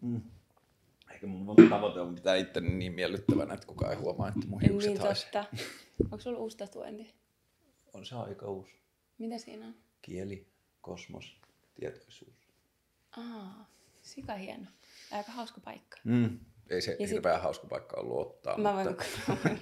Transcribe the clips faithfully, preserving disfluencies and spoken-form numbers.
Mm. Ehkä mun tavoite on pitää itteni niin miellyttävänä, että kukaan ei huomaa, että mun hiukset niin haisee. totta. Onko sulla uusi tatuointi? On se aika uusi. Mitä siinä on? Kieli, kosmos, tietoisuus. Aa, sika hieno. Aika hauska paikka. Mm. Ei se ja hirveän sit... hauska paikka ollut ottaa. Mä mutta... voin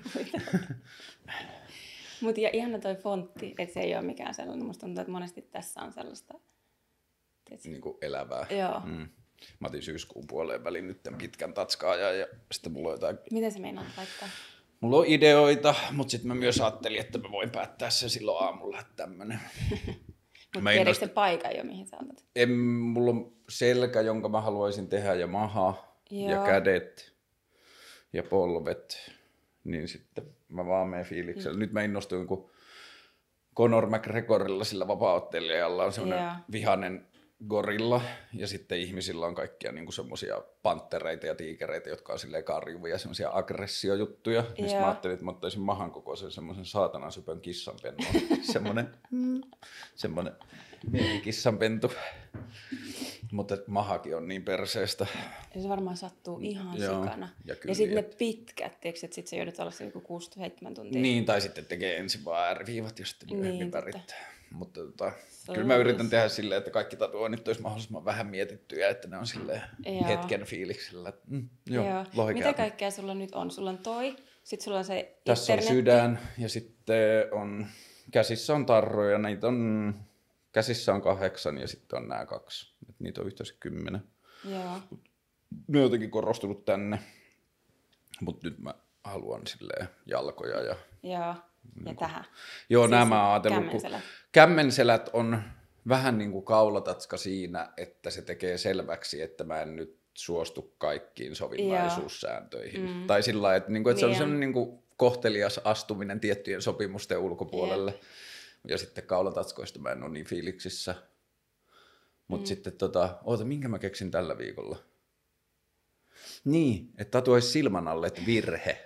Mutta ja ihana toi fontti, että se ei ole mikään sellainen. Musta tuntuu, että monesti tässä on sellaista... Tiedätkö? Niin kuin elävää. Joo. Mm. Mä otin syyskuun puoleen väliin nyt pitkän tatskaajan ja sitten mulla on jotain... Mitä sä meinaat laittaa? Mulla on ideoita, mutta sitten mä myös ajattelin, että mä voin päättää sen silloin aamulla, että tämmönen. Mutta tiedätkö innost... se paikan jo, mihin sä otat? En, mulla on selkä, jonka mä haluaisin tehdä ja maha Joo. ja kädet ja polvet. Niin sitten mä vaan menen fiiliksellä. Mm. Nyt mä innostuin, kun Conor McGregorilla sillä vapaa-ottelijalla on semmoinen yeah. vihainen gorilla, ja sitten ihmisillä on kaikkia niinku semmoisia panttereita ja tiikereitä, jotka on silleen karjuvia, semmoisia aggressiojuttuja. Yeah. Niin mä ajattelin, että mä ottaisin mahan kokoisen semmoisen saatanan sypön kissanpennun. semmoinen semmoinen kissanpentu. Mutta mahakin on niin perseestä. Ja se varmaan sattuu ihan Joo. sikana. Ja, ja sitten ne pitkät, tiedätkö, että sit sä joudut olla se joku kuusi seitsemän tuntia. Niin, tai sitten tekee ensin vaan ääriviivat ja sitten myöhemmin värit. Mutta tota, kyllä mä yritän tehdä silleen, että kaikki tatuoinnit olisi mahdollisimman vähän mietittyjä, että ne on silleen Joo. hetken fiiliksellä. Mm, joo, joo. Mitä kaikkea sulla nyt on? Sulla on toi, sitten sulla on se Tässä internetti. on sydän ja sitten on, käsissä on tarroja, niitä on, käsissä on kahdeksan ja sitten on nämä kaksi. Et niitä on yhteensä kymmenen. Joo. Ne on jotenkin korostunut tänne, mutta nyt mä haluan silleen jalkoja ja... Joo, ja niin tähän. Joo, siis nämä on ajatellut, kämmenselät. kun kämmenselät on vähän niin kuin kaulatatska siinä, että se tekee selväksi, että mä en nyt suostu kaikkiin sovinnaisuussääntöihin. Mm. Tai sillä lailla, että, niin kuin, että niin se on sellainen niin kuin kohtelias astuminen tiettyjen sopimusten ulkopuolelle. Yep. Ja sitten kaulatatskoista mä en ole niin fiiliksissä. Mutta mm. sitten tota, oota, minkä mä keksin tällä viikolla? Niin, että tatuoisi silmän alle, että virhe.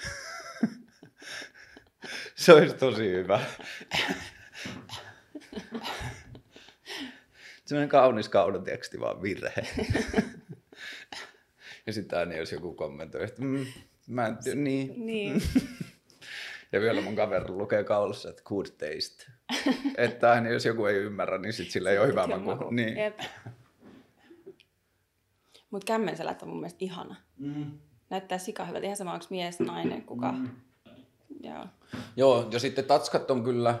Se olisi tosi hyvä. Sellainen kaunis kaunoteksti, vaan virhe. Ja sitten aina jos joku kommentoi, että mm, mä en ty- niin. niin. Ja vielä mun kaveri lukee kaulussa, että good taste. Että aina jos joku ei ymmärrä, niin sit sillä ei ole hyvä maku. Niin. Mutta kämmenselät on mun mielestä ihana. Mm. Näyttää sika hyvältä. Ihan sama, onko mies, nainen, kuka. Mm. Joo. Joo, ja sitten tatskat on kyllä...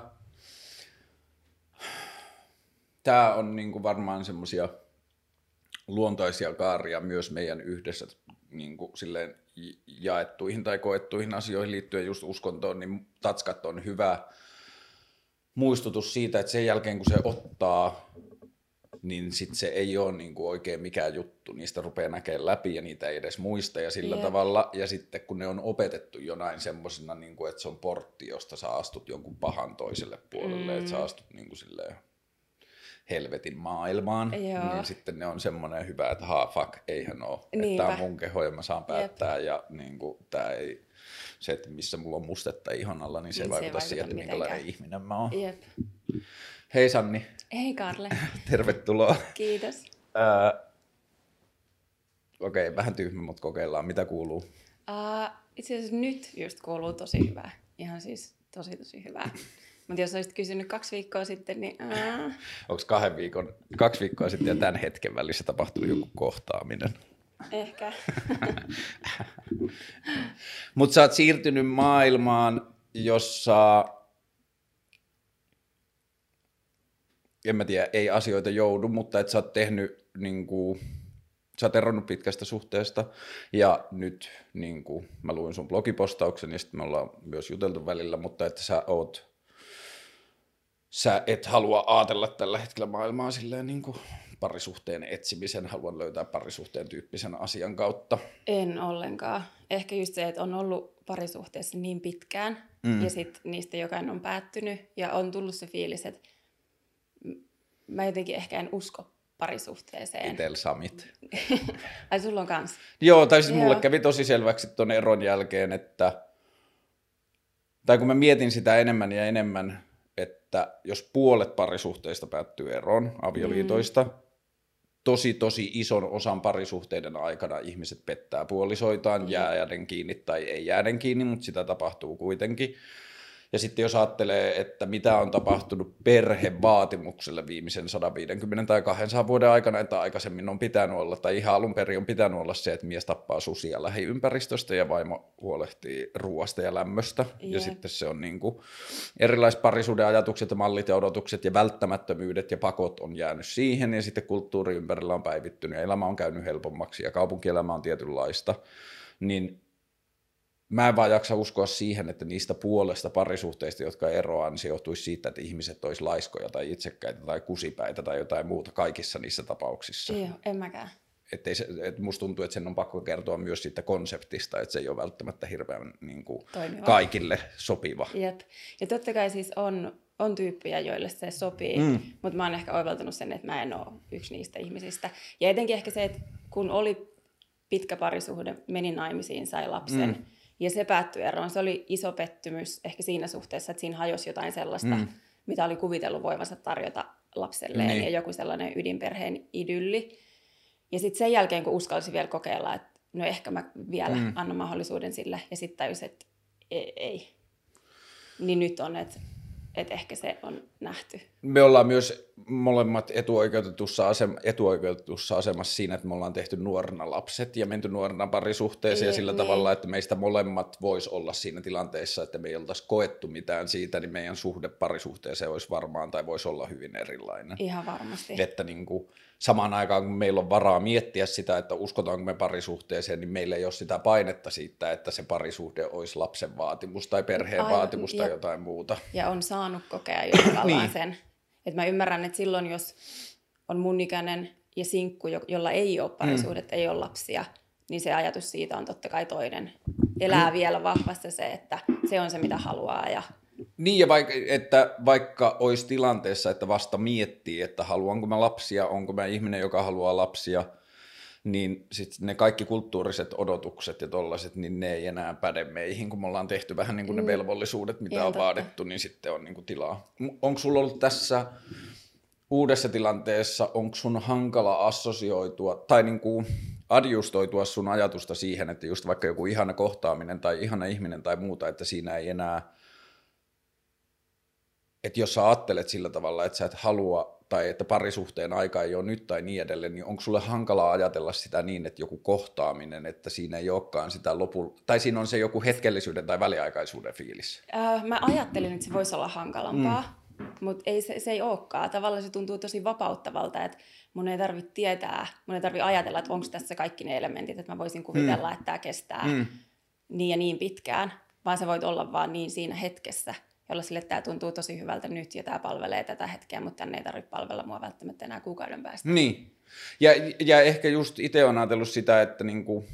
Tää on niinku varmaan semmosia luontaisia kaaria myös meidän yhdessä niinku silleen jaettuihin tai koettuihin asioihin liittyen just uskontoon, niin tatskat on hyvä muistutus siitä, että sen jälkeen kun se ottaa, niin sit se ei ole niinku oikein mikään juttu. Niistä rupeaa näkemään läpi ja niitä ei edes muista ja sillä yeah. tavalla. Ja sitten kun ne on opetettu jonain semmosina, niinku, että se on portti, josta sä astut jonkun pahan toiselle puolelle, mm. että sä astut niinku silleen helvetin maailmaan, Joo. niin sitten ne on semmoinen hyvä, että haa, fuck, eihän ole. Että tää on mun keho ja mä saan päättää Jep. ja niin kuin, tää ei, se, että missä mulla on mustetta ihon alla, niin se ei niin vaikuta siihen, että minkälainen ihminen mä oon. Jep. Hei Sanni. Hei Karle. Tervetuloa. Kiitos. Äh, Okei, okay, vähän tyhmä, mutta kokeillaan. Mitä kuuluu? Uh, itse asiassa nyt just kuuluu tosi hyvää. Ihan siis tosi tosi hyvää. Mutta jos olisit kysynyt kaksi viikkoa sitten, niin... Aa. Onko kahden viikon, kaksi viikkoa sitten ja tämän hetken välissä tapahtunut joku kohtaaminen? Ehkä. Mutta sä oot siirtynyt maailmaan, jossa... En mä tiedä, ei asioita joudu, mutta et sä oot tehnyt... Niinku, sä oot eronnut pitkästä suhteesta ja nyt niinku, mä luin sun blogipostauksen ja sitten me ollaan myös juteltu välillä, mutta että sä oot... Sä et halua ajatella tällä hetkellä maailmaa silleen niin kuin parisuhteen etsimisen, haluan löytää parisuhteen tyyppisen asian kautta. En ollenkaan. Ehkä just se, että on ollut parisuhteessa niin pitkään mm. ja sitten niistä jokainen on päättynyt ja on tullut se fiilis, että mä jotenkin ehkä en usko parisuhteeseen. Itel Samit. Ai sulla on kans? Joo, tai siis Joo. mulle kävi tosi selväksi ton eron jälkeen, että tai kun mä mietin sitä enemmän ja enemmän, että jos puolet parisuhteista päättyy eroon avioliitoista, mm. tosi tosi ison osan parisuhteiden aikana ihmiset pettää puolisoitaan, jää jääden kiinni tai ei jääden kiinni, mutta sitä tapahtuu kuitenkin. Ja sitten jos ajattelee, että mitä on tapahtunut perhevaatimukselle viimeisen sata viisikymmentä tai kaksisataa vuoden aikana, että aikaisemmin on pitänyt olla, tai ihan alun perin on pitänyt olla se, että mies tappaa susia lähiympäristöstä ja vaimo huolehtii ruoasta ja lämmöstä. Yeah. Ja sitten se on niin kuin erilaiset parisuuden ajatukset ja mallit ja odotukset ja välttämättömyydet ja pakot on jäänyt siihen, ja sitten kulttuuri ympärillä on päivittynyt ja elämä on käynyt helpommaksi ja kaupunkielämä on tietynlaista, niin mä en vaan jaksa uskoa siihen, että niistä puolesta parisuhteista, jotka eroaa, niin se johtuisi siitä, että ihmiset olisi laiskoja tai itsekkäitä tai kusipäitä tai jotain muuta kaikissa niissä tapauksissa. Joo, en mäkään. Että se, et musta tuntuu, että sen on pakko kertoa myös siitä konseptista, että se ei ole välttämättä hirveän niin kuin, kaikille sopiva. Jep. Ja totta kai siis on, on tyyppejä, joille se sopii, mm. mutta mä oon ehkä oivaltanut sen, että mä en ole yksi niistä ihmisistä. Ja etenkin ehkä se, että kun oli pitkä parisuhde, meni naimisiin, sai lapsen, mm. ja se päättyi eroon. Se oli iso pettymys ehkä siinä suhteessa, että siinä hajosi jotain sellaista, mm. mitä oli kuvitellut voivansa tarjota lapselleen, niin. ja joku sellainen ydinperheen idylli. Ja sitten sen jälkeen, kun uskalsi vielä kokeilla, että no ehkä mä vielä mm. annan mahdollisuuden sille, ja sitten tajusin, että ei, ei. Niin nyt on, että että ehkä se on nähty. Me ollaan myös molemmat etuoikeutetussa, asema, etuoikeutetussa asemassa siinä, että me ollaan tehty nuorena lapset ja menty nuorena parisuhteeseen ja sillä niin. tavalla, että meistä molemmat vois olla siinä tilanteessa, että me ei oltaisi koettu mitään siitä, niin meidän suhde parisuhteeseen olisi varmaan tai voisi olla hyvin erilainen. Ihan varmasti. Että niin kuin samaan aikaan, kun meillä on varaa miettiä sitä, että uskotaanko me parisuhteeseen, niin meillä ei ole sitä painetta siitä, että se parisuhde olisi lapsen vaatimus tai perheen Aivan, vaatimus tai ja, jotain muuta. Ja on saanut kokea jo tavallaan niin. sen. Että mä ymmärrän, että silloin, jos on mun ikäinen ja sinkku, jolla ei ole parisuhdetta, mm. ei ole lapsia, niin se ajatus siitä on totta kai toinen. Elää mm. vielä vahvasti se, että se on se, mitä haluaa ja niin, ja vaikka, että vaikka olisi tilanteessa, että vasta miettii, että haluanko mä lapsia, onko mä ihminen, joka haluaa lapsia, niin sitten ne kaikki kulttuuriset odotukset ja tollaiset, niin ne ei enää päde meihin, kun me ollaan tehty vähän niin kuin ne velvollisuudet, mitä Ihan on totta. vaadittu, niin sitten on niin kuin tilaa. Onko sulla ollut tässä uudessa tilanteessa, onko sun hankala assosioitua tai niin kuin adjustoitua sun ajatusta siihen, että just vaikka joku ihana kohtaaminen tai ihana ihminen tai muuta, että siinä ei enää että jos sä ajattelet sillä tavalla, että sä et halua tai että parisuhteen aika ei ole nyt tai niin edelleen, niin onko sulle hankalaa ajatella sitä niin, että joku kohtaaminen, että siinä ei olekaan sitä lopu, tai siinä on se joku hetkellisyyden tai väliaikaisuuden fiilis? Äh, mä ajattelin, että se voisi olla hankalampaa, mm. mutta ei, se, se ei olekaan. Tavallaan se tuntuu tosi vapauttavalta, että mun ei tarvitse tietää, mun ei tarvitse ajatella, että onko tässä kaikki ne elementit, että mä voisin kuvitella, mm. että tämä kestää mm. niin ja niin pitkään, vaan sä voit olla vaan niin siinä hetkessä, jolla sille tämä tuntuu tosi hyvältä nyt ja tämä palvelee tätä hetkeä, mutta tänne ei tarvitse palvella mua välttämättä enää kuukauden päästä. Niin. Ja, ja ehkä just itse olen ajatellut sitä, että niinku,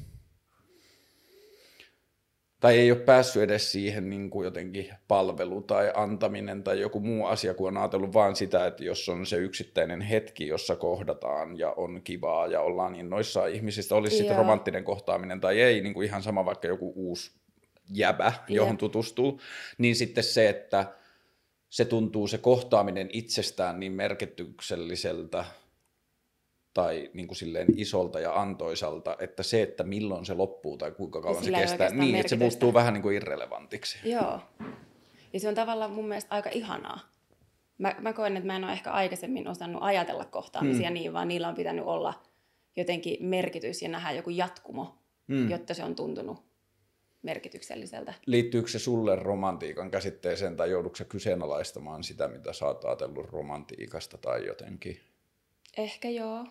tai ei ole päässyt edes siihen niinku jotenkin palvelu tai antaminen tai joku muu asia, kun on ajatellut vaan sitä, että jos on se yksittäinen hetki, jossa kohdataan ja on kivaa ja ollaan innoissaan ihmisistä, olisi sitten romanttinen kohtaaminen tai ei, niinku ihan sama vaikka joku uusi jäbä, johon Jep. tutustuu, niin sitten se, että se tuntuu se kohtaaminen itsestään niin merkitykselliseltä tai niin kuin silleen isolta ja antoisalta, että se, että milloin se loppuu tai kuinka kauan se kestää, niin että se muuttuu vähän niin kuin irrelevantiksi. Joo, ja se on tavallaan mun mielestä aika ihanaa. Mä, mä koen, että mä en ole ehkä aikaisemmin osannut ajatella kohtaamisia hmm. niin, vaan niillä on pitänyt olla jotenkin merkitys ja nähdä joku jatkumo, hmm. jotta se on tuntunut merkitykselliseltä. Liittyykö se sulle romantiikan käsitteeseen tai joudutko sä kyseenalaistamaan sitä, mitä sä oot ajatellut romantiikasta tai jotenkin? Ehkä joo.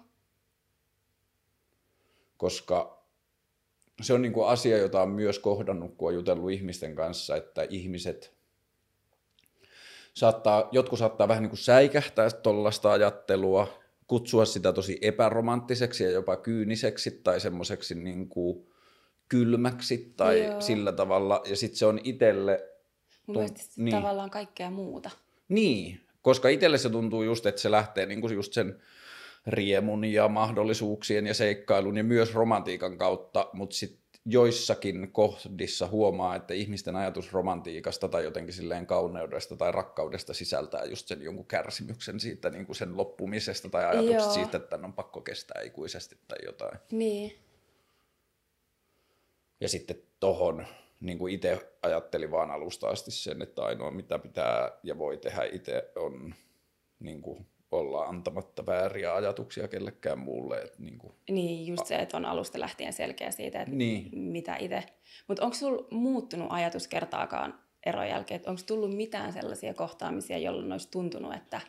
Koska se on niinku asia, jota on myös kohdannut, kun on jutellut ihmisten kanssa, että ihmiset saattaa, jotkut saattaa vähän niin kuin säikähtää tollaista ajattelua, kutsua sitä tosi epäromanttiseksi ja jopa kyyniseksi tai semmoiseksi niin kuin kylmäksi tai Joo. sillä tavalla, ja sitten se on itselle Mun mielestä niin. tavallaan kaikkea muuta. Niin, koska itselle se tuntuu just, että se lähtee niinku just sen riemun ja mahdollisuuksien ja seikkailun ja myös romantiikan kautta, mutta sitten joissakin kohdissa huomaa, että ihmisten ajatus romantiikasta tai jotenkin silleen kauneudesta tai rakkaudesta sisältää just sen jonkun kärsimyksen siitä niin kuin sen loppumisesta tai ajatuksesta Joo. siitä, että on pakko kestää ikuisesti tai jotain. Niin. Ja sitten tohon niin kuin itse ajattelin vaan alusta asti sen, että ainoa mitä pitää ja voi tehdä itse on niin kuin olla antamatta vääriä ajatuksia kellekään muulle. Että niin, kuin... niin, just se, että on alusta lähtien selkeä siitä, että niin. mitä itse. Mutta onko sulla muuttunut ajatus kertaakaan eron jälkeen? Onko tullut mitään sellaisia kohtaamisia, jolloin olisi tuntunut, että...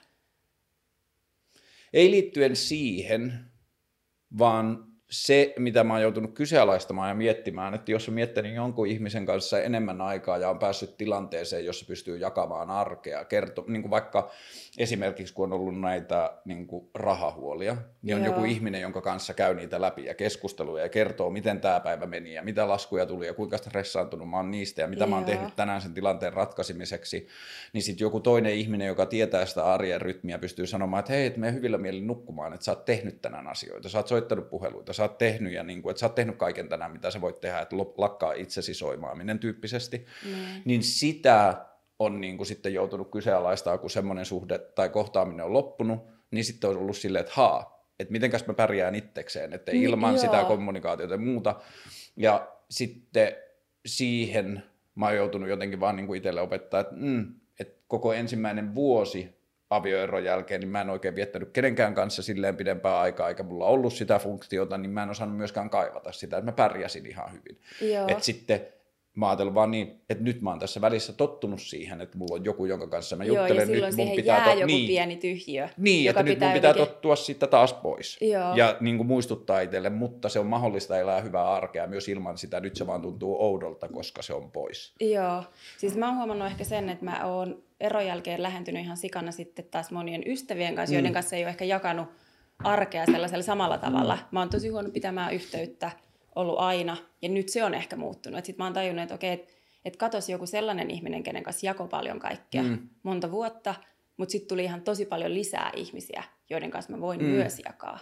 Ei liittyen siihen, vaan se, mitä mä oon joutunut kyseenalaistamaan ja miettimään, että jos on miettinyt jonkun ihmisen kanssa enemmän aikaa ja on päässyt tilanteeseen, jossa pystyy jakamaan arkea, kerto, niin kuin vaikka esimerkiksi kun on ollut näitä niin kuin rahahuolia, niin on Joo. joku ihminen, jonka kanssa käy niitä läpi ja keskusteluja ja kertoo, miten tämä päivä meni ja mitä laskuja tuli ja kuinka stressaantunut mä oon niistä ja mitä Joo. mä oon tehnyt tänään sen tilanteen ratkaisemiseksi, niin sitten joku toinen ihminen, joka tietää sitä arjen rytmiä, pystyy sanomaan, että hei, et mene hyvillä mielin nukkumaan, että sä oot tehnyt tänään asioita, sä oot soittanut puheluita, sä oot tehnyt ja niin kuin, että sä oot tehnyt kaiken tänään, mitä sä voit tehdä, että lakkaa itsesi soimaaminen tyyppisesti, mm. niin sitä on niin kuin sitten joutunut kyseenalaistaa, kun semmoinen suhde tai kohtaaminen on loppunut, niin sitten on ollut silleen, että haa, että mitenkäs mä pärjään itsekseen, että ilman mm, sitä kommunikaatiota ja muuta. Ja sitten siihen mä oon joutunut jotenkin vaan niin kuin itselle opettaa, että, mm, että koko ensimmäinen vuosi avioeron jälkeen, niin mä en oikein viettänyt kenenkään kanssa silleen pidempään aikaa, eikä mulla ollut sitä funktiota, niin mä en osannut myöskään kaivata sitä, että mä pärjäsin ihan hyvin. Että sitten mä ajattelin vaan niin, että nyt mä oon tässä välissä tottunut siihen, että mulla on joku, jonka kanssa mä juttelen. Joo, ja silloin nyt siihen mun pitää jää to- joku niin, pieni tyhjiö. Niin, joka että nyt mun pitää jotenkin... tottua siitä taas pois. Joo. Ja niin kuin muistuttaa itselle, mutta se on mahdollista elää hyvää arkea myös ilman sitä. Nyt se vaan tuntuu oudolta, koska se on pois. Joo, siis mä oon huomannut ehkä sen, että mä oon eron jälkeen lähentynyt ihan sikana sitten taas monien ystävien kanssa, mm. joiden kanssa ei ole ehkä jakanut arkea sellaisella samalla tavalla. Mm. Mä oon tosi huono pitämään yhteyttä, ollut aina, ja nyt se on ehkä muuttunut. Sitten mä oon tajunnut, että okei, että et katos joku sellainen ihminen, kenen kanssa jakoi paljon kaikkea mm. monta vuotta, mutta sitten tuli ihan tosi paljon lisää ihmisiä, joiden kanssa mä voin mm. myös jakaa.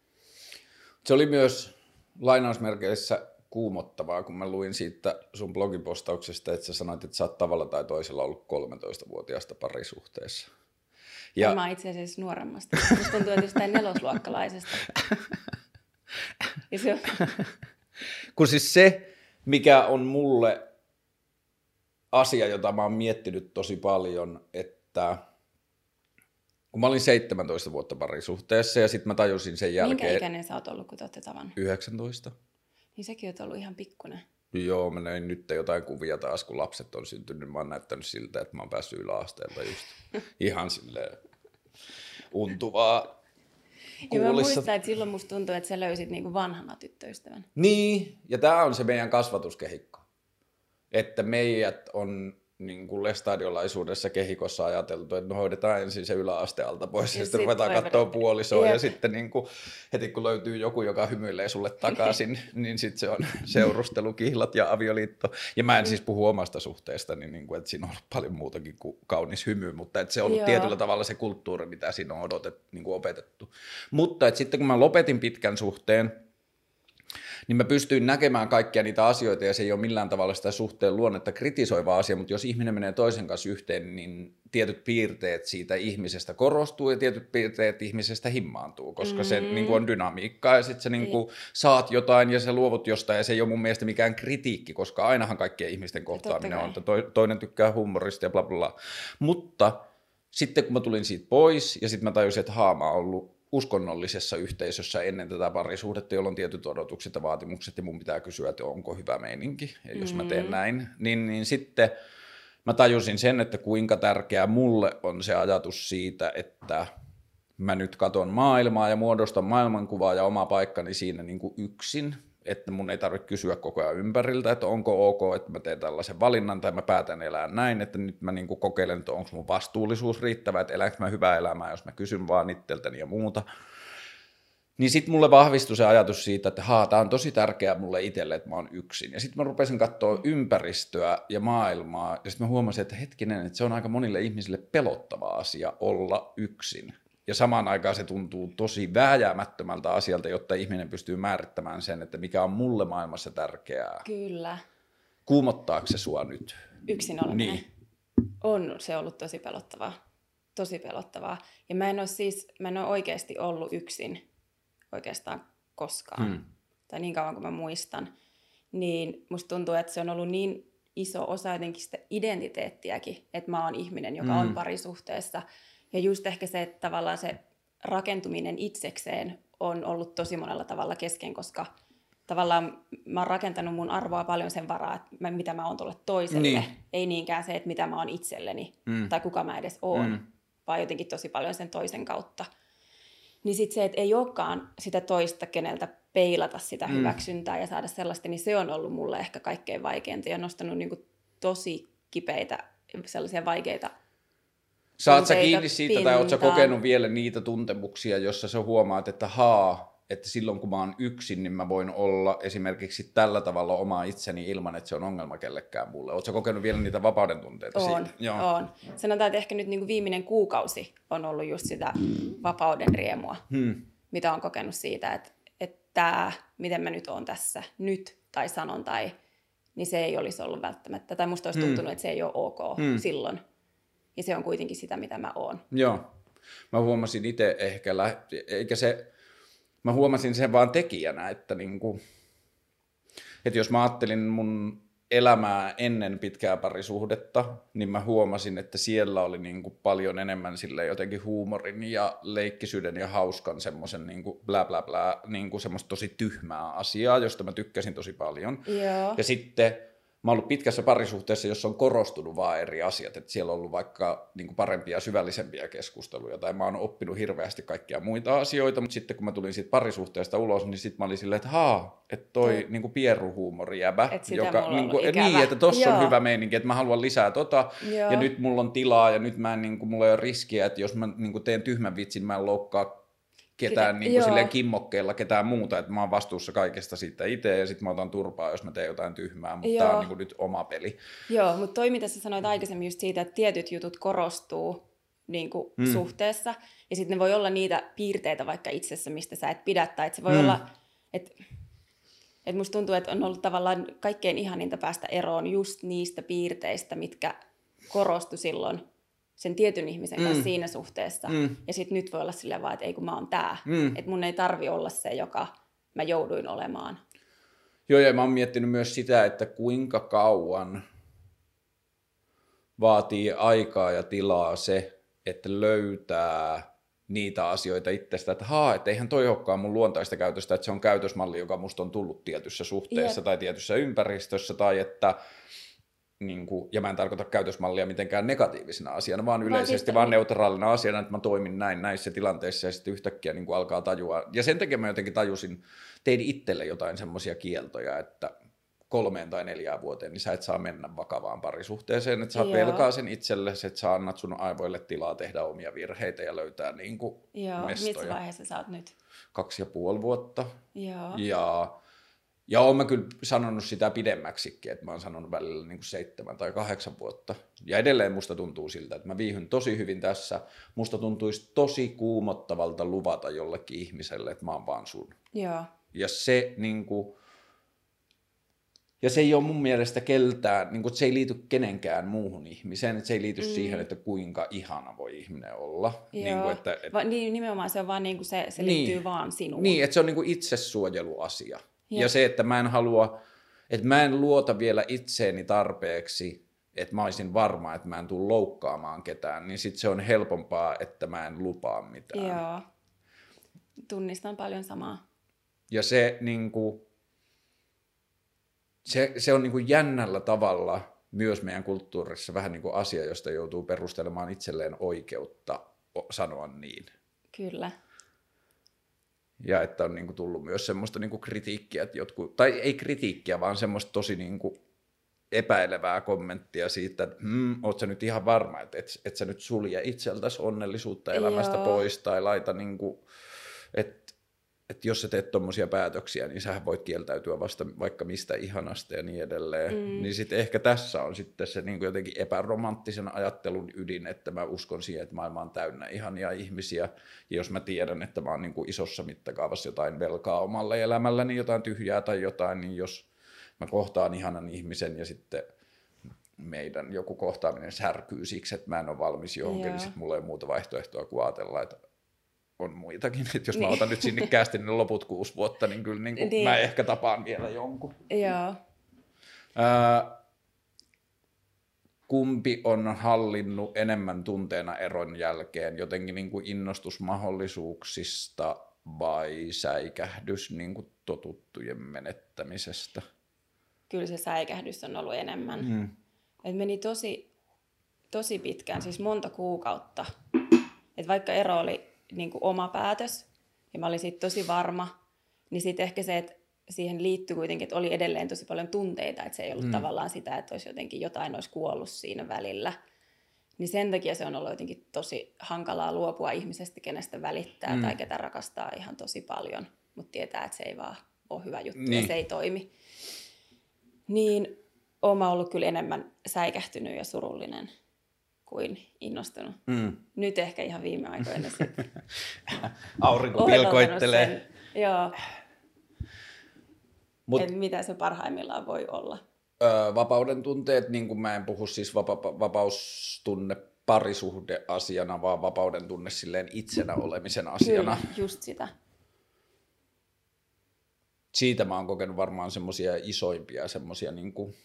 Se oli myös lainausmerkeissä kuumottavaa, kun mä luin siitä sun blogipostauksesta, että sä sanoit, että sä oot tavalla tai toisella ollut kolmetoistavuotiaasta parisuhteessa. Ja... Mä oon itse asiassa nuoremmasta. Musta tuntuu, että jostain nelosluokkalaisesta. Se on... kun siis se, mikä on mulle asia, jota mä oon miettinyt tosi paljon, että kun mä olin seitsemäntoista vuotta parisuhteessa ja sitten mä tajusin sen jälkeen... Minkä ikäinen sä oot ollut, kun te ootte tavannut? yhdeksäntoista. Niin sekin oot ollut ihan pikkunen. Joo, mä näin nyt jotain kuvia taas, kun lapset on syntynyt. Mä oon näyttänyt siltä, että mä oon päässyt yläasteelta just ihan silleen untuvaa kuulissa. Ja mä muistan, että silloin musta tuntuu, että sä löysit niinku vanhana tyttöystävän. Niin, ja tää on se meidän kasvatuskehikko. Että meidät on niin kuin lestadiolaisuudessa kehikossa ajateltu, että no hoidetaan ensin se yläaste alta pois ja, ja sitten ruvetaan katsoa puolisoa ja sitten niin kuin, heti kun löytyy joku, joka hymyilee sulle takaisin, niin sitten se on seurustelu, kihlat ja avioliitto. Ja mä en siis puhu omasta suhteesta, niin, niin kuin, että siinä on ollut paljon muutakin kuin kaunis hymy, mutta että se on ollut Joo. tietyllä tavalla se kulttuuri, mitä siinä on odotettu, niin kuin opetettu. Mutta että sitten kun mä lopetin pitkän suhteen, niin mä pystyin näkemään kaikkia niitä asioita ja se ei ole millään tavalla sitä suhteen luonnetta kritisoiva asia, mutta jos ihminen menee toisen kanssa yhteen, niin tietyt piirteet siitä ihmisestä korostuu ja tietyt piirteet ihmisestä himmaantuu, koska mm. se niin kuin on dynamiikkaa ja sitten sä niin kuin saat jotain ja sä luovut jostain ja se ei ole mun mielestä mikään kritiikki, koska ainahan kaikkien ihmisten kohtaaminen on, että toinen tykkää huumorista ja bla bla bla. Mutta sitten kun mä tulin siitä pois ja sitten mä tajusin, että haa, mä oon ollut uskonnollisessa yhteisössä ennen tätä parisuhdetta, jolloin tietyt odotukset ja vaatimukset ja mun pitää kysyä, että onko hyvä meininki. Ja jos mm. mä teen näin, niin, niin sitten mä tajusin sen, että kuinka tärkeää mulle on se ajatus siitä, että mä nyt katon maailmaa ja muodostan maailmankuvaa ja oma paikkani siinä niin kuin yksin. Että mun ei tarvitse kysyä koko ajan ympäriltä, että onko ok, että mä teen tällaisen valinnan tai mä päätän elää näin, että nyt mä niinku kokeilen, että onko mun vastuullisuus riittävä, että eläänkö mä hyvää elämää, jos mä kysyn vaan itseltäni ja muuta. Niin sit mulle vahvistui se ajatus siitä, että haa, tää on tosi tärkeää mulle itselle, että mä oon yksin. Ja sit mä rupesin katsoa ympäristöä ja maailmaa, ja sit mä huomasin, että hetkinen, että se on aika monille ihmisille pelottava asia olla yksin. ja samaan aikaan se tuntuu tosi vääjäämättömältä asialta, jotta ihminen pystyy määrittämään sen, että mikä on mulle maailmassa tärkeää. Kyllä. Kuumottaako se sua nyt? Yksin oleminen. Niin. On se ollut tosi pelottavaa. Tosi pelottavaa. Ja mä en ole siis, mä en ole oikeasti ollut yksin oikeastaan koskaan. Hmm. Tai niin kauan kuin mä muistan. Niin musta tuntuu, että se on ollut niin iso osa jotenkin sitä identiteettiäkin, että mä oon ihminen, joka hmm. on parisuhteessa. Ja just ehkä se, että tavallaan se rakentuminen itsekseen on ollut tosi monella tavalla kesken, koska tavallaan mä oon rakentanut mun arvoa paljon sen varaa, että mä, mitä mä oon tuolle toiselle. Niin. Ei niinkään se, että mitä mä oon itselleni mm. tai kuka mä edes oon, mm. vaan jotenkin tosi paljon sen toisen kautta. Niin sit se, että ei olekaan sitä toista, keneltä peilata sitä mm. hyväksyntää ja saada sellaista, niin se on ollut mulle ehkä kaikkein vaikeinta ja nostanut niinku tosi kipeitä, sellaisia vaikeita Saat sä kiinni siitä pintaan. Tai oot sä kokenut vielä niitä tuntemuksia, jossa sä huomaat, että haa, että silloin kun mä oon yksin, niin mä voin olla esimerkiksi tällä tavalla oma itseni ilman, että se on ongelma kellekään mulle. Oot sä kokenut vielä niitä vapauden tunteita on, siitä? Joo. On. Sanotaan, että ehkä nyt niin kuin viimeinen kuukausi on ollut just sitä vapauden riemua, hmm. mitä on kokenut siitä, että, että tämä, miten mä nyt oon tässä nyt tai sanon tai, niin se ei olisi ollut välttämättä. Tai musta olisi tuntunut, hmm. että se ei ole ok hmm. silloin. Ja se on kuitenkin sitä, mitä mä oon. Joo. Mä huomasin itse ehkä, eikä se, mä huomasin sen vaan tekijänä, että, niinku, että jos mä ajattelin mun elämää ennen pitkää parisuhdetta, niin mä huomasin, että siellä oli niinku paljon enemmän sille jotenkin huumorin ja leikkisyyden ja hauskan semmoisen niinku blä blä blä, niinku semmoista tosi tyhmää asiaa, josta mä tykkäsin tosi paljon. Joo. Ja sitten mä oon ollut pitkässä parisuhteessa, jossa on korostunut vaan eri asiat, että siellä on ollut vaikka niin kuin parempia, syvällisempiä keskusteluja, tai mä oon oppinut hirveästi kaikkia muita asioita, mutta sitten kun mä tulin siitä parisuhteesta ulos, niin sitten mä olin silleen, että haa, että toi mm. niin kuin pierruhuumorijäbä, joka, niin, kuin, niin, että tossa on hyvä meininki, että mä haluan lisää tota, Joo. ja nyt mulla on tilaa, ja nyt mä en, niin kuin, mulla ei ole riskiä, että jos mä niin kuin teen tyhmän vitsin, mä en loukkaa ketään niin kuin silleen kimmokkeilla, ketään muuta, että mä oon vastuussa kaikesta siitä itse ja sitten mä otan turpaa, jos mä teen jotain tyhmää, mutta Joo. tää on niin kuin nyt oma peli. Joo, mutta toi mitä sä sanoit aikaisemmin just siitä, että tietyt jutut korostuu niin kuin mm. suhteessa ja sitten ne voi olla niitä piirteitä vaikka itsessä, mistä sä et pidä, tai että se voi mm. olla, että et musta tuntuu, että on ollut tavallaan kaikkein ihaninta päästä eroon just niistä piirteistä, mitkä korostu silloin sen tietyn ihmisen kanssa mm. siinä suhteessa. Mm. Ja sitten nyt voi olla silleen vaan, että ei kun mä oon tää. Mm. Että mun ei tarvi olla se, joka mä jouduin olemaan. Joo, ja mä oon miettinyt myös sitä, että kuinka kauan vaatii aikaa ja tilaa se, että löytää niitä asioita itsestä, että haa, että eihän toi olekaan mun luontaista käytöstä, että se on käytösmalli, joka musta on tullut tietyssä suhteessa Jep. tai tietyssä ympäristössä, tai että niin kuin, ja mä en tarkoita käytösmallia mitenkään negatiivisena asiana, vaan yleisesti vaan, vaan neutraalina asiana, että mä toimin näin näissä tilanteissa ja sitten yhtäkkiä niin kuin alkaa tajua. Ja sen takia mä jotenkin tajusin, tein itselle jotain semmoisia kieltoja, että kolmeen tai neljään vuoteen niin sä et saa mennä vakavaan parisuhteeseen, että sä pelkaa sen itsellesi, että sä annat sun aivoille tilaa tehdä omia virheitä ja löytää niin kuin Joo. mestoja. Missä vaiheessa sä oot nyt? Kaksi ja puoli vuotta. Joo. Ja Ja oon mä kyllä sanonut sitä pidemmäksikin, että mä oon sanonut välillä niin kuin seitsemän tai kahdeksan vuotta. Ja edelleen musta tuntuu siltä, että mä viihyn tosi hyvin tässä. Musta tuntuisi tosi kuumottavalta luvata jollekin ihmiselle, että mä oon vaan sun. Joo. Ja se, niin kuin, ja se ei ole mun mielestä keltään, niin kuin, se ei liity kenenkään muuhun ihmiseen. Että se ei liity mm. siihen, että kuinka ihana voi ihminen olla. Joo. Niin kuin, että, että, Va, niin, nimenomaan se on vaan niin kuin se, se niin, liittyy vaan sinuun. Niin, että se on niin kuin itsesuojeluasia. Ja. ja se, että mä en halua, että mä en luota vielä itseeni tarpeeksi, että mä olisin varma, että mä en tule loukkaamaan ketään, niin sit se on helpompaa, että mä en lupaa mitään. Joo, tunnistan paljon samaa. Ja se, niin kuin, se, se on niin kuin jännällä tavalla myös meidän kulttuurissa vähän niin kuin asia, josta joutuu perustelemaan itselleen oikeutta sanoa niin. Kyllä. Ja että on niinku tullut myös semmoista niinku kritiikkiä, että jotkut, tai ei kritiikkiä, vaan semmoista tosi niinku epäilevää kommenttia siitä, että hmm, oot sä nyt ihan varma, että et, et sä nyt sulje itseltäsi onnellisuutta elämästä Joo. pois, tai laita niinku, että että jos sä teet tommosia päätöksiä, niin sähän voit kieltäytyä vasta vaikka mistä ihanasta ja niin edelleen. Mm. Niin sitten ehkä tässä on sitten se niin kuin jotenkin epäromanttisen ajattelun ydin, että mä uskon siihen, että maailma on täynnä ihania ihmisiä. Ja jos mä tiedän, että mä oon niin kuin isossa mittakaavassa jotain velkaa omalle elämälläni, jotain tyhjää tai jotain, niin jos mä kohtaan ihanan ihmisen ja sitten meidän joku kohtaaminen särkyy siksi, että mä en ole valmis johonkin, Joo. niin sitten mulla ei ole muuta vaihtoehtoa kuin ajatella, että on muitakin. Että jos niin. mä otan nyt sinnikkäästi ne loput kuusi vuotta, niin kyllä niin kuin niin. mä ehkä tapaan vielä jonkun. Joo. Ää, kumpi on hallinnut enemmän tunteena eron jälkeen? Jotenkin niin kuin innostusmahdollisuuksista vai säikähdys niin kuin totuttujen menettämisestä? Kyllä se säikähdys on ollut enemmän. Mm. Et meni tosi, tosi pitkään, siis monta kuukautta. Et vaikka ero oli niin kuin oma päätös, ja mä olin siitä tosi varma, niin sitten ehkä se, että siihen liittyi kuitenkin, että oli edelleen tosi paljon tunteita, että se ei ollut mm. tavallaan sitä, että olisi jotenkin jotain olisi kuollut siinä välillä. Niin sen takia se on ollut jotenkin tosi hankalaa luopua ihmisestä, kenestä välittää mm. tai ketä rakastaa ihan tosi paljon, mutta tietää, että se ei vaan ole hyvä juttu niin. ja se ei toimi. Niin oon mä ollut kyllä enemmän säikähtynyt ja surullinen kuin innostunut. Mm. Nyt ehkä ihan viime aikoina sitten. Aurinko pilkoittelee. Joo. Mut, et mitä se parhaimmillaan voi olla. Öö, vapauden tunteet, niin kuin mä en puhu siis vapa- vapaustunne parisuhdeasiana, vaan vapauden tunne silleen itsenä olemisen asiana. Kyllä, just sitä. Siitä mä oon kokenut varmaan semmoisia isoimpia semmoisia niin kuin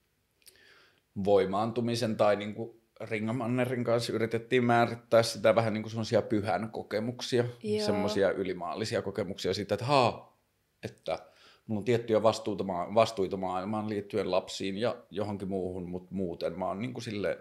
voimaantumisen tai niin kuin Ringamannerin kanssa yritettiin määrittää sitä vähän niin kuin semmoisia pyhän kokemuksia, Joo. semmoisia ylimaallisia kokemuksia siitä, että haa, että mulla on tiettyjä vastuuta, vastuita maailmaan liittyen lapsiin ja johonkin muuhun, mutta muuten mä oon niin kuin silleen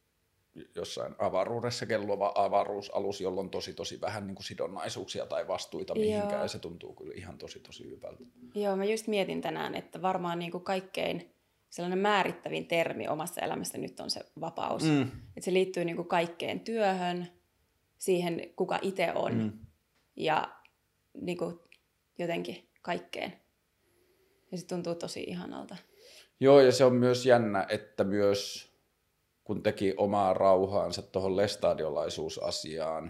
jossain avaruudessa kelluava avaruusalus, jolla on tosi tosi vähän niin kuin sidonnaisuuksia tai vastuita mihinkään, Joo. ja se tuntuu kyllä ihan tosi tosi hyvältä. Joo, mä just mietin tänään, että varmaan niin kuin kaikkein sellainen määrittävin termi omassa elämässä nyt on se vapaus. Mm. Että se liittyy niin kuin kaikkeen työhön, siihen kuka itse on mm. ja niin kuin jotenkin kaikkeen. Ja se tuntuu tosi ihanalta. Joo, ja se on myös jännä, että myös kun teki omaa rauhaansa tuohon lestadiolaisuusasiaan,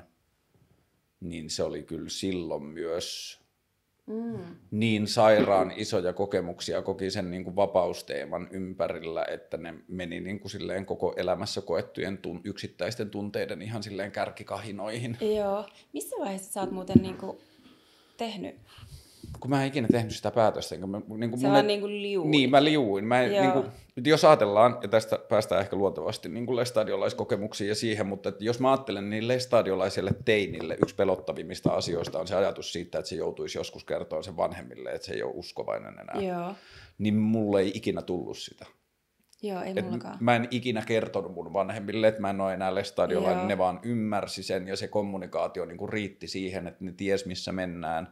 niin se oli kyllä silloin myös mm. niin sairaan isoja kokemuksia koki sen niin kuin vapausteeman ympärillä, että ne meni niin kuin silleen koko elämässä koettujen tun- yksittäisten tunteiden ihan silleen kärkikahinoihin. Joo. Missä vaiheessa sä oot muuten niin kuin tehnyt? Kun mä en ikinä tehnyt sitä päätöstä. Niin mä, niin kuin Sä vaan niin kuin liuuit. Niin, mä liuuin. Mä en, niin kuin, jos ajatellaan, ja tästä päästään ehkä luontevasti niin kuin lestadiolaiskokemuksiin ja siihen, mutta että jos mä ajattelen, niin lestadiolaiselle teinille yksi pelottavimmista asioista on se ajatus siitä, että se joutuisi joskus kertoa sen vanhemmille, että se ei ole uskovainen enää. Joo. Niin mulle ei ikinä tullut sitä. Joo, ei Et mullakaan. mä en ikinä kertonut mun vanhemmille, että mä en ole enää lestadiolainen, Joo. ne vaan ymmärsi sen ja se kommunikaatio niin kuin riitti siihen, että ne ties missä mennään.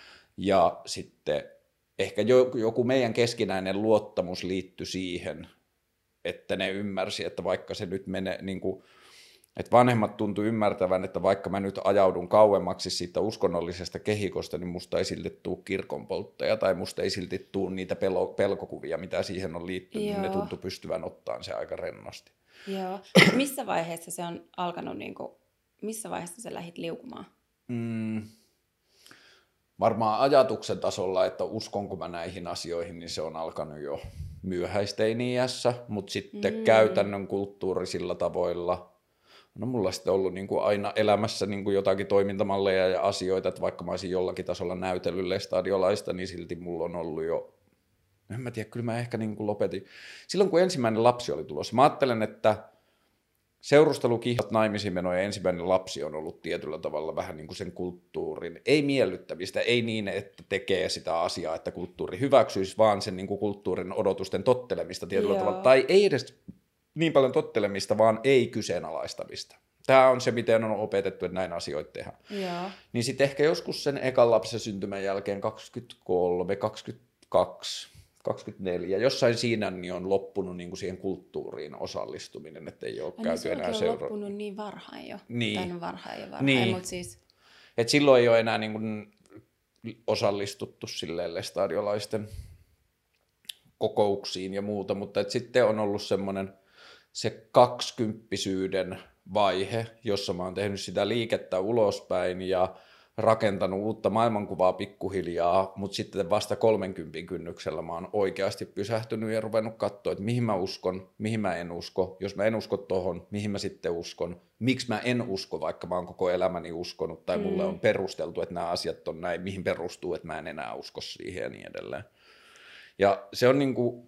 Ja sitten ehkä joku meidän keskinäinen luottamus liittyi siihen, että ne ymmärsi, että vaikka se nyt menee, niin kuin, että vanhemmat tuntui ymmärtävän, että vaikka mä nyt ajaudun kauemmaksi siitä uskonnollisesta kehikosta, niin musta ei silti tule kirkonpolttaja tai musta ei silti tule niitä pelo, pelkokuvia, mitä siihen on liittynyt, niin ne tuntui pystyvän ottamaan se aika rennosti. Joo. Missä vaiheessa se on alkanut, niin kuin, missä vaiheessa sä lähdit liukumaan? Mm. Varmaan ajatuksen tasolla, että uskonko mä näihin asioihin, niin se on alkanut jo myöhäisteini-iässä, mutta sitten mm. käytännön kulttuurisilla tavoilla no mulla sitten ollut niin kuin aina elämässä niin kuin jotakin toimintamalleja ja asioita, että vaikka mä olisin jollakin tasolla näytellyt lestadiolaista, niin silti mulla on ollut jo, en mä tiedä, kyllä mä ehkä niin kuin lopetin. Silloin kun ensimmäinen lapsi oli tulossa, mä ajattelen, että seurustelu, kihnat, naimisiin meno ja ensimmäinen lapsi on ollut tietyllä tavalla vähän niin kuin sen kulttuurin, ei miellyttävistä, ei niin, että tekee sitä asiaa, että kulttuuri hyväksyisi, vaan sen niin kuin kulttuurin odotusten tottelemista tietyllä Joo. tavalla, tai ei edes niin paljon tottelemista, vaan ei kyseenalaistamista. Tämä on se, miten on opetettu, että näin asioita tehdään. Joo. Niin sitten ehkä joskus sen ekan lapsen syntymän jälkeen kaksikymmentäkolme, kaksikymmentäkaksi, kaksikymmentäneljä, jossain siinä niin on loppunut niin kuin siihen kulttuuriin osallistuminen, että ei ole ja käyty enää seuraa. on loppunut niin varhain jo. Niin. Tai varhain jo varhain, niin. mutta siis... Et silloin ei ole enää niin kuin osallistuttu silleen lestadiolaisten kokouksiin ja muuta, mutta et sitten on ollut semmoinen se kaksikymppisyyden vaihe, jossa mä oon tehnyt sitä liikettä ulospäin ja rakentanut uutta maailmankuvaa pikkuhiljaa, mutta sitten vasta kolmenkympin kynnyksellä mä oon oikeasti pysähtynyt ja ruvennut katsoa, että mihin mä uskon, mihin mä en usko, jos mä en usko tohon, mihin mä sitten uskon, miksi mä en usko, vaikka mä oon koko elämäni uskonut, tai mulle Mm. on perusteltu, että nämä asiat on näin, mihin perustuu, että mä en enää usko siihen ja niin edelleen. Ja se on niinku,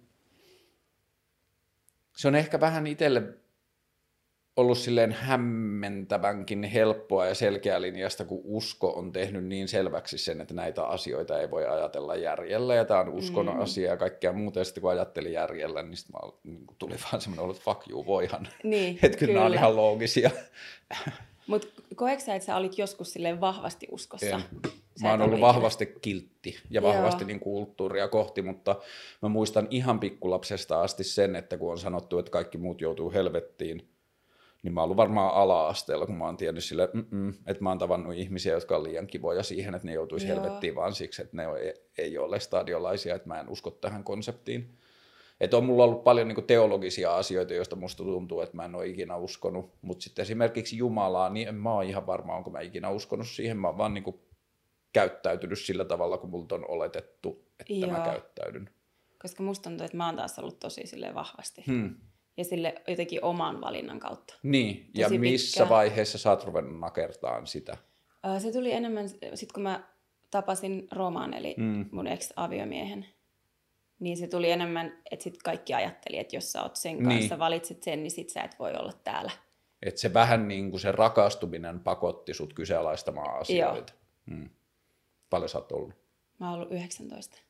se on ehkä vähän itselle ollut silleen hämmentävänkin helppoa ja selkeälinjasta, kun usko on tehnyt niin selväksi sen, että näitä asioita ei voi ajatella järjellä, ja tämä on uskon Mm. asia ja kaikkea muuta, ja sitten kun ajattelin järjellä, niin sitten mä, niin tuli vaan semmoinen olo, että fuck you, voihan. Niin, Että kyllä nämä on ihan loogisia. Mutta koetko sä, että sä olit joskus silleen vahvasti uskossa? En. Sä Mä oon et ollut ollut vahvasti kiltti ja vahvasti Joo. niin kulttuuria kohti, mutta mä muistan ihan pikkulapsesta asti sen, että kun on sanottu, että kaikki muut joutuu helvettiin, niin mä oon ollut varmaan ala-asteella, kun mä oon tiennyt sille, että mä oon tavannut ihmisiä, jotka on liian kivoja siihen, että ne joutuisi Joo. helvettiin vaan siksi, että ne ei, ei ole stadiolaisia, että mä en usko tähän konseptiin. Että on mulla ollut paljon niinku teologisia asioita, joista musta tuntuu, että mä en ole ikinä uskonut, mutta sitten esimerkiksi Jumalaa, niin en mä ole ihan varma, onko mä ikinä uskonut siihen, mä oon vaan niinku käyttäytynyt sillä tavalla, kun multa on oletettu, että Joo. mä käyttäydyn. Koska musta tuntuu, että mä oon taas ollut tosi silleen vahvasti. Hmm. Ja sille jotenkin oman valinnan kautta. Niin, ja Tosi missä pitkä. vaiheessa sä oot ruvennut nakertaan sitä? Ää, Se tuli enemmän, sit kun mä tapasin Roman, eli Mm. mun ex-aviomiehen, niin se tuli enemmän, että sit kaikki ajatteli, että jos sä oot sen Niin. kanssa, valitset sen, niin sit sä et voi olla täällä. Että se vähän niin kuin se rakastuminen pakotti sut kyseenalaistamaan asioita. Hmm. Paljon sä oot ollut. Mä oon ollut yhdeksäntoista.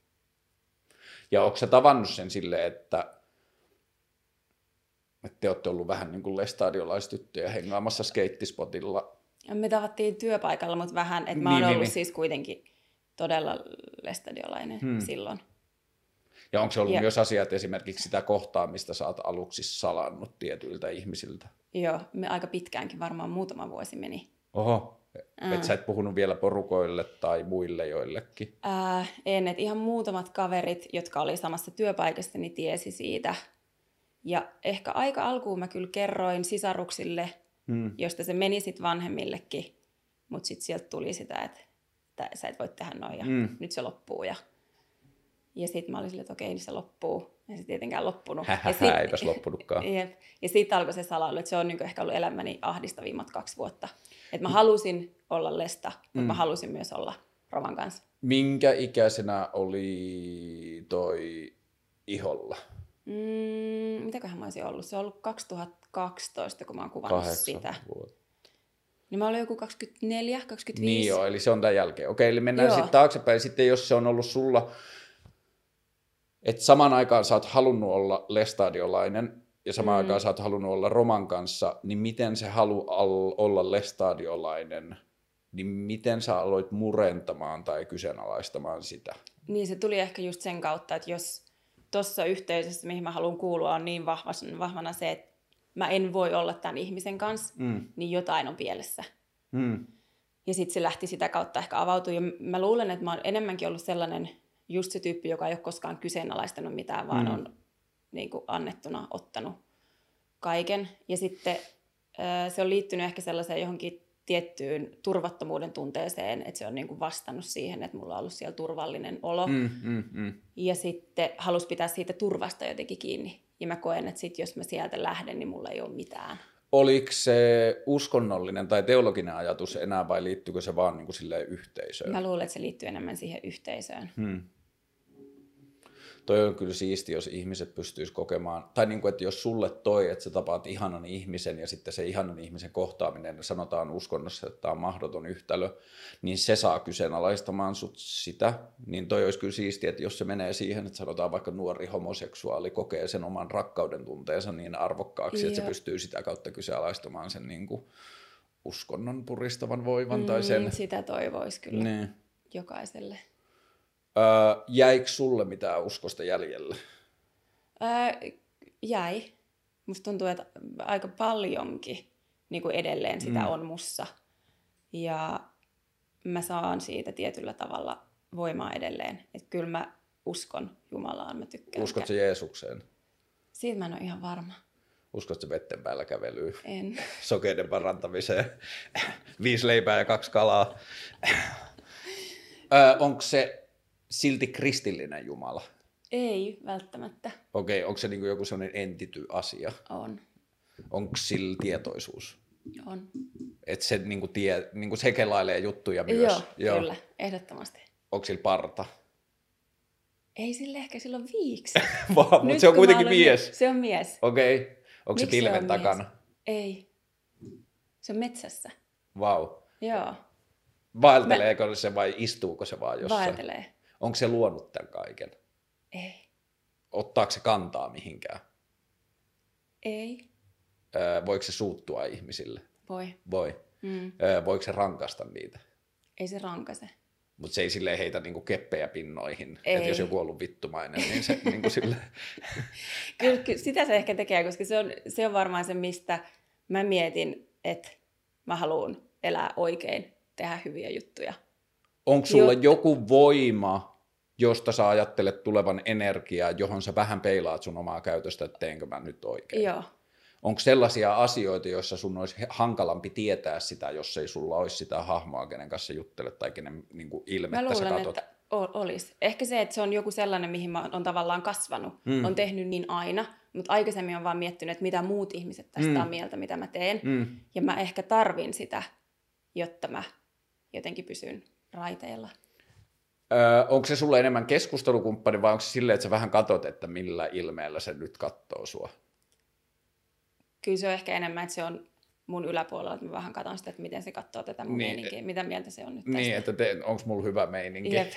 Ja onko sä tavannut sen silleen, että, että te olette ollut vähän niin kuin lestadiolaistyttöjä hengaamassa skeittispotilla? Ja me tavattiin työpaikalla, mutta vähän, että mä Niin, oon niin, ollut niin. siis kuitenkin todella lestadiolainen Hmm. silloin. Ja onko se ollut Ja- myös asia, että esimerkiksi sitä kohtaamista sä oot aluksi salannut tietyiltä ihmisiltä? Joo, me aika pitkäänkin, varmaan muutama vuosi meni. Oho, Mm. että sä et puhunut vielä porukoille tai muille joillekin. Ää, en, että ihan muutamat kaverit, jotka oli samassa työpaikassa, niin tiesi siitä. Ja ehkä aika alkuun mä kyllä kerroin sisaruksille, Hmm. josta se meni sitten vanhemmillekin. Mutta sitten sieltä tuli sitä, että, että sä et voi tehdä noin ja Mm. nyt se loppuu. Ja, ja sitten mä olin silleen, että okei, niin se loppuu. Ja se tietenkään loppunut. Hähähä, ja sit- eipäs loppunutkaan. Jep. Ja sitten alkoi se salailu, että se on niinku ehkä ollut elämäni ahdistavimmat kaksi vuotta. Että mä halusin olla lesta, mutta Mm. mä halusin myös olla Roman kanssa. Minkä ikäisenä oli toi iholla? Mm, mitäköhän mä olisin ollut? Se on ollut kaksituhattakaksitoista, kun mä oon kuvannut Kahdeksan sitä. vuotta. Niin mä olin joku kaksikymmentäneljä, kaksikymmentäviisi. Niin joo, eli se on tämän jälkeen. Okei, eli mennään Joo. sitten taaksepäin. Sitten jos se on ollut sulla, että samaan aikaan sä oot halunnut olla lestadiolainen ja samaan Mm. aikaan sä oot halunnut olla Roman kanssa, niin miten se halu al- olla lestadiolainen, niin miten sä aloit murentamaan tai kyseenalaistamaan sitä? Niin se tuli ehkä just sen kautta, että jos tuossa yhteisössä, mihin mä haluan kuulua, on niin vahvana, vahvana se, että mä en voi olla tämän ihmisen kanssa, Mm. niin jotain on pielessä. Mm. Ja sitten se lähti sitä kautta ehkä avautua. Ja mä luulen, että mä oon enemmänkin ollut sellainen just se tyyppi, joka ei ole koskaan kyseenalaistanut mitään, vaan Mm. on niin kuin annettuna ottanut kaiken. Ja sitten äh, se on liittynyt ehkä sellaiseen johonkin tiettyyn turvattomuuden tunteeseen, että se on niin kuin vastannut siihen, että mulla on ollut siellä turvallinen olo. Mm, mm, mm. Ja sitten halus pitää siitä turvasta jotenkin kiinni. Ja mä koen, että sit jos mä sieltä lähden, niin mulla ei ole mitään. Oliko se uskonnollinen tai teologinen ajatus enää vai liittyykö se vaan niin kuin silleen yhteisöön? Mä luulen, että se liittyy enemmän siihen yhteisöön. Hmm. Toi on kyllä siisti, jos ihmiset pystyis kokemaan, tai niin kuin, että jos sulle toi, että sä tapaat ihanan ihmisen ja sitten se ihanan ihmisen kohtaaminen, sanotaan uskonnossa, että tämä on mahdoton yhtälö, niin se saa kyseenalaistamaan sut sitä, niin toi olisi kyllä siistiä, että jos se menee siihen, että sanotaan vaikka nuori homoseksuaali kokee sen oman rakkauden tunteensa niin arvokkaaksi, että se Joo. pystyy sitä kautta kyseenalaistamaan sen niin kuin uskonnon puristavan voivan tai sen. Mm, sitä toivoisi kyllä Niin. jokaiselle. Öö, jäikö sulle mitään uskosta jäljelle? Öö, jäi. Musta tuntuu, että aika paljonkin niin kuin edelleen sitä Mm. on mussa. Ja mä saan siitä tietyllä tavalla voimaa edelleen. Että kyllä mä uskon Jumalaan, mä tykkään. Uskotko Jeesukseen? Siitä mä en ole ihan varma. Uskotko vetten päällä kävelyyn? En. Sokeiden parantamiseen? Viisi leipää ja kaksi kalaa? Öö, onko se silti kristillinen Jumala? Ei välttämättä. Okei, onko se niinku joku sellainen entity asia? On. Onko sillä tietoisuus? On. Että se, niinku tie, niinku se kelailee juttuja myös? Joo, Joo, kyllä, ehdottomasti. Onko sillä parta? Ei sille ehkä, sillä on viiksi. Vaan, mutta se on kuitenkin olen, mies. Se on mies. Okei. Okay. Onko Miksi se pilven se takana? Mies? Ei. Se on metsässä. Vau. Wow. Joo. Vaelteleeko Mä... se vai istuuko se vaan jossain? Vaeltelee. Onko se luonut tämän kaiken? Ei. Ottaako se kantaa mihinkään? Ei. Öö, voiko se suuttua ihmisille? Voi. Voi. Mm. Öö, voiko se rankasta niitä? Ei se rankase. Mutta se ei silleen heitä niinku keppejä pinnoihin. Ei. Että jos joku on ollut vittumainen, niin se niinku silleen... Kyllä, kyllä sitä se ehkä tekee, koska se on, se on varmaan se, mistä mä mietin, että mä haluan elää oikein, tehdä hyviä juttuja. Onko sulla Jot... joku voima, josta sä ajattelet tulevan energiaa, johon sä vähän peilaat sun omaa käytöstä, että teenkö mä nyt oikein? Joo. Onko sellaisia asioita, joissa sun olisi hankalampi tietää sitä, jos ei sulla olisi sitä hahmoa, kenen kanssa juttelet tai kenen niin kuin ilmettä mä sä luulen, katot? että olisi. Ehkä se, että se on joku sellainen, mihin mä oon tavallaan kasvanut. Mm. On tehnyt niin aina, mutta aikaisemmin on vaan miettinyt, että mitä muut ihmiset tästä mm. on mieltä, mitä mä teen. Mm. Ja mä ehkä tarvin sitä, jotta mä jotenkin pysyn raiteilla. Öö, onko se sulle enemmän keskustelukumppani vai onko se silleen, että sä vähän katot, että millä ilmeellä se nyt katsoo sua? Kyllä se on ehkä enemmän, että se on mun yläpuolella, että mä vähän katson sitä, että miten se katsoo tätä mun niin, meininkiä, mitä mieltä se on nyt tästä. Niin, että te, onko mulla hyvä meininki? Jep.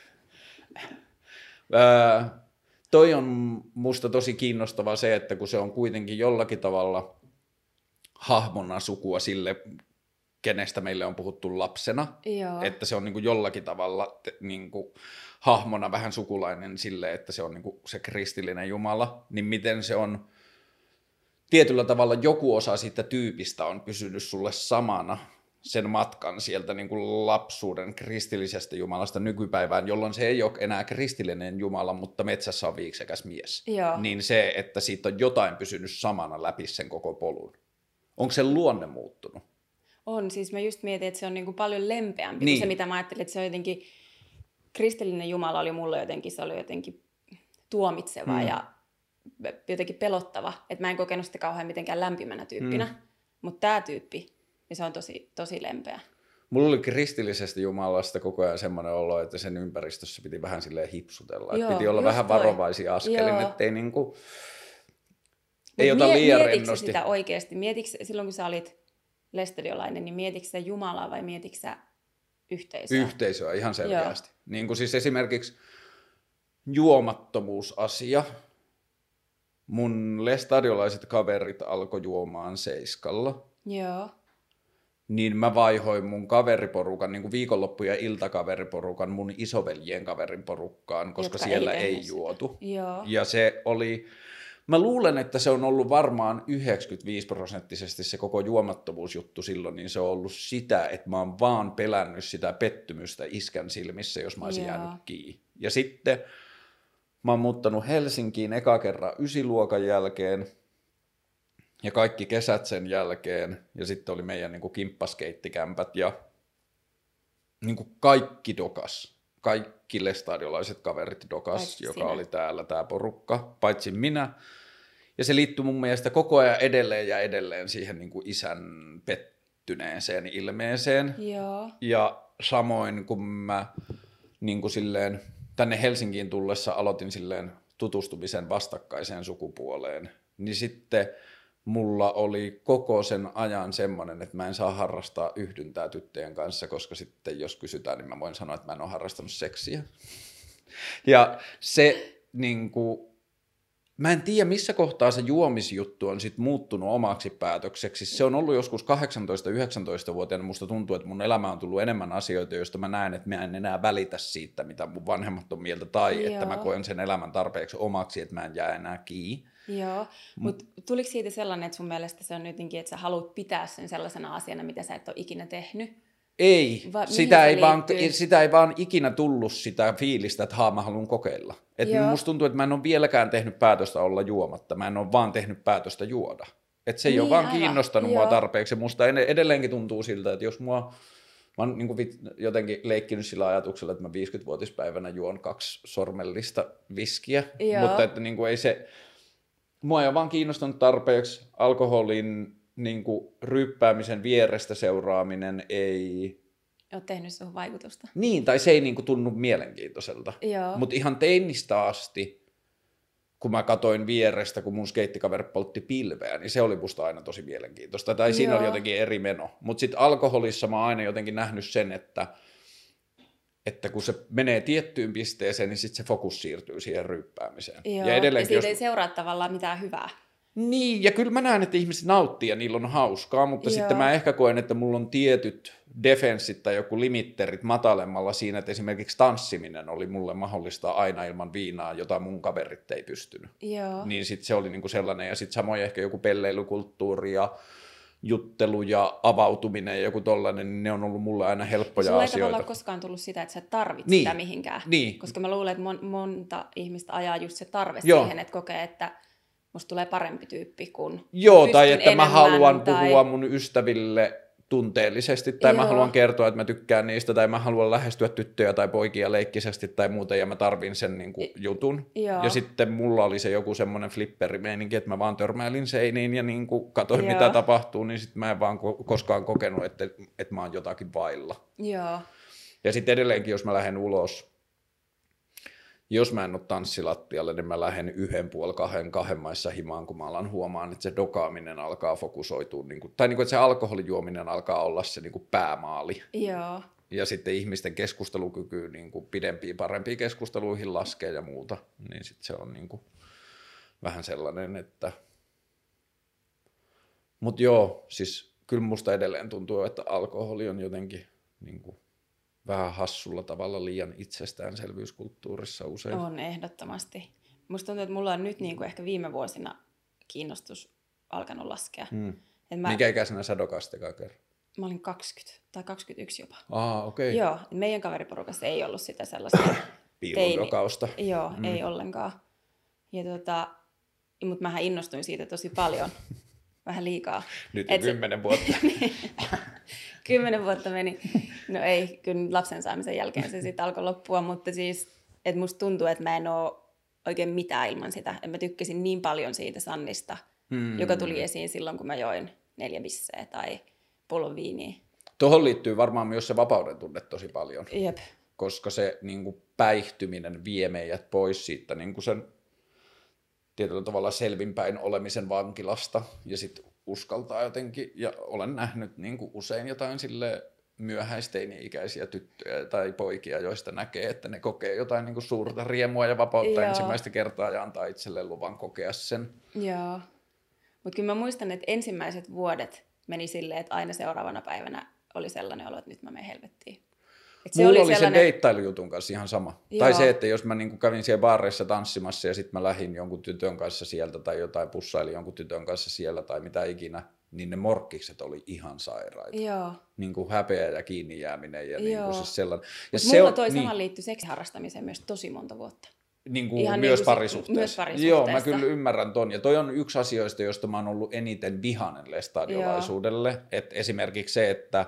öö, toi on musta tosi kiinnostavaa se, että kun se on kuitenkin jollakin tavalla hahmona sukua sille, kenestä meille on puhuttu lapsena, Joo. että se on niin kuin jollakin tavalla niin kuin hahmona vähän sukulainen sille, että se on niin kuin se kristillinen Jumala, niin miten se on tietyllä tavalla joku osa siitä tyypistä on pysynyt sulle samana sen matkan sieltä niin kuin lapsuuden kristillisestä Jumalasta nykypäivään, jolloin se ei ole enää kristillinen Jumala, mutta metsässä on viiksekäs mies. Joo. Niin se, että siitä on jotain pysynyt samana läpi sen koko polun. Onko se luonne muuttunut? On, siis mä just mietin, että se on niin kuin paljon lempeämpi niin. kuin se, mitä mä ajattelin, että se on jotenkin, kristillinen Jumala oli mulle jotenkin, se oli jotenkin tuomitseva mm. ja jotenkin pelottava, että mä en kokenut sitä kauhean mitenkään lämpimänä tyyppinä, mm. mutta tämä tyyppi, niin se on tosi, tosi lempeä. Mulla oli kristillisestä Jumalasta koko ajan semmoinen olo, että sen ympäristössä piti vähän silleen hipsutella, Joo, että piti olla vähän toi. varovaisia askelin, Joo. ettei niinku, ei ota mie- liian mietitkö rennosti. sitä oikeasti? Mietitkö, silloin kun sä olit lestadiolainen, niin mietitkö sä Jumalaa vai mietitkö sä yhteisöä? Yhteisöä ihan selkeästi. Niin kuin siis esimerkiksi juomattomuusasia. Mun lestadiolaiset kaverit alkoi juomaan seiskalla. Joo. Niin mä vaihoin mun kaveriporukan, niin kuin viikonloppu- ja iltakaveriporukan mun isoveljien kaverin porukkaan, koska Jotka siellä ei ei, tehnyt juotu. Joo. Ja se oli, mä luulen, että se on ollut varmaan yhdeksänkymmentäviisi prosenttisesti se koko juomattomuusjuttu silloin, niin se on ollut sitä, että mä oon vaan pelännyt sitä pettymystä iskän silmissä, jos mä olisin Joo. jäänyt kiinni. Ja sitten mä oon muuttanut Helsinkiin eka kerran ysiluokan jälkeen, ja kaikki kesät sen jälkeen, ja sitten oli meidän niin kuin kimppaskeittikämpät, ja niin kuin kaikki dokas, kaikki lestadiolaiset kaverit dokas, Paitsi joka sinä. oli täällä tämä porukka, paitsi minä. Ja se liittyy mun mielestä koko ajan edelleen ja edelleen siihen niin kuin isän pettyneeseen ilmeeseen. Joo. Ja samoin kun mä niin kuin silleen, tänne Helsinkiin tullessa aloitin silleen tutustumisen vastakkaiseen sukupuoleen, niin sitten mulla oli koko sen ajan semmoinen, että mä en saa harrastaa yhdyntää tyttöjen kanssa, koska sitten jos kysytään, niin mä voin sanoa, että mä en ole harrastanut seksiä. Ja se niin kuin, mä en tiedä missä kohtaa se juomisjuttu on sit muuttunut omaksi päätökseksi. Se on ollut joskus kahdeksantoista-yhdeksäntoista-vuotiaana. Musta tuntuu, että mun elämään on tullut enemmän asioita, joista mä näen, että mä en enää välitä siitä, mitä mun vanhemmat on mieltä, tai Joo. että mä koen sen elämän tarpeeksi omaksi, että mä en jää enää kiinni. Joo, mutta tuliko siitä sellainen, että sun mielestä se on jotenkin, että sä haluat pitää sen sellaisena asiana, mitä sä et ole ikinä tehnyt? Ei, Va, sitä ei, vaan, liittyy? sitä ei vaan ikinä tullut sitä fiilistä, että haa, mä haluan kokeilla. Et musta tuntuu, että mä en ole vieläkään tehnyt päätöstä olla juomatta, mä en ole vaan tehnyt päätöstä juoda. Et se ei niin, ole vaan aivan. kiinnostanut Joo. mua tarpeeksi. Musta edelleenkin tuntuu siltä, että jos mua, mä oon niin kuin jotenkin leikkinyt sillä ajatuksella, että mä viisikymmenvuotispäivänä juon kaksi sormellista viskiä, Joo. mutta että niin kuin ei se, mua ei ole vaan kiinnostanut tarpeeksi alkoholin niin kuin ryppäämisen vierestä seuraaminen ei ole tehnyt sun vaikutusta. Niin, tai se ei niin kuin tunnu mielenkiintoiselta. Mutta ihan teinistä asti, kun mä katoin vierestä, kun mun skeittikaveri poltti pilveä, niin se oli musta aina tosi mielenkiintoista. Tai siinä Joo. oli jotenkin eri meno. Mutta sitten alkoholissa mä oon aina jotenkin nähnyt sen, että, että kun se menee tiettyyn pisteeseen, niin sitten se fokus siirtyy siihen ryppäämiseen. Joo. Ja, ja siitä jos... ei seuraa tavallaan mitään hyvää. Niin, ja kyllä mä näen, että ihmiset nauttii ja niillä on hauskaa, mutta Joo. sitten mä ehkä koen, että mulla on tietyt defenssit tai joku limitterit matalemmalla siinä, että esimerkiksi tanssiminen oli mulle mahdollista aina ilman viinaa, jota mun kaverit ei pystynyt. Joo. Niin sitten se oli niinku sellainen, ja sitten samoin ehkä joku pelleilykulttuuri ja juttelu ja avautuminen ja joku tollainen, niin ne on ollut mulle aina helppoja Sulla asioita. Sulla ei tavallaan koskaan tullut sitä, että sä tarvit niin. sitä mihinkään, niin. koska mä luulen, että mon- monta ihmistä ajaa just se tarve Joo. siihen, että kokee, että musta tulee parempi tyyppi, kun Joo, tai että enemmän, mä haluan tai... puhua mun ystäville tunteellisesti, tai Joo. mä haluan kertoa, että mä tykkään niistä, tai mä haluan lähestyä tyttöjä tai poikia leikkisesti tai muuta, ja mä tarvin sen niin kuin, jutun. Joo. Ja sitten mulla oli se joku semmoinen flipperimeininki, että mä vaan törmäilin seiniin ja niin kuin, katsoin, Joo. mitä tapahtuu, niin sitten mä en vaan ko- koskaan kokenut, että, että mä oon jotakin vailla. Joo. Ja sitten edelleenkin, jos mä lähden ulos, jos mä en ole tanssilattialle, niin mä lähden yhden puoli kahden, kahden maissa himaan, kun mä alan huomaan, että se dokaaminen alkaa fokusoitua, niin kuin, tai niin kuin, että se alkoholijuominen alkaa olla se niin kuin päämaali. Joo. Ja sitten ihmisten keskustelukyky niin kuin pidempiin, parempiin keskusteluihin laskee ja muuta, niin sitten se on niin kuin vähän sellainen, että... Mutta joo, siis kyllä musta edelleen tuntuu, että alkoholi on jotenkin... Niin kuin vähän hassulla tavalla liian itsestäänselvyyskulttuurissa usein. On ehdottomasti. Musta tuntuu, että mulla on nyt niin kuin ehkä viime vuosina kiinnostus alkanut laskea. Hmm. Mä... Mikä ikäisenä sä dokasit ekaa kerran? Mä olin kaksikymmentä tai kaksikymmentäyksi jopa. Aa, okei. Okay. Joo, meidän kaveriporukassa ei ollut sitä sellaista piilodokausta. Joo, hmm. ei ollenkaan. Ja tota, mutta mähän innostuin siitä tosi paljon. Vähän liikaa. Nyt on Et kymmenen se... vuotta. Kymmenen vuotta meni. No ei, kyllä lapsen saamisen jälkeen se sitten alkoi loppua, mutta siis, että musta tuntuu, että mä en ole oikein mitään ilman sitä. Että mä tykkäsin niin paljon siitä Sannista, hmm. joka tuli esiin silloin, kun mä join neljä bisseä tai pullon viiniä. Tuohon liittyy varmaan myös se vapauden tunne tosi paljon. Jep. Koska se niin kuin päihtyminen vie meidät pois siitä niin kuin sen tietyllä tavalla selvinpäin olemisen vankilasta ja sitten uskaltaa jotenkin, ja olen nähnyt niin kuin usein jotain sille myöhäisteini-ikäisiä tyttöjä tai poikia, joista näkee, että ne kokee jotain niin kuin suurta riemua ja vapautta Joo. ensimmäistä kertaa ja antaa itselleen luvan kokea sen. Joo, mutta kyllä mä muistan, että ensimmäiset vuodet meni silleen, että aina seuraavana päivänä oli sellainen olo, että nyt mä menen helvettiin. Et se Mulla oli, oli sellainen... sen deittailujutun kanssa ihan sama. Joo. Tai se, että jos mä niin kävin siellä baareissa tanssimassa ja sitten mä lähdin jonkun tytön kanssa sieltä tai jotain pussailin jonkun tytön kanssa siellä tai mitä ikinä, niin ne morkkikset oli ihan sairaita. Joo. Niin kuin häpeä ja kiinni jääminen ja niin kuin siis sellainen. Ja se mulla on, toi niin... sama liittyy seksiharrastamiseen myös tosi monta vuutta. Niin kuin ihan myös, niin kuin parisuhteessa. myös parisuhteessa. Joo, mä kyllä ymmärrän ton. Ja toi on yksi asioista, josta mä oon ollut eniten vihainen lestadiolaisuudelle. Että esimerkiksi se, että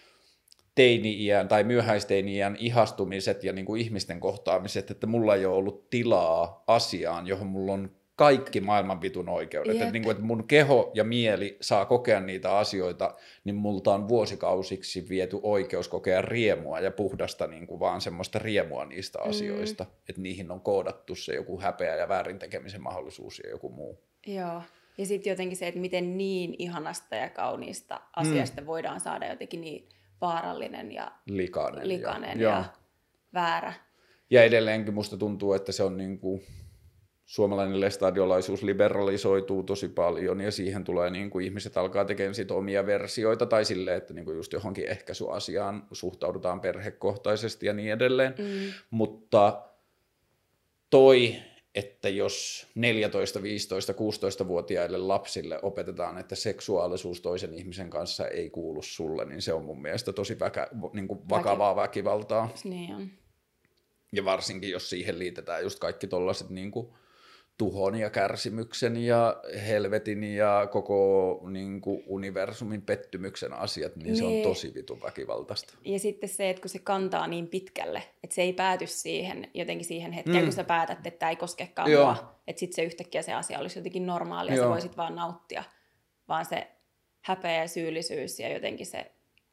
teini-iän tai myöhäisteini-iän ihastumiset ja niin kuin ihmisten kohtaamiset, että mulla ei ole ollut tilaa asiaan, johon mulla on kaikki maailman vitun oikeudet. Että, niin kuin, että mun keho ja mieli saa kokea niitä asioita, niin multa on vuosikausiksi viety oikeus kokea riemua ja puhdasta niin kuin vaan semmoista riemua niistä asioista. Mm. Että niihin on koodattu se joku häpeä ja väärin tekemisen mahdollisuus ja joku muu. Joo. Ja sitten jotenkin se, että miten niin ihanasta ja kauniista asiasta mm. voidaan saada jotenkin niin vaarallinen ja likainen, likainen ja, ja, ja väärä. Ja edelleenkin musta tuntuu, että se on niin kuin suomalainen lestadiolaisuus liberalisoituu tosi paljon ja siihen tulee niin kuin ihmiset alkaa tekemään sit omia versioita tai silleen, että niin kuin just johonkin ehkäisyasiaan suhtaudutaan perhekohtaisesti ja niin edelleen. Mm. Mutta toi että jos neljätoista, viisitoista, kuusitoista-vuotiaille lapsille opetetaan, että seksuaalisuus toisen ihmisen kanssa ei kuulu sulle, niin se on mun mielestä tosi väkä, niin kuin vakavaa Väki... väkivaltaa. Niin on. Ja varsinkin, jos siihen liitetään just kaikki tollaiset niin kuin tuhon ja kärsimyksen ja helvetin ja koko niin kuin universumin pettymyksen asiat, niin, niin se on tosi vitun väkivaltaista. Ja sitten se, että kun se kantaa niin pitkälle, että se ei pääty siihen jotenkin siihen hetkeen, mm. kun sä päätät, että tämä ei koskekaan Joo. mua, että sitten se yhtäkkiä se asia olisi jotenkin normaalia ja Joo. sä voisit vaan nauttia, vaan se häpeä ja syyllisyys ja jotenkin se...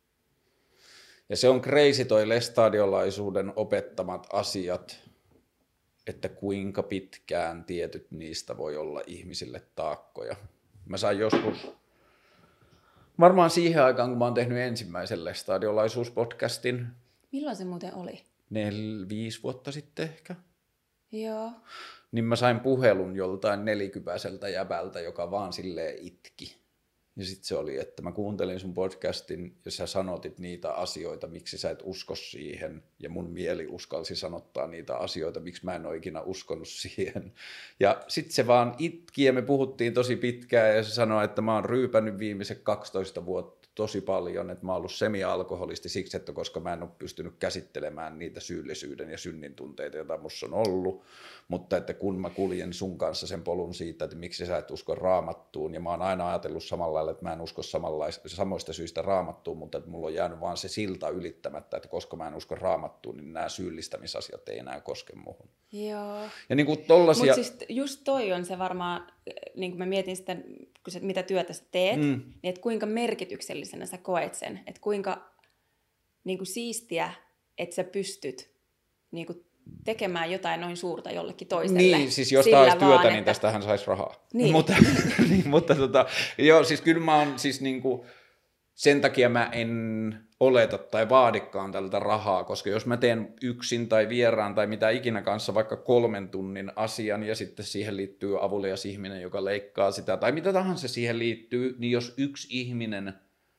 Ja se on crazy toi lestadiolaisuuden opettamat asiat, että kuinka pitkään tietyt niistä voi olla ihmisille taakkoja. Mä sain joskus, varmaan siihen aikaan, kun mä oon tehnyt ensimmäisen lestadiolaisuuspodcastin. Milloin se muuten oli? Nel, viisi vuotta sitten ehkä. Joo. Niin mä sain puhelun joltain nelikypäiseltä jäbältä, joka vaan silleen itki. Ja sitten se oli, että mä kuuntelin sun podcastin ja sä sanotit niitä asioita, miksi sä et usko siihen. Ja mun mieli uskalsi sanottaa niitä asioita, miksi mä en ole ikinä uskonut siihen. Ja sitten se vaan itki ja me puhuttiin tosi pitkään ja se sanoi, että mä oon ryypännyt viimeiset kaksitoista vuotta tosi paljon, että mä oon ollut semi-alkoholisti siksi, että koska mä en ole pystynyt käsittelemään niitä syyllisyyden ja synnin tunteita, joita musta on ollut. Mutta että kun mä kuljen sun kanssa sen polun siitä, että miksi sä et usko raamattuun, ja mä oon aina ajatellut samalla lailla, että mä en usko samoista syistä raamattuun, mutta että mulla on jäänyt vaan se silta ylittämättä, että koska mä en usko raamattuun, niin nämä syyllistämisasiat ei enää koske muhun. Joo. Ja niin kuin tollasia... Mutta siis just toi on se varmaan, niin kuin mä mietin sitä, kun sä, mitä työtä sä teet, mm. niin että kuinka merkityksellisenä sä koet sen, että kuinka niin kuin siistiä, että sä pystyt niin kuin tekemään jotain noin suurta jollekin toiselle. Niin, siis jos tämä olisi työtä, vaan, niin että... tästähän saisi rahaa. Niin. mutta niin, mutta tota, joo, siis kyllä mä oon siis niinku, sen takia mä en oleta tai vaadikaan tältä rahaa, koska jos mä teen yksin tai vieraan tai mitä ikinä kanssa vaikka kolmen tunnin asian ja sitten siihen liittyy avulias ihminen, joka leikkaa sitä tai mitä tahansa siihen liittyy, niin jos yksi ihminen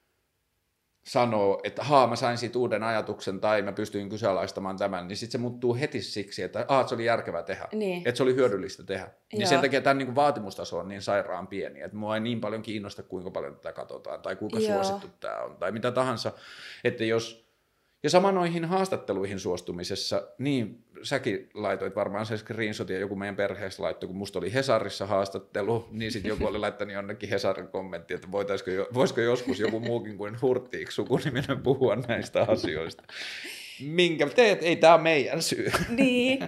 sanoo, että haa, mä sain siitä uuden ajatuksen tai mä pystyin kyseenalaistamaan tämän, niin sitten se muuttuu heti siksi, että aa, se oli järkevää tehdä, niin. että se oli hyödyllistä tehdä. Joo. Niin sen takia tämän niin kuin vaatimustaso on niin sairaan pieni, että mua ei niin paljon kiinnosta, kuinka paljon tätä katsotaan tai kuinka Joo. suosittu tämä on tai mitä tahansa. Että jos, ja sama noihin haastatteluihin suostumisessa, niin säkin laitoit varmaan se screenshotin ja joku meidän perheessä laittoi, kun musta oli Hesarissa haastattelu, niin sitten joku oli laittanut jonnekin Hesarin kommentti, että voitaisiko, voisiko joskus joku muukin kuin Hurtig sukuniminen puhua näistä asioista. Minkä teet? Ei tämä ole meidän syy. Niin.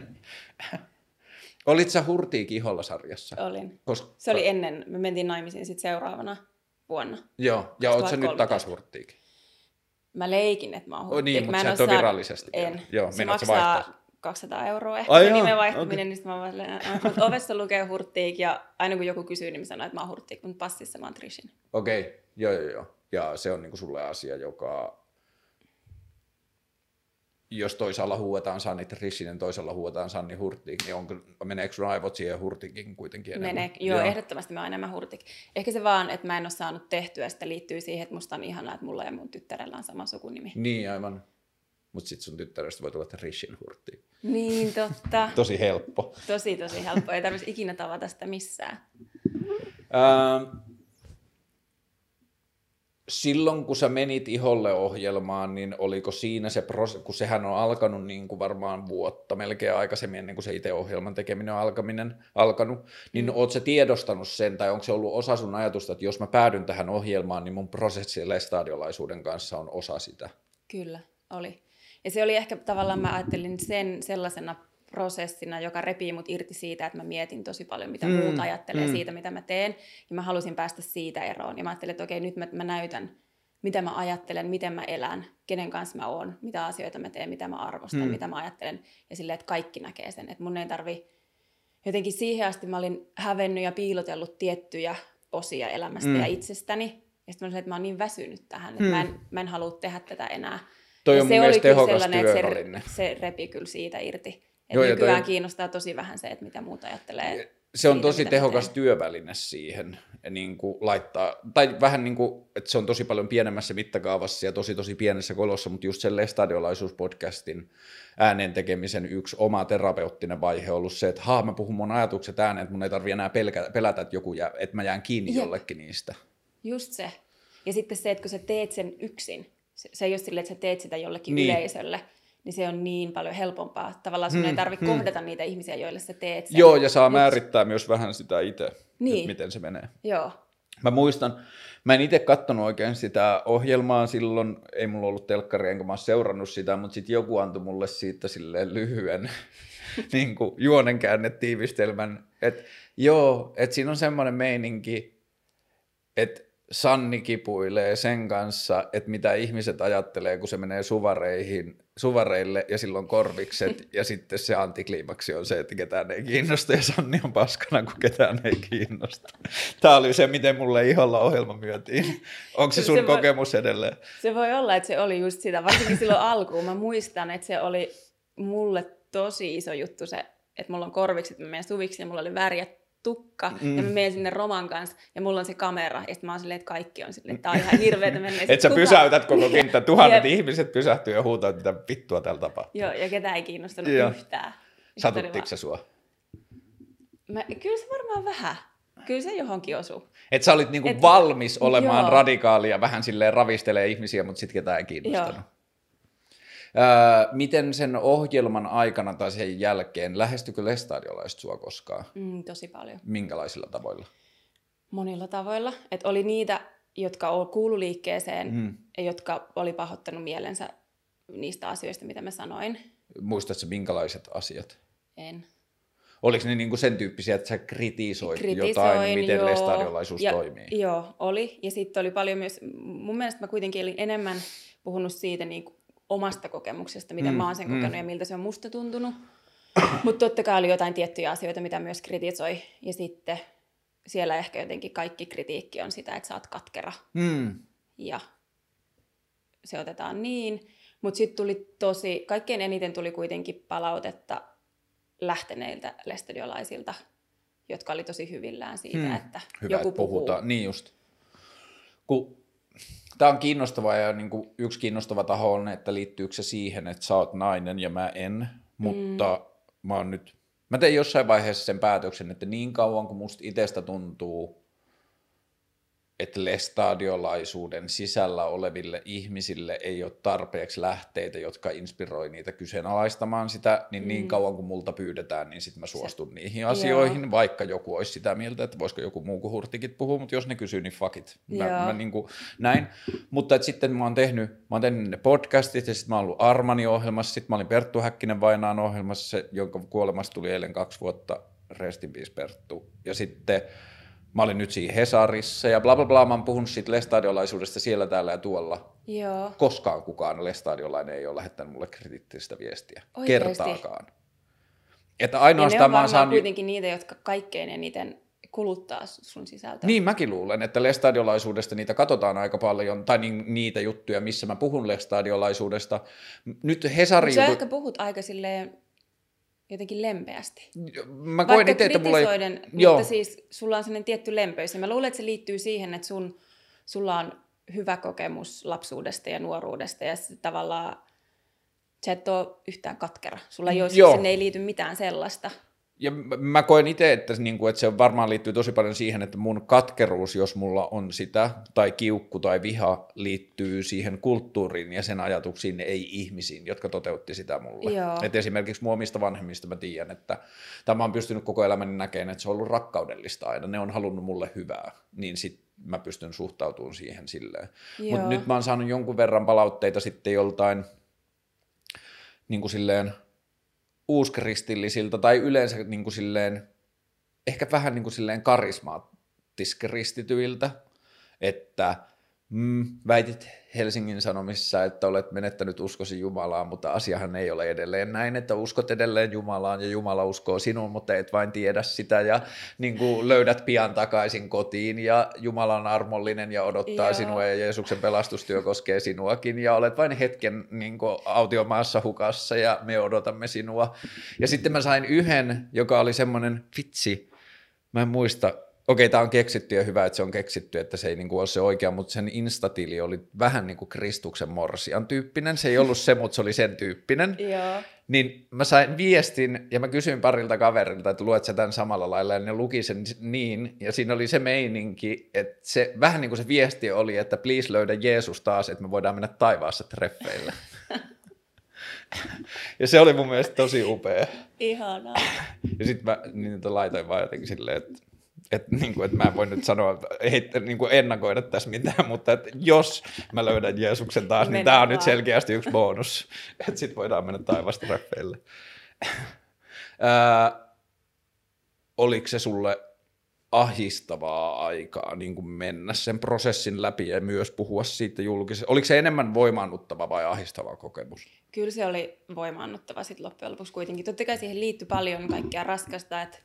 Olit sä Hurtig Iholla-sarjassa? Olin. Koska... Se oli ennen, me mentiin naimisiin sitten seuraavana vuonna. Joo, ja oot sä nyt takas Hurtig? Mä leikin, että mä oon Hurtig. Oh, niin, mutta sä et ole virallisesti. En. Joo, se maksaa kaksisataa euroa ehkä Ai se joo, nimen vaihtaminen, okay. Niin sitten mä vaan mutta ovessa lukee Hurtig ja aina kun joku kysyy, niin mä sanon, että mä oon Hurtig, mutta passissa mä oon Trishin. Okei, okay. joo joo joo. Ja se on niinku sulle asia, joka... Jos toisaalla huuetaan Sanni Trishinen, toisella huuetaan Sanni Hurtig, niin onko, meneekö sun aivot siihen Hurtigin kuitenkin enemmän? Menee, joo, joo, ehdottomasti mä oon enemmän Hurtig. Ehkä se vaan, että mä en ole saanut tehtyä, sitä liittyy siihen, että musta on ihanaa, että mulla ja mun tyttärellä on sama sukunimi. Niin, aivan. Mutta sitten sun tyttärestä voi tulla Trishin Hurtig. Niin, totta. Tosi helppo. Tosi, tosi helppo. Ei tarvitsisi ikinä tavata sitä missään. Ähm, silloin, kun sä menit Iholle ohjelmaan, niin oliko siinä se prosessi, kun sehän on alkanut niin kuin varmaan vuotta, melkein aikaisemmin ennen kuin se itse ohjelman tekeminen on alkaminen, alkanut, niin mm. oot sä tiedostanut sen, tai onko se ollut osa sun ajatusta, että jos mä päädyn tähän ohjelmaan, niin mun prosessi lestadiolaisuuden kanssa on osa sitä? Kyllä, oli. Ja se oli ehkä tavallaan, mä ajattelin sen sellaisena prosessina, joka repii mut irti siitä, että mä mietin tosi paljon, mitä mm, muut ajattelee mm. siitä, mitä mä teen. Ja mä halusin päästä siitä eroon. Ja mä ajattelin, että okei, nyt mä, mä näytän, mitä mä ajattelen, miten mä elän, kenen kanssa mä oon, mitä asioita mä teen, mitä mä arvostan, mm. mitä mä ajattelen. Ja silleen, että kaikki näkee sen. Että mun ei tarvi, jotenkin siihen asti mä olin hävennyt ja piilotellut tiettyjä osia elämästä mm. ja itsestäni. Ja sitten mä olin, että mä oon niin väsynyt tähän, että mm. mä, en, mä en halua tehdä tätä enää. Toi ja on se mun oli kyllä tehokas sellainen, että se, työväline. se repi kyllä siitä irti. Joo, nykyään toi... kiinnostaa tosi vähän se, että mitä muut ajattelee. Se on siitä, tosi mitä mä tehokas teen. työväline siihen niin kuin laittaa, tai vähän niin kuin, että se on tosi paljon pienemmässä mittakaavassa ja tosi tosi pienessä kolossa, mutta just sen Lestadiolaisuus-podcastin ääneen tekemisen yksi oma terapeuttinen vaihe on ollut se, että haa, mä puhun mun ajatukset ääneen, että mun ei tarvitse enää pelkä, pelätä, että, joku jää, että mä jään kiinni Jep. jollekin niistä. Just se. Ja sitten se, että kun sä teet sen yksin, se, se ei ole silleen, että sä teet sitä jollekin Niin. yleisölle, niin se on niin paljon helpompaa. Tavallaan sun Hmm, ei tarvitse hmm. kohdata niitä ihmisiä, joille sä teet sen. Joo, ja saa Mut- määrittää myös vähän sitä itse, Niin. että miten se menee. Joo. Mä muistan, mä en itse kattonut oikein sitä ohjelmaa silloin, ei mulla ollut telkkaria, enkä mä oon seurannut sitä, mutta sitten joku antoi mulle siitä silleen lyhyen niin kuin juonenkäännetiivistelmän, että joo, että siinä on semmoinen meininki, että Sanni kipuilee sen kanssa, että mitä ihmiset ajattelee, kun se menee suvareihin, suvareille ja silloin korvikset, ja sitten se antikliimaksi on se, että ketään ei kiinnosta, ja Sanni on paskana, kun ketään ei kiinnosta. Tämä oli se, miten mulle iholla ohjelma myötiin. Onko se sun Se voi- kokemus edelleen? Se voi olla, että se oli just sitä, varsinkin silloin alkuun. Mä muistan, että se oli mulle tosi iso juttu se, että mulla on korvikset, mä menen suviksi ja mulla oli väriä tukka, mm. ja mä menen sinne Roman kanssa, ja mulla on se kamera, ja sitten mä oon silleen, että kaikki on silleen, että tää on ihan hirveetä mennä. Että sä kuka- pysäytät koko kenttä, tuhannet Jep. ihmiset pysähtyy ja huutaa, että mitä vittua täällä tapahtuu. Joo, ja ketään ei kiinnostanut Joo. yhtään. Satuttiko se sua? Mä, kyllä se varmaan vähän. Kyllä se johonkin osuu. Että sä olit niinku Et- valmis olemaan joo. radikaali ja vähän silleen ravistelee ihmisiä, mutta sit ketään ei kiinnostanut. Joo. Öö, miten sen ohjelman aikana tai sen jälkeen, lähestykö lestadiolaiset sua koskaan? Mm, tosi paljon. Minkälaisilla tavoilla? Monilla tavoilla. Et oli niitä, jotka oli kuulu liikkeeseen, Mm. ja jotka oli pahoittanut mielensä niistä asioista, mitä mä sanoin. Muistatko minkälaiset asiat? En. Oliko ne niinku sen tyyppisiä, että sä kritisoit Kritisoin, jotain, miten joo. lestadiolaisuus ja, toimii? Joo, oli. Ja sitten oli paljon myös, mun mielestä mä kuitenkin olin enemmän puhunut siitä niin kuin omasta kokemuksesta, miten Mm, mm, mä oon sen mm. kokenut ja miltä se on musta tuntunut. Mutta totta kai oli jotain tiettyjä asioita, mitä myös kritisoi. Ja sitten siellä ehkä jotenkin kaikki kritiikki on sitä, että sä oot katkera. Mm. Ja se otetaan niin. Mutta sitten tuli tosi, kaikkein eniten tuli kuitenkin palautetta lähteneiltä lestadiolaisilta, jotka oli tosi hyvillään siitä, Hmm. että Hyvä, joku että puhuu. puhutaan. Niin just. Kun tämä on kiinnostavaa ja niin kuin yksi kiinnostava taho on, että liittyykö se siihen, että sä oot nainen ja mä en, mutta mm. mä oon nyt, mä tein jossain vaiheessa sen päätöksen, että niin kauan kuin musta itsestä tuntuu, että lestadiolaisuuden sisällä oleville ihmisille ei ole tarpeeksi lähteitä, jotka inspiroi niitä kyseenalaistamaan sitä, niin mm. niin kauan kuin multa pyydetään, niin sitten mä suostun se, niihin asioihin, joo. vaikka joku olisi sitä mieltä, että voisiko joku muu kuin Hurtikit puhua, mutta jos ne kysyy, niin fuck it. Mä, mä niin kuin, näin. Mutta et sitten mä oon tehnyt, mä oon tehnyt ne podcastit, ja sitten mä oon ollut Armani-ohjelmassa, sitten mä olin Perttu Häkkinen Vainaan ohjelmassa, jonka kuolemasta tuli eilen kaksi vuotta, rest in peace Perttu, ja sitten mä olin nyt siinä Hesarissa ja bla bla bla, mä oon puhunut siitä lestadiolaisuudesta siellä, täällä ja tuolla. Joo. Koskaan kukaan lestadiolainen ei ole lähettänyt mulle kritiittistä viestiä. Oikeesti? Kertaakaan. Että Ja ainoastaan ne on mä oon varmaan saanut... kuitenkin niitä, jotka kaikkein eniten kuluttaa sun sisältöä. Niin mäkin luulen, että lestadiolaisuudesta niitä katsotaan aika paljon, tai niin, niitä juttuja, missä mä puhun lestadiolaisuudesta. Nyt Hesari... Mutta sä ehkä puhut aika silleen jotenkin lempeästi. Mä koen Vaikka itse, että mulla ei... kritisoiden, mutta Joo. siis sulla on sellainen tietty lempeys. Ja mä luulen, että se liittyy siihen, että sun, sulla on hyvä kokemus lapsuudesta ja nuoruudesta. Ja se tavallaan, sä et ole yhtään katkera. Sulla ei ole, sinne ei liity mitään sellaista. Ja mä koen itse, että, niinku, että se varmaan liittyy tosi paljon siihen, että mun katkeruus, jos mulla on sitä, tai kiukku tai viha, liittyy siihen kulttuuriin ja sen ajatuksiin, ei ihmisiin, jotka toteutti sitä mulle. Et esimerkiksi mun omista vanhemmista mä tiedän, että tämä on pystynyt koko elämäni näkemään, että se on ollut rakkaudellista aina. Ne on halunnut mulle hyvää, niin sit mä pystyn suhtautumaan siihen silleen. Mutta nyt mä oon saanut jonkun verran palautteita sitten joltain niin kuin silleen uuskristillisiltä tai yleensä niin kuin silleen, ehkä vähän niin kuin silleen karismaattiskristityiltä, että mm, väitit Helsingin Sanomissa, että olet menettänyt uskosi Jumalaan, mutta asiahan ei ole edelleen näin, että uskot edelleen Jumalaan ja Jumala uskoo sinuun, mutta et vain tiedä sitä ja niin kuin löydät pian takaisin kotiin ja Jumala on armollinen ja odottaa Joo. sinua ja Jeesuksen pelastustyö koskee sinuakin ja olet vain hetken niin kuin autiomaassa hukassa ja me odotamme sinua. Ja sitten mä sain yhden, joka oli semmoinen vitsi, Mä en muista. Okei, tää on keksitty ja hyvä, että se on keksitty, että se ei niinku ole se oikea, mutta sen Insta-tili oli vähän niin kuin Kristuksen morsian tyyppinen. Se ei ollut se, mutta se oli sen tyyppinen. Joo. Niin mä sain viestin ja mä kysyin parilta kaverilta, että luet sä tämän samalla lailla ja ne luki sen niin. Ja siinä oli se meininki, että se vähän niin kuin se viesti oli, että please löydä Jeesus taas, että me voidaan mennä taivaassa treffeille. Ja se oli mun mielestä tosi upea. Ihanaa. Ja sitten mä niitä laitoin vaan jotenkin silleen, että Että niin kuin, että mä en voi nyt sanoa, ei niin kuin ennakoida tässä mitään, mutta että jos mä löydän Jeesuksen taas, niin tämä on nyt selkeästi yksi bonus, että sitten voidaan mennä taivasta treffeille. Oliko se sulle ahistavaa aikaa niin kuin mennä sen prosessin läpi ja myös puhua siitä julkisesti? Oliko se enemmän voimaannuttava vai ahistava kokemus? Kyllä se oli voimaannuttava sitten loppujen lopuksi kuitenkin. Totta kai siihen liittyi paljon kaikkea raskasta, että,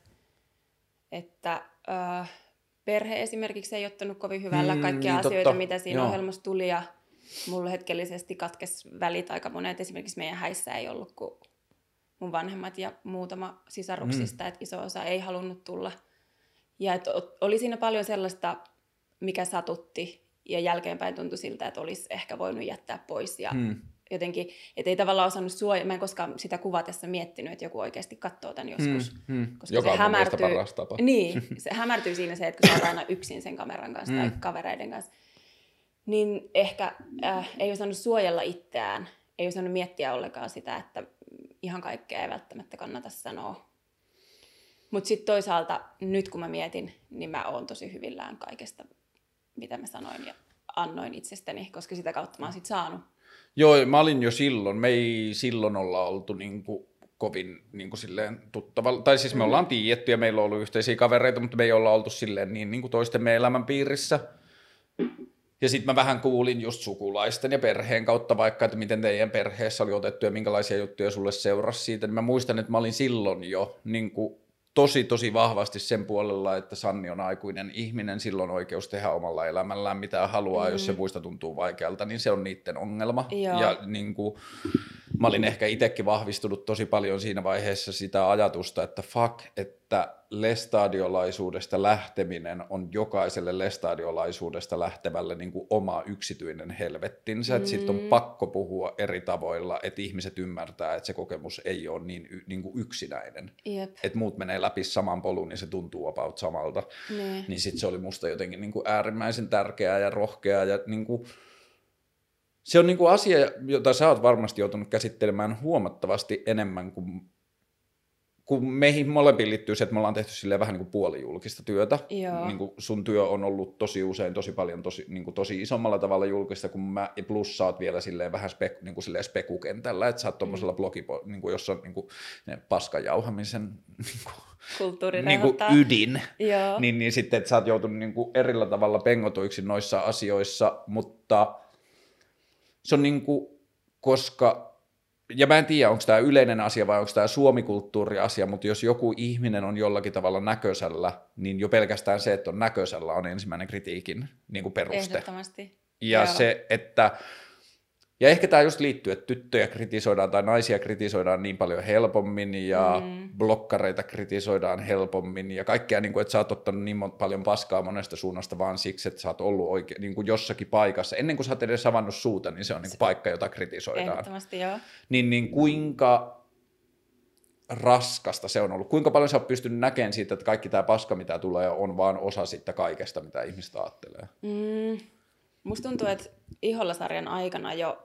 että äh, perhe esimerkiksi ei ottanut kovin hyvällä kaikkia mm, asioita, totta. Mitä siinä Joo. ohjelmassa tuli, ja mulla hetkellisesti katkesi välit aika monet. Esimerkiksi meidän häissä ei ollut kuin mun vanhemmat ja muutama sisaruksista, mm. että iso osa ei halunnut tulla. Ja että oli siinä paljon sellaista, mikä satutti, ja jälkeenpäin tuntui siltä, että olisi ehkä voinut jättää pois. Ja mm. jotenkin, että ei tavallaan osannut suojaa. Mä en koskaan sitä kuvatessa miettinyt, että joku oikeasti katsoo tämän joskus. Mm. Mm. Koska Joka se on hämärtyy, paras tapa. Niin, se hämärtyy siinä se, että kun sä oot aina yksin sen kameran kanssa mm. tai kavereiden kanssa. Niin ehkä äh, ei osannut suojella itseään. Ei osannut miettiä ollenkaan sitä, että ihan kaikkea ei välttämättä kannata sanoa. Mutta sitten toisaalta, nyt kun mä mietin, niin mä oon tosi hyvillään kaikesta, mitä mä sanoin ja annoin itsestäni, koska sitä kautta mä oon sit saanut. Joo, mä olin jo silloin, me ei silloin olla oltu niinku kovin niinku silleen tuttavalla, tai siis me mm. ollaan tiedetty ja meillä on ollut yhteisiä kavereita, mutta me ei olla oltu silleen niin niinku toistemme elämän piirissä. Ja sitten mä vähän kuulin just sukulaisten ja perheen kautta vaikka, että miten teidän perheessä oli otettu ja minkälaisia juttuja sulle seurasi siitä. Niin mä muistan, että mä olin silloin jo niinku tosi, tosi vahvasti sen puolella, että Sanni on aikuinen ihminen, silloin oikeus tehdä omalla elämällään mitä haluaa, mm. jos se muista tuntuu vaikealta, niin se on niiden ongelma. Joo. Ja niin kuin, mä olin ehkä itsekin vahvistunut tosi paljon siinä vaiheessa sitä ajatusta, että fuck, että lestadiolaisuudesta lähteminen on jokaiselle lestadiolaisuudesta lähtevälle niin kuin oma yksityinen helvettinsä, mm. että sitten on pakko puhua eri tavoilla, että ihmiset ymmärtää, että se kokemus ei ole niin, niin kuin yksinäinen. Jep. Että muut menee läpi saman polun, niin se tuntuu about samalta. Ne. Niin sitten se oli musta jotenkin niin kuin äärimmäisen tärkeää ja rohkeaa ja niin kuin se on niin kuin asia, jota sä oot varmasti joutunut käsittelemään huomattavasti enemmän kuin kun meihin molempiin liittyy se, että me ollaan tehty silleen vähän niin kuin puolijulkista työtä. Niin kuin sun työ on ollut tosi usein tosi paljon tosi, niin kuin tosi isommalla tavalla julkista kuin mä, ja plus sä oot vielä silleen vähän spek, niin kuin silleen spekukentällä, että sä oot tommosella mm. blogi, niin kuin jossa on niin kuin paskanjauhamisen niin kuin, kulttuuri niin kuin ydin, niin, niin sitten, että sä oot joutunut niin kuin erillä tavalla pengotuiksi noissa asioissa, mutta se on niin kuin, koska ja mä en tiedä, onko tämä yleinen asia vai onko tämä suomikulttuuri-asia, mutta jos joku ihminen on jollakin tavalla näköisellä, niin jo pelkästään se, että on näköisellä, on ensimmäinen kritiikin niin kuin peruste. Ehdottomasti. Ja Joo. se, että ja ehkä tämä just liittyy, että tyttöjä kritisoidaan tai naisia kritisoidaan niin paljon helpommin ja mm. blokkareita kritisoidaan helpommin ja kaikkea, niin kuin, että sä oot ottanut niin paljon paskaa monesta suunnasta vaan siksi, että sä oot ollut oikein, niin kuin jossakin paikassa. Ennen kuin sä oot edes avannut suuta, niin se on niin kuin paikka, jota kritisoidaan. Ehdottomasti, joo. Niin, niin kuinka raskasta se on ollut? Kuinka paljon sä oot pystynyt näkemään siitä, että kaikki tämä paska, mitä tulee, on vaan osa siitä kaikesta, mitä ihmiset ajattelee? Mm. Musta tuntuu, että Iholla-sarjan aikana jo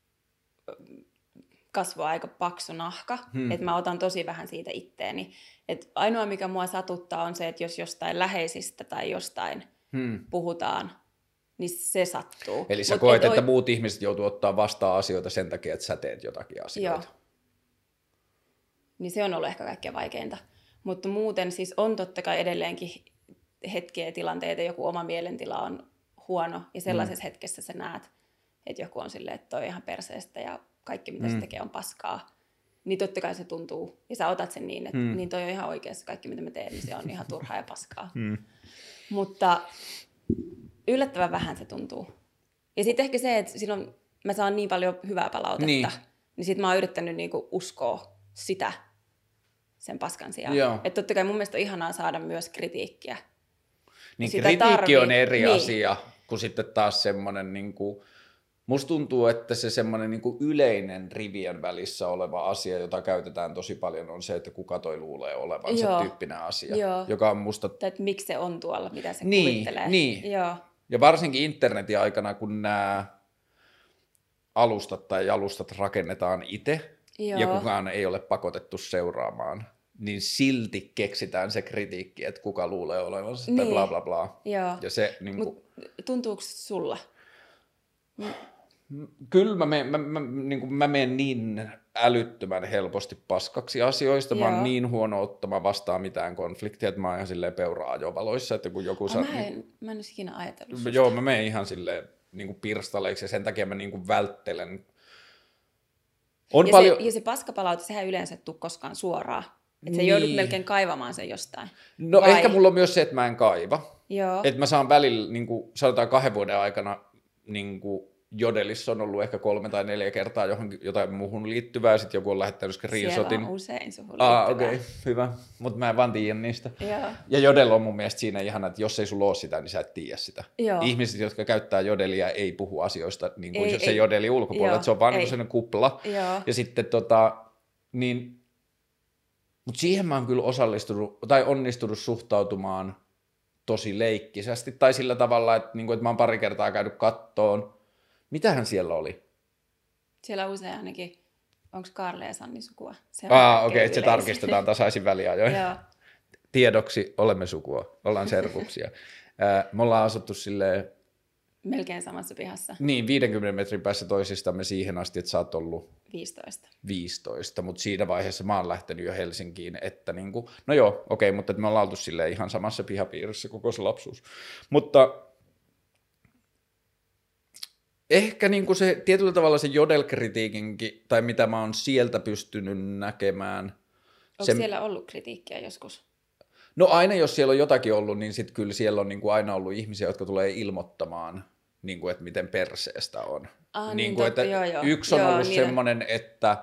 kasvoi aika paksu nahka, hmm. että mä otan tosi vähän siitä itteeni. Et ainoa, mikä mua satuttaa, on se, että jos jostain läheisistä tai jostain hmm. puhutaan, niin se sattuu. Eli sä Mut koet, että oi... muut ihmiset joutuu ottaa vastaan asioita sen takia, että sä teet jotakin asioita. Joo. Niin se on ollut ehkä kaikkein vaikeinta. Mutta muuten siis on totta kai edelleenkin hetkiä ja tilanteita, joku oma mielentila on huono, ja sellaisessa hmm. hetkessä sä näet, että joku on silleen, että toi on ihan perseestä ja kaikki mitä mm. se tekee on paskaa, niin totta kai se tuntuu. Ja sä otat sen niin, että mm. niin toi on ihan oikeassa, kaikki mitä mä teen, niin se on ihan turhaa ja paskaa. Mm. Mutta yllättävän vähän se tuntuu. Ja sitten ehkä se, että silloin mä saan niin paljon hyvää palautetta, niin, niin sit mä oon yrittänyt niinku uskoa sitä sen paskan sijaan. Että totta kai mun mielestä on ihanaa saada myös kritiikkiä. Niin kritiikki tarvii. On eri niin. asia kuin sitten taas semmoinen, niin kuin, musta tuntuu, että se semmoinen niin kuin yleinen rivien välissä oleva asia, jota käytetään tosi paljon, on se, että kuka toi luulee olevansa Joo. tyyppinen asia. Joo. Joka on musta... Tai että miksi se on tuolla, mitä se niin, kuvittelee. Niin, Joo. Ja varsinkin internetin aikana, kun nämä alustat tai alustat rakennetaan itse, Joo. ja kukaan ei ole pakotettu seuraamaan, niin silti keksitään se kritiikki, että kuka luulee olevansa niin. tai bla bla bla. Joo. Ja se, niin kuin... Mut tuntuuko sulla? Kyllä mä menen, mä, mä, niin kuin mä menen niin älyttömän helposti paskaksi asioista. Joo. Mä oon niin huono ottamaan vastaan mitään konfliktia, että mä oon ihan silleen peuraa ajovaloissa. Että kun joku oh, saa, mä, en, niin... mä en ole ikinä ajatellut susta. Joo, mä menen ihan silleen niin kuin pirstaleiksi ja sen takia mä niin kuin välttelen. On ja, paljon... se, ja se paskapalaute, sehän ei yleensä tule koskaan suoraan. Että sä niin. joudut melkein kaivamaan sen jostain. No Vai? Ehkä mulla on myös se, että mä en kaiva. Joo. Että mä saan välillä, niin kuin sanotaan kahden vuoden aikana, niin kuin Jodelissa on ollut ehkä kolme tai neljä kertaa johonkin, jotain muuhun liittyvää, ja sitten joku on lähettänyt screenshotin. Siellä on usein suhun liittyvää. Ah, okei, okay, hyvä. Mutta mä en vaan tiedä niistä. Joo. Ja Jodel on mun mielestä siinä ihana, että jos ei sulla ole sitä, niin sä et tiedä sitä. Joo. Ihmiset, jotka käyttää Jodelia, ei puhu asioista niin kuin ei, se ei. Jodeli ulkopuolella, että se on vaan niin sellainen kupla. Joo. Ja sitten tota, niin... Mutta siihen mä oon kyllä osallistunut, tai onnistunut suhtautumaan tosi leikkisästi, tai sillä tavalla, että, niin kuin, että mä oon pari kertaa käynyt kattoon. Mitähän siellä oli? Siellä on usein ainakin, onko Kaarle ja Sanni sukua? Ah, okei, okay, että se tarkistetaan tasaisin väliajoin. Tiedoksi, olemme sukua, ollaan serkuksia. Me ollaan asuttu silleen... Melkein samassa pihassa. Niin, viidenkymmenen metrin päässä toisistamme siihen asti, että sä oot ollut... viisitoista. viisitoista, mutta siinä vaiheessa mä oon lähtenyt jo Helsinkiin, että niinku... No joo, okei, okay, mutta me ollaan oltu silleen ihan samassa pihapiirissä koko se lapsuus. Mutta... Ehkä niinku se tietyllä tavalla se Jodel-kritiikinkin, tai mitä mä oon sieltä pystynyt näkemään... Onko se... siellä ollut kritiikkiä joskus? No aina jos siellä on jotakin ollut, niin sitten kyllä siellä on niinku aina ollut ihmisiä, jotka tulee ilmoittamaan, niinku, että miten perseestä on. Ah, niin niin kuin, totta, että joo, joo. Yksi on joo, ollut niin semmoinen, että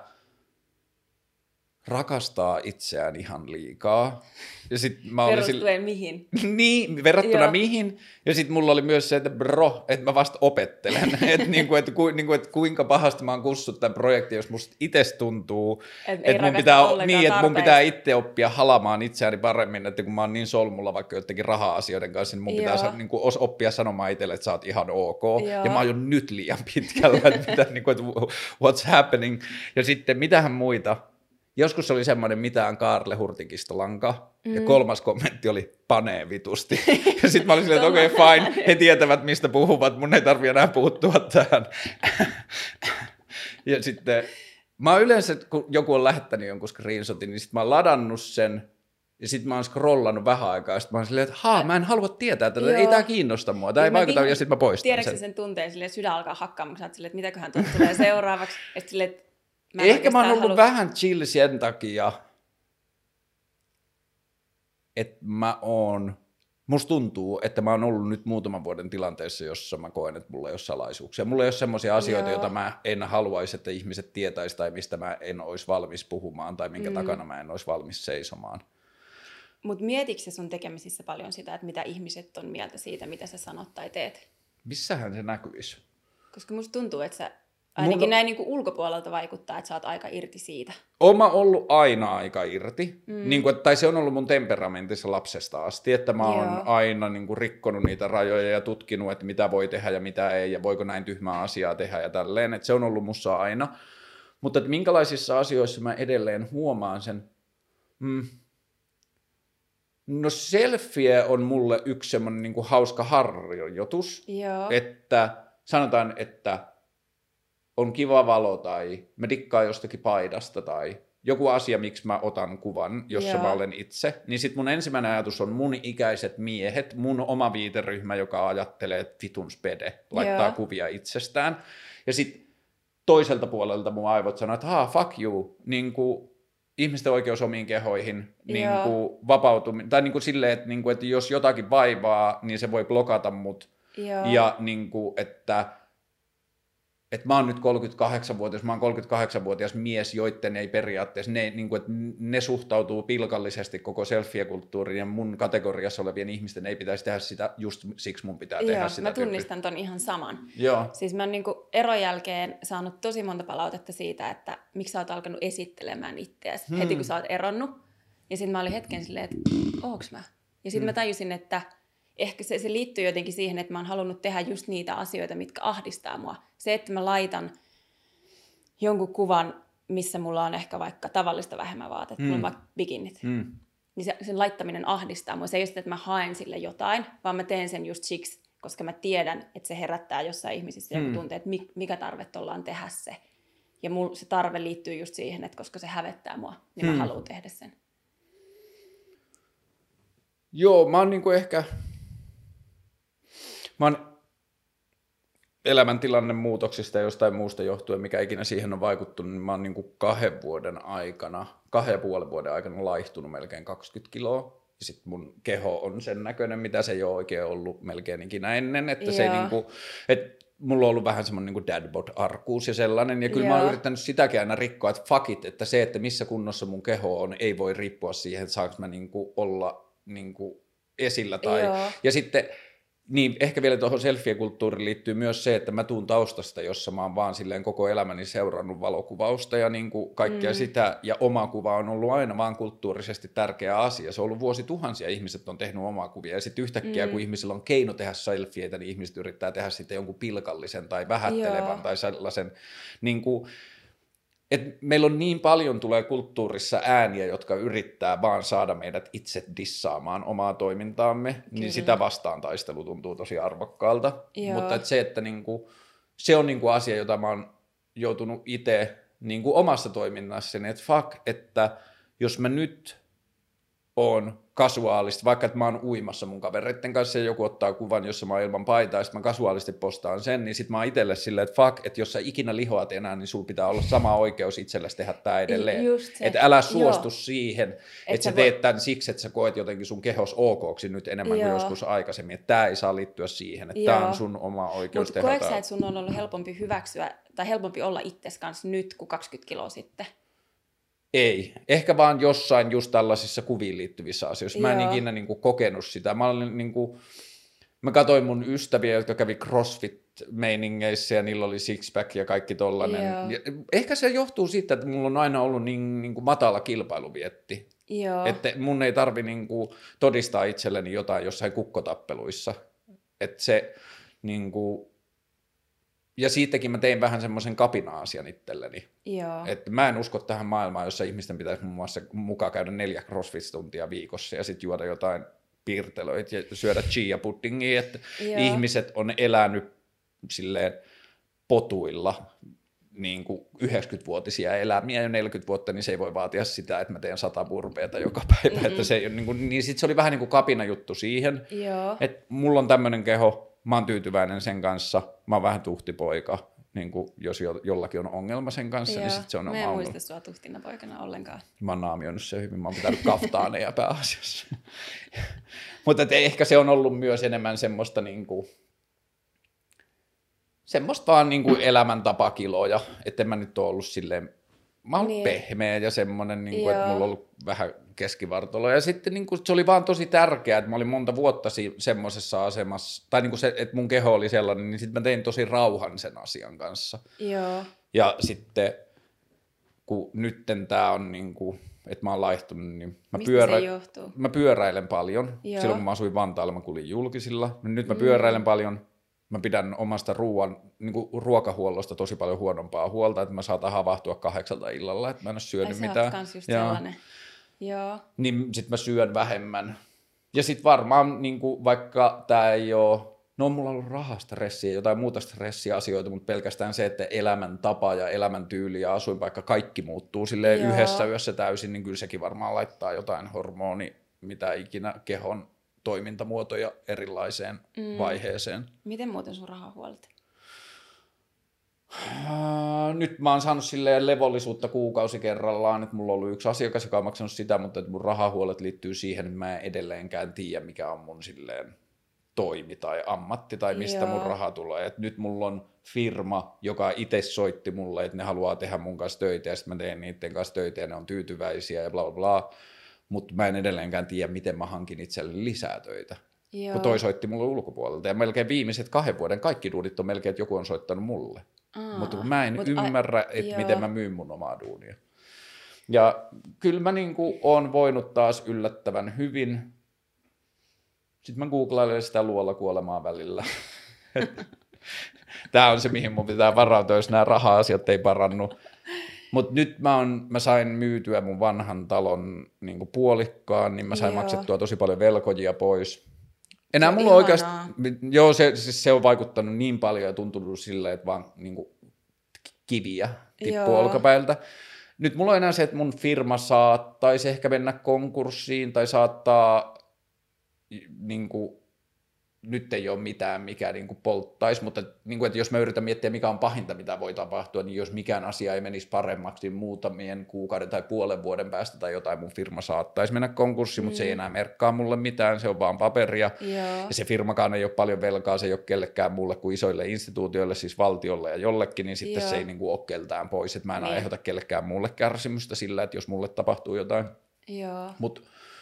rakastaa itseään ihan liikaa. Ja sit mä Perustuen sille... mihin? Niin, verrattuna Joo. mihin. Ja sitten mulla oli myös se, että bro, että mä vasta opettelen. että niinku, et, ku, niinku, et kuinka pahasti mä oon kussut tämän projektin, jos musta itse tuntuu, että et mun, pitää, niin, et mun pitää itse oppia halamaan itseäni paremmin, että kun mä oon niin solmulla vaikka jotenkin raha-asioiden kanssa, niin mun Joo. pitää niinku, oppia sanomaan itselle, että sä oot ihan ok. Joo. Ja mä oon jo nyt liian pitkällä, että, mitä, niinku, että what's happening. Ja sitten mitähän muita. Joskus oli semmoinen mitään Kaarle Hurtikista lanka, mm. ja kolmas kommentti oli panee vitusti. Ja sitten mä olin silleen, että okei, okay, fine, he tietävät mistä puhuvat, mun ei tarvitse enää puuttua tähän. Ja sitten mä oon yleensä, kun joku on lähettänyt jonkun screenshotin, niin sitten mä oon ladannut sen, ja sitten mä oon scrollannut vähän aikaa, ja sitten mä oon silleen, että haa, mä en halua tietää tätä, Joo. ei tää kiinnosta mua, tää ei vaikuta, viime... ja sitten mä poistan Tiedätkö sen. sen tunteen, silleen sydän alkaa hakkaamaan, kun sä silleen, että mitäköhän tuolta tulee seuraavaksi, ja sitten silleen, että Mä Ehkä mä oon ollut halu... vähän chill sen takia, että mä oon, musta tuntuu, että mä oon ollut nyt muutaman vuoden tilanteessa, jossa mä koen, että mulla ei ole salaisuuksia. Mulla ei ole semmoisia asioita, Joo. joita mä en haluaisi, että ihmiset tietäisi tai mistä mä en olisi valmis puhumaan tai minkä mm. takana mä en olisi valmis seisomaan. Mutta mietitkö sun tekemisissä paljon sitä, että mitä ihmiset on mieltä siitä, mitä sä sanot tai teet? Missähän se näkyisi? Koska musta tuntuu, että sä ainakin Mulla... näin niin kuin ulkopuolelta vaikuttaa, että sä oot aika irti siitä. Oon mä ollut aina aika irti. Mm. Niin kuin, tai se on ollut mun temperamentissa lapsesta asti, että mä oon Joo. aina niin kuin rikkonut niitä rajoja ja tutkinut, että mitä voi tehdä ja mitä ei, ja voiko näin tyhmää asiaa tehdä ja tälleen. Että se on ollut mussa aina. Mutta että minkälaisissa asioissa mä edelleen huomaan sen... Mm. No selfie on mulle yksi semmoinen niin kuin hauska harjoitus. Joo. Että sanotaan, että... on kiva valo tai mä dikkaan jostakin paidasta tai joku asia, miksi mä otan kuvan, jossa Joo. mä olen itse, niin sit mun ensimmäinen ajatus on mun ikäiset miehet, mun oma viiteryhmä, joka ajattelee, että vitun spede, laittaa Joo. kuvia itsestään. Ja sit toiselta puolelta mun aivot sanoo, että haa, fuck you, niin kuin ihmisten oikeus omiin kehoihin, niin kuin vapautuminen, tai niin kuin silleen, että, niin kuin, että jos jotakin vaivaa, niin se voi blokata mut. Joo. Ja niin kuin, että että mä oon nyt kolmekymmentäkahdeksanvuotias, mä oon kolmekymmentäkahdeksanvuotias mies, joitten ei periaatteessa, ne, niin kuin, että ne suhtautuu pilkallisesti koko selfie-kulttuuriin ja mun kategoriassa olevien ihmisten ei pitäisi tehdä sitä, just siksi mun pitää tehdä Joo, sitä. mä tunnistan ton ihan saman. Joo. Siis mä oon niin kuin eron jälkeen saanut tosi monta palautetta siitä, että miksi sä oot alkanut esittelemään itseäsi hmm. heti kun sä oot eronnut. Ja sitten mä olin hetken silleen, että ooks mä? Ja sitten hmm. mä tajusin, että ehkä se, se liittyy jotenkin siihen, että mä oon halunnut tehdä just niitä asioita, mitkä ahdistaa mua. Se, että mä laitan jonkun kuvan, missä mulla on ehkä vaikka tavallista vähemmän vaatetta, mm. mulla on vaikka bikinit, mm. niin se, sen laittaminen ahdistaa mua. Se ei ole sitä, että mä haen sille jotain, vaan mä teen sen just siksi, koska mä tiedän, että se herättää jossain ihmisissä mm. joku tuntee, että mikä tarve ollaan tehdä se. Ja mulla se tarve liittyy just siihen, että koska se hävettää mua, niin mm. mä haluan tehdä sen. Joo, mä oon niinku ehkä... Mä oon elämäntilanne muutoksista ja jostain muusta johtuen, mikä ikinä siihen on vaikuttunut, niin mä oon niin kuin kahden vuoden aikana, kahden ja puolen vuoden aikana laihtunut melkein kaksikymmentä kiloa. Ja sit mun keho on sen näköinen, mitä se ei ole oikein ollut melkein ikinä ennen. Että se niin kuin, et mulla on ollut vähän semmoinen niin dadbod-arkuus ja sellainen. Ja kyllä Joo. mä oon yrittänyt sitäkin aina rikkoa, että fuck it, että se, että missä kunnossa mun keho on, ei voi riippua siihen, että saanko mä niin kuin olla niin kuin esillä. Tai, ja sitten... Niin, ehkä vielä tuohon selfie-kulttuuriin liittyy myös se, että mä tuun taustasta, jossa mä oon vaan silleen koko elämäni seurannut valokuvausta ja niin kuin kaikkea mm. sitä, ja oma kuva on ollut aina vaan kulttuurisesti tärkeä asia. Se on ollut vuosituhansia, ihmiset on tehnyt omaa kuvia, ja sitten yhtäkkiä, mm. kun ihmisillä on keino tehdä selfieitä, niin ihmiset yrittää tehdä sitten jonkun pilkallisen tai vähättelevän Joo. tai sellaisen, niin kuin, että meillä on niin paljon tulee kulttuurissa ääniä, jotka yrittää vaan saada meidät itse dissaamaan omaa toimintaamme, Kyllä. niin sitä vastaan taistelu tuntuu tosi arvokkaalta. Joo. Mutta et se, että niinku, se on niinku asia, jota mä oon joutunut itse niinku omassa toiminnassani, että fuck, että jos mä nyt oon kasuaalista, vaikka että mä oon uimassa mun kavereiden kanssa ja joku ottaa kuvan, jossa mä oon ilman paitaa, ja sit mä kasuaalisti postaan sen, niin sit mä oon itselle silleen, että fuck, että jos sä ikinä lihoat enää, niin sulla pitää olla sama oikeus itsellesi tehdä tää edelleen. Että älä suostu Joo. siihen, että et sä teet tämän siksi, että sä koet jotenkin sun kehos okoksi nyt enemmän Joo. kuin joskus aikaisemmin, että tää ei saa liittyä siihen, että tää on sun oma oikeus Mut tehdä. Mutta koetko sä, että sun on ollut helpompi hyväksyä, tai helpompi olla itsesi kanssa nyt kuin kaksikymmentä kiloa sitten? Ei. Ehkä vaan jossain just tällaisissa kuviin liittyvissä asioissa. Mä en Joo. ikinä niin kuin kokenut sitä. Mä, olin, niin kuin, mä katsoin mun ystäviä, jotka kävi CrossFit-meiningeissä ja niillä oli six-pack ja kaikki tollainen. Ja ehkä se johtuu siitä, että mulla on aina ollut niin, niin kuin matala kilpailuvietti. Joo. Että mun ei tarvi niin kuin todistaa itselleni jotain jossain kukkotappeluissa. Että se... Niin kuin, ja siitäkin mä tein vähän semmoisen kapina-asian itselleni. Joo. Että mä en usko tähän maailmaan, jossa ihmisten pitäisi muun muassa mukaan käydä neljä crossfit-tuntia viikossa ja sitten juoda jotain piirtelöitä ja syödä chia-puddingia. Että Joo. ihmiset on elänyt silleen potuilla niin kuin yhdeksänkymmentävuotisia elämiä jo neljäkymmentä vuotta, niin se ei voi vaatia sitä, että mä teen sata burpeeta joka päivä. Mm-hmm. Että se ei ole niin kuin, niin sit se oli vähän niin kuin kapina juttu siihen, Joo. että mulla on tämmöinen keho, mä oon tyytyväinen sen kanssa, mä oon vähän tuhtipoika, niin kuin jos jo, jollakin on ongelma sen kanssa, Joo. niin sit se on oma ongelma. Mä en muista sua tuhtina poikana ollenkaan. Mä oon naamioinut sen hyvin, mä oon pitänyt kaftaaneja pääasiassa. Mutta ehkä se on ollut myös enemmän semmoista niin kuin, semmoista vaan niin kuin elämäntapakiloja, että en mä nyt ole ollut silleen, mä oon niin. pehmeä ja semmoinen, niin kuin, että mulla on ollut vähän keskivartalo. Ja sitten niin kuin, se oli vaan tosi tärkeää, että mä olin monta vuotta si- semmoisessa asemassa, tai niin kuin se, että mun keho oli sellainen, niin sitten mä tein tosi rauhan sen asian kanssa. Joo. Ja sitten, kun nytten tää on niin kuin, että mä oon laihtunut, niin mä, pyörä... mä pyöräilen paljon. Joo. Silloin kun mä asuin Vantaalla, mä kulin julkisilla. Nyt mä pyöräilen mm. paljon. Mä pidän omasta ruoan, niin kuin ruokahuollosta tosi paljon huonompaa huolta, että mä saatan havahtua kahdeksalta illalla, että mä en ole syönyt Ai, mitään. Kans just sellainen. Joo. Niin sit mä syön vähemmän. Ja sit varmaan, niin kuin, vaikka tää ei oo, no mulla on ollut rahastressiä ja jotain muuta stressiasioita, mutta pelkästään se, että elämäntapa ja elämäntyyli ja asuinpaikka kaikki muuttuu silleen Joo. yhdessä yössä täysin, niin kyllä sekin varmaan laittaa jotain hormoni, mitä ikinä kehon toimintamuotoja erilaiseen mm. vaiheeseen. Miten muuten sun rahaa huolet? Nyt mä oon saanut silleen levollisuutta kuukausi kerrallaan, että mulla on ollut yksi asiakas, joka on maksanut sitä, mutta että mun rahahuolet liittyy siihen, että mä en edelleenkään tiedä, mikä on mun silleen toimi tai ammatti tai mistä Joo. mun raha tulee. Et nyt mulla on firma, joka itse soitti mulle, että ne haluaa tehdä mun kanssa töitä ja sitten mä teen niiden kanssa töitä ja ne on tyytyväisiä ja bla bla bla. Mutta mä en edelleenkään tiedä, miten mä hankin itselle lisää töitä. Joo. Kun toi soitti mulle ulkopuolelta. Ja melkein viimeiset kahden vuoden kaikki duunit on melkein, että joku on soittanut mulle. Aa, mutta kun mä en mut ymmärrä, a... että miten mä myyn mun omaa duunia. Ja kyllä mä niinku oon voinut taas yllättävän hyvin. Sitten mä googlailen sitä luolla kuolemaa välillä. Tää on se, mihin mun pitää varautua, jos nämä raha-asiat ei parannu. Mutta nyt mä, on, mä sain myytyä mun vanhan talon niinku puolikkaan, niin mä sain Joo. maksettua tosi paljon velkojia pois. Enää mulla on oikeasti, joo, se, siis se on vaikuttanut niin paljon ja tuntunut silleen, että vaan niinku kiviä tippuu olkapäiltä. Nyt mulla on enää se, että mun firma saattaisi ehkä mennä konkurssiin tai saattaa, niinku, nyt ei ole mitään, mikä niinku polttaisi, mutta niinku, että jos mä yritän miettiä, mikä on pahinta, mitä voi tapahtua, niin jos mikään asia ei menisi paremmaksi, niin muutamien kuukauden tai puolen vuoden päästä tai jotain mun firma saattaisi mennä konkurssiin, mm. mutta se ei enää merkkaa mulle mitään, se on vaan paperia. Joo. Ja se firmakaan ei ole paljon velkaa, se ei ole kellekään mulle kuin isoille instituutioille, siis valtiolle ja jollekin, niin sitten Joo. se ei niinku ole keltään pois, että mä en niin. aiheuta kellekään mulle kärsimystä sillä, että jos mulle tapahtuu jotain. Mutta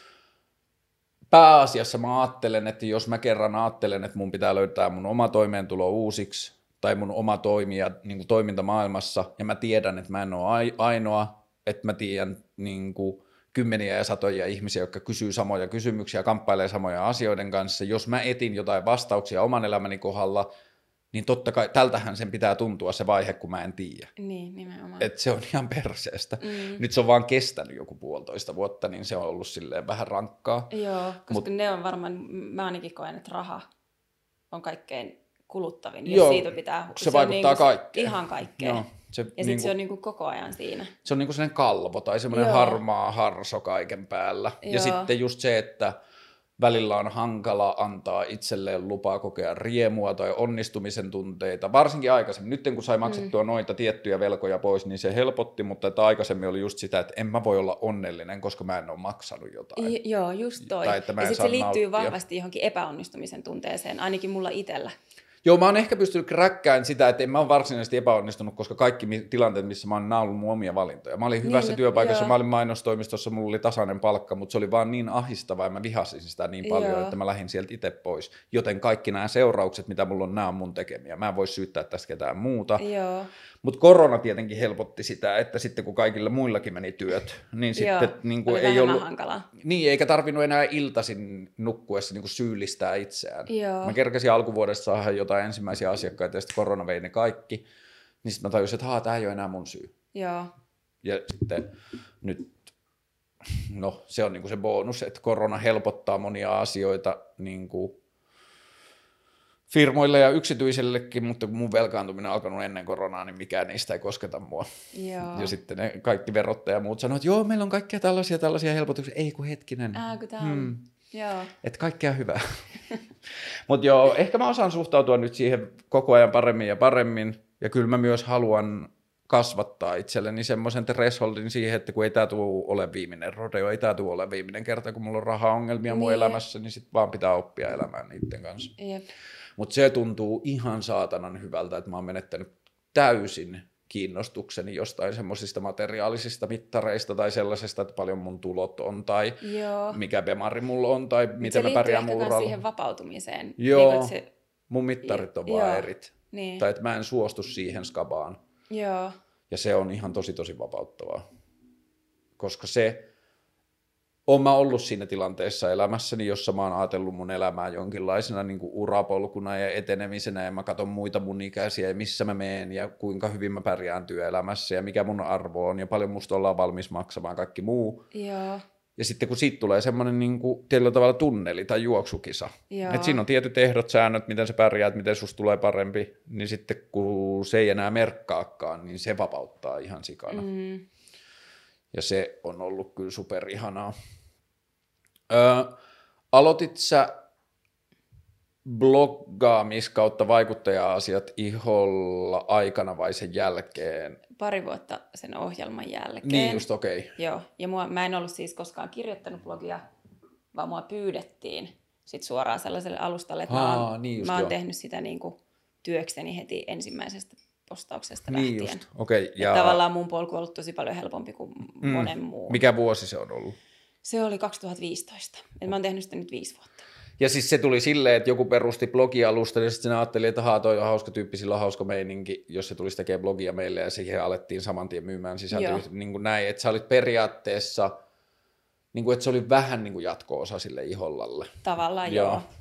pääasiassa mä ajattelen, että jos mä kerran ajattelen, että mun pitää löytää mun oma toimeentulo uusiksi tai mun oma toimija niin kuin toiminta maailmassa ja mä tiedän, että mä en ole ainoa, että mä tiedän niin kuin kymmeniä ja satoja ihmisiä, jotka kysyy samoja kysymyksiä, kamppailee samoja asioiden kanssa. Jos mä etin jotain vastauksia oman elämäni kohdalla, niin totta kai tältähän sen pitää tuntua se vaihe, kun mä en tiedä. Niin, nimenomaan. Että se on ihan perseestä. Mm. Nyt se on vaan kestänyt joku puolitoista vuotta, niin se on ollut silleen vähän rankkaa. Joo, koska Mut, ne on varmaan, mä ainakin koen, että raha on kaikkein kuluttavin. Joo, ja siitä pitää, se, se vaikuttaa niinku kaikkeen. Ihan kaikkeen. No, se, ja sitten niinku, se on niinku koko ajan siinä. Se on niinku sellainen kalvo tai semmoinen harmaa harso kaiken päällä. Joo. Ja sitten just se, että välillä on hankala antaa itselleen lupaa kokea riemua tai onnistumisen tunteita, varsinkin aikaisemmin. Nyt kun sai maksettua mm. noita tiettyjä velkoja pois, niin se helpotti, mutta että aikaisemmin oli just sitä, että en mä voi olla onnellinen, koska mä en ole maksanut jotain. I, joo, just toi. Tai että mä ja sitten se liittyy nauttia. vahvasti johonkin epäonnistumisen tunteeseen, ainakin mulla itsellä. Joo, mä oon ehkä pystynyt kräkkään sitä, että en mä ole varsinaisesti epäonnistunut, koska kaikki tilanteet, missä mä oon, nämä ollut mun omia valintoja. Mä olin niin, hyvässä työpaikassa, joo. mä olin mainostoimistossa, mulla oli tasainen palkka, mutta se oli vaan niin ahdistavaa ja mä vihasin sitä niin paljon, joo. että mä lähdin sieltä itse pois. Joten kaikki nämä seuraukset, mitä mulla on, nämä on mun tekemiä. Mä en voi syyttää tästä ketään muuta. Mutta korona tietenkin helpotti sitä, että sitten kun kaikilla muillakin meni työt, niin joo. sitten niin kuin ei ollut hankalaa. Niin, eikä tarvinnut enää iltaisin nukkuessa niin kuin syyllistää itseään. Joo. Mä kerkesin alkuvuodesta saada jotain ensimmäisiä asiakkaita ja sitten korona vei ne kaikki, niin sitten mä tajusin, että tämä ei ole enää mun syy. Joo. Ja sitten nyt, no se on niin kuin se bonus, että korona helpottaa monia asioita niin kuin firmoille ja yksityisellekin, mutta kun mun velkaantuminen on alkanut ennen koronaa, niin mikään niistä ei kosketa mua. Joo. Ja sitten ne kaikki verottaja ja muut sanoo, että joo, meillä on kaikkia tällaisia tällaisia helpotuksia. Ei kun hetkinen. Ää, kun tää on. Hmm. Joo. Että kaikkea hyvää. Mutta joo, ehkä mä osaan suhtautua nyt siihen koko ajan paremmin ja paremmin. Ja kyllä mä myös haluan kasvattaa itselleni semmoisen thresholdin siihen, että kun ei tää tule ole viimeinen rodeo, ei tää tule ole viimeinen kerta, kun mulla on rahaongelmia niin. mun elämässä, niin sit vaan pitää oppia elämään niiden kanssa. Jep. Mutta se tuntuu ihan saatanan hyvältä, että mä oon menettänyt täysin kiinnostukseni jostain semmoisista materiaalisista mittareista tai sellaisesta, että paljon mun tulot on tai Joo. mikä bemari mulla on tai Mut miten mä pärjään mun uralla. Se liittyy siihen vapautumiseen. Joo, niin, se... mun mittarit on Joo. vaan erit. Niin. Tai että mä en suostu siihen skabaan. Joo. Ja se on ihan tosi tosi vapauttavaa. Koska se... Olen mä ollut siinä tilanteessa elämässäni, jossa mä oon ajatellut mun elämää jonkinlaisena niin kuin urapolkuna ja etenemisenä ja mä katson muita mun ikäisiä ja missä mä meen ja kuinka hyvin mä pärjään työelämässä ja mikä mun arvo on ja paljon musta ollaan valmis maksamaan kaikki muu. Joo. Ja sitten kun siitä tulee semmoinen niin kuin tietyllä tavalla tunneli tai juoksukisa, että siinä on tietyt ehdot, säännöt, miten sä pärjäät, miten susta tulee parempi, niin sitten kun se ei enää merkkaakaan, niin se vapauttaa ihan sikana. Mm. Ja se on ollut kyllä superihanaa. Öö, aloitit sä bloggaamis kautta vaikuttaja-asiat iholla aikana vai sen jälkeen? Pari vuotta sen ohjelman jälkeen. Niin just, okei. Okay. Joo, ja mua, mä en ollut siis koskaan kirjoittanut blogia, vaan mua pyydettiin sit suoraan sellaiselle alustalle, että Aa, mä oon, niin just, mä oon joo. tehnyt sitä niin kuin työkseni heti ensimmäisestä postauksesta Niin lähtien. just, okei. Okay, ja... tavallaan mun polku on ollut tosi paljon helpompi kuin mm. monen muun. Mikä vuosi se on ollut? Se oli kaksituhattaviisitoista. Et mä oon tehnyt sitä nyt viisi vuotta. Ja siis se tuli silleen, että joku perusti blogialusta, ja sitten ajatteli, että haa, toi on hauska tyyppi, sillä on hauska meininki, jos se tulisi tekemään blogia meille, ja siihen alettiin saman tien myymään sisältöä, niin kuin näin, että sä olit periaatteessa, niin kuin, että se oli vähän niin kuin jatko-osa sille Ihollalle. Tavallaan joo. joo.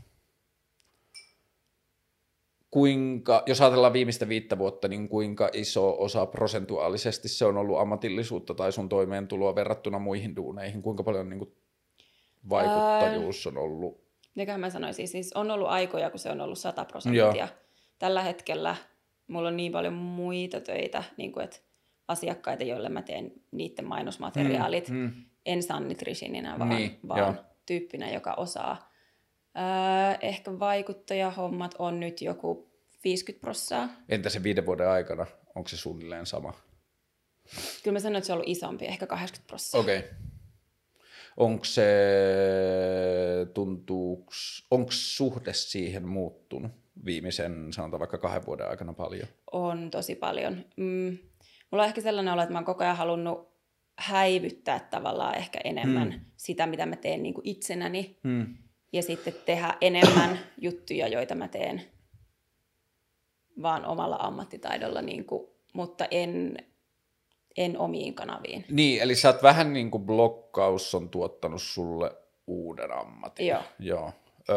Kuinka, jos ajatellaan viimeistä viittä vuotta, niin kuinka iso osa prosentuaalisesti se on ollut ammatillisuutta tai sun toimeentuloa verrattuna muihin duuneihin? Kuinka paljon niin kuin vaikuttajuus on ollut? Mikä mä sanoisin, siis on ollut aikoja, kun se on ollut sata prosenttia. Joo. Tällä hetkellä mulla on niin paljon muita töitä, niin kuin, että asiakkaita, joille mä teen niiden mainosmateriaalit. Mm, mm. En Sannitritionina, vaan, niin, vaan tyyppinä, joka osaa. Öö, ehkä vaikuttajahommat on nyt joku viisikymmentä prosenttia. Entä se viiden vuoden aikana? Onko se suunnilleen sama? Kyllä mä sanoin, että se on ollut isompi, ehkä kahdeksankymmentä prosenttia. Okei. Okay. Onko se, tuntuuks, onko suhde siihen muuttunut viimeisen, sanotaan vaikka kahden vuoden aikana paljon? On tosi paljon. Mm. Mulla on ehkä sellainen olo, että mä oon koko ajan halunnut häivyttää tavallaan ehkä enemmän hmm. sitä, mitä mä teen niin kuin itsenäni. Hmm. Ja sitten tehdä enemmän juttuja, joita mä teen vaan omalla ammattitaidolla, niin kuin, mutta en, en omiin kanaviin. Niin, eli sä oot vähän niin kuin blokkaus on tuottanut sulle uuden ammatin. Joo. Joo. Öö,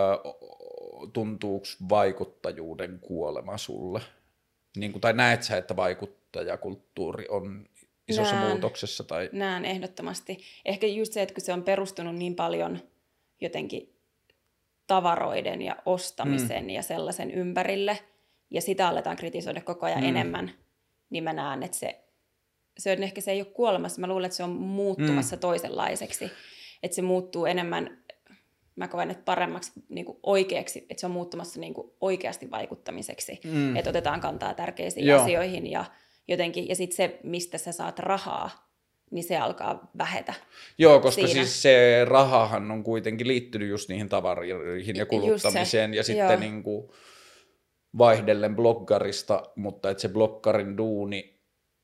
tuntuuko vaikuttajuuden kuolema sulle? Niin kuin, tai näet sä, että vaikuttajakulttuuri on isossa näen, muutoksessa? Tai... Näen ehdottomasti. Ehkä just se, että kun se on perustunut niin paljon jotenkin tavaroiden ja ostamisen mm. ja sellaisen ympärille, ja sitä aletaan kritisoida koko ajan mm. enemmän, niin mä näen, että se, se on ehkä se ei ole kuolemassa. Mä luulen, että se on muuttumassa mm. toisenlaiseksi. Että se muuttuu enemmän, mä koen, että paremmaksi niin kuin oikeaksi, että se on muuttumassa niin kuin oikeasti vaikuttamiseksi. Mm. Että otetaan kantaa tärkeisiin Joo. asioihin ja jotenkin, ja sitten se, mistä sä saat rahaa, niin se alkaa vähetä. Joo, koska siinä. Siis se rahahan on kuitenkin liittynyt just niihin tavaroihin ja kuluttamiseen ja sitten Joo. niin kuin vaihdellen bloggarista, mutta että se bloggarin duuni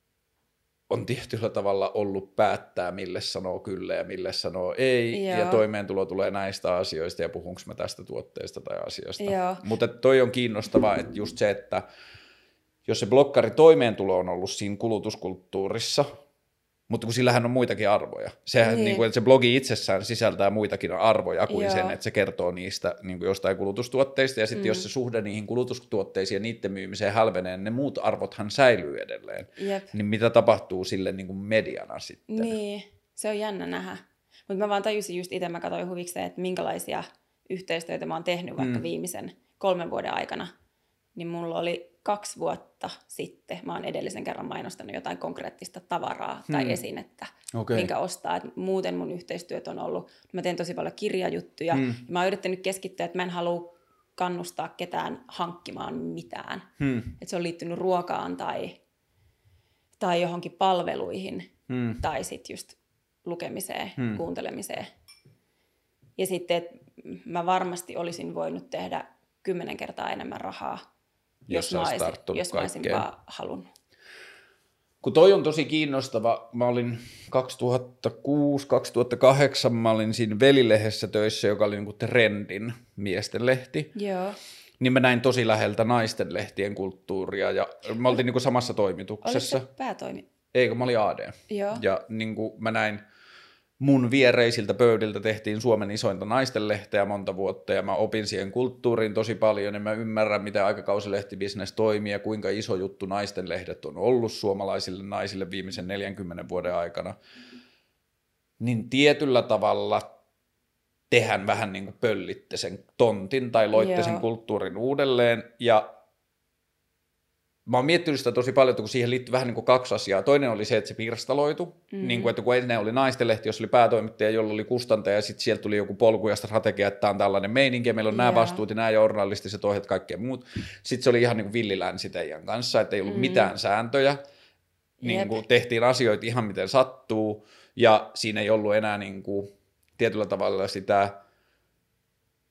on tietyllä tavalla ollut päättää, mille sanoo kyllä ja mille sanoo ei, Joo. ja toimeentulo tulee näistä asioista ja puhunko mä tästä tuotteesta tai asiasta. Joo. Mutta toi on kiinnostavaa, että just se, että jos se bloggari toimeentulo on ollut siinä kulutuskulttuurissa, mutta kun sillähän on muitakin arvoja. Sehän, niin. Niin kuin, että se blogi itsessään sisältää muitakin arvoja kuin Joo. sen, että se kertoo niistä niin kuin jostain kulutustuotteista. Ja sitten mm. jos se suhde niihin kulutustuotteisiin ja niiden myymiseen hälvenee, niin ne muut arvothan säilyy edelleen. Jep. Niin mitä tapahtuu sille niin kuin mediana sitten? Niin, se on jännä nähdä. Mutta mä vaan tajusin just itse, mä katsoin huvikseen, että minkälaisia yhteistyötä mä oon tehnyt vaikka mm. viimeisen kolmen vuoden aikana. Niin mulla oli kaksi vuotta sitten, mä oon edellisen kerran mainostanut jotain konkreettista tavaraa tai hmm. esinettä, okay. minkä ostaa. Et muuten mun yhteistyöt on ollut, mä teen tosi paljon kirjajuttuja, hmm. ja mä oon yrittänyt keskittyä, että mä en halua kannustaa ketään hankkimaan mitään. Hmm. Että se on liittynyt ruokaan tai, tai johonkin palveluihin, hmm. tai sitten just lukemiseen, hmm. kuuntelemiseen. Ja sitten, että mä varmasti olisin voinut tehdä kymmenen kertaa enemmän rahaa, jos, jos, mä, olisin, jos mä olisin vaan halunnut. Kun toi on tosi kiinnostava, mä olin kaksituhattakuusi kaksituhattakahdeksan, mä olin siinä Velilehdessä töissä, joka oli niinku trendin miesten lehti. Joo. Niin mä näin tosi läheltä naisten lehtien kulttuuria ja mä oltiin niinku samassa toimituksessa. Oliko se päätoimi? Eikö, mä olin A D. Joo. Ja niinku mä näin mun viereisiltä pöydiltä tehtiin Suomen isointa naistenlehteä monta vuotta ja mä opin siihen kulttuuriin tosi paljon ja mä ymmärrän, miten aikakausilehtibisnes toimii ja kuinka iso juttu naistenlehdet on ollut suomalaisille naisille viimeisen neljänkymmenen vuoden aikana. Niin tietyllä tavalla tehän vähän niin kuin pöllitte sen tontin tai loitte Joo. sen kulttuurin uudelleen ja mä oon miettinyt sitä tosi paljon, kun siihen liittyy vähän niin kuin kaksi asiaa. Toinen oli se, että se pirstaloitu. Mm-hmm. Niin kuin, että kun ennen oli naistenlehti, jos oli päätoimittaja, jolla oli kustantaja, ja sitten sieltä tuli joku polku ja strategia, että tämä on tällainen meininki, ja meillä on yeah. nämä vastuut ja nämä journalistiset ohjeet, kaikkea muut. Sitten se oli ihan niin kuin villilänsi teidän kanssa, että ei ollut mm-hmm. mitään sääntöjä. Niin kuin tehtiin asioita ihan miten sattuu, ja siinä ei ollut enää niin kuin tietyllä tavalla sitä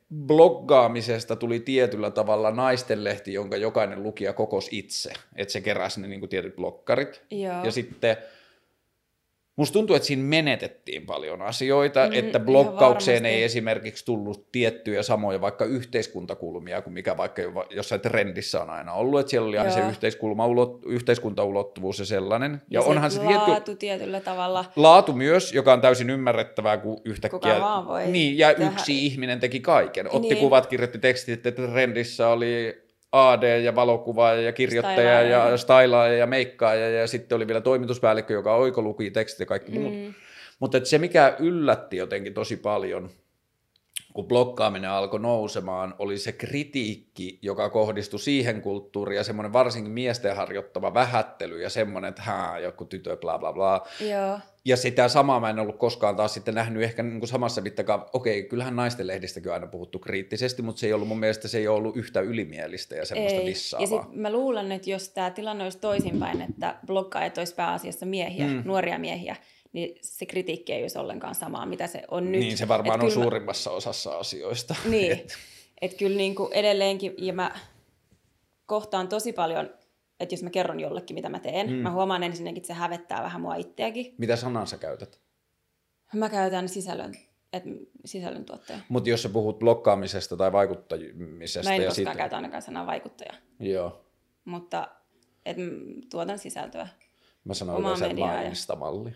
bloggaamisesta tuli tietyllä tavalla naistenlehti, jonka jokainen lukija kokosi itse, että se keräsi ne niin kuin tietyt blokkarit. Joo. Ja sitten musta tuntuu, että siinä menetettiin paljon asioita, Mm, että ihan blokkaukseen varmasti. ei esimerkiksi tullut tiettyjä samoja vaikka yhteiskuntakulmia kuin mikä vaikka jo- jossain trendissä on aina ollut, että siellä oli aina se Joo. yhteiskulma, yhteiskuntaulottuvuus ja sellainen. Ja, Ja, ja onhan se se tietty laatu tietyllä tavalla. laatu myös, joka on täysin ymmärrettävää, kun yhtäkkiä Kuka vaan voi niin, ja tehdä. yksi ihminen teki kaiken. Otti Niin. kuvat, kirjoitti tekstit, että trendissä oli A D ja valokuvaaja ja kirjoittaja Stylaaja. ja stylaaja ja meikkaaja ja sitten oli vielä toimituspäällikkö, joka oikoluki tekstit ja kaikki muut. Mm. Mutta et se, mikä yllätti jotenkin tosi paljon, kun blokkaaminen alkoi nousemaan, oli se kritiikki, joka kohdistui siihen kulttuuriin ja semmoinen varsinkin miesten harjoittava vähättely ja semmoinen, että haa, joku tytö, bla bla bla. Joo. Ja sitä samaa mä en ollut koskaan taas sitten nähnyt ehkä niin kuin samassa mittakaavassa. Okei, kyllähän naisten lehdistäkin on aina puhuttu kriittisesti, mutta se ei ollut mun mielestä se ei ollut yhtä ylimielistä ja semmoista Ei. dissaavaa. Ja sit mä luulen, että jos tämä tilanne olisi toisinpäin, että blokkaajat olisi pääasiassa miehiä, Mm. nuoria miehiä, niin se kritiikki ei olisi ollenkaan samaa, mitä se on nyt. Niin, se varmaan Et on kyllä mä- suurimmassa osassa asioista. Niin, Et- että kyllä niin kuin edelleenkin, ja mä kohtaan tosi paljon, että jos mä kerron jollekin, mitä mä teen, Mm. mä huomaan ensinnäkin, että se hävettää vähän mua itseäkin. Mitä sanaa sä käytät? Mä käytän sisällön, et sisällöntuottaja. Mutta jos sä puhut blokkaamisesta tai vaikuttamisesta Mä en ja koskaan siitä... käytä ainakaan sanaa vaikuttaja, Joo. mutta et m- tuotan sisältöä. Mä sanoin Omaa yleensä mediaa ja- Lainsta-malli.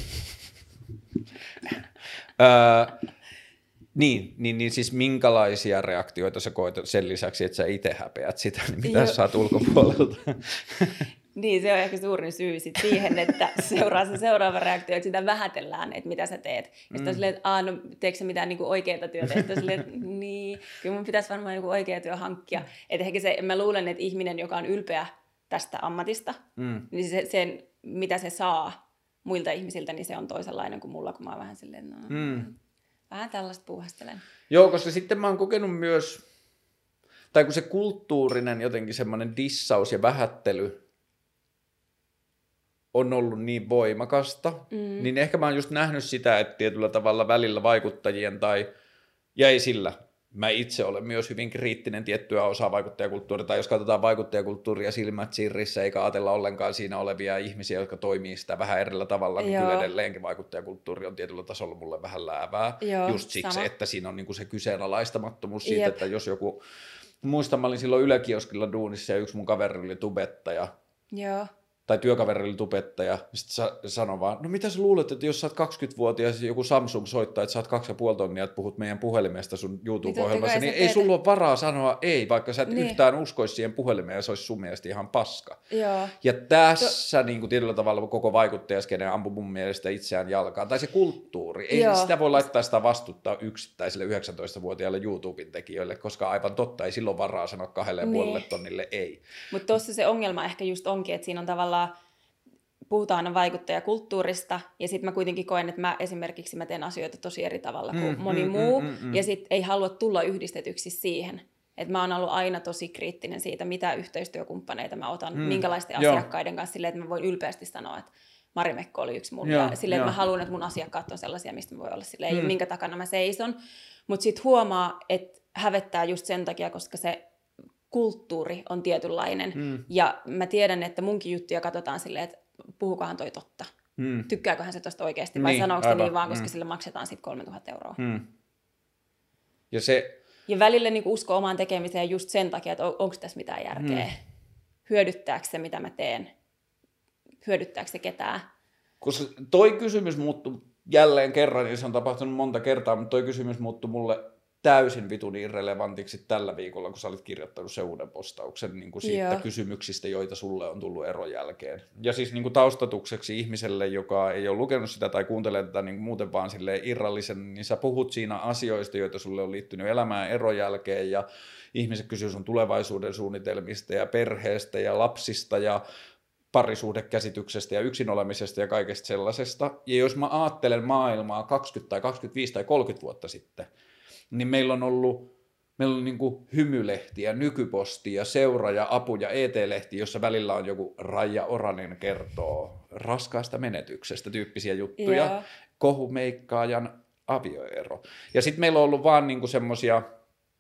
öö, niin, niin, niin siis minkälaisia reaktioita sä koet sen lisäksi, että sä itse häpeät sitä, niin mitä Joo. sä saat ulkopuolelta? Niin, se on ehkä suurin syy sit siihen, että seuraa se seuraava reaktio, että sitä vähätellään, että mitä sä teet. Ja sitten on silleen, että aah, no teekö sä mitään niinku oikeaa työtä? Ja sitten on silleen, että niin, kyllä mun pitäisi varmaan joku oikea työ hankkia. Että ehkä se, mä luulen, että ihminen, joka on ylpeä tästä ammatista, Mm. niin se, sen, mitä se saa muilta ihmisiltä, niin se on toisenlainen kuin mulla, kun mä oon vähän silleen, no, Mm. vähän tällaista puuhastelen. Joo, koska sitten mä oon kokenut myös, tai kun se kulttuurinen jotenkin semmoinen dissaus ja vähättely on ollut niin voimakasta, Mm. niin ehkä mä oon just nähnyt sitä, että tietyllä tavalla välillä vaikuttajien tai, ja ei sillä, mä itse olen myös hyvin kriittinen tiettyä osaa vaikuttajakulttuuria, tai jos katsotaan vaikuttajakulttuuria silmät sirrissä, eikä ajatella ollenkaan siinä olevia ihmisiä, jotka toimii sitä vähän erillä tavalla, niin Joo. kyllä edelleenkin vaikuttajakulttuuri on tietyllä tasolla mulle vähän läävää. Joo, Just siksi, sama. että siinä on niinku se kyseenalaistamattomuus siitä, Jep. että jos joku, muistan mä olin silloin Yle-kioskilla duunissa ja yksi mun kaveri oli tubettaja, Joo. tai työkaveri oli tubettaja, sitten sa- sanoi vaan, no mitä sä luulet, että jos sä oot kaksikymmentävuotias ja joku Samsung soittaa, että sä oot kaksi ja puoli tonnia, että puhut meidän puhelimesta sun YouTube-ohjelmassa, kai niin sä ei teet- sulla ole varaa sanoa ei, vaikka sä et Niin. yhtään uskoisi siihen puhelimeen ja se olisi sun mielestä ihan paska. Joo. Ja tässä to... niin kuin tietyllä tavalla koko vaikuttajaskene ampui mun mielestä itseään jalkaan. Tai se kulttuuri. Ei Joo. sitä voi laittaa sitä vastuttaa yksittäisille yhdeksäntoistavuotiaille YouTuben tekijöille, koska aivan totta, ei silloin varaa sanoa kahdelle ja Niin. puolelle tonnille ei. Mutta tuossa se ongelma ehkä just onkin, että siinä on tavallaan, puhutaan aina vaikuttajakulttuurista, ja sitten mä kuitenkin koen, että mä esimerkiksi mä teen asioita tosi eri tavalla kuin Mm, moni mm, muu, mm, mm, mm. ja sitten ei halua tulla yhdistetyksi siihen. Että mä oon ollut aina tosi kriittinen siitä, mitä yhteistyökumppaneita mä otan, Mm, minkälaisten joo. asiakkaiden kanssa, silleen, että mä voin ylpeästi sanoa, että Marimekko oli yksi mun, Joo, ja silleen, että joo. mä haluan, että mun asiakkaat on sellaisia, mistä mä voi olla silleen, Mm. mm. minkä takana mä seison. Mutta sitten huomaa, että hävettää just sen takia, koska se kulttuuri on tietynlainen. Mm. Ja mä tiedän, että munkin juttuja katsotaan silleen, että puhukohan toi totta. Mm. Tykkääköhän se tosta oikeasti vai Niin, sanooko se aivan, niin vaan, koska mm. sille maksetaan sitten kolmetuhatta euroa. Mm. Ja se, Ja välillä niin usko omaan tekemiseen just sen takia, että on, onko tässä mitään järkeä. Mm. Hyödyttääkö se, mitä mä teen? Hyödyttääkö se ketään? koska toi kysymys muuttui jälleen kerran, ja se on tapahtunut monta kertaa, mutta toi kysymys muuttui mulle täysin vitun irrelevantiksi tällä viikolla, kun sä olit kirjoittanut sen uuden postauksen niin kuin siitä Joo. kysymyksistä, joita sulle on tullut eron jälkeen. Ja siis niin kuin taustatukseksi ihmiselle, joka ei ole lukenut sitä tai kuuntelee tätä niin kuin muuten vaan silleen irrallisen, niin sä puhut siinä asioista, joita sulle on liittynyt elämään eron jälkeen, ja ihmiset kysyy sun tulevaisuuden suunnitelmista ja perheestä ja lapsista ja parisuhdekäsityksestä ja yksin olemisesta ja kaikesta sellaisesta. Ja jos mä ajattelen maailmaa kaksikymmentä tai kaksikymmentäviisi tai kolmekymmentä vuotta sitten, niin meillä on ollut, meillä on niin kuin hymylehtiä, nykypostia, seura ja apu ja E T-lehti, jossa välillä on joku Raija Oranen kertoo raskaasta menetyksestä tyyppisiä juttuja, Joo. kohumeikkaajan avioero. Ja sitten meillä on ollut vaan niin kuin semmoisia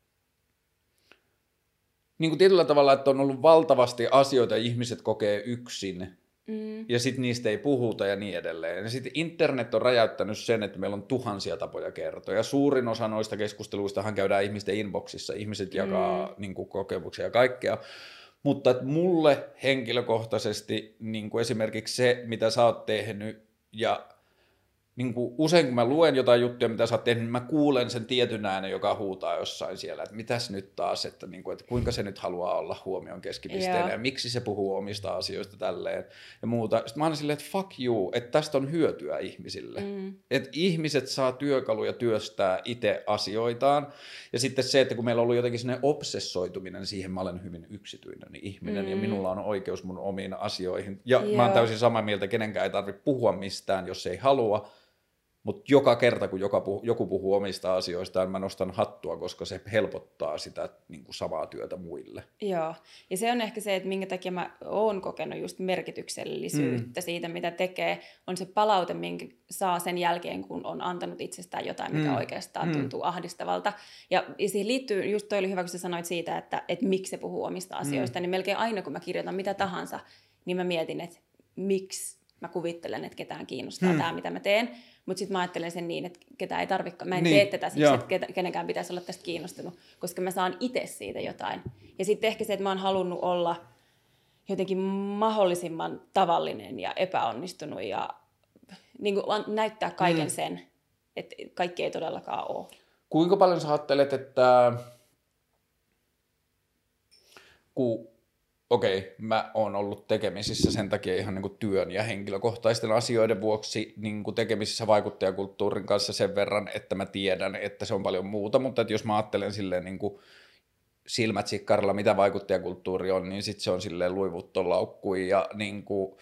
niin kuin tietyllä tavalla, että on ollut valtavasti asioita, ihmiset kokee yksin, mm. ja sitten niistä ei puhuta ja niin edelleen. Ja sitten internet on räjäyttänyt sen, että meillä on tuhansia tapoja kertoa. Ja suurin osa noista keskusteluistahan käydään ihmisten inboxissa. Ihmiset jakaa mm. niin kuin kokemuksia ja kaikkea. Mutta että mulle henkilökohtaisesti niin kuin esimerkiksi se, mitä sä oot tehnyt, ja niin kuin usein kun mä luen jotain juttuja, mitä sä oot tehnyt, niin mä kuulen sen tietyn äänen, joka huutaa jossain siellä, että mitäs nyt taas, että, niin kuin, että kuinka se nyt haluaa olla huomion keskipisteenä, yeah. ja miksi se puhuu omista asioista tälleen ja muuta. Sitten mä oon silleen, että fuck you, että tästä on hyötyä ihmisille. Mm. Että ihmiset saa työkaluja työstää itse asioitaan, ja sitten se, että kun meillä on ollut jotenkin sellainen obsessoituminen siihen, mä olen hyvin yksityinen ihminen, mm. ja minulla on oikeus mun omiin asioihin, ja yeah. mä oon täysin samaa mieltä, kenenkään ei tarvitse puhua mistään, jos ei halua. Mutta joka kerta, kun joka puhu, joku puhuu omista asioistaan, mä nostan hattua, koska se helpottaa sitä niin kuin samaa työtä muille. Joo, ja se on ehkä se, että minkä takia mä oon kokenut just merkityksellisyyttä mm. siitä, mitä tekee, on se palaute, minkä saa sen jälkeen, kun on antanut itsestään jotain, mikä mm. oikeastaan mm. tuntuu ahdistavalta. Ja, ja siihen liittyy, just toi oli hyvä, kun sä sanoit siitä, että, että miksi se puhuu omista asioista, mm. niin melkein aina, kun mä kirjoitan mitä tahansa, niin mä mietin, että miksi mä kuvittelen, että ketään kiinnostaa mm. tämä, mitä mä teen. Mutta sitten mä ajattelen sen niin, että ketään ei tarvitse, mä en niin, tee tätä siksi, joo. että kenenkään pitäisi olla tästä kiinnostunut, koska mä saan itse siitä jotain. Ja sitten ehkä se, että mä oon halunnut olla jotenkin mahdollisimman tavallinen ja epäonnistunut ja niin kuin näyttää kaiken mm. sen, että kaikki ei todellakaan ole. Kuinka paljon sä ajattelet, että kun okei, okay, mä oon ollut tekemisissä sen takia ihan niin kuin työn ja henkilökohtaisten asioiden vuoksi niin kuin tekemisissä vaikuttajakulttuurin kanssa sen verran, että mä tiedän, että se on paljon muuta, mutta että jos mä ajattelen silleen niin kuin silmät sikkarilla, mitä vaikuttajakulttuuri on, niin sitten se on silleen luivuttolaukkui ja niin kuin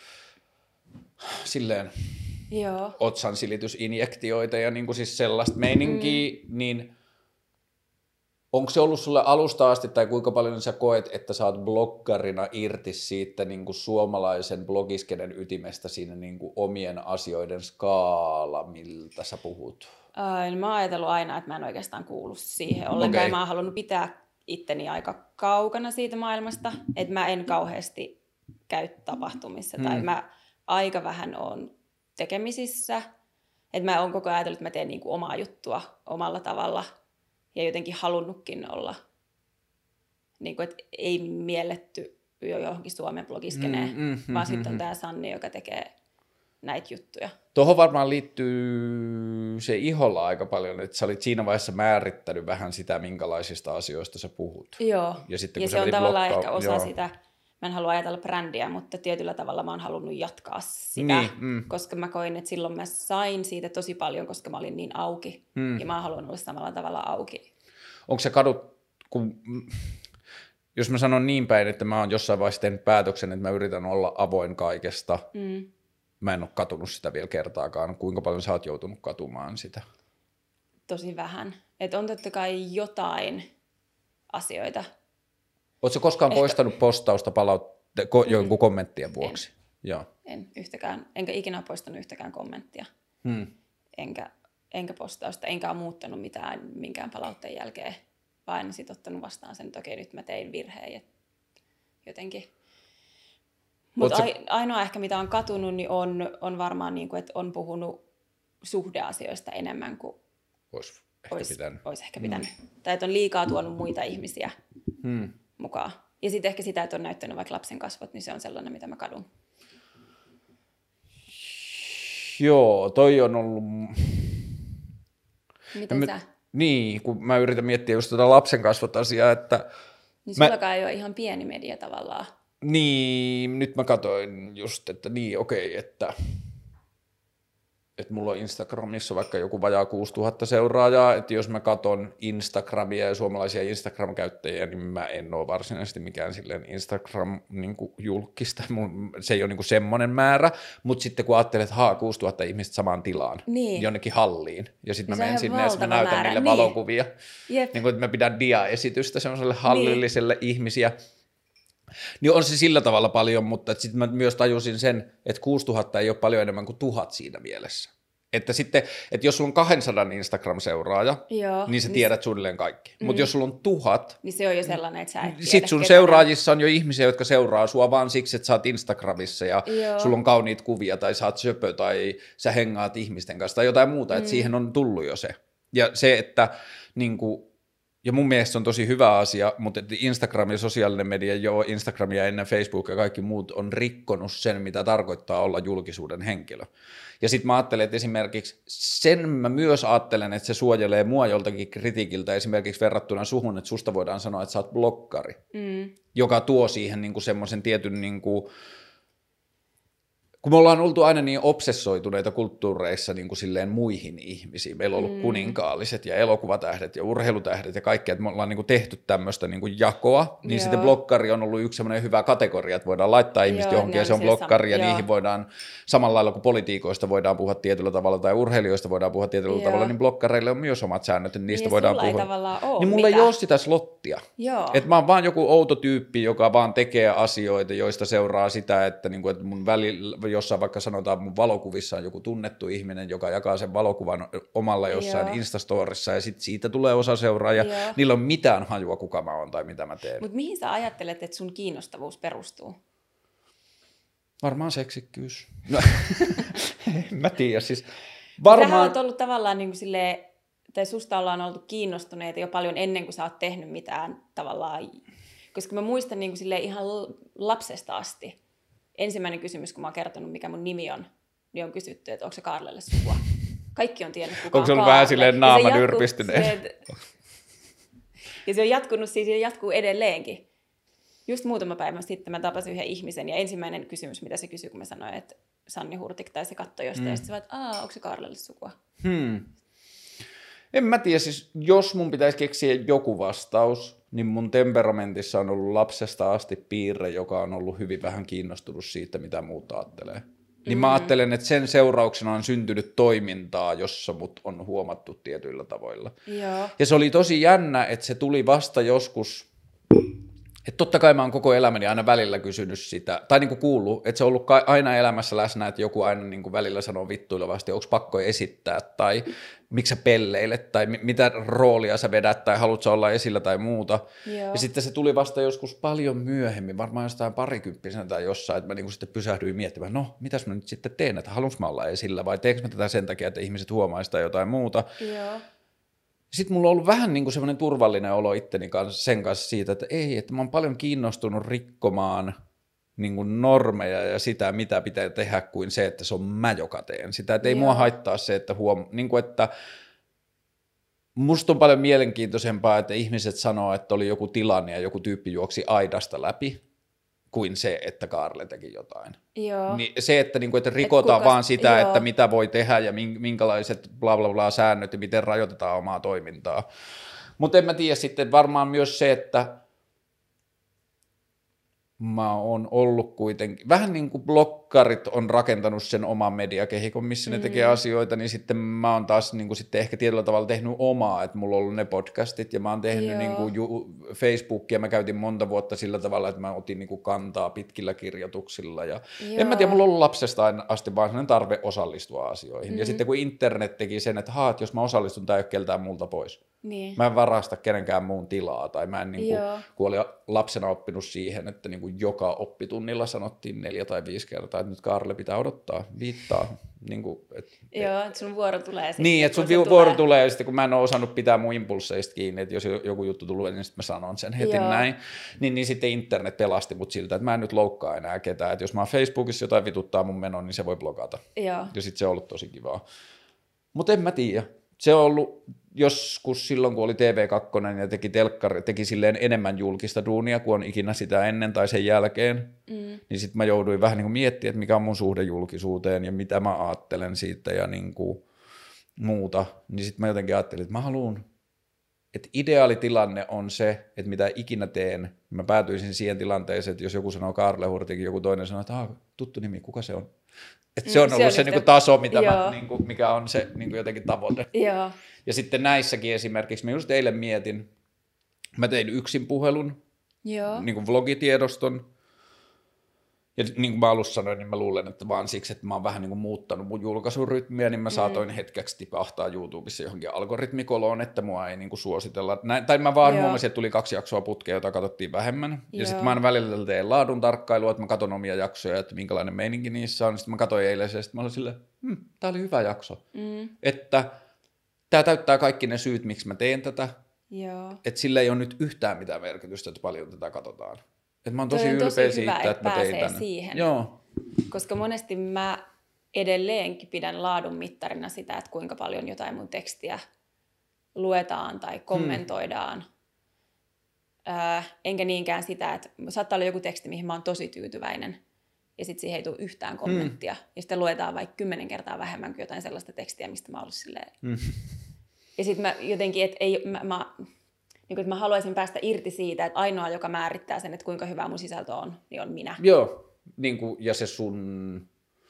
silleen Joo. otsansilitysinjektioita ja niin kuin siis sellaista meininkiä, mm. niin onko se ollut sulle alusta asti, tai kuinka paljon sä koet, että sä oot bloggarina irti siitä niin kuin suomalaisen blogiskenen ytimestä siinä niin kuin omien asioiden skaala, miltä sä puhut? Äh, mä oon ajatellut aina, että mä en oikeastaan kuulu siihen ollenkaan. Okay. Mä oon halunnut pitää itteni aika kaukana siitä maailmasta, että mä en kauheasti käy tapahtumissa, hmm. tai mä aika vähän oon tekemisissä. Että mä oon koko ajan ajatellut, että mä teen niin kuin omaa juttua omalla tavalla, ja jotenkin halunnutkin olla, niin kuin, että ei mielletty jo johonkin Suomen blogiskeneen, mm, mm, vaan mm, sitten on mm. tämä Sanni, joka tekee näitä juttuja. Tuohon varmaan liittyy se iholla aika paljon, että sä olit siinä vaiheessa määrittänyt vähän sitä, minkälaisista asioista sä puhut. Joo, ja, sitten, ja se on tavallaan blokka... ehkä osa Joo. sitä, mä en halua ajatella brändiä, mutta tietyllä tavalla mä oon halunnut jatkaa sitä, niin, mm. koska mä koin, että silloin mä sain siitä tosi paljon, koska mä olin niin auki, mm. ja mä oon halunnut olla samalla tavalla auki. Onko se kadut, kun, jos mä sanon niin päin, että mä oon jossain vaiheessa tehnyt päätöksen, että mä yritän olla avoin kaikesta, mm. mä en ole katunut sitä vielä kertaakaan. Kuinka paljon sä oot joutunut katumaan sitä? Tosi vähän. Että on totta kai jotain asioita. Oletko koskaan Ehkä... poistanut postausta palautte, ko, mm. jonkun kommenttien vuoksi? En. Joo. en yhtäkään, enkä ikinä ole poistanut yhtäkään kommenttia. Hmm. Enkä, enkä postausta, enkä ole muuttanut mitään minkään palautteen jälkeen, vaan sitten ottanut vastaan sen, että okei, nyt mä tein virheen ja jotenkin. Mutta se... ainoa ehkä, mitä on katunut, niin on, on varmaan, niin kuin, että on puhunut suhdeasioista enemmän kuin olisi ehkä olisi, pitänyt. Olisi ehkä pitänyt. Hmm. Tai että on liikaa tuonut muita ihmisiä hmm. mukaan. Ja sitten ehkä sitä, että on näyttänyt vaikka lapsen kasvot, niin se on sellainen, mitä mä kadun. Joo, toi on ollut... Miten mä, sä? Niin, kun mä yritän miettiä just tätä lapsen kasvot-asiaa, että... Niin sullakaan mä... ei ole ihan pieni media tavallaan. Niin, nyt mä katsoin just, että niin okei, okay, että... Että mulla on Instagramissa vaikka joku vajaa kuusituhatta seuraajaa, että jos mä katon Instagramia ja suomalaisia Instagram-käyttäjiä, niin mä en ole varsinaisesti mikään silleen Instagram-julkista, se ei ole niinku semmoinen määrä, mutta sitten kun ajattelet, että haa, kuusituhatta ihmistä samaan tilaan, niin. jonnekin halliin, ja sitten mä menen sinne ja mä näytän määrä. niille niin. valokuvia, niin kuin, että mä pidän dia-esitystä semmoiselle hallilliselle niin. ihmisiä, niin on se sillä tavalla paljon, mutta sitten mä myös tajusin sen, että kuusituhatta ei ole paljon enemmän kuin tuhat siinä mielessä. Että sitten, että jos sulla on kaksisataa Instagram-seuraaja, Joo, niin sä niin tiedät suunnilleen kaikki. Mm. Mutta jos sulla on tuhat, niin se on jo sellainen, että sä et tiedä, sit sun ketä seuraajissa on jo ihmisiä, jotka seuraa sua vaan siksi, että sä oot Instagramissa ja Joo. sulla on kauniit kuvia tai sä oot söpö tai sä hengaat ihmisten kanssa tai jotain muuta, että Mm. siihen on tullut jo se. Ja se, että niinku, ja mun mielestä se on tosi hyvä asia, mutta että Instagram ja sosiaalinen media, joo, Instagram ja ennen Facebook ja kaikki muut on rikkonut sen, mitä tarkoittaa olla julkisuuden henkilö. Ja sitten mä ajattelen, että esimerkiksi sen mä myös ajattelen, että se suojelee mua joltakin kritiikiltä esimerkiksi verrattuna suhun, että susta voidaan sanoa, että sä oot blokkari, Mm. joka tuo siihen niinku semmoisen tietyn, niinku, kun me ollaan oltu aina niin obsessoituneita kulttuureissa niin kuin silleen muihin ihmisiin. Meillä on ollut Mm. kuninkaalliset ja elokuvatähdet ja urheilutähdet ja kaikkea, että me ollaan niin kuin tehty tämmöistä niin kuin jakoa, niin Joo. sitten blokkari on ollut yksi semmoinen hyvä kategoria, että voidaan laittaa ihmiset Joo, johonkin ne ja on se on siellä blokkari sam- ja joo. niihin voidaan samalla lailla kuin politiikoista voidaan puhua tietyllä tavalla tai urheilijoista voidaan puhua tietyllä Joo. tavalla, niin blokkareille on myös omat säännöt, että niistä niin voidaan sulla ei puhua. tavallaan ole Niin mulla mitään. ei ole sitä slottia. Joo. Että mä oon vaan joku outo tyyppi, joka vaan tekee asioita, joista seuraa sitä, että, niinku, että mun välillä, jossain vaikka sanotaan mun valokuvissa on joku tunnettu ihminen, joka jakaa sen valokuvan omalla jossain Joo. Instastorissa ja sitten siitä tulee osa seuraajia. Joo. Niillä on mitään hajua, kuka mä oon tai mitä mä teen. Mutta mihin sä ajattelet, että sun kiinnostavuus perustuu? Varmaan seksikkyys. No, en mä tiedä. Siis Sähän varmaan... oot ollut tavallaan niin kuin silleen, tai susta ollaan oltu kiinnostuneita jo paljon ennen kuin sä oot tehnyt mitään tavallaan. Koska mä muistan niin kuin silleen ihan lapsesta asti. Ensimmäinen kysymys, kun mä oon kertonut, mikä mun nimi on, niin on kysytty, että onko se Kaarlelle sukua. Kaikki on tiennyt, kuka Onko se on ollut vähän Kaarle. silleen Ja se naama jatkuu nyrpistyneen? silleen, ja se on jatkunut siis ja jatkuu edelleenkin. Just muutama päivä sitten mä tapasin yhden ihmisen ja ensimmäinen kysymys, mitä se kysyi, kun mä sanoin, että Sanni Hurtik tai se katsoi jostain, mm. ja sitten se vaan, että aah, onko se Kaarlelle sukua? Hmm. En mä tiedä, siis jos mun pitäisi keksiä joku vastaus, niin mun temperamentissa on ollut lapsesta asti piirre, joka on ollut hyvin vähän kiinnostunut siitä, mitä muut ajattelee. Niin mm-hmm. mä ajattelen, että sen seurauksena on syntynyt toimintaa, jossa mut on huomattu tietyillä tavoilla. Joo. Ja se oli tosi jännä, että se tuli vasta joskus, että totta kai mä oon koko elämäni aina välillä kysynyt sitä, tai niinku kuullut, että se on ollut aina elämässä läsnä, että joku aina niinku välillä sanoo vittuilevasti, onko pakko esittää, tai miksi sä pelleilet, tai mitä roolia sä vedät, tai haluat sä olla esillä tai muuta. Joo. Ja sitten se tuli vasta joskus paljon myöhemmin, varmaan jostain parikymppisenä tai jossain, että mä niinku sitten pysähdyin miettimään, no mitäs mä nyt sitten teen, että haluanko mä olla esillä, vai teekö mä tätä sen takia, että ihmiset huomaa sitä jotain muuta. Joo. Sitten mulla on ollut vähän niin kuin semmoinen turvallinen olo itteni kanssa, sen kanssa siitä, että ei, että mä oon paljon kiinnostunut rikkomaan niin kuin normeja ja sitä, mitä pitää tehdä, kuin se, että se on mä, joka teen sitä. Että ei Joo. mua haittaa se, että huom... niin kuin, että musta on paljon mielenkiintoisempaa, että ihmiset sanoo, että oli joku tilanne ja joku tyyppi juoksi aidasta läpi, kuin se, että Kaarle teki jotain. Joo. Niin se, että, niin kuin, että rikotaan kuka- vaan sitä, joo. että mitä voi tehdä ja minkälaiset bla bla bla säännöt ja miten rajoitetaan omaa toimintaa. Mutta en mä tiedä sitten varmaan myös se, että mä oon ollut kuitenkin, vähän niin kuin blokkarit on rakentanut sen oman mediakehikon, missä mm. ne tekee asioita, niin sitten mä oon taas niin kuin sitten ehkä tietyllä tavalla tehnyt omaa, että mulla on ollut ne podcastit ja mä oon tehnyt Joo. niin kuin ju- Facebookia, mä käytin monta vuotta sillä tavalla, että mä otin niin kuin kantaa pitkillä kirjoituksilla ja Joo. en mä tiedä, mulla on ollut lapsesta aina asti vaan sellainen tarve osallistua asioihin. Mm. Ja sitten kun internet teki sen, että haa, että jos mä osallistun, tää ei ole keltään multa pois. Niin. Mä en varasta kenenkään muun tilaa, tai mä en, niin kuin, Joo. kun oli lapsena oppinut siihen, että niin kuin joka oppitunnilla sanottiin neljä tai viisi kertaa, että nyt Kaarle pitää odottaa, viittaa. Niin, kuin, et, Joo, että sun vuoro tulee sitten. niin että sun kun se vuoro tulee. tulee, ja sitten kun mä en ole osannut pitää mun impulseista kiinni, että jos joku juttu tulee, niin sitten mä sanon sen heti Joo. näin, niin, niin sitten internet pelasti mut siltä, että mä en nyt loukkaa enää ketään, että jos mä oon Facebookissa jotain vituttaa mun menon, niin se voi blokata. Joo. Ja sitten se on ollut tosi kivaa. Mutta en mä tiedä. Se on ollut joskus silloin, kun oli T V kaksi ja teki, telkkari, teki silleen enemmän julkista duunia kuin on ikinä sitä ennen tai sen jälkeen, Mm. niin sitten mä jouduin vähän niin kuin miettimään, että mikä on mun suhde julkisuuteen ja mitä mä ajattelen siitä ja niin kuin muuta. Niin sitten mä jotenkin ajattelin, että mä haluan, että ideaalitilanne on se, että mitä ikinä teen, mä päätyisin siihen tilanteeseen, että jos joku sanoo Kaarle Hurtik, joku toinen sanoo, että tuttu nimi, kuka se on? Että se on Mm, se ollut on se just- niinku taso, mitä mä, Joo. niinku, mikä on se niinku jotenkin tavoite. Joo. Ja sitten näissäkin esimerkiksi, mä just eilen mietin, mä tein yksin puhelun, Joo. niinku vlogitiedoston, Ja niin kuin mä alussa sanoin, niin mä luulen, että vaan siksi, että mä oon vähän niin kuin muuttanut mun julkaisurytmiä, niin mä saatoin mm. hetkeksi tipahtaa YouTubessa johonkin algoritmikoloon, että mua ei niin kuin suositella. Näin, tai mä vaan huomasin, että tuli kaksi jaksoa putkea, jota katsottiin vähemmän. Joo. Ja sitten mä aina välillä teen laadun tarkkailua, että mä katson omia jaksoja, että minkälainen meininki niissä on. Sitten mä katsoin eilen ja sitten mä olin silleen, hm, tää oli hyvä jakso. Mm. Että tää täyttää kaikki ne syyt, miksi mä teen tätä. Joo. Että sillä ei ole nyt yhtään mitään merkitystä, että paljon tätä katsotaan. Että mä oon tosi ylpeä tosi siitä, hyvä, että mä tein tänne. Siihen. Joo. Koska monesti mä edelleenkin pidän laadun mittarina sitä, että kuinka paljon jotain mun tekstiä luetaan tai kommentoidaan. Hmm. Äh, enkä niinkään sitä, että saattaa olla joku teksti, mihin mä oon tosi tyytyväinen ja sitten siihen ei tule yhtään kommenttia. Hmm. Ja sitten luetaan vaikka kymmenen kertaa vähemmän kuin jotain sellaista tekstiä, mistä mä oon ollut silleen. Hmm. Ja sitten mä jotenkin, että ei... Mä, mä, niin kuin, että mä haluaisin päästä irti siitä, että ainoa, joka määrittää sen, että kuinka hyvä mun sisältö on, niin on minä. Joo, niin kuin, ja se sun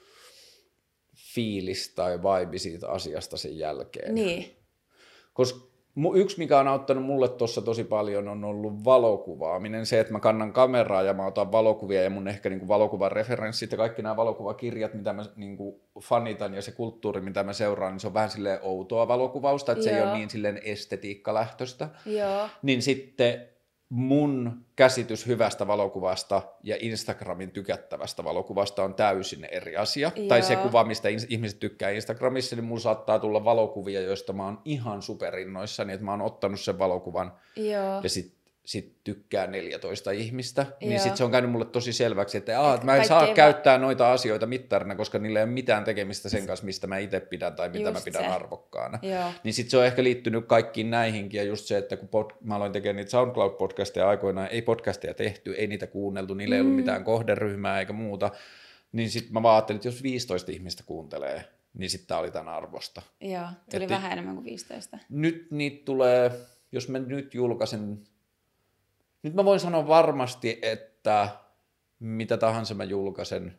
fiilis tai vibe siitä asiasta sen jälkeen. Niin. Koska yksi, mikä on auttanut mulle tuossa tosi paljon, on ollut valokuvaaminen. Se, että mä kannan kameraa ja mä otan valokuvia ja mun ehkä niin kuin valokuvan referenssit ja kaikki nämä valokuvakirjat, mitä mä niin kuin fanitan ja se kulttuuri, mitä mä seuraan, niin se on vähän silleen outoa valokuvausta, että Joo. se ei ole niin silleen estetiikkalähtöistä. Joo. Niin sitten mun käsitys hyvästä valokuvasta ja Instagramin tykättävästä valokuvasta on täysin eri asia. Joo. Tai se kuva, mistä ihmiset tykkää Instagramissa, niin mulla saattaa tulla valokuvia, joista mä oon ihan superinnoissani, että mä oon ottanut sen valokuvan Joo. ja sit, sit tykkää neljätoista ihmistä. Joo. Niin sit se on käynyt mulle tosi selväksi, että, aa, että mä en saa va- käyttää noita asioita mittarina, koska niillä ei ole mitään tekemistä sen kanssa, mistä mä itse pidän tai mitä just mä pidän se. arvokkaana. Joo. Niin sit se on ehkä liittynyt kaikkiin näihinkin ja just se, että kun pod- mä aloin tekemään niitä SoundCloud-podcasteja aikoinaan, ei podcasteja tehty, ei niitä kuunneltu, niillä mm. ei ollut mitään kohderyhmää eikä muuta, niin sit mä vaan ajattelin, että jos viisitoista ihmistä kuuntelee, niin sit tää oli tämän arvosta. Joo, tuli että vähän enemmän kuin viisitoista. Nyt niitä tulee, jos mä nyt julkaisen, nyt mä voin sanoa varmasti, että mitä tahansa mä julkaisen,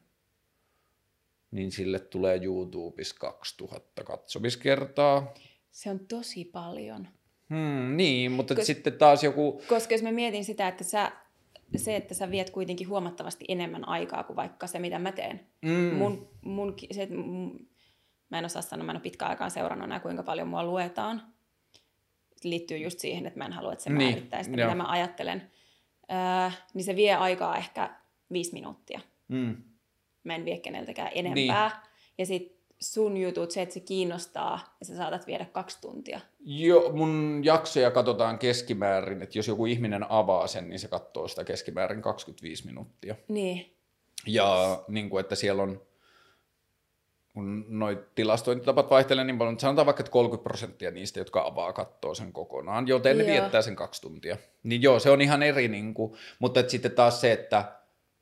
niin sille tulee YouTubessa kaksituhatta katsomiskertaa. Se on tosi paljon. Hmm, niin, mutta Kos, sitten taas joku... Koska jos mä mietin sitä, että sä, se, että sä viet kuitenkin huomattavasti enemmän aikaa kuin vaikka se, mitä mä teen. Mm. Mun, mun, se, mun, mä en osaa sanoa, mä en ole pitkään aikaan seurannut enää, kuinka paljon mua luetaan. Liittyy just siihen, että mä en halua, että se niin, määrittää sitä, mitä mä ajattelen. Öö, niin se vie aikaa ehkä viisi minuuttia. Mm. Mä en vie keneltäkään enempää. Niin. Ja sit sun jutut, se, että se kiinnostaa ja sä saatat viedä kaksi tuntia. Joo, mun jaksoja katsotaan keskimäärin, että jos joku ihminen avaa sen, niin se katsoo sitä keskimäärin kaksikymmentäviisi minuuttia. Niin. Ja niin kuin, että siellä on, kun noi tilastointitapat vaihtelee niin paljon, sanotaan vaikka, että kolmekymmentä prosenttia niistä, jotka avaa, katsoo sen kokonaan, joten ne joo. viettää sen kaksi tuntia. Niin joo, se on ihan eri, niin kuin, mutta että sitten taas se, että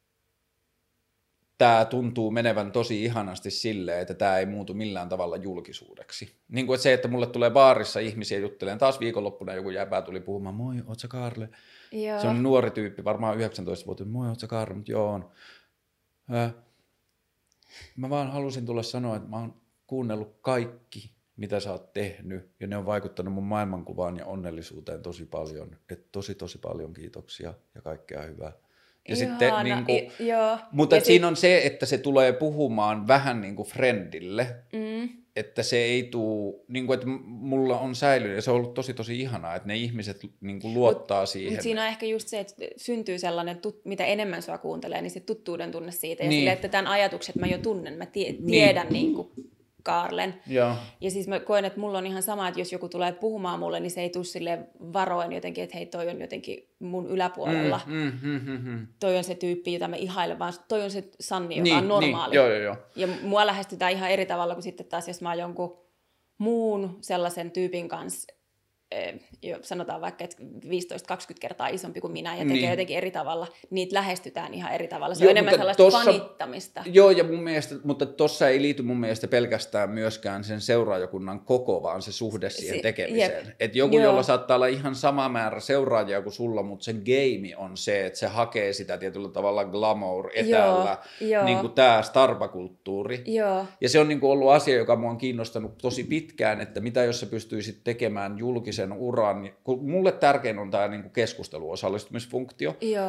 tämä tuntuu menevän tosi ihanasti silleen, että tämä ei muutu millään tavalla julkisuudeksi. Niin kuin että se, että mulle tulee baarissa ihmisiä juttelemaan, taas viikonloppuna joku jäbä tuli puhumaan, moi, oot sä Kaarle? Joo. Se on nuori tyyppi, varmaan yhdeksäntoistavuotias, moi, oot sä Kaarle? Mutta joo on. Äh, Mä vaan halusin tulla sanoa, että mä oon kuunnellut kaikki, mitä sä oot tehnyt, ja ne on vaikuttanut mun maailmankuvaan ja onnellisuuteen tosi paljon. Et tosi, tosi paljon kiitoksia ja kaikkea hyvää. Ja sitten, niin kuin, I, joo. Mutta ja siinä sit... on se, että se tulee puhumaan vähän niin kuin friendille, mm. että se ei tuu, niin kuin, että mulla on säilynyt, ja se on ollut tosi tosi ihanaa, että ne ihmiset niin kuin luottaa mut, siihen. Mutta siinä on ehkä just se, että syntyy sellainen, tut, mitä enemmän sua kuuntelee, niin se tuttuuden tunne siitä, ja niin. sille, että tämän ajatukset mä jo tunnen, mä tie, tiedän niin. Niin kuin Kaarlen. Ja. ja siis mä koen, että mulla on ihan sama, että jos joku tulee puhumaan mulle, niin se ei tule silleen varoen jotenkin, että hei, toi on jotenkin mun yläpuolella. Mm, mm, mm, mm, mm. Toi on se tyyppi, jota mä ihailen, vaan toi on se Sanni, joka niin, on normaali. Niin. Joo, joo, joo. Ja mua lähestytään ihan eri tavalla kuin sitten taas, jos mä oon jonkun muun sellaisen tyypin kanssa, jo sanotaan vaikka, että viisitoista kaksikymmentä kertaa isompi kuin minä ja tekee niin. jotenkin eri tavalla, niitä lähestytään ihan eri tavalla. Se joo, on enemmän sellaista tossa, fanittamista. Joo, ja mun mielestä, mutta tuossa ei liity mun mielestä pelkästään myöskään sen seuraajakunnan koko, vaan se suhde siihen si- tekemiseen. Että joku, joo. jolla saattaa olla ihan sama määrä seuraajia kuin sulla, mutta sen game on se, että se hakee sitä tietyllä tavalla glamour etäällä, joo, niin kuin tämä startup-kulttuuri. Joo. Ja se on niin kuin ollut asia, joka mua on kiinnostanut tosi pitkään, että mitä jos sä pystyisit tekemään julkisen uran, kun mulle tärkein on tämä niinku keskusteluosallistumisfunktio. Joo.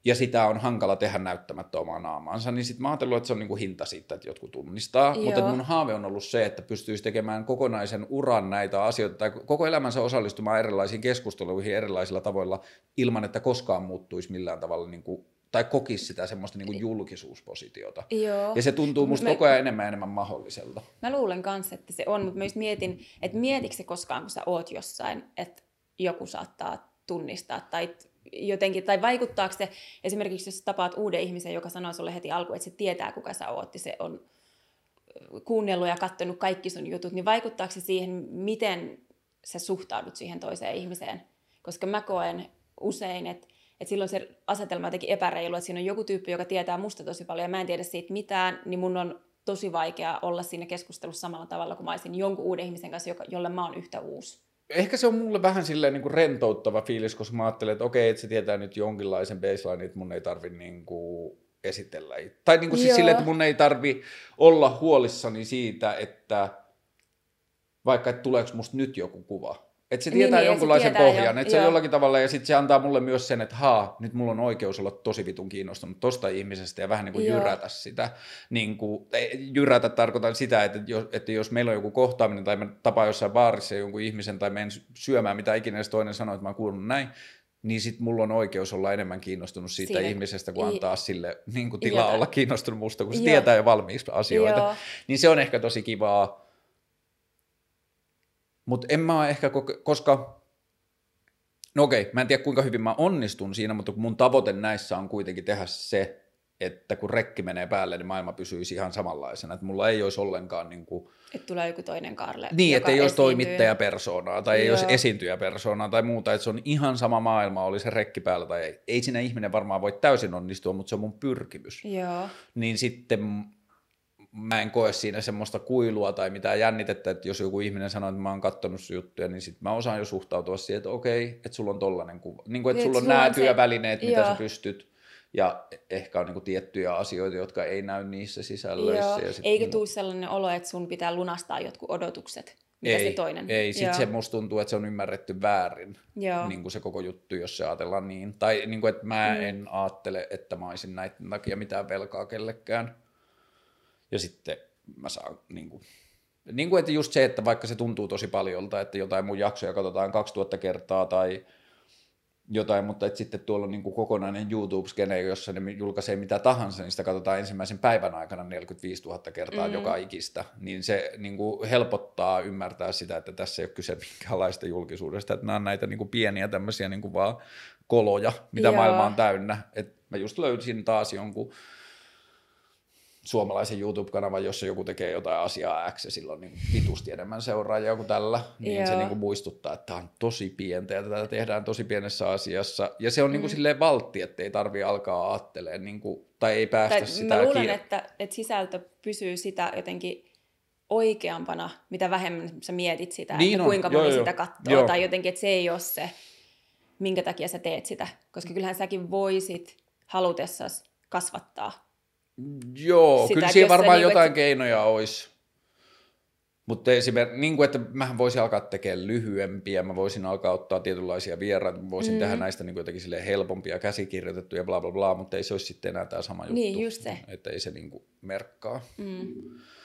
ja sitä on hankala tehdä näyttämättä omaa naamaansa, niin sitten mä ajattelin, että se on niinku hinta siitä, että jotkut tunnistaa. Mutta mun haave on ollut se, että pystyisi tekemään kokonaisen uran näitä asioita, tai koko elämänsä osallistumaan erilaisiin keskusteluihin erilaisilla tavoilla, ilman että koskaan muuttuisi millään tavalla, niinku, tai kokisi sitä semmoista niinku julkisuuspositiota. Joo. Ja se tuntuu musta mä, koko ajan enemmän ja enemmän mahdolliselta. Mä luulen kanssa, että se on, mutta mä just mietin, että mietitkö se koskaan, kun sä oot jossain, että joku saattaa tunnistaa, tai jotenkin, tai vaikuttaako se, esimerkiksi jos tapaat uuden ihmisen, joka sanoo sulle heti alkuun, että se tietää, kuka sä oot, ja se on kuunnellut ja katsonut kaikki sun jutut, niin vaikuttaako se siihen, miten sä suhtaudut siihen toiseen ihmiseen? Koska mä koen usein, että, että silloin se asetelma on jotenkin epäreilu, että siinä on joku tyyppi, joka tietää musta tosi paljon, ja mä en tiedä siitä mitään, niin mun on tosi vaikea olla siinä keskustelussa samalla tavalla, kuin mä olisin jonkun uuden ihmisen kanssa, joka, jolle mä oon yhtä uusi. Ehkä se on mulle vähän silleen niin kuin rentouttava fiilis, koska mä ajattelen, että okei, että se tietää nyt jonkinlaisen baseline, että mun ei tarvi niin kuin esitellä. Tai niin kuin siis silleen, että mun ei tarvi olla huolissani siitä, että vaikka, että tuleeko musta nyt joku kuva. Että se tietää niin, jonkunlaisen se tietää pohjan, jo. Että se on jollakin tavalla, ja sitten se antaa mulle myös sen, että haa, nyt mulla on oikeus olla tosi vitun kiinnostunut tosta ihmisestä ja vähän niin kuin jyrätä sitä. Niin kuin, jyrätä tarkoitan sitä, että jos, että jos meillä on joku kohtaaminen tai mä tapaan jossain baarissa jonkun ihmisen tai menen syömään, mitä ikinä edes toinen sanoo, että mä oon kuullut näin, niin sitten mulla on oikeus olla enemmän kiinnostunut siitä Siinä, ihmisestä, kun antaa i, sille niin kuin tilaa jota. olla kiinnostunut musta, kun se Joo. tietää jo valmiiksi asioita. Joo. Niin se on ehkä tosi kivaa. Mutta en mä ehkä, koska, no okei, mä en tiedä kuinka hyvin mä onnistun siinä, mutta mun tavoite näissä on kuitenkin tehdä se, että kun rekki menee päälle, niin maailma pysyisi ihan samanlaisena. Että mulla ei olisi ollenkaan niin kuin... Että tulee joku toinen Karle, Niin, että ei olisi toimittajapersoonaa tai Joo. ei olisi esiintyjäpersoonaa tai muuta. Että se on ihan sama maailma, oli se rekki päällä tai ei. Ei siinä ihminen varmaan voi täysin onnistua, mutta se on mun pyrkimys. Joo. Niin sitten... Mä en koe siinä semmoista kuilua tai mitään jännitettä, että jos joku ihminen sanoo, että mä oon kattonut sun juttuja, niin sit mä osaan jo suhtautua siihen, että okei, että sulla on tollainen kuva. Niin kuin, että sulla on nämä työvälineet, mitä Joo. sä pystyt, ja ehkä on niin kuin tiettyjä asioita, jotka ei näy niissä sisällöissä. Ja sit, Eikö tule sellainen olo, että sun pitää lunastaa jotkut odotukset, mitä ei, se toinen? Ei, sit se musta tuntuu, että se on ymmärretty väärin, niin kuin se koko juttu, jos se ajatellaan niin. Tai niin kuin, että mä mm. en ajattele, että mä olisin näiden takia mitään velkaa kellekään. Ja sitten mä saan, niin kuin, niin kuin, että just se, että vaikka se tuntuu tosi paljolta, että jotain mun jaksoja katsotaan kaksituhatta kertaa tai jotain, mutta että sitten tuolla on niin kuin kokonainen YouTube-skene, jossa ne julkaisee mitä tahansa, niin sitä katsotaan ensimmäisen päivän aikana neljäkymmentäviisituhatta kertaa mm. joka ikistä, niin se niin kuin helpottaa ymmärtää sitä, että tässä ei ole kyse minkäänlaista julkisuudesta, että nämä on näitä niin kuin pieniä tämmöisiä niin kuin vaan koloja, mitä Joo. maailma on täynnä. Et mä just löysin taas jonkun suomalaisen YouTube-kanavan, jossa joku tekee jotain asiaa X ja silloin niin vitusti enemmän seuraajia kuin tällä, niin Joo. se niin kuin muistuttaa, että tämä on tosi pientä ja tätä tehdään tosi pienessä asiassa. Ja se on mm. niin kuin silleen valtti, että ei tarvitse alkaa ajattelemaan, niin kuin, tai ei päästä tai sitä. Mä luulen, kier- että, että sisältö pysyy sitä jotenkin oikeampana, mitä vähemmän sä mietit sitä, niin että on. kuinka moni joo, sitä katsoo, joo. tai jotenkin, että se ei ole se, minkä takia sä teet sitä. Koska kyllähän säkin voisit halutessasi kasvattaa. Joo, sitä, kyllä siihen varmaan niin, jotain että... keinoja olisi, mutta esimerkiksi, niin kuin, että mähän voisin alkaa tekemään lyhyempiä, mä voisin alkaa ottaa tietynlaisia vieraita, mä voisin mm. tehdä näistä niin kuin jotenkin silleen helpompia, käsikirjoitettuja, bla bla bla, mutta ei se olisi sitten enää tämä sama juttu, niin, just se. Että ei se niin kuin merkkaa. Mm. Öö,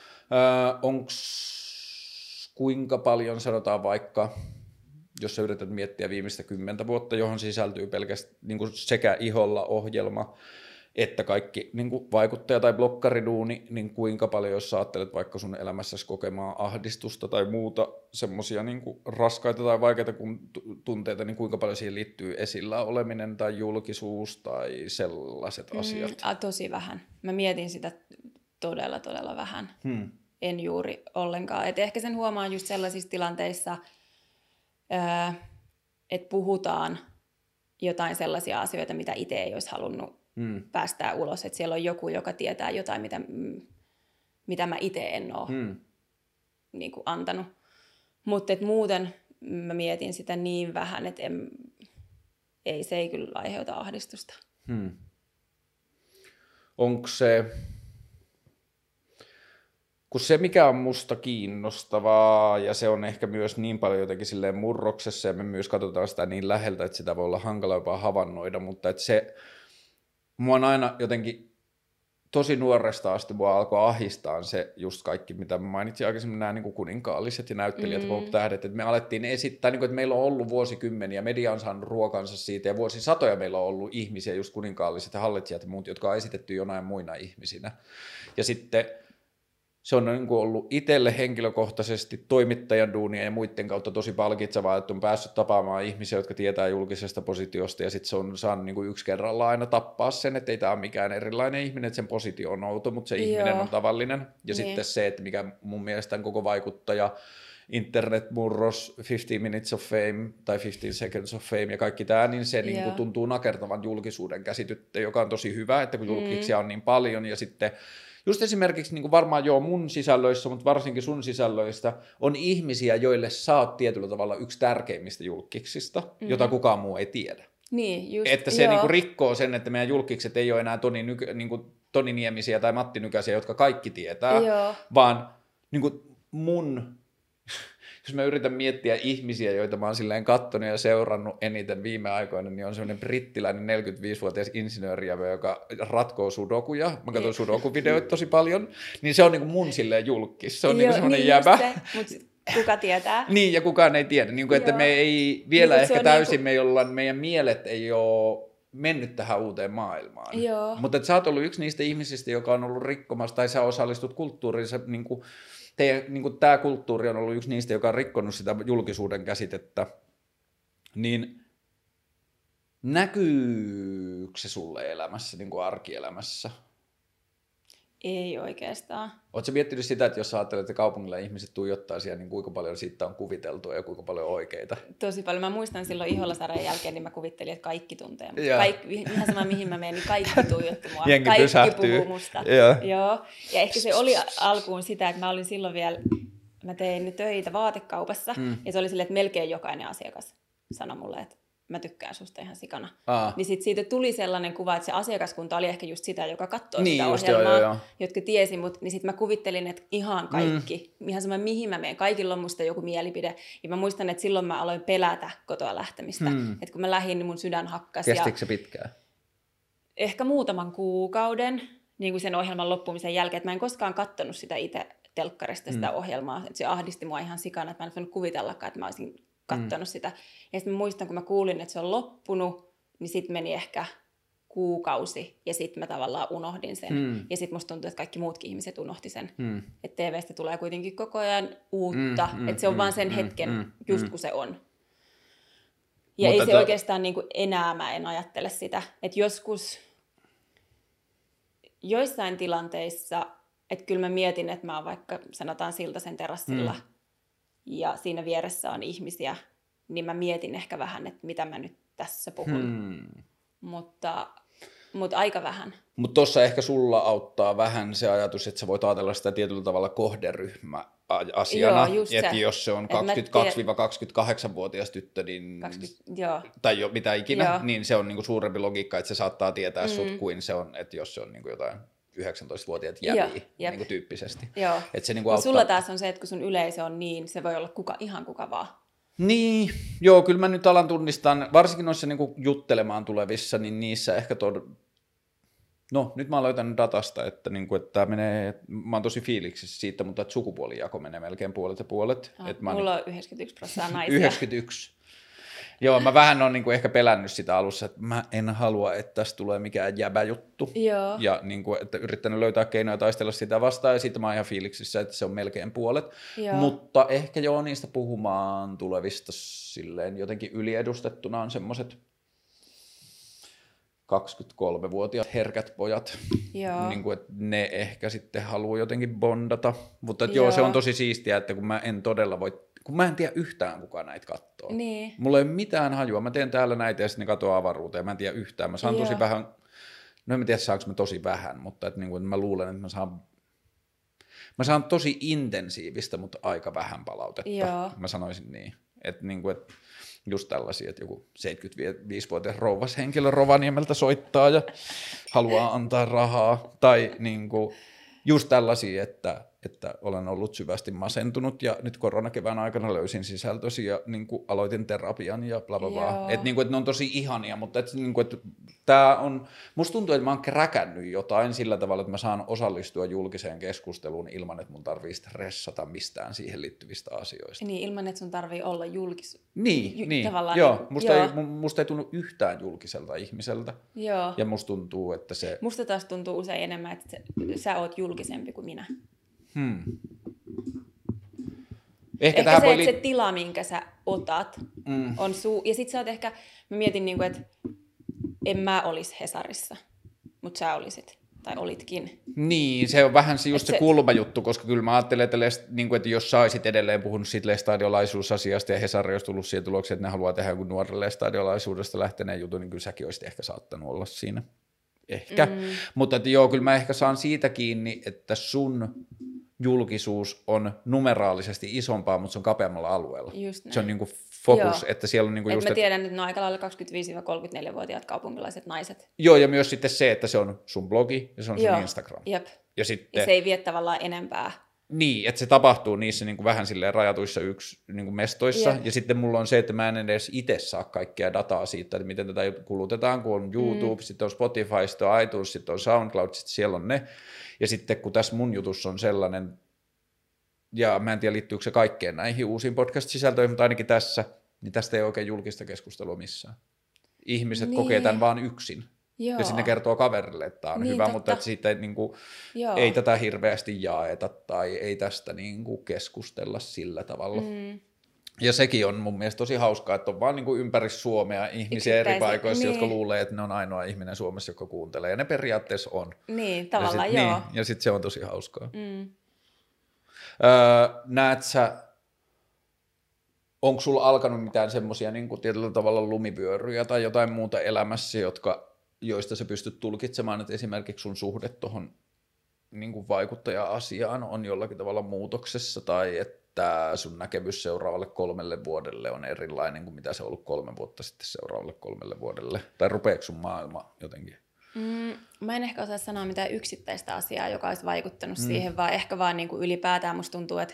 onks kuinka paljon sanotaan vaikka, jos sä yrität miettiä viimeistä kymmentä vuotta, johon sisältyy pelkästään niin kuin sekä iholla ohjelma, että kaikki niin kuin vaikuttaja- tai blokkariduuni, niin kuinka paljon, jos sä ajattelet vaikka sun elämässäsi kokemaa ahdistusta tai muuta semmoisia niin kuin raskaita tai vaikeita tunteita, niin kuinka paljon siihen liittyy esillä oleminen tai julkisuus tai sellaiset mm, asiat? A, tosi vähän. Mä mietin sitä todella, todella vähän. Hmm. En juuri ollenkaan. Et ehkä sen huomaan just sellaisissa tilanteissa, että puhutaan jotain sellaisia asioita, mitä itse ei olisi halunnut Hmm. päästään ulos, että siellä on joku, joka tietää jotain, mitä, mitä mä itse en ole hmm. niin kuin antanut. Mutta muuten mä mietin sitä niin vähän, että en, ei, se ei kyllä aiheuta ahdistusta. Hmm. Onko se, kun se mikä on musta kiinnostavaa, ja se on ehkä myös niin paljon jotenkin silleen murroksessa, ja me myös katsotaan sitä niin läheltä, että sitä voi olla hankala jopa havainnoida, mutta että se mua on aina jotenkin tosi nuoresta asti mua alkoi ahistaa se just kaikki, mitä mä mainitsin aikaisemmin, nämä niin kuin kuninkaalliset ja näyttelijät, mm. pop-tähdet, että me alettiin esittää, niin kuin, että meillä on ollut vuosikymmeniä, media on saanut ruokansa siitä ja vuosisatoja meillä on ollut ihmisiä, just kuninkaalliset ja hallitsijat ja muut, jotka on esitetty jonain muina ihmisinä. Ja sitten se on niin kuin ollut itselle henkilökohtaisesti toimittajan duunia ja muiden kautta tosi palkitsevaa, että on päässyt tapaamaan ihmisiä, jotka tietää julkisesta positiosta ja sitten se on saanut niin kuin yksi kerralla aina tappaa sen, että ei tämä ole mikään erilainen ihminen, että sen positio on outo, mutta se Joo. ihminen on tavallinen. Ja niin. sitten se, että mikä mun mielestä koko vaikuttaja, internetmurros, fifteen minutes of fame tai fifteen seconds of fame ja kaikki tämä, niin se niin kuin tuntuu nakertavan julkisuuden käsityttä, joka on tosi hyvä, että kun julkiksia mm. on niin paljon ja sitten just esimerkiksi niin kuin varmaan joo mun sisällöissä, mutta varsinkin sun sisällöistä on ihmisiä, joille sä oot tietyllä tavalla yksi tärkeimmistä julkiksista, mm-hmm. jota kukaan muu ei tiedä. Niin, just, että se niin kuin rikkoo sen, että meidän julkikset ei ole enää Toni, Nyk- niin kuin Toni Niemisiä tai Matti Nykäsiä, jotka kaikki tietää, joo. vaan niin kuin mun... Jos mä yritän miettiä ihmisiä, joita mä oon silleen kattonut ja seurannut eniten viime aikoina, niin on semmoinen brittiläinen neljäkymmentäviisivuotias insinöörijävä, joka ratkoo sudokuja. Mä katson sudokuvideoita tosi paljon. Niin se on niinku mun silleen julkis. Se on niinku semmoinen niin jäbä. Se, mutta kuka tietää? Niin, ja kukaan ei tiedä. Niin kuin, että me ei vielä niin, ehkä täysin, niinku... me ei olla, meidän mielet ei ole mennyt tähän uuteen maailmaan. Joo. Mutta sä oot ollut yksi niistä ihmisistä, joka on ollut rikkomassa, tai sä osallistut kulttuuriin, niin kuin Teidän, niin kuin tämä kulttuuri on ollut yksi niistä, joka on rikkonut sitä julkisuuden käsitettä, niin näkyykö se sulle elämässä, niin kuin arkielämässä? Ei oikeastaan. Oletko miettinyt sitä, että jos ajattelet, että kaupungilla ihmiset tuijottaa siellä, niin kuinka paljon siitä on kuviteltua ja kuinka paljon oikeita? Tosi paljon. Mä muistan silloin Iholla-sarjan jälkeen, niin mä kuvittelin, että kaikki tuntee. Kaikki, ihan sama mihin mä menen, niin kaikki tuijotti mua. Jengi kaikki pysähtyy. puhuu musta. Ja. Joo. Ja ehkä se oli alkuun sitä, että mä olin silloin vielä, mä tein töitä vaatekaupassa, mm. ja se oli silleen, että melkein jokainen asiakas sanoi mulle, että mä tykkään susta ihan sikana. Aa. Niin sit siitä tuli sellainen kuva, että se asiakaskunta oli ehkä just sitä, joka katsoi niin, sitä just ohjelmaa, joo, joo, joo. jotka tiesi, mutta niin sit mä kuvittelin, että ihan kaikki, mm. ihan sama mihin mä menen, kaikilla on musta joku mielipide. Ja mä muistan, että silloin mä aloin pelätä kotoa lähtemistä. Mm. Että kun mä lähdin, niin mun sydän hakkasi. Kestikö se pitkään? Ehkä muutaman kuukauden niin kuin sen ohjelman loppumisen jälkeen. Että mä en koskaan katsonut sitä itse telkkarista sitä mm. ohjelmaa. Että se ahdisti mua ihan sikana, että mä en voinut kuvitellakaan, että mä olisin katsonut mm. sitä. Ja sitten mä muistan, kun mä kuulin, että se on loppunut, niin sitten meni ehkä kuukausi, ja sitten mä tavallaan unohdin sen. Mm. Ja sitten musta tuntuu, että kaikki muutkin ihmiset unohti sen. Mm. Että T V:stä tulee kuitenkin koko ajan uutta, mm, mm, että se on mm, vaan sen mm, hetken, mm, just kun se on. Ja mutta ei se to... oikeastaan niin kuin enää, mä en ajattele sitä. Että joskus, joissain tilanteissa, että kyllä mä mietin, että mä oon vaikka, sanotaan Siltasen terassilla, mm. ja siinä vieressä on ihmisiä, niin mä mietin ehkä vähän, että mitä mä nyt tässä puhun. Hmm. Mutta, mutta aika vähän. Mutta tuossa ehkä sulla auttaa vähän se ajatus, että sä voit ajatella sitä tietyllä tavalla kohderyhmäasiana. Joo, just että se. Jos se on kaksikymmentäkaksi kaksikymmentäkahdeksan-vuotias tyttö, niin, kaksikymmentä, joo. tai jo, mitä ikinä, joo. niin se on niinku suurempi logiikka, että se saattaa tietää mm. sut kuin se on, että jos se on niinku jotain yhdeksäntoistavuotiaat jäviä niinku tyyppisesti. Joo. Et se niinku auttaa... Sulla taas on se, että kun sun yleisö on niin, se voi olla kuka, ihan kuka vaan. Niin, joo, kyllä mä nyt alan tunnistaa, varsinkin noissa niinku juttelemaan tulevissa, niin niissä ehkä tod... No, nyt mä oon löytänyt datasta, että, niinku, että tää menee, mä oon tosi fiiliksissä siitä, mutta että sukupuolijako menee melkein puolet ja puolet. Ah, että mulla on yhdeksänkymmentäyksi prosenttia naisia. yhdeksänkymmentäyksi. Joo, mä vähän on niinku ehkä pelännyt sitä alussa, että mä en halua, että tästä tulee mikään jäbäjuttu. Joo. Ja niinku, että yrittänyt löytää keinoja taistella sitä vastaan, ja siitä mä oon ihan fiiliksissä, että se on melkein puolet. Joo. Mutta ehkä joo niistä puhumaan tulevista silleen jotenkin yliedustettuna on semmoiset kaksikymmentäkolmevuotiaat herkät pojat, niin kuin, että ne ehkä sitten haluaa jotenkin bondata. Mutta joo. joo, se on tosi siistiä, että kun mä en todella voi, kun mä en tiedä yhtään kuka näitä katsoo. Niin. Mulla ei ole mitään hajua. Mä teen täällä näitä ja sitten ne katoaa avaruuteen. Mä en tiedä yhtään. Mä saan joo. tosi vähän, no en tiedä saanko mä tosi vähän, mutta että niin kuin, mä luulen, että mä saan, mä saan tosi intensiivistä, mutta aika vähän palautetta. Joo. Mä sanoisin niin. Että niin kuin, että just tällaisia, että joku seitsemänkymmentäviisivuotias rouvas henkilö Rovaniemeltä soittaa ja haluaa antaa rahaa. Tai niin kuin, just tällaisia, että että olen ollut syvästi masentunut ja nyt koronakevään aikana löysin sisältösi ja niin kuin aloitin terapian ja bla bla bla. Että niin kuin, että ne on tosi ihania, mutta että, niin kuin, että tää on, musta tuntuu, että mä oon kräkännyt jotain sillä tavalla, että mä saan osallistua julkiseen keskusteluun ilman, että mun tarvii stressata mistään siihen liittyvistä asioista. Niin, ilman, että sun tarvii olla julkis. Niin, Ju- niin. tavallaan Joo, niin, musta, joo. Ei, musta ei tunnu yhtään julkiselta ihmiseltä. Joo. Ja musta tuntuu, että se... Musta taas tuntuu usein enemmän, että sä oot julkisempi kuin minä. Hmm. Ehkä, tähän se, voi että li- se tila, minkä sä otat, mm. on suu... Ja sit sä oot ehkä... Mä mietin, niin kuin, että en mä olis Hesarissa, mutta sä olisit. Tai olitkin. Niin, se on vähän se just se, se kulmajuttu, koska kyllä mä ajattelen, että, lest, niin kuin, että jos sä olisit edelleen puhunut siitä lestadiolaisuusasiasta ja Hesari olisi tullut siihen tulokseen, että ne haluaa tehdä jonkun nuoren lestadiolaisuudesta lähteneen jutun, niin kyllä säkin olisit ehkä saattanut olla siinä. Ehkä. Mm. Mutta että joo, kyllä mä ehkä saan siitä kiinni, että sun julkisuus on numeraalisesti isompaa, mutta se on kapeammalla alueella. Se on niin kuin fokus, joo. Että siellä on niin kuin et just... mä että... tiedän, että ne on aika lailla kaksikymmentäviisi-kolmekymmentäneljävuotiaat kaupunkilaiset naiset. Joo, ja myös sitten se, että se on sun blogi ja se on sun joo. Instagram. Jep. Ja, sitten... ja se ei vie tavallaan enempää. Niin, että se tapahtuu niissä niin kuin vähän silleen rajatuissa yksi niin kuin mestoissa. Jep. Ja sitten mulla on se, että mä en edes itse saa kaikkea dataa siitä, että miten tätä kulutetaan, kun on YouTube, mm. sitten on Spotify, sitten on iTunes, sitten on SoundCloud, sitten siellä on ne. Ja sitten kun tässä mun jutussa on sellainen, ja mä en tiedä liittyykö se kaikkeen näihin uusiin podcast-sisältöihin, mutta ainakin tässä, niin tästä ei oikein julkista keskustelua missään. Ihmiset niin. kokee tämän vaan yksin. Joo. Ja sitten ne kertoo kaverille, että tämä on niin, hyvä, totta. Mutta että siitä ei, niin kuin, ei tätä hirveästi jaeta tai ei tästä niin kuin keskustella sillä tavalla. Mm. Ja sekin on mun mielestä tosi hauskaa, että on vaan niin kuin ympäri Suomea ihmisiä eri paikoissa, niin. jotka luulee, että ne on ainoa ihminen Suomessa, joka kuuntelee. Ja ne periaatteessa on. Niin, tavallaan ja sit, joo. Niin, ja sitten se on tosi hauskaa. Mm. Öö, näet sä, onko sulla alkanut mitään semmoisia niin kuin tietyllä tavalla lumivyöryjä tai jotain muuta elämässä, jotka, joista sä pystyt tulkitsemaan, että esimerkiksi sun suhde tuohon niin kuin vaikuttaja-asiaan on jollakin tavalla muutoksessa tai että sun näkemys seuraavalle kolmelle vuodelle on erilainen kuin mitä se on ollut kolme vuotta sitten seuraavalle kolmelle vuodelle? Tai rupeeko sun maailma jotenkin? Mm, mä en ehkä osaa sanoa mitään yksittäistä asiaa, joka olisi vaikuttanut mm. siihen, vaan ehkä vaan niin kuin ylipäätään musta tuntuu, että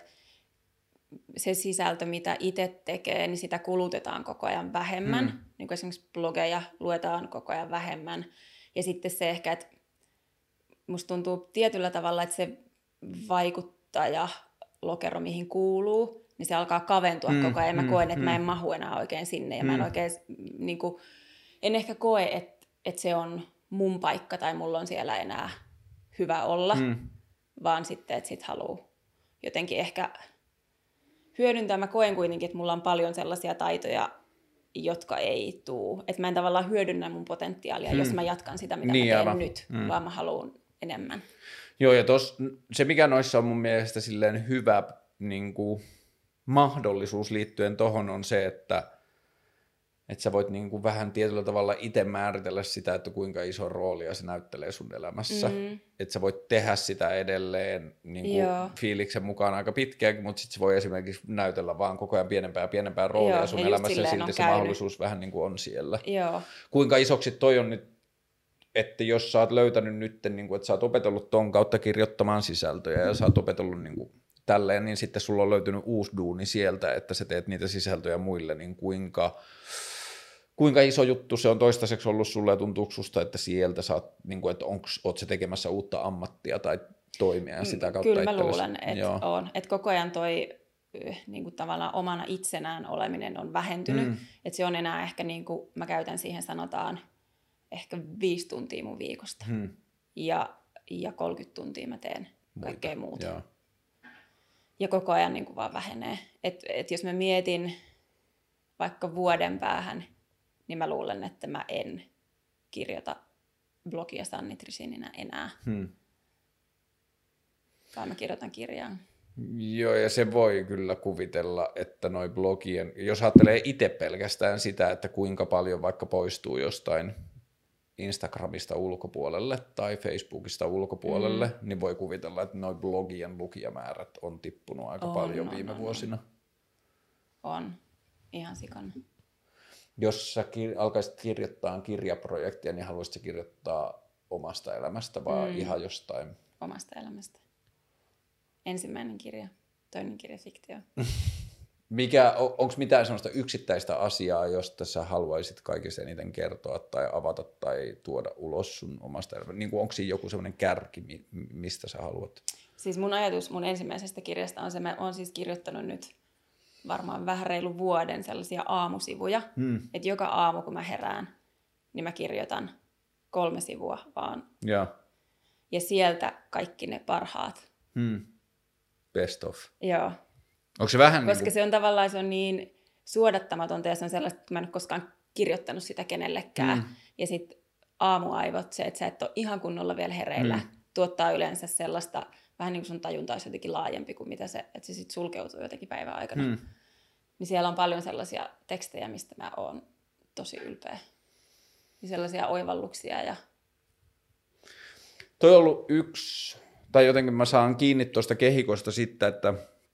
se sisältö, mitä itse tekee, niin sitä kulutetaan koko ajan vähemmän. Mm. Niin kuin esimerkiksi blogeja luetaan koko ajan vähemmän. Ja sitten se ehkä, että musta tuntuu tietyllä tavalla, että se vaikuttaja lokero, mihin kuuluu, niin se alkaa kaventua mm. koko ajan. Ja mä koen, että mm. mä en mahu enää oikein sinne. Ja mm. mä en oikein, niin kuin, en ehkä koe, että, että se on mun paikka tai mulla on siellä enää hyvä olla, mm. vaan sitten, että sit haluaa jotenkin ehkä hyödyntää. Mä koen kuitenkin, että mulla on paljon sellaisia taitoja, jotka ei tuu. Että mä en tavallaan hyödynnä mun potentiaalia, mm. jos mä jatkan sitä, mitä niin, mä teen aivan. nyt, mm. vaan mä haluan enemmän. Joo, ja tos, se mikä noissa on mun mielestä silleen hyvä niin kuin, mahdollisuus liittyen tohon on se, että että sä voit niin kuin vähän tietyllä tavalla itse määritellä sitä, että kuinka iso roolia se näyttelee sun elämässä. Mm. Että sä voit tehdä sitä edelleen niin kuin fiiliksen mukaan aika pitkään, mutta sitten se voi esimerkiksi näytellä vaan koko ajan pienempää ja pienempää roolia Joo, sun ja elämässä ja silti se käynyt. mahdollisuus vähän niin kuin on siellä. Joo. Kuinka isoksi toi on nyt, että jos sä oot löytänyt nyt, niin kuin, että sä oot opetellut ton kautta kirjoittamaan sisältöjä ja sä oot opetellut niin kuin tälleen, niin sitten sulla on löytynyt uusi duuni sieltä, että sä teet niitä sisältöjä muille, niin kuinka... Kuinka iso juttu se on toistaiseksi ollut sulle ja tuntuuko susta, että sieltä saat, niin kuin, että onko, oot sä tekemässä uutta ammattia tai toimia sitä kautta Kyllä mä itsellesi? luulen, että on. Että koko ajan toi niin kuin tavallaan omana itsenään oleminen on vähentynyt. Mm. Että se on enää ehkä, niin kuin mä käytän siihen sanotaan, ehkä viisi tuntia mun viikosta. Mm. Ja, ja kolmekymmentä tuntia mä teen kaikkea muuta. Joo. Ja koko ajan niin kuin vaan vähenee. Että et jos mä mietin vaikka vuoden päähän, niin mä luulen, että mä en kirjoita blogia Sanni Trisininä enää. Hmm. Vaan mä kirjoitan kirjaa. Joo, ja se voi kyllä kuvitella, että noi blogien, jos ajattelee itse pelkästään sitä, että kuinka paljon vaikka poistuu jostain Instagramista ulkopuolelle tai Facebookista ulkopuolelle, hmm. niin voi kuvitella, että noi blogien lukijamäärät on tippunut aika on, paljon on, viime on, vuosina. On, ihan sikana. Jos sä kir- alkaisit kirjoittaa kirjaprojektia, niin haluaisitko kirjoittaa omasta elämästä vai mm. ihan jostain? Omasta elämästä. ensimmäinen kirja, toinen kirja fiktio. Mikä, on, onko mitään sellaista yksittäistä asiaa, josta sä haluaisit kaikista eniten kertoa tai avata tai tuoda ulos sun omasta elämästä? Niin onko siinä joku sellainen kärki, mistä sä haluat? Siis mun ajatus mun ensimmäisestä kirjasta on se, mä oon siis kirjoittanut nyt varmaan vähän reilu vuoden sellaisia aamusivuja. Hmm. Että joka aamu kun mä herään, niin mä kirjoitan kolme sivua vaan. Ja, ja sieltä kaikki ne parhaat. Hmm. Best of. Joo. Onko se vähän Koska niin kuin... se on tavallaan se on niin suodattamatonta ja se on sellaista, että mä en ole koskaan kirjoittanut sitä kenellekään. Mm. Ja sitten aamuaivot, se, että sä et ole ihan kunnolla vielä hereillä, mm. tuottaa yleensä sellaista, vähän niin kuin sun tajunta olisi jotenkin laajempi kuin mitä se, että se sitten sulkeutuu jotenkin päivän aikana. Mm. Niin siellä on paljon sellaisia tekstejä, mistä mä oon tosi ylpeä. Ja sellaisia oivalluksia. Ja... Toi on ollut yksi, tai jotenkin mä saan kiinni tuosta kehikosta sitten, että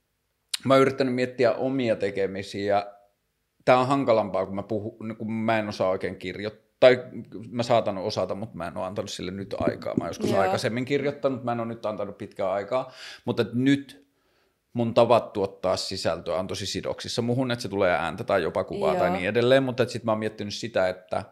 mä oon yrittänyt miettiä omia tekemisiä. Tää on hankalampaa, kun mä, puhun, kun mä en osaa oikein kirjoittaa. Tai mä saatan osata, mutta mä en ole antanut sille nyt aikaa. Mä oon joskus Joo. aikaisemmin kirjoittanut, mä en ole nyt antanut pitkää aikaa. Mutta nyt mun tavat tuottaa sisältöä on tosi sidoksissa muhun, että se tulee ääntä tai jopa kuvaa Joo. tai niin edelleen. Mutta sitten mä oon miettinyt sitä, että,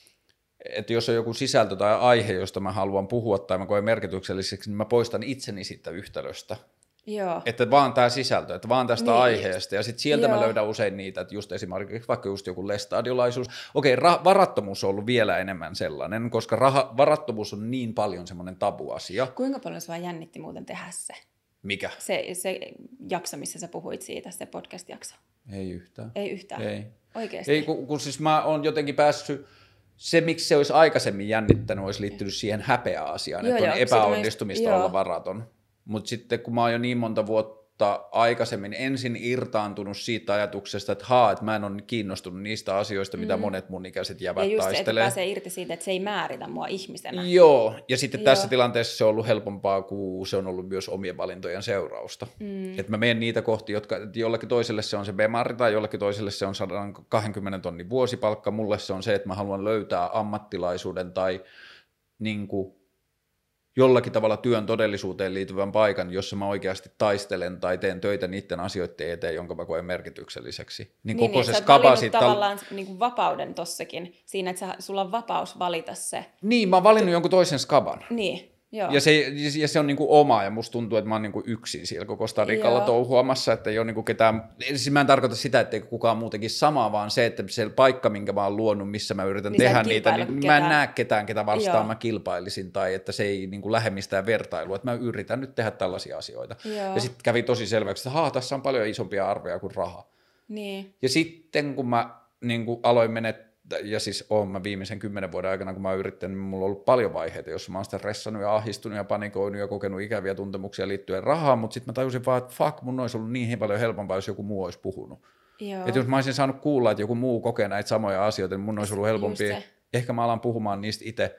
että jos on joku sisältö tai aihe, josta mä haluan puhua tai mä koen merkitykselliseksi, niin mä poistan itseni siitä yhtälöstä. Joo. Että vaan tämä sisältö, että vaan tästä niin. aiheesta. Ja sitten sieltä Joo. mä löydän usein niitä, että just esimerkiksi vaikka just joku lestadiolaisuus. Okei, ra- varattomuus on ollut vielä enemmän sellainen, koska raha- varattomuus on niin paljon semmoinen tabuasia. Kuinka paljon sua jännitti muuten tehdä se? Mikä? Se, se jakso, missä sä puhuit siitä, se podcast-jakso. Ei yhtään. Ei yhtään? Ei. Oikeasti? Ei, kun, kun siis mä oon jotenkin päässyt... Se, miksi se olisi aikaisemmin jännittänyt, olisi liittynyt siihen häpeä-asiaan, joo, että on joo, epäonnistumista mä... olla varaton. Mutta sitten kun mä oon jo niin monta vuotta aikaisemmin ensin irtaantunut siitä ajatuksesta, että haa, että mä en ole kiinnostunut niistä asioista, mitä mm. monet mun ikäiset jävät ja just taistelee. Ja just se, että pääsee irti siitä, että se ei määritä mua ihmisenä. Joo, ja sitten Joo. tässä tilanteessa se on ollut helpompaa, kun se on ollut myös omien valintojen seurausta. Mm. Että mä menen niitä kohti, jotka jollekin toiselle se on se bemari tai jollekin toiselle se on sata kaksikymmentä tonnin vuosipalkka. Mulle se on se, että mä haluan löytää ammattilaisuuden tai niin kuin jollakin tavalla työn todellisuuteen liittyvän paikan, jossa mä oikeasti taistelen tai teen töitä niiden asioiden eteen, jonka mä koen merkitykselliseksi. Niin, niin koko niin, se sä oot skaba sit... tavallaan niin kuin vapauden tossakin, siinä, että sä, sulla on vapaus valita se. Niin, mä oon valinnut jonkun toisen skaban. Niin, joo. Ja se, ja se on niin kuin oma, ja musta tuntuu, että mä oon niin kuin yksin siellä koko stadikalla touhuamassa, että ei ole niin kuin ketään, siis mä en tarkoita sitä, että kukaan muutenkin samaa, vaan se, että se paikka, minkä mä oon luonut, missä mä yritän niin tehdä niitä, niin ketään. Mä en näe ketään, ketä vastaan joo. mä kilpailisin, tai että se ei niin kuin lähde mistään vertailua, että mä yritän nyt tehdä tällaisia asioita. Joo. Ja sitten kävi tosi selväksi, että haa, tässä on paljon isompia arvoja kuin raha. Niin. Ja sitten kun mä niin kuin aloin menettää, ja siis oon mä viimeisen kymmenen vuoden aikana, kun mä oon yrittänyt, niin mulla on ollut paljon vaiheita, jossa mä oon sitä ressannut ja ahdistunut ja panikoinut ja kokenut ikäviä tuntemuksia liittyen rahaan, mutta sitten mä tajusin vaan, että fuck, mun olisi ollut niin paljon helpompaa, jos joku muu olisi puhunut. Että jos mä olisin saanut kuulla, että joku muu kokee näitä samoja asioita, niin mun olisi ollut helpompi. Ehkä mä alan puhumaan niistä itse.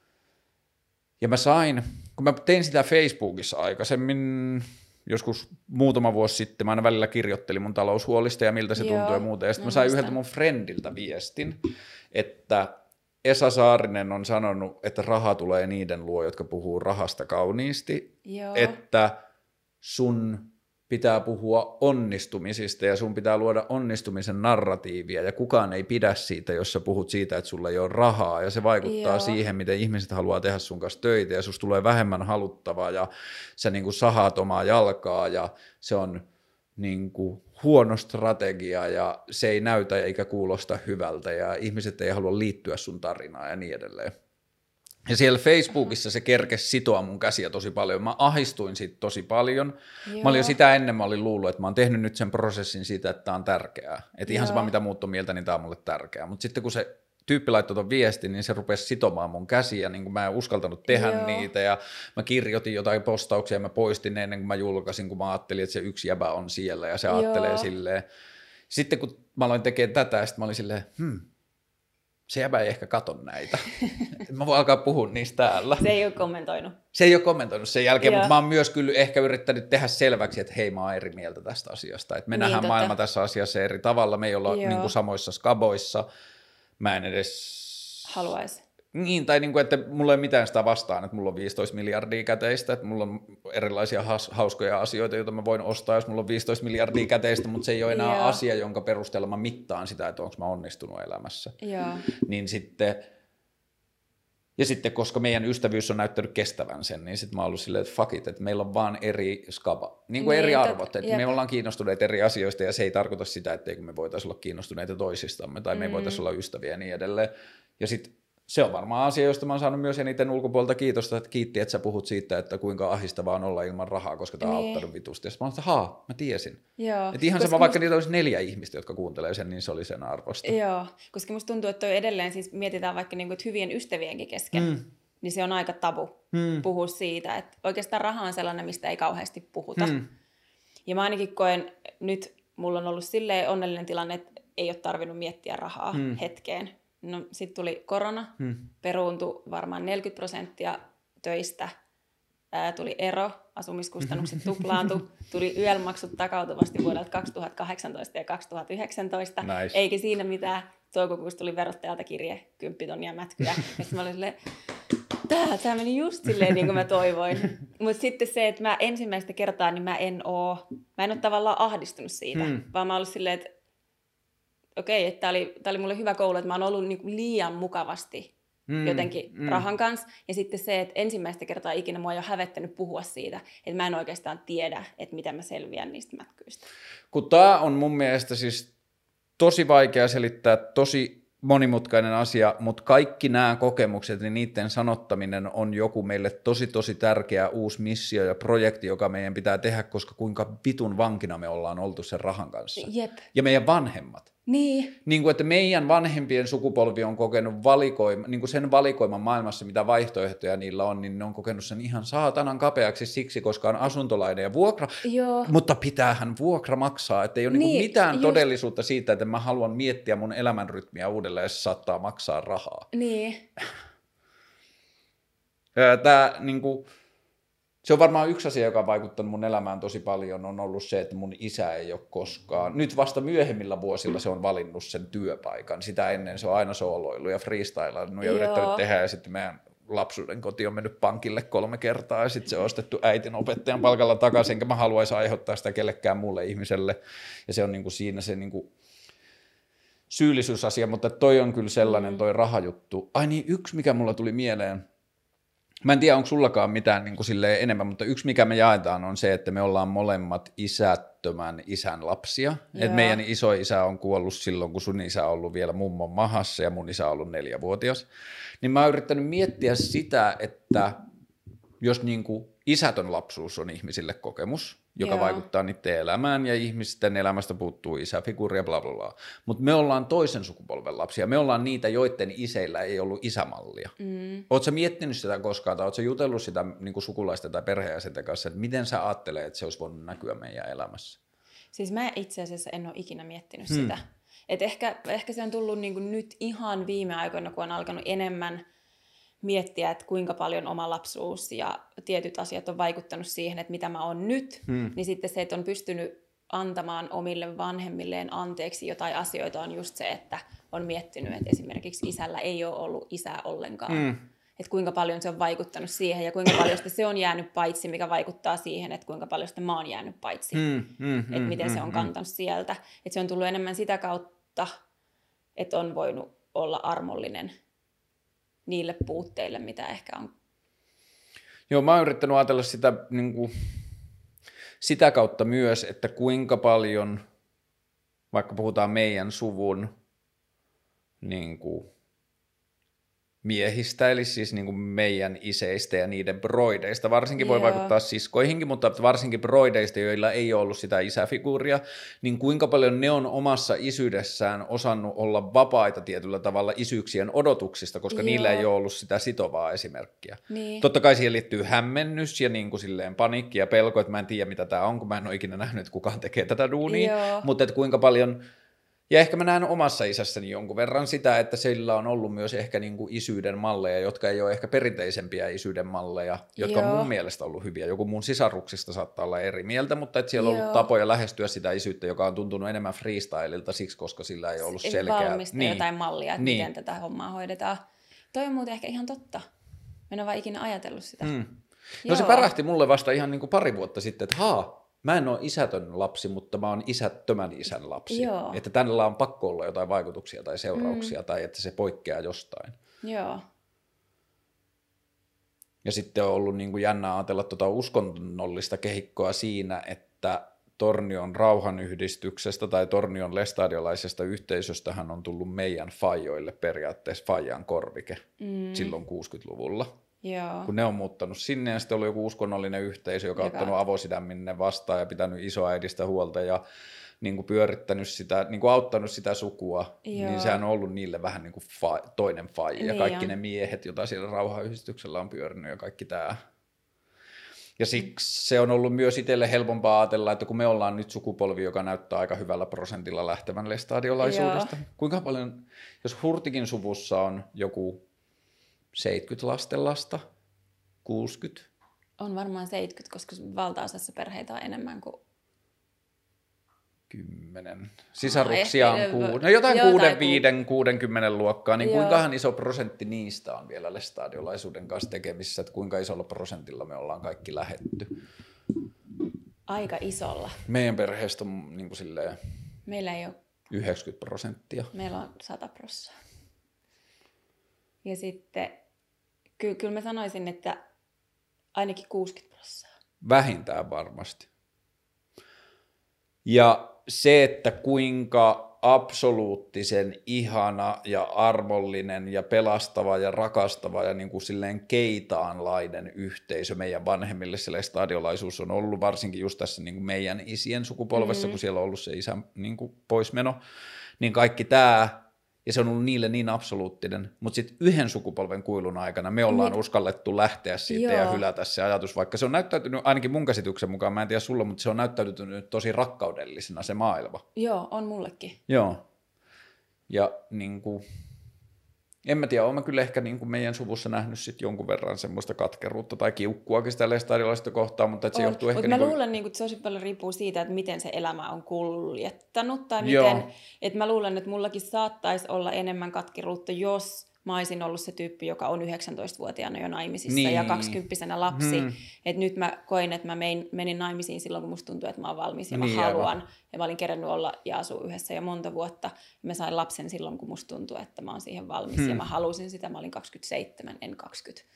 Ja mä sain, kun mä tein sitä Facebookissa aikaisemmin, joskus muutama vuosi sitten, mä aina välillä kirjoittelin mun taloushuolista ja miltä se Joo, tuntuu ja muuta. Ja sitten mä sain muistan. yhdeltä mun friendiltä viestin, että Esa Saarinen on sanonut, että raha tulee niiden luo, jotka puhuu rahasta kauniisti. Joo. Että sun pitää puhua onnistumisista ja sun pitää luoda onnistumisen narratiivia ja kukaan ei pidä siitä, jos sä puhut siitä, että sulla ei ole rahaa ja se vaikuttaa Joo. siihen, miten ihmiset haluaa tehdä sun kanssa töitä ja susta tulee vähemmän haluttavaa ja sä niin kuin sahaat omaa jalkaa ja se on niin kuin huono strategia ja se ei näytä eikä kuulosta hyvältä ja ihmiset ei halua liittyä sun tarinaan ja niin edelleen. Ja siellä Facebookissa se kerkesi sitoa mun käsiä tosi paljon. Mä ahdistuin siitä tosi paljon. Joo. Mä olin jo sitä ennen, mä olin luullut, että mä oon tehnyt nyt sen prosessin siitä, että tää on tärkeää. Että ihan sama mitä muut on mieltä, niin tää on mulle tärkeää. Mutta sitten kun se tyyppi laittoi ton viestin, niin se rupesi sitomaan mun käsiä, niin kuin mä en uskaltanut tehdä Joo. niitä. Ja mä kirjoitin jotain postauksia ja mä poistin ne ennen kuin mä julkaisin, kun mä ajattelin, että se yksi jäbä on siellä ja se Joo. ajattelee silleen. Sitten kun mä aloin tekemään tätä, ja sitten mä olin silleen, hmm, se jäbä ei ehkä kato näitä. Mä voin alkaa puhua niistä täällä. Se ei ole kommentoinut. Se ei ole kommentoinut sen jälkeen, Joo. mutta mä oon myös kyllä ehkä yrittänyt tehdä selväksi, että hei, mä oon eri mieltä tästä asiasta. Että me niin, nähdään totta. maailma tässä asiassa eri tavalla. Me ei olla niin kuin samoissa skaboissa. Mä en edes... Haluaisi. Niin, tai niin kuin, että mulla ei ole mitään sitä vastaan, että mulla on viisitoista miljardia käteistä, että mulla on erilaisia has, hauskoja asioita, joita mä voin ostaa, jos mulla on viisitoista miljardia käteistä, mutta se ei ole enää Joo. asia, jonka perusteella mä mittaan sitä, että onko mä onnistunut elämässä. Joo. Niin sitten, ja sitten, koska meidän ystävyys on näyttänyt kestävän sen, niin sitten mä oon ollut silleen, että fuck it, että meillä on vaan eri skaba, niin kuin Niin, eri tot- arvot, että jep. me ollaan kiinnostuneet eri asioista, ja se ei tarkoita sitä, etteikö me voitaisiin olla kiinnostuneita toisistamme, tai me ei Mm. voitaisiin olla ystäviä ja niin edelleen. Ja sitten se on varmaan asia, josta mä oon saanut myös eniten ulkopuolelta kiitosta, että kiitti, että sä puhut siitä, että kuinka ahdistavaa on olla ilman rahaa, koska tää on Niin. auttanut vitusti. Ja sitten mä oon, että haa, mä tiesin. Joo. Että ihan Koska sama, vaikka musta- niitä olisi neljä ihmistä, jotka kuuntelee sen, niin se oli sen arvosta. Joo, koska musta tuntuu, että toi edelleen siis mietitään vaikka niinku, että hyvien ystävienkin kesken, Mm. niin se on aika tabu Mm. puhua siitä, että oikeastaan raha on sellainen, mistä ei kauheasti puhuta. Mm. Ja mä ainakin koen, nyt mulla on ollut silleen onnellinen tilanne, että ei ole tarvinnut miettiä rahaa Mm. hetkeen. No sitten tuli korona, Mm. peruuntui varmaan neljäkymmentä prosenttia töistä, ää, tuli ero, asumiskustannukset tuplaantui, tuli Y L-maksut takautuvasti vuodelta kaksituhattakahdeksantoista ja kaksituhattayhdeksäntoista, Nice. eikä siinä mitään. Toukokuussa tuli verottajalta kirje, kymppitonnia mätkyä, ja sitten mä olin silleen, tää, tää meni just silleen niin kuin mä toivoin. Mutta sitten se, että mä ensimmäistä kertaa, niin mä en oo, mä en oo tavallaan ahdistunut siitä, Hmm. vaan mä oon ollut silleen, että okei, että tää oli, tää oli mulle hyvä koulu, että mä oon ollut niinku liian mukavasti Mm. jotenkin Mm. rahan kanssa. Ja sitten se, että ensimmäistä kertaa ikinä mua ei ole hävettänyt puhua siitä, että mä en oikeastaan tiedä, että miten mä selviän niistä mätkyistä. Kun tää on mun mielestä siis tosi vaikea selittää, tosi monimutkainen asia, mutta kaikki nämä kokemukset ja niiden sanottaminen on joku meille tosi tosi tärkeä uusi missio ja projekti, joka meidän pitää tehdä, koska kuinka vitun vankina me ollaan oltu sen rahan kanssa. Jep. Ja meidän vanhemmat. Niin. Niin kuin, että meidän vanhempien sukupolvi on kokenut valikoima, niin kuin sen valikoiman maailmassa, mitä vaihtoehtoja niillä on, niin ne on kokenut sen ihan saatanan kapeaksi siksi, koska on asuntolainen ja vuokra, Joo. mutta pitäähän vuokra maksaa, että ei ole niin, Niin, mitään just. todellisuutta siitä, että mä haluan miettiä mun elämänrytmiä uudelleen ja se saattaa maksaa rahaa. Niin. Tämä, niin kuin, se on varmaan yksi asia, joka on vaikuttanut mun elämään tosi paljon, on ollut se, että mun isä ei ole koskaan, nyt vasta myöhemmillä vuosilla se on valinnut sen työpaikan, sitä ennen se on aina sooloillut ja freestylannut ja Joo. yrittänyt tehdä, ja sitten meidän lapsuuden koti on mennyt pankille kolme kertaa, ja sitten se on ostettu äitin opettajan palkalla takaisin, enkä mä haluaisi aiheuttaa sitä kellekään muulle ihmiselle, ja se on niin kuin siinä se niin kuin syyllisyysasia, mutta toi on kyllä sellainen toi rahajuttu. Ai niin, yksi mikä mulla tuli mieleen, mä en tiedä, onko sullakaan mitään niin kuin silleen enemmän, mutta yksi mikä me jaetaan on se, että me ollaan molemmat isättömän isän lapsia. Et meidän isoisä on kuollut silloin, kun sun isä on ollut vielä mummon mahassa ja mun isä on ollut neljävuotias. Niin mä oon yrittänyt miettiä sitä, että jos niin kuin isätön lapsuus on ihmisille kokemus, joka Joo. vaikuttaa niiden elämään ja ihmisten elämästä puuttuu isäfiguuri ja bla bla bla. Mutta me ollaan toisen sukupolven lapsia. Me ollaan niitä, joiden iseillä ei ollut isämallia. Mm. Ootko sä miettinyt sitä koskaan tai ootko sä jutellut sitä niin kuin sukulaisten tai perheenjäsenten kanssa, että miten sä ajattelet, että se olisi voinut näkyä meidän elämässä? Siis mä itse asiassa en ole ikinä miettinyt hmm. sitä. Et ehkä, ehkä se on tullut niinku nyt ihan viime aikoina, kun on alkanut enemmän miettiä, että kuinka paljon oma lapsuus ja tietyt asiat on vaikuttanut siihen, että mitä mä oon nyt, hmm. niin sitten se, että on pystynyt antamaan omille vanhemmilleen anteeksi jotain asioita, on just se, että on miettinyt, että esimerkiksi isällä ei ole ollut isää ollenkaan. Hmm. Että kuinka paljon se on vaikuttanut siihen ja kuinka paljon se on jäänyt paitsi, mikä vaikuttaa siihen, että kuinka paljon sitä mä oon jäänyt paitsi. Hmm. Hmm. Että miten hmm. se on kantanut hmm. sieltä. Että se on tullut enemmän sitä kautta, että on voinut olla armollinen niille puutteille, mitä ehkä on. Joo, mä oon yrittänyt ajatella sitä, niin kuin, sitä kautta myös, että kuinka paljon, vaikka puhutaan meidän suvun niin kuin, miehistä, eli siis niin kuin meidän iseistä ja niiden broideista, varsinkin voi Joo. vaikuttaa siskoihinkin, mutta varsinkin broideista, joilla ei ole ollut sitä isäfiguuria, niin kuinka paljon ne on omassa isyydessään osannut olla vapaita tietyllä tavalla isyyksien odotuksista, koska Joo. niillä ei ole ollut sitä sitovaa esimerkkiä. Niin. Totta kai siihen liittyy hämmennys ja niin kuin silleen paniikki ja pelko, että mä en tiedä mitä tämä on, kun mä en ole ikinä nähnyt, että kukaan tekee tätä duunia, Joo. mutta että kuinka paljon. Ja ehkä mä näen omassa isässäni jonkun verran sitä, että sillä on ollut myös ehkä niin kuin isyyden malleja, jotka ei ole ehkä perinteisempiä isyyden malleja, jotka Joo. on mun mielestä ollut hyviä. Joku mun sisaruksista saattaa olla eri mieltä, mutta että siellä on Joo. ollut tapoja lähestyä sitä isyyttä, joka on tuntunut enemmän freestylilta siksi, koska sillä ei ollut Ei selkeää. valmista niin. jotain mallia, että niin. miten tätä hommaa hoidetaan. Toi on muuten ehkä ihan totta. Mä en ole vaan ikinä ajatellut sitä. Mm. No se pärähti mulle vasta ihan niin kuin pari vuotta sitten, että haa, mä en ole isätön lapsi, mutta mä oon isättömän isän lapsi. Joo. Että tällä on pakko olla jotain vaikutuksia tai seurauksia mm. tai että se poikkeaa jostain. Joo. Ja sitten on ollut niin kuin jännä ajatella tuota uskonnollista kehikkoa siinä, että Tornion rauhanyhdistyksestä tai Tornion lestadiolaisesta yhteisöstähän on tullut meidän faijoille periaatteessa faijan korvike mm. silloin kuusikymmentäluvulla. Joo. Kun ne on muuttanut sinne ja sitten oli joku uskonnollinen yhteisö, joka on joka... ottanut avosidäminne vastaan ja pitänyt isoäidistä huolta ja niin kuin pyörittänyt sitä, niin kuin auttanut sitä sukua, Joo. niin sehän on ollut niille vähän niin kuin fa- toinen faija. Niin ja kaikki on. Ne miehet, joita siellä rauhanyhdistyksellä on pyörinyt ja kaikki tämä. Ja siksi se on ollut myös itselle helpompaa ajatella, että kun me ollaan nyt sukupolvi, joka näyttää aika hyvällä prosentilla lähtevän lestadiolaisuudesta. Joo. Kuinka paljon, jos Hurtikin suvussa on joku seitsemänkymmentä lastenlasta, kuusikymmentä? On varmaan seitsemänkymmentä, koska valtaosassa perheitä on enemmän kuin kymmenen. Sisaruksia on ku... no jotain kuuden, viiden, kuudenkymmenen luokkaa, niin Joo. kuinkahan iso prosentti niistä on vielä lestadiolaisuuden kanssa tekemissä, että kuinka isolla prosentilla me ollaan kaikki lähetty? Aika isolla. Meidän perheestä on niin kuin silleen meillä ei ole yhdeksänkymmentä prosenttia. Meillä on sata prosenttia. Ja sitten ky- kyllä mä sanoisin, että ainakin kuusikymmentä prosenttia. Vähintään varmasti. Ja se, että kuinka absoluuttisen ihana ja armollinen ja pelastava ja rakastava ja niin kuin silleen keitaanlainen yhteisö meidän vanhemmille se lestadiolaisuus on ollut, varsinkin just tässä niin kuin meidän isien sukupolvessa, mm-hmm. kun siellä on ollut se isän niin kuin poismeno, niin kaikki tämä, ja se on ollut niille niin absoluuttinen, mutta sitten yhden sukupolven kuilun aikana me ollaan niin. uskallettu lähteä siitä Joo. ja hylätä se ajatus, vaikka se on näyttäytynyt, ainakin mun käsityksen mukaan, mä en tiedä sulla, mutta se on näyttäytynyt tosi rakkaudellisena se maailma. Joo, on mullekin. Joo, ja niin kuin, en mä tiedä, oon mä kyllä ehkä niin kuin meidän suvussa nähnyt sit jonkun verran semmoista katkeruutta tai kiukkuakin sitä lestadiolaista kohtaan, mutta se on. johtuu ehkä... Mutta mä niin kuin... luulen, että se tosi paljon riippuu siitä, että miten se elämä on kuljettanut, tai miten, että mä luulen, että mullakin saattaisi olla enemmän katkeruutta, jos mä olisin ollut se tyyppi, joka on yhdeksäntoistavuotiaana jo naimisissa niin. ja kaksikymppisenä lapsi. Hmm. Että nyt mä koin, että mä mein, menin naimisiin silloin, kun musta tuntui, että mä oon valmis ja niin, mä haluan. Aivan. Ja mä olin kerännyt olla ja asua yhdessä jo monta vuotta. Ja mä sain lapsen silloin, kun musta tuntui, että mä oon siihen valmis. Hmm. Ja mä halusin sitä. Mä olin kaksikymmentäseitsemän, en kaksikymmentä.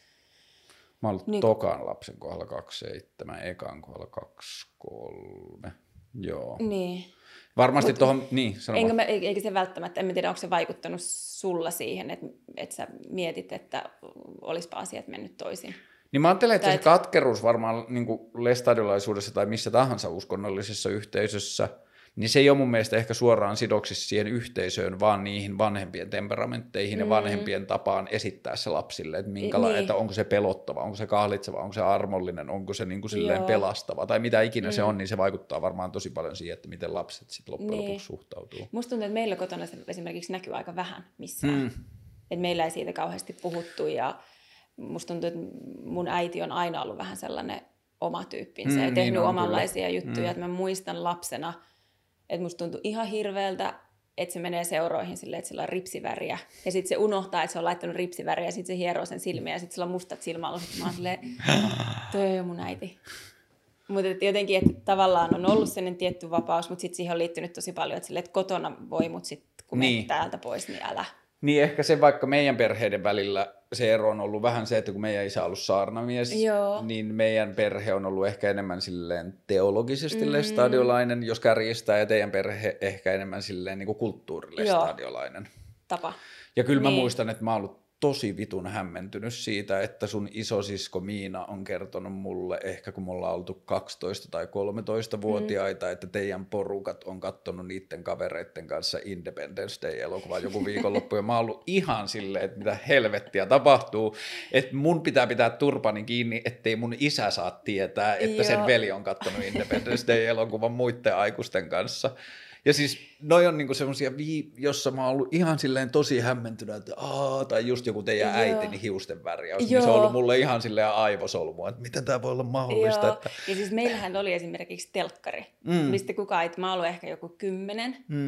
Mä olin niin. tokan lapsen kohdalla kaksikymmentäseitsemän, ekan kohdalla kaksikymmentäkolme. Joo. Niin. Varmasti tuohon, niin, sano enkä mä, eikä se välttämättä, en mä tiedä, onko se vaikuttanut sulla siihen, että, että sä mietit, että olisipa asiat mennyt toisin. Niin mä ajattelen, että tai se et... katkeruus varmaan niin kuin lestadiolaisuudessa tai missä tahansa uskonnollisessa yhteisössä, niin se ei ole mun mielestä ehkä suoraan sidoksissa siihen yhteisöön, vaan niihin vanhempien temperamentteihin mm. ja vanhempien tapaan esittää se lapsille, että, minkäla- niin. että onko se pelottava, onko se kahlitseva, onko se armollinen, onko se niin kuin silleen pelastava tai mitä ikinä mm. se on, niin se vaikuttaa varmaan tosi paljon siihen, että miten lapset sitten loppujen niin. lopuksi suhtautuu. Musta tuntuu, että meillä kotona se esimerkiksi näkyy aika vähän missään. Mm. Että meillä ei siitä kauheasti puhuttu ja musta tuntuu, että mun äiti on aina ollut vähän sellainen oma tyyppinsä mm, ja tehnyt niin omanlaisia kyllä. juttuja, mm. että mä muistan lapsena, että musta tuntui ihan hirveältä, että se menee seuroihin silleen, että sillä on ripsiväriä. Ja sitten se unohtaa, että se on laittanut ripsiväriä ja sitten se hieroo sen silmiä ja sitten sillä on mustat silmälasit. Mä oon silleen, toi on mun äiti. Mutta jotenkin, että tavallaan on ollut sellainen tietty vapaus, mutta sitten siihen on liittynyt tosi paljon, että, silleen, että kotona voi, mutta sitten kun niin. menet täältä pois, niin älä. Niin ehkä se vaikka meidän perheiden välillä se ero on ollut vähän se, että kun meidän isä on ollut saarnamies, Joo. niin meidän perhe on ollut ehkä enemmän silleen teologisesti mm. lestadiolainen, jos kärjistää, ja teidän perhe ehkä enemmän silleen niin kuin kulttuurilestadiolainen. Tapa. Ja kyllä mä niin. muistan, että mä oon ollut tosi vitun hämmentynyt siitä, että sun isosisko Miina on kertonut mulle, ehkä kun me ollaan oltu kaksitoista tai kolmetoista-vuotiaita, mm. että teidän porukat on kattonut niiden kavereiden kanssa Independence Day-elokuvaa joku viikonloppu, ja mä oon ollut ihan silleen, että mitä helvettiä tapahtuu, että mun pitää pitää turpani kiinni, ettei mun isä saa tietää, että Joo. sen veli on kattonut Independence Day-elokuvan muiden aikuisten kanssa. Ja siis noi on niinku semmosia, jossa mä oon ollut ihan silleen tosi hämmentynyt, että aah, tai just joku teidän Joo. äitini hiusten värjäys, niin se on ollut mulle ihan silleen aivosolmua, että miten tää voi olla mahdollista. Joo. Että... Ja siis meillähän oli esimerkiksi telkkari, mm. mistä kukaan, että mä oon ollut ehkä joku kymmenen, mm.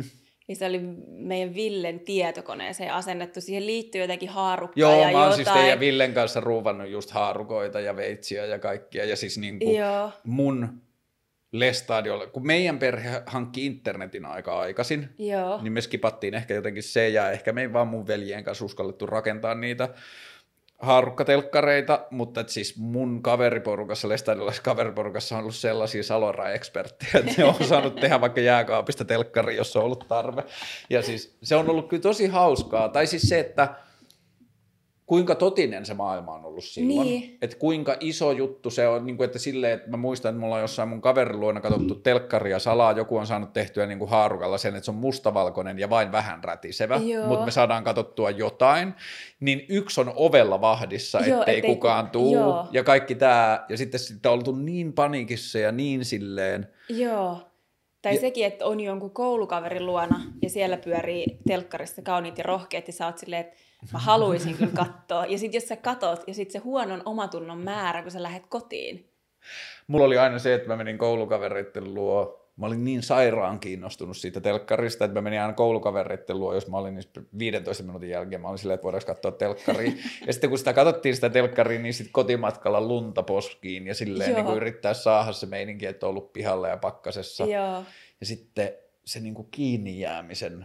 Ja se oli meidän Villen tietokoneeseen asennettu. Siihen liittyy jotenkin haarukkaa Joo, ja mä oon jotain. siis teidän Villen kanssa ruuvannut just haarukoita ja veitsiä ja kaikkia. Ja siis niinku Joo. mun Lestadiolla, kun meidän perhe hankki internetin aika aikaisin, Joo. niin me skipattiin ehkä jotenkin se, ja ehkä me ei vaan mun veljen kanssa uskallettu rakentaa niitä haarukkatelkkareita, mutta et siis mun kaveriporukassa, Lestadiolaisessa kaveriporukassa on ollut sellaisia Salora-eksperttejä, että ne on osannut tehdä vaikka jääkaapista telkkari, jos on ollut tarve. Ja siis se on ollut kyllä tosi hauskaa, tai siis se, että kuinka totinen se maailma on ollut silloin, niin. Että kuinka iso juttu se on, niin kuin, että silleen, että mä muistan, että mulla on jossain mun kaverin luona katsottu telkkaria salaa, joku on saanut tehtyä niin kuin haarukalla sen, että se on mustavalkoinen ja vain vähän rätisevä, mutta me saadaan katsottua jotain, niin yksi on ovella vahdissa, Joo, ettei, ettei kukaan ku... tuu, Joo. ja kaikki tää, ja sitten sitten on oltu niin panikissa ja niin silleen. Joo. Tai ja... sekin, että on jonkun koulukaverin luona ja siellä pyörii telkkarissa kauniit ja rohkeat ja sä oot silleen, että mä haluaisin kyllä katsoa. Ja sitten jos sä katot ja sitten se huonon omatunnon määrä, kun sä lähdet kotiin. Mulla oli aina se, että mä menin koulukavereiden luo. Mä olin niin sairaan kiinnostunut siitä telkkarista, että mä menin aina koulukavereiden luo, jos mä olin niistä viidentoista minuutin jälkeen. Mä olin silleen, että voidaanko katsoa telkkaria. Ja sitten kun sitä katsottiin sitä telkkaria, niin sitten kotimatkalla lunta poskiin ja silleen niin kuin yrittää saada se meininki, että on ollut pihalla ja pakkasessa. Joo. Ja sitten se niin kuin kiinni jäämisen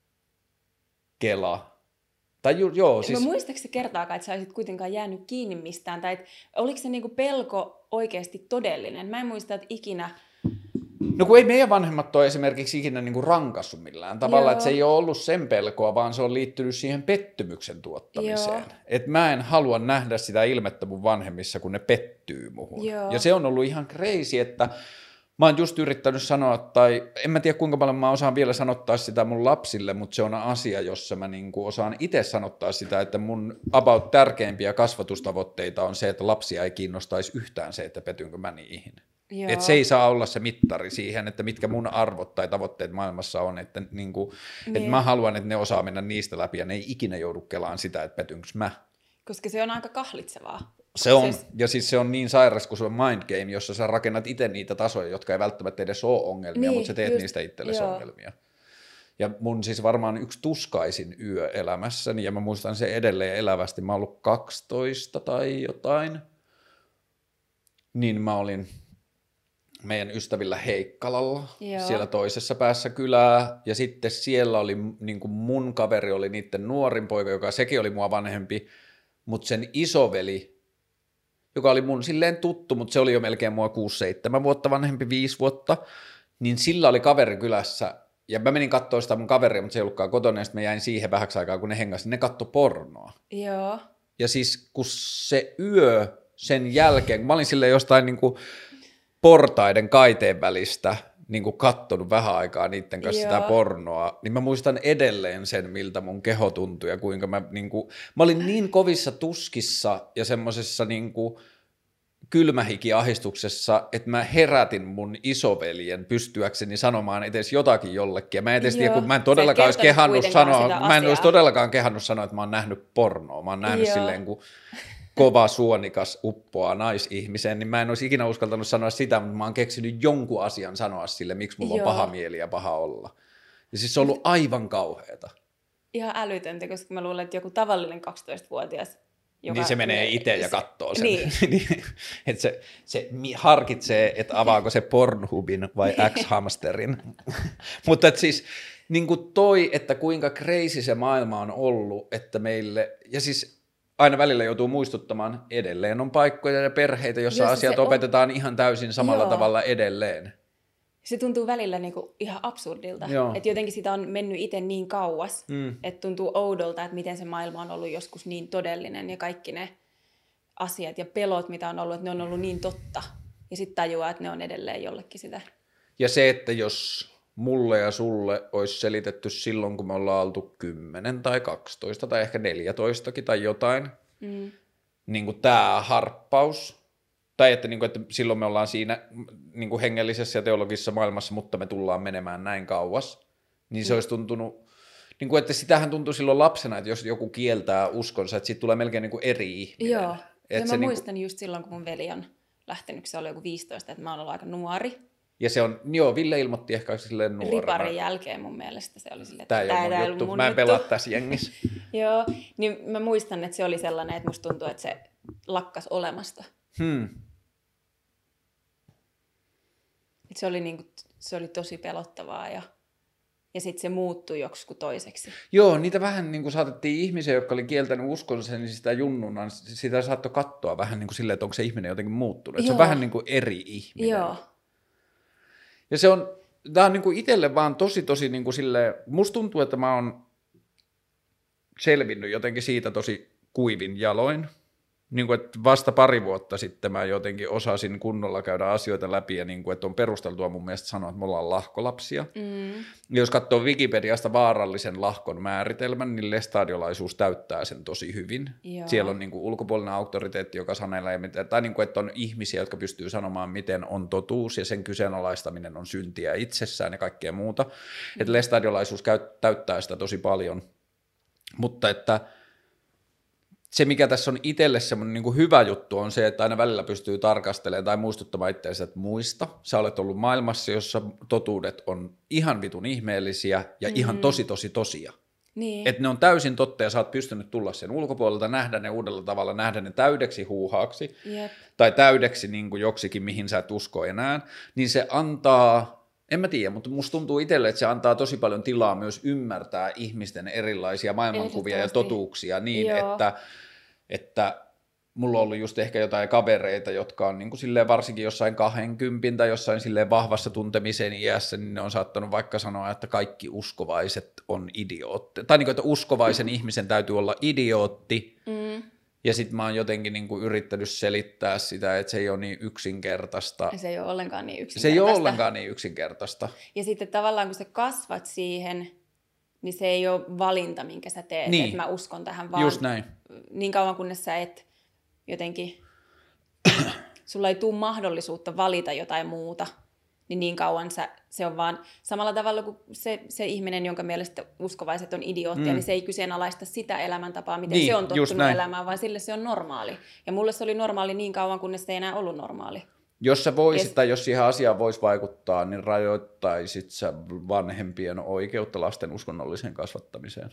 kela. Tai ju, joo, siis... Mä muistatko se kertaakaan, että sä olisit kuitenkaan jäänyt kiinni mistään? Tai että oliko se niinku pelko oikeasti todellinen? Mä en muista, että ikinä... No kun ei meidän vanhemmat ole esimerkiksi ikinä niinku rankassut millään tavalla, Joo. että se ei ole ollut sen pelkoa, vaan se on liittynyt siihen pettymyksen tuottamiseen. Että mä en halua nähdä sitä ilmettä mun vanhemmissa, kun ne pettyy muhun. Joo. Ja se on ollut ihan crazy, että... Mä oon just yrittänyt sanoa, tai en mä tiedä kuinka paljon mä osaan vielä sanottaa sitä mun lapsille, mutta se on asia, jossa mä niinku osaan itse sanottaa sitä, että mun about tärkeimpiä kasvatustavoitteita on se, että lapsia ei kiinnostaisi yhtään se, että petynkö mä niihin. Että se ei saa olla se mittari siihen, että mitkä mun arvot tai tavoitteet maailmassa on, että, niinku, niin. että mä haluan, että ne osaa mennä niistä läpi ja ne ei ikinä joudu kelaan sitä, että petynkö mä. Koska se on aika kahlitsevaa. Se on, siis... ja siis se on niin sairas kuin se on mind game, jossa sä rakennat itse niitä tasoja, jotka ei välttämättä edes ole ongelmia, niin, mutta sä teet just, niistä itsellesi joo. ongelmia. Ja mun siis varmaan yksi tuskaisin yö elämässäni, ja mä muistan sen edelleen elävästi, mä oon ollut kaksitoista tai jotain, niin mä olin meidän ystävillä Heikkalalla, joo. siellä toisessa päässä kylää, ja sitten siellä oli, niin kuin mun kaveri oli niiden nuorin poika, joka sekin oli mua vanhempi, mutta sen isoveli, joka oli mun silleen tuttu, mutta se oli jo melkein mua kuusi seitsemän vuotta vanhempi, viisi vuotta, niin sillä oli kaveri kylässä, ja mä menin katsoa sitä mun kaveria, mutta se ei ollutkaan kotona, ja sitten mä jäin siihen vähäksi aikaa, kun ne hengasi, ne katsoi pornoa. Joo. Ja siis kun se yö sen jälkeen, kun mä olin silleen jostain niin kuin portaiden kaiteen välistä, niin kuin kattonut vähän aikaa niiden kanssa Joo. sitä pornoa, niin mä muistan edelleen sen, miltä mun keho tuntui ja kuinka mä, niin kuin, mä olin niin kovissa tuskissa ja semmosessa niin kuin kylmähikiahistuksessa, että mä herätin mun isoveljen pystyäkseni sanomaan edes jotakin jollekin. Ja mä en edes tiedä, kun mä en todellakaan olisi kehannut sanoa, mä en olisi todellakaan kehannut sanoa, että mä oon nähnyt pornoa. Mä oon nähnyt Joo. silleen, kun kova suonikas uppoaa naisihmiseen, niin mä en olisi ikinä uskaltanut sanoa sitä, mutta mä oon keksinyt jonkun asian sanoa sille, miksi mulla Joo. on paha mieli ja paha olla. Ja siis se on ollut aivan kauheata. Ihan älytöntä, koska mä luulen, että joku tavallinen kaksitoistavuotias Joka, niin se menee itse ja katsoo sen. Niin. Että se, se harkitsee, että avaako se Pornhubin vai X-hamsterin. Mutta siis niin kuin toi, että kuinka crazy se maailma on ollut, että meille, ja siis aina välillä joutuu muistuttamaan, edelleen on paikkoja ja perheitä, jossa Jos asiat opetetaan on... ihan täysin samalla Joo. tavalla edelleen. Se tuntuu välillä niinku ihan absurdilta, että jotenkin sitä on mennyt itse niin kauas, mm. että tuntuu oudolta, että miten se maailma on ollut joskus niin todellinen ja kaikki ne asiat ja pelot, mitä on ollut, että ne on ollut niin totta. Ja sitten tajuaa, että ne on edelleen jollekin sitä. Ja se, että jos mulle ja sulle olisi selitetty silloin, kun me ollaan oltu kymmenen tai kaksitoista tai ehkä neljätoistakin tai jotain, mm. niin kuin tämä harppaus, tai että, niin kuin, että silloin me ollaan siinä niin kuin hengellisessä ja teologisessa maailmassa, mutta me tullaan menemään näin kauas, niin se mm. olisi tuntunut, niin kuin, että sitähän tuntui silloin lapsena, että jos joku kieltää uskonsa, että siitä tulee melkein niin kuin eri ihminen. Joo, että ja se mä niin muistan kuin... just silloin, kun mun veli on lähtenyt, se oli joku viisitoista, että mä oon ollut aika nuori, Ja se on, joo, Ville ilmoitti ehkä silleen nuorena. Riparin jälkeen mun mielestä se oli silleen, että Tää ei ole mun juttu, mun mä en juttu. pelaa tässä jengissä. Joo, niin mä muistan, että se oli sellainen, että musta tuntuu, että se lakkas olemasta. Hmm. Et se, oli niinku, se oli tosi pelottavaa ja, ja sitten se muuttui joksikin toiseksi. Joo, niitä vähän niin kuin saatettiin ihmisiä, jotka oli kieltänyt uskonsa, niin sitä junnuna, sitä saattoi katsoa vähän niin kuin silleen, että onko se ihminen jotenkin muuttunut. Että se on vähän niin kuin eri ihminen. Joo. Ja se on, tää on niin kuin itselle vaan tosi tosi niin kuin silleen, musta tuntuu, että mä oon selvinnyt jotenkin siitä tosi kuivin jaloin. Niin kuin, että vasta pari vuotta sitten mä jotenkin osasin kunnolla käydä asioita läpi ja niin kuin, että on perusteltua mun mielestä sanoa, että me ollaan lahkolapsia. Mm. Ja jos katsoo Wikipediasta vaarallisen lahkon määritelmän, niin lestadiolaisuus täyttää sen tosi hyvin. Joo. Siellä on niin kuin ulkopuolinen auktoriteetti, joka sanelee, tai niin kuin, että on ihmisiä, jotka pystyy sanomaan, miten on totuus ja sen kyseenalaistaminen on syntiä itsessään ja kaikkea muuta. Mm. Että lestadiolaisuus täyttää sitä tosi paljon, mutta että se, mikä tässä on itselle semmoinen niin kuin hyvä juttu, on se, että aina välillä pystyy tarkastelemaan tai muistuttamaan itseänsä, että muista, sä olet ollut maailmassa, jossa totuudet on ihan vitun ihmeellisiä ja mm. ihan tosi tosi tosia. Niin. Että ne on täysin totta ja sä oot pystynyt tulla sen ulkopuolelta, nähdä ne uudella tavalla, nähdä ne täydeksi huuhaaksi Jep. tai täydeksi niin kuin joksikin, mihin sä et usko enää, niin se antaa... En mä tiedä, mutta musta tuntuu itselle, että se antaa tosi paljon tilaa myös ymmärtää ihmisten erilaisia maailmankuvia ja totuuksia niin, että, että mulla on ollut just ehkä jotain kavereita, jotka on niin kuin silleen varsinkin jossain kahdenkympin tai jossain silleen vahvassa tuntemisen iässä, niin ne on saattanut vaikka sanoa, että kaikki uskovaiset on idiootti. Tai niin kuin, että uskovaisen ihmisen täytyy olla idiootti. Mm. Ja sitten mä oon jotenkin niinku yrittänyt selittää sitä, että se ei ole niin yksinkertaista. Se ei ole ollenkaan niin yksinkertaista. Se ei ole ollenkaan niin yksinkertaista. Ja sitten tavallaan kun sä kasvat siihen, niin se ei ole valinta, minkä sä teet. Niin. Että mä uskon tähän vaan. Just näin. Niin kauan kunnes sä et jotenkin, sulla ei tule mahdollisuutta valita jotain muuta, niin niin kauan sä, se on vaan samalla tavalla kuin se, se ihminen, jonka mielestä uskovaiset on idioottia, mm. niin se ei kyseenalaista sitä elämäntapaa, miten niin, se on tottunut elämään, vaan sille se on normaali. Ja mulle se oli normaali niin kauan, kunnes se ei enää ollut normaali. Jos sä voisit, ja... tai jos siihen asiaan voisi vaikuttaa, niin rajoittaisit sä vanhempien oikeutta lasten uskonnolliseen kasvattamiseen?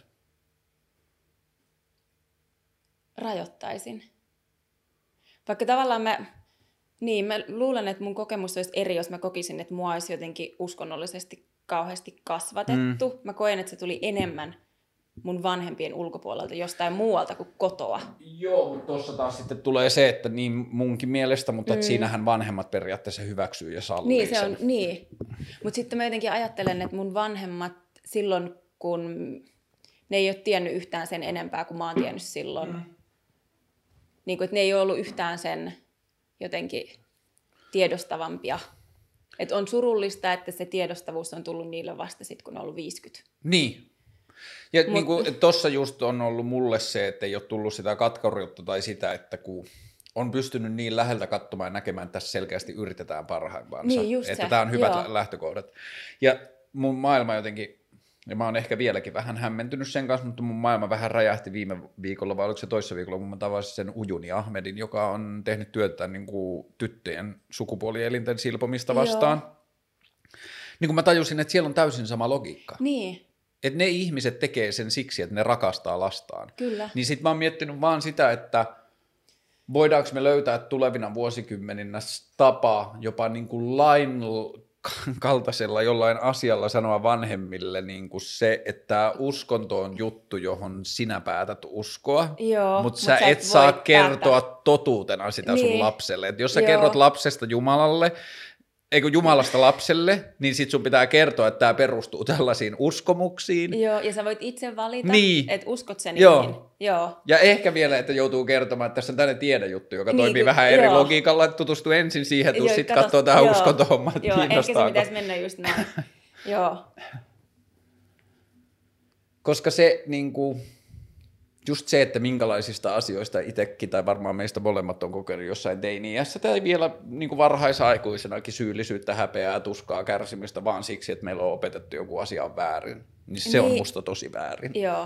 Rajoittaisin. Vaikka tavallaan mä... Niin, mä luulen, että mun kokemus olisi eri, jos mä kokisin, että mua olisi jotenkin uskonnollisesti kauheasti kasvatettu. Mm. Mä koen, että se tuli enemmän mun vanhempien ulkopuolelta jostain muualta kuin kotoa. Joo, mutta tuossa taas sitten tulee se, että niin munkin mielestä, mutta mm. että siinähän vanhemmat periaatteessa hyväksyy ja sallii niin, se sen. On, niin, mutta sitten mä jotenkin ajattelen, että mun vanhemmat silloin, kun ne ei ole tiennyt yhtään sen enempää kuin mä oon tiennyt silloin. Mm. Niin kuin, että ne ei ole ollut yhtään sen... jotenkin tiedostavampia. Et on surullista, että se tiedostavuus on tullut niille vasta sitten, kun on ollut viisikymmentä. Niin. Ja Mut... niin kuin tuossa just on ollut mulle se, että ei ole tullut sitä katkeruutta tai sitä, että kun on pystynyt niin läheltä katsomaan ja näkemään, että tässä selkeästi yritetään parhaimpansa. Niin, just että se. tämä on hyvät Joo. lähtökohdat. Ja mun maailma jotenkin, ja mä oon ehkä vieläkin vähän hämmentynyt sen kanssa, mutta mun maailma vähän räjähti viime viikolla, vai oliko se toissa viikolla, kun mä tavasin sen Ujuni Ahmedin, joka on tehnyt työtä niin kuin tyttöjen sukupuolielinten silpomista vastaan. Joo. Niin kun mä tajusin, että siellä on täysin sama logiikka. Niin. Että ne ihmiset tekee sen siksi, että ne rakastaa lastaan. Kyllä. Niin sit mä oon miettinyt vaan sitä, että voidaanko me löytää tulevina vuosikymmeninä tapa jopa niin kuin lain kaltaisella jollain asialla sanoa vanhemmille niin kuin se, että uskonto on juttu, johon sinä päätät uskoa, mutta mut sä, sä et saa kertoa päätä. totuutena sitä niin. sun lapselle. Et jos sä Joo. kerrot lapsesta Jumalalle, eikö Jumalasta lapselle, niin sit sun pitää kertoa, että tämä perustuu tällaisiin uskomuksiin. Joo, ja sä voit itse valita, niin. että uskot sen Joo. niihin. Joo. Ja ehkä vielä, että joutuu kertomaan, että tässä on tällainen tiedejuttu, joka niin, toimii kun, vähän eri joo. logiikalla, että tutustu ensin siihen, tuu sitten katsoo tähän uskontohommaan, että Joo, kiinnostaako. ehkä se pitäisi mennä just näin. Joo. Koska se niinku... Just se, että minkälaisista asioista itsekin, tai varmaan meistä molemmat on kokenut jossain teini-iässä, tai vielä niin kuin varhaisaikuisenakin syyllisyyttä, häpeää, tuskaa, kärsimystä, vaan siksi, että meillä on opetettu joku asia on väärin. Niin se niin. on musta tosi väärin. Joo.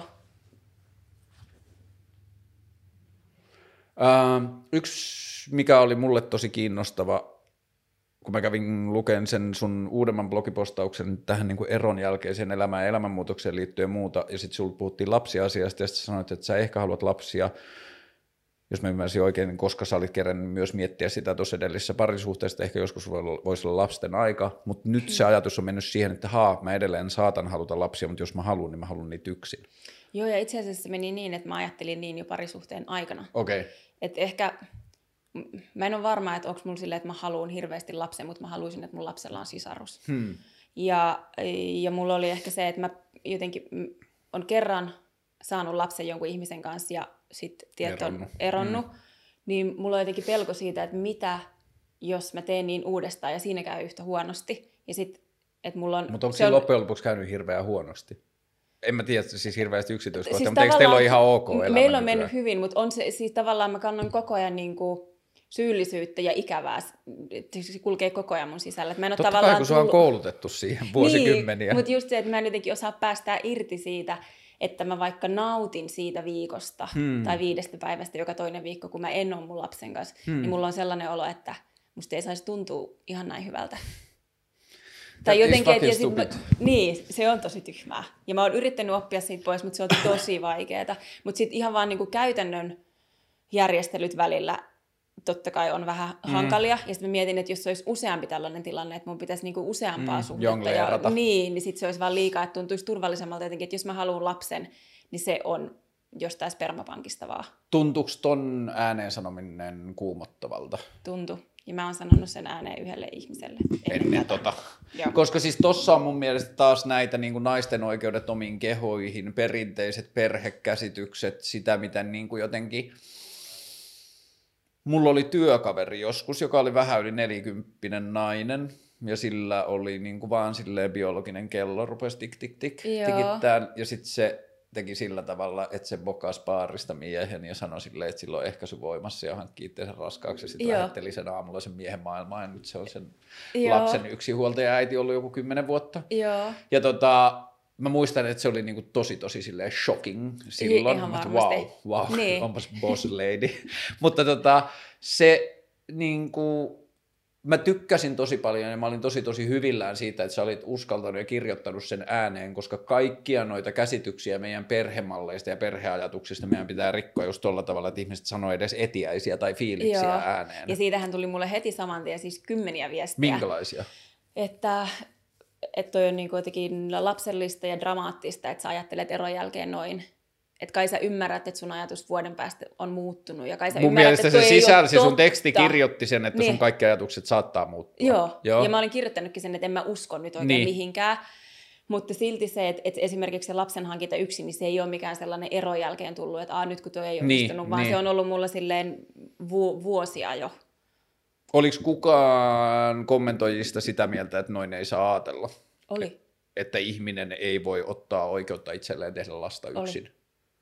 Uh, yksi, mikä oli mulle tosi kiinnostava, kun mä kävin lukemaan sen sun uudemman blogipostauksen tähän niin kuin eron jälkeiseen elämään ja elämänmuutokseen liittyen ja muuta, ja sitten sulta puhuttiin lapsiasiasta, ja sitten sanoit, että sä ehkä haluat lapsia, jos mä ymmärsin oikein, niin koska sä olit kerännyt myös miettiä sitä tuossa edellisessä parisuhteessa, että ehkä joskus voisi olla lapsen aika, mutta nyt se ajatus on mennyt siihen, että haa, mä edelleen saatan haluta lapsia, mutta jos mä haluan, niin mä haluan niitä yksin. Joo, ja itse asiassa se meni niin, että mä ajattelin niin jo parisuhteen aikana. Okei. Okay. Että ehkä, mä en ole varma, että onko mulla silleen, että mä haluan hirveästi lapsen, mutta mä haluaisin, että mun lapsella on sisarus. Hmm. Ja, ja mulla oli ehkä se, että mä jotenkin on kerran saanut lapsen jonkun ihmisen kanssa ja sitten tiedät, on eronnut, eronnut hmm. niin mulla on jotenkin pelko siitä, että mitä jos mä teen niin uudestaan ja siinä käy yhtä huonosti. Ja sit, että mulla on... Mutta onko siinä on... loppujen lopuksi käynyt hirveän huonosti? En mä tiedä siis hirveästi yksityiskohtia, siis mutta eikö teillä ole ihan ok elämä? Meillä on nykyään mennyt hyvin, mutta on se, siis tavallaan mä kannan koko ajan niin kuin syyllisyyttä ja ikävää. Se kulkee koko ajan mun sisällä. Mä en ole totta tavallaan kai, kun tullut... sua on koulutettu siihen vuosikymmeniä. Niin, mutta just se, että mä en jotenkin osaa päästää irti siitä, että mä vaikka nautin siitä viikosta hmm. tai viidestä päivästä joka toinen viikko, kun mä en ole mun lapsen kanssa, hmm. niin mulla on sellainen olo, että musta ei saisi tuntua ihan näin hyvältä. Tai jotenkin, että sit mä, niin, se on tosi tyhmää. Ja mä oon yrittänyt oppia siitä pois, mutta se on tosi vaikeaa. Mutta sitten ihan vaan niinku käytännön järjestelyt välillä totta kai on vähän mm. hankalia. Ja sitten mä mietin, että jos se olisi useampi tällainen tilanne, että mun pitäisi niinku useampaa mm, suhdetta. Ja, niin, niin sitten se olisi vaan liikaa, että tuntuisi turvallisemmalta jotenkin, että jos mä haluan lapsen, niin se on jostain spermapankista vaan. Tuntuuko ton ääneen sanominen kuumottavalta? Tuntu. Ja mä oon sanonut sen ääneen yhdelle ihmiselle. Ennen tota. Koska siis tossa on mun mielestä taas näitä niin kuin naisten oikeudet omiin kehoihin, perinteiset perhekäsitykset, sitä mitä niin kuin jotenkin... Mulla oli työkaveri joskus, joka oli vähän yli nelikymppinen nainen, ja sillä oli niin kuin vaan silleen biologinen kello, rupesi tik tik tik tikittään, ja sitten se teki sillä tavalla, että se bokas baarista miehen ja sanoi silleen, että sillä on ehkäisyvoimassa ja hankki itseensä raskaaksi ja sitten lähetteli sen aamulla sen miehen maailmaan ja nyt se on sen Joo. lapsen yksinhuoltaja äiti ollut joku kymmenen vuotta. Joo. Ja tota, mä muistan, että se oli niinku tosi tosi silleen shocking silloin, mutta wow, wow, niin. onpas boss lady. Mutta tota, se niinku... Mä tykkäsin tosi paljon ja mä olin tosi tosi hyvillään siitä, että sä olit uskaltanut ja kirjoittanut sen ääneen, koska kaikkia noita käsityksiä meidän perhemalleista ja perheajatuksista meidän pitää rikkoa just tuolla tavalla, että ihmiset sanoo edes etiäisiä tai fiiliksiä Joo. ääneen. Ja siitähän tuli mulle heti saman tien siis kymmeniä viestejä. Minkälaisia? Että, että toi on niin jotenkin lapsellista ja dramaattista, että sä ajattelet eron jälkeen noin. Että kai sä ymmärrät, että sun ajatus vuoden päästä on muuttunut. Ja kai sä mun ymmärrät, mielestä se sisälsi, sun teksti kirjoitti sen, että niin. sun kaikki ajatukset saattaa muuttua. Joo. Joo, ja mä olin kirjoittanutkin sen, että en mä usko nyt oikein niin. mihinkään. Mutta silti se, että, että esimerkiksi se lapsen hankinta yksin, niin se ei ole mikään sellainen eron jälkeen tullut, että nyt kun tuo ei ole niin, onnistunut, vaan niin. se on ollut mulla silleen vu- vuosia jo. Oliko kukaan kommentoijista sitä mieltä, että noin ei saa ajatella? Oli. Että ihminen ei voi ottaa oikeutta itselleen tehdä lasta yksin? Oli.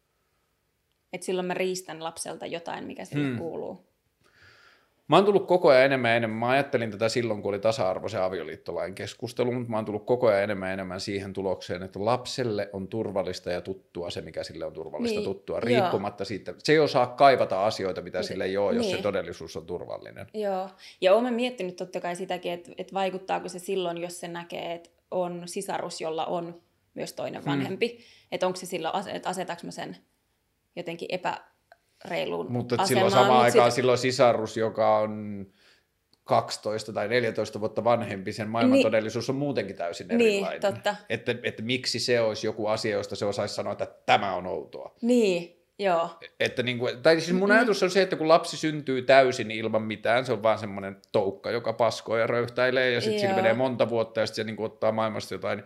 Että silloin mä riistän lapselta jotain, mikä sille hmm. kuuluu. Mä oon tullut koko ajan enemmän ja enemmän. Mä ajattelin tätä silloin, kun oli tasa-arvoisen avioliittolain keskustelu, mutta mä oon tullut koko ajan enemmän ja enemmän siihen tulokseen, että lapselle on turvallista ja tuttua se, mikä sille on turvallista niin. tuttua, riippumatta Joo. siitä. Se ei osaa kaivata asioita, mitä Mut, sille ei ole, jos niin. se todellisuus on turvallinen. Joo, ja oon miettinyt totta kai sitäkin, että, että vaikuttaako se silloin, jos se näkee, että on sisarus, jolla on myös toinen vanhempi. Hmm. Että onko se silloin, että asetaanko mä sen jotenkin epäreiluun mutta asemaan. Silloin samaan Mut aikaan sit... silloin sisarus, joka on kaksitoista tai neljätoista vuotta vanhempi, sen maailman niin. todellisuus on muutenkin täysin erilainen. Niin, totta. Että, että miksi se olisi joku asia, josta se osaisi sanoa, että tämä on outoa. Niin, joo. Että niin kuin, tai siis mun ajatus on se, että kun lapsi syntyy täysin ilman mitään, se on vaan semmoinen toukka, joka paskoo ja röyhtäilee ja sitten sillä menee monta vuotta ja sitten se niin kuin ottaa maailmasta jotain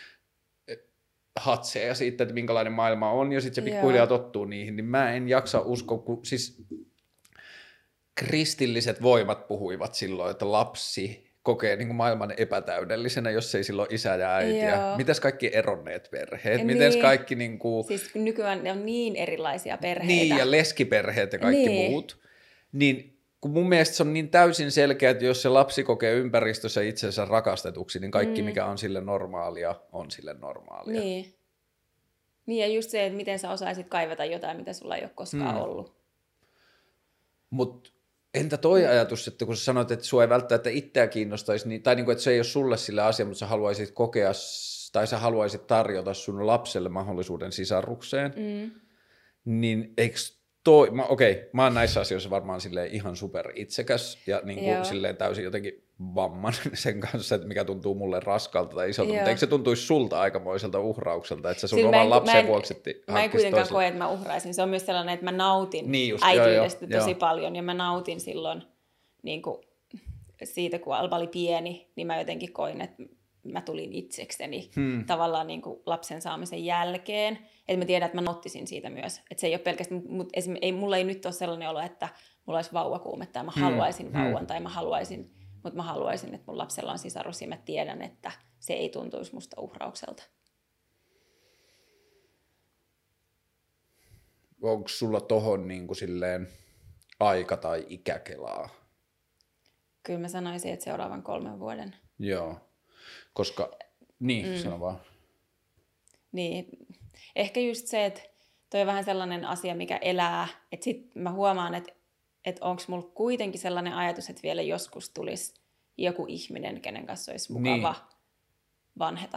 hatseja siitä, että minkälainen maailma on, ja sitten se pikkuhiljaa tottuu niihin, niin mä en jaksa uskoa, kun siis kristilliset voimat puhuivat silloin, että lapsi kokee niin kuin maailman epätäydellisenä, jos ei silloin isä ja äitiä. Joo. Mitäs kaikki eronneet perheet? Niin. Mitäs kaikki niin kuin... Siis nykyään on niin erilaisia perheitä. Niin, ja leskiperheet ja kaikki niin. muut. Niin kun mun mielestä se on niin täysin selkeä, että jos se lapsi kokee ympäristössä itsensä rakastetuksi, niin kaikki, mm. mikä on sille normaalia, on sille normaalia. Niin. Niin, ja just se, että miten sä osaisit kaivata jotain, mitä sulla ei ole koskaan mm. ollut. Mut entä toi ajatus, että kun sä sanoit, että sua ei välttämättä itseä kiinnostaisi, niin, tai niin kuin, että se ei ole sulle sille asia, mutta sä haluaisit kokea, tai sä haluaisit tarjota sun lapselle mahdollisuuden sisarrukseen, mm. niin eikö toi, mä, okei, mä oon näissä asioissa varmaan silleen ihan super itsekäs ja niin kuin silleen täysin jotenkin vamman sen kanssa, että mikä tuntuu mulle raskalta tai isolta, Joo. mutta eikö se tuntuisi sulta aikamoiselta uhraukselta, että sä sun oman lapsen vuoksi Mä en kuitenkaan koe, että mä uhraisin. Se on myös sellainen, että mä nautin niin just, äitiydestä jo, jo, tosi jo. paljon ja mä nautin silloin niin kuin siitä, kun Alba oli pieni, niin mä jotenkin koin, että mä tulin itsekseni hmm. tavallaan niin kuin lapsen saamisen jälkeen. Että mä tiedän, että mä nauttisin siitä myös. Että se ei ole pelkästään, mutta ei, mulla ei nyt ole sellainen olo, että mulla olisi vauvakuumetta ja mä hmm. haluaisin vauvan hmm. tai mä haluaisin, mutta mä haluaisin, että mun lapsella on sisarus ja mä tiedän, että se ei tuntuisi musta uhraukselta. Onko sulla tohon niin kuin silleen aika- tai ikäkelaa? Kyllä mä sanoisin, että seuraavan kolmen vuoden. Joo, koska, niin, mm. sano vaan. Niin, ehkä just se, että toi on vähän sellainen asia, mikä elää, että sit mä huomaan, että, että onko mulla kuitenkin sellainen ajatus, että vielä joskus tulisi joku ihminen, kenen kanssa olisi mukava niin. vanheta.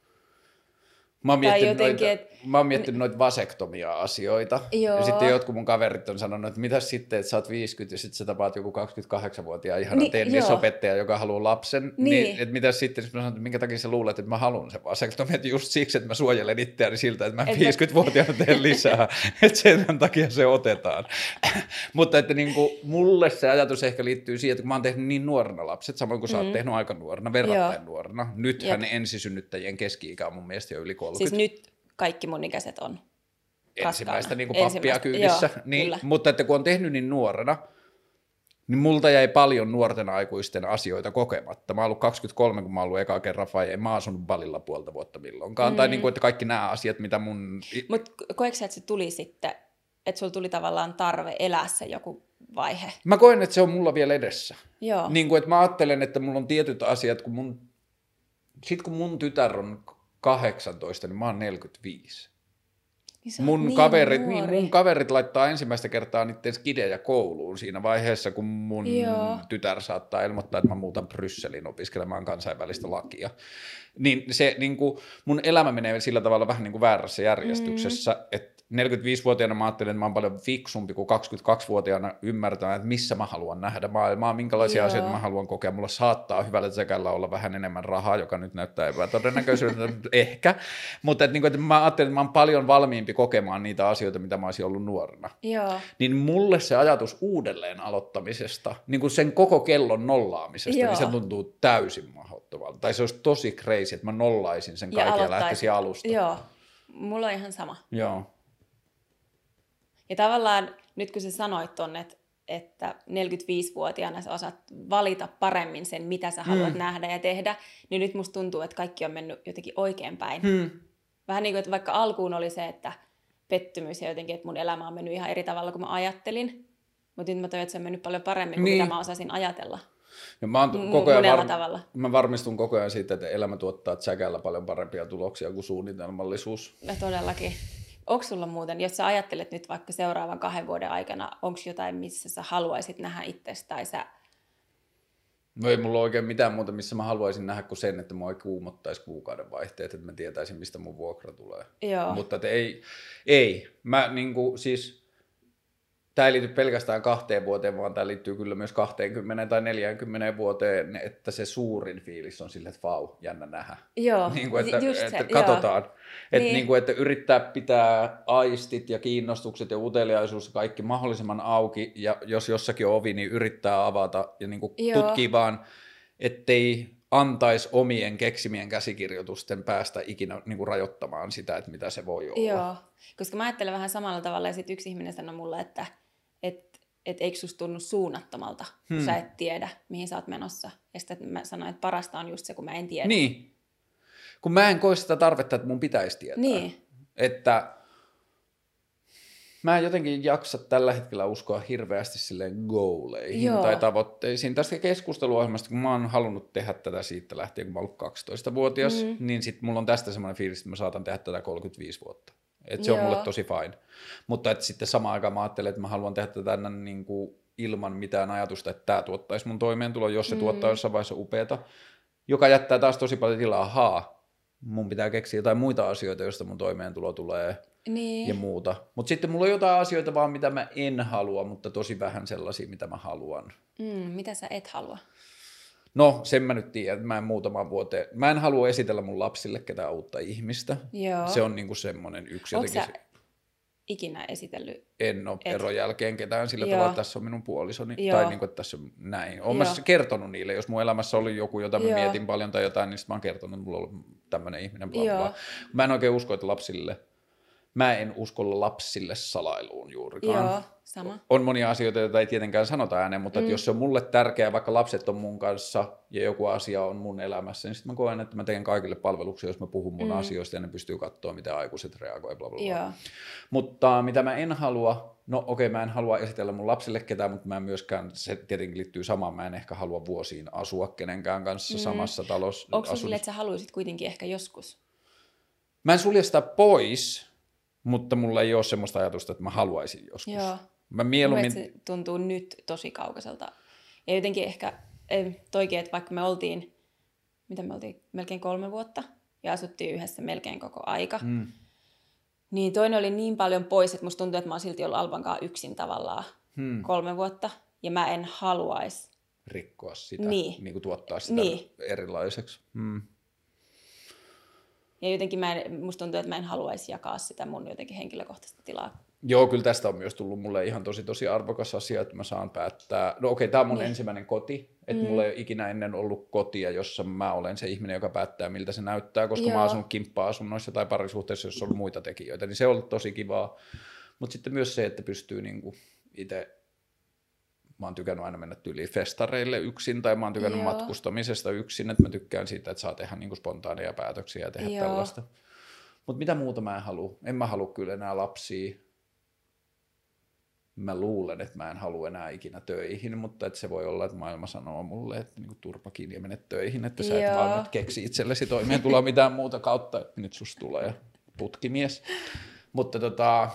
Mä oon miettinyt, jotenkin, noita, et... mä oon miettinyt noita vasektomia-asioita. Joo. Ja sitten jotkut mun kaverit on sanonut, että mitäs sitten, että sä oot viisikymmentä ja sitten sä tapaat joku kaksikymmentäkahdeksanvuotiaan ihana niin, tennisopettaja, joka haluaa lapsen. Niin. niin että mitäs sitten, että mä sanon, että minkä takia sä luulet, että mä haluan sen vasektomia. Että just siksi, että mä suojelen itseäni siltä, että mä viisikymmentävuotiaana teen lisää. Että sen takia se otetaan. Mutta että niinku, mulle se ajatus ehkä liittyy siihen, että kun mä oon tehnyt niin nuorena lapset, samoin kuin sä oot mm. tehnyt aika nuorena, verrattain Joo. nuorena. Nythän Jep. ensisynnyttäjien keski-ikä on mun mielestä jo yli kolmekymmentä. Siis nyt kaikki mun ikäiset on ensimmäistä niin kuin pappia kyydissä. Joo, niin, mutta että kun on tehnyt niin nuorena, niin multa jäi paljon nuorten aikuisten asioita kokematta. Mä oon ollut kaksikymmentäkolme, kun mä oon ollut eka kerran vai en mä asunut Balilla puolta vuotta milloinkaan. Mm. Tai niin kuin, että kaikki nämä asiat, mitä mun... Mutta koetko sä, että se tuli sitten, että sulla tuli tavallaan tarve elää se joku vaihe? Mä koen, että se on mulla vielä edessä. Joo. Niin kuin, että mä ajattelen, että mulla on tietyt asiat, kun mun... Sitten kun mun tytär on kahdeksantoista, niin mä oon neljäkymmentäviisi. Niin mun, niin kaverit, niin, mun kaverit laittaa ensimmäistä kertaa niiden skidejä kouluun siinä vaiheessa, kun mun Joo. tytär saattaa ilmoittaa, että mä muutan Brysselin opiskelemaan kansainvälistä lakia. Niin se niin kuin, mun elämä menee sillä tavalla vähän niin kuin väärässä järjestyksessä, mm. että neljäkymmentäviisivuotiaana mä ajattelin, että mä oon paljon fiksumpi kuin kaksikymmentäkaksivuotiaana ymmärtää, että missä mä haluan nähdä maailmaa, minkälaisia Joo. asioita mä haluan kokea. Mulla saattaa hyvällä säkällä olla vähän enemmän rahaa, joka nyt näyttää epätodennäköisyydeltä, ehkä. Mutta että, niin kuin, että mä ajattelin, että mä oon paljon valmiimpi kokemaan niitä asioita, mitä mä olisin ollut nuorena. Joo. Niin mulle se ajatus uudelleen aloittamisesta, niin kuin sen koko kellon nollaamisesta, Joo. niin se tuntuu täysin mahdottomalta. Tai se olisi tosi crazy, että mä nollaisin sen kaiken ja lähtisin alusta. Joo, mulla on ihan sama. Joo. Ja tavallaan nyt kun sä sanoit ton, että, että neljäkymmentäviisivuotiaana sä osaat valita paremmin sen, mitä sä haluat hmm. nähdä ja tehdä, niin nyt musta tuntuu, että kaikki on mennyt jotenkin oikein päin. Hmm. Vähän niin kuin, että vaikka alkuun oli se, että pettymys ja jotenkin, että mun elämä on mennyt ihan eri tavalla kuin mä ajattelin, mutta nyt mä toivon, että se on mennyt paljon paremmin kuin niin. mitä mä osasin ajatella. Ja mä, oon M- koko ajan var... mä varmistun koko ajan siitä, että elämä tuottaa tsäkällä paljon parempia tuloksia kuin suunnitelmallisuus. No todellakin. Onko sulla muuten, jos sä ajattelet nyt vaikka seuraavan kahden vuoden aikana, onko jotain, missä sä haluaisit nähdä itsestä tai sä... No ei mulla oikein mitään muuta, missä mä haluaisin nähdä kuin sen, että mua ei kuumottaisi kuukauden vaihteet, että mä tietäisin, mistä mun vuokra tulee. Joo. Mutta että ei, ei. Mä niinku siis... Tämä ei liity pelkästään kahteen vuoteen, vaan tämä liittyy kyllä myös kaksikymmentä tai neljäkymmentä vuoteen, että se suurin fiilis on sille, että vau, jännä nähdä. Joo, niin kuin, että, just että se, katsotaan. Joo. Että, niin. niin kuin, että yrittää pitää aistit ja kiinnostukset ja uteliaisuus ja kaikki mahdollisimman auki, ja jos jossakin on ovi, niin yrittää avata ja niin kuin tutkii vaan, ettei antaisi omien keksimien käsikirjoitusten päästä ikinä niin kuin rajoittamaan sitä, että mitä se voi olla. Joo, koska mä ajattelen vähän samalla tavalla, ja sitten yksi ihminen sanoi mulle, että että et eikö susta tunnu suunnattomalta, kun hmm. sä et tiedä, mihin sä oot menossa. Ja sitten mä sanoin, että parasta on just se, kun mä en tiedä. Niin, kun mä en koe sitä tarvetta, että mun pitäisi tietää. Niin. Että mä en jotenkin jaksa tällä hetkellä uskoa hirveästi silleen goaleihin Joo. tai tavoitteisiin. Tästä keskusteluohjelmasta, kun mä oon halunnut tehdä tätä siitä lähtien, kun mä oon ollut kaksitoistavuotias, mm. niin sit mulla on tästä semmoinen fiilis, että mä saatan tehdä tätä kolmekymmentäviisi vuotta. Että se Joo. on mulle tosi fine. Mutta että sitten samaan aikaan mä ajattelen, että mä haluan tehdä tätä niin kuin ilman mitään ajatusta, että tämä tuottaisi mun toimeentulon, jos se Mm. tuottaa jossain vaiheessa upeata, joka jättää taas tosi paljon tilaa, haa, mun pitää keksiä jotain muita asioita, joista mun toimeentulo tulee Niin. ja muuta. Mutta sitten mulla on jotain asioita vaan, mitä mä en halua, mutta tosi vähän sellaisia, mitä mä haluan. Mm, mitä sä et halua? No, sen mä nyt tiedän, että mä en muutaman vuoteen, mä en halua esitellä mun lapsille ketään uutta ihmistä. Joo. Se on niinku semmoinen yksi Ootko jotenkin. sä ikinä esitellyt? En ole Et. eron jälkeen ketään sillä Joo. tavalla, että tässä on minun puolisoni, Joo. tai niin kuin, että tässä on näin. Olen mä Joo. kertonut niille, jos mun elämässä oli joku, jota mä Joo. mietin paljon tai jotain, niin sitten mä oon kertonut, että mulla on ollut tämmöinen ihminen, bla, Joo. bla. Mä en oikein usko, että lapsille, mä en usko lapsille salailuun juurikaan. Joo, sama. On monia asioita, joita ei tietenkään sanota ääneen, mutta mm. että jos se on mulle tärkeää, vaikka lapset on mun kanssa ja joku asia on mun elämässä, niin sitten mä koen, että mä teen kaikille palveluksia, jos mä puhun mun mm. asioista ja ne pystyy katsoa, miten aikuiset reagoi, bla, bla, bla. Joo. Mutta mitä mä en halua, no okei, okay, mä en halua esitellä mun lapsille ketään, mutta mä en myöskään, se tietenkin liittyy samaan, mä en ehkä halua vuosiin asua kenenkään kanssa mm. samassa talossa. Onko se silleen, että sä haluaisit kuitenkin ehkä joskus? Mä en sulje sitä pois, mutta mulla ei ole semmoista ajatusta, että mä haluaisin joskus. Joo. Mä mieluummin... Se tuntuu nyt tosi kaukaiselta. Ja jotenkin ehkä toikin, että vaikka me oltiin, mitä me oltiin, melkein kolme vuotta ja asuttiin yhdessä melkein koko aika, Mm. niin toinen oli niin paljon pois, että musta tuntuu, että mä oon silti ollut Alban kanssa yksin tavallaan Hmm. kolme vuotta. Ja mä en haluaisi. Rikkoa sitä, Niin. niin kuin tuottaa sitä Niin. erilaiseksi. Hmm. Ja jotenkin mä en, musta tuntuu, että mä en haluaisi jakaa sitä mun jotenkin henkilökohtaista tilaa. Joo, kyllä tästä on myös tullut mulle ihan tosi tosi arvokas asia, että mä saan päättää. No okei, okay, tämä on mun Niin. ensimmäinen koti, että Mm. mulla ei ole ikinä ennen ollut kotia, jossa mä olen se ihminen, joka päättää, miltä se näyttää, koska Joo. mä oon asunut kimppa-asunnoissa tai parisuhteissa, jossa on ollut muita tekijöitä, niin se on ollut tosi kivaa. Mutta sitten myös se, että pystyy niinku itse, mä oon tykännyt aina mennä tyyliin festareille yksin, tai mä oon tykännyt Joo. matkustamisesta yksin, että mä tykkään siitä, että saa tehdä niinku spontaaneja päätöksiä ja tehdä Joo. tällaista. Mutta mitä muuta mä en halua? En mä halua kyllä enää lapsia. Mä luulen, että mä en halua enää ikinä töihin, mutta että se voi olla, että maailma sanoo mulle, että niinku turpa kiinni ja mene töihin, että sä et Joo. vaan nyt keksi itsellesi toimeentuloa mitään muuta kautta, että nyt susta tulee putkimies. Mutta tota,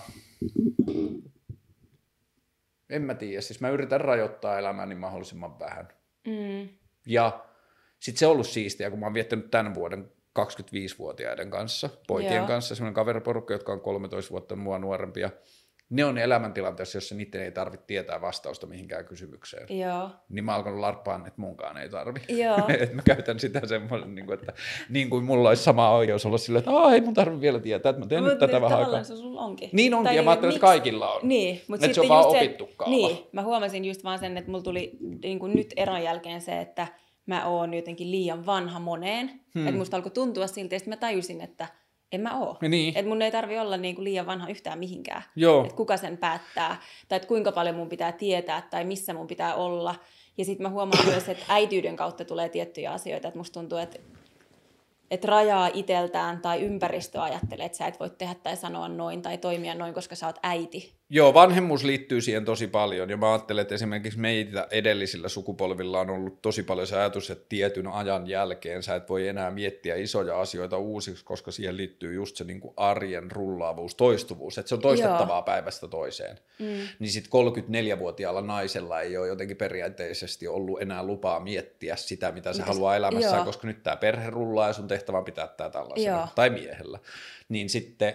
en mä tiedä, siis mä yritän rajoittaa elämääni mahdollisimman vähän. Mm. Ja sitten se on ollut siistiä, kun mä oon viettänyt tämän vuoden kaksikymmentäviisivuotiaiden kanssa, poikien Joo. kanssa, semmoinen kaveriporukka, jotka on kolmetoista vuotta mua nuorempia. Ne on elämäntilanteessa, jossa niiden ei tarvitse tietää vastausta mihinkään kysymykseen. Joo. Niin mä oon alkanut larppaan, että munkaan ei tarvi. Joo. Että mä käytän sitä semmoisen, niin kuin, että niin kuin mulla olisi sama oikeus olla silleen, että ei mun tarvi vielä tietää, että mä teen Mut nyt tätä vähän aikaa. tavallaan se sulla onkin. Niin onkin, Tai ja mä ajattelen, miksi- että kaikilla on. Niin, mutta Että se on sitten vaan just opittu kaava. Niin, mä huomasin just vaan sen, että mulla tuli niin kuin nyt eron jälkeen se, että mä oon jotenkin liian vanha moneen. Hmm. Että musta alkoi tuntua siltä, ja sitten mä tajusin, että en mä oo. Niin. Että mun ei tarvi olla niin kuin liian vanha yhtään mihinkään. Joo. Että kuka sen päättää, tai että kuinka paljon mun pitää tietää, tai missä mun pitää olla. Ja sitten mä huomaan myös, että äitiyden kautta tulee tiettyjä asioita, että musta tuntuu, että että rajaa iteltään tai ympäristö ajattelee, että sä et voi tehdä tai sanoa noin tai toimia noin, koska sä oot äiti. Joo, vanhemmuus liittyy siihen tosi paljon, ja mä ajattelen, että esimerkiksi meitä edellisillä sukupolvilla on ollut tosi paljon se ajatus, että tietyn ajan jälkeen sä et voi enää miettiä isoja asioita uusiksi, koska siihen liittyy just se niin kuin arjen rullaavuus, toistuvuus, että se on toistettavaa Joo. päivästä toiseen. Mm. Niin sitten kolmekymmentäneljävuotiaalla naisella ei ole jotenkin periaatteisesti ollut enää lupaa miettiä sitä, mitä se Mitäs? haluaa elämässään, Joo. koska nyt tämä perhe rullaa ja sun tehtävä on pitää tämä tällaisena, Joo. tai miehellä. Niin sitten...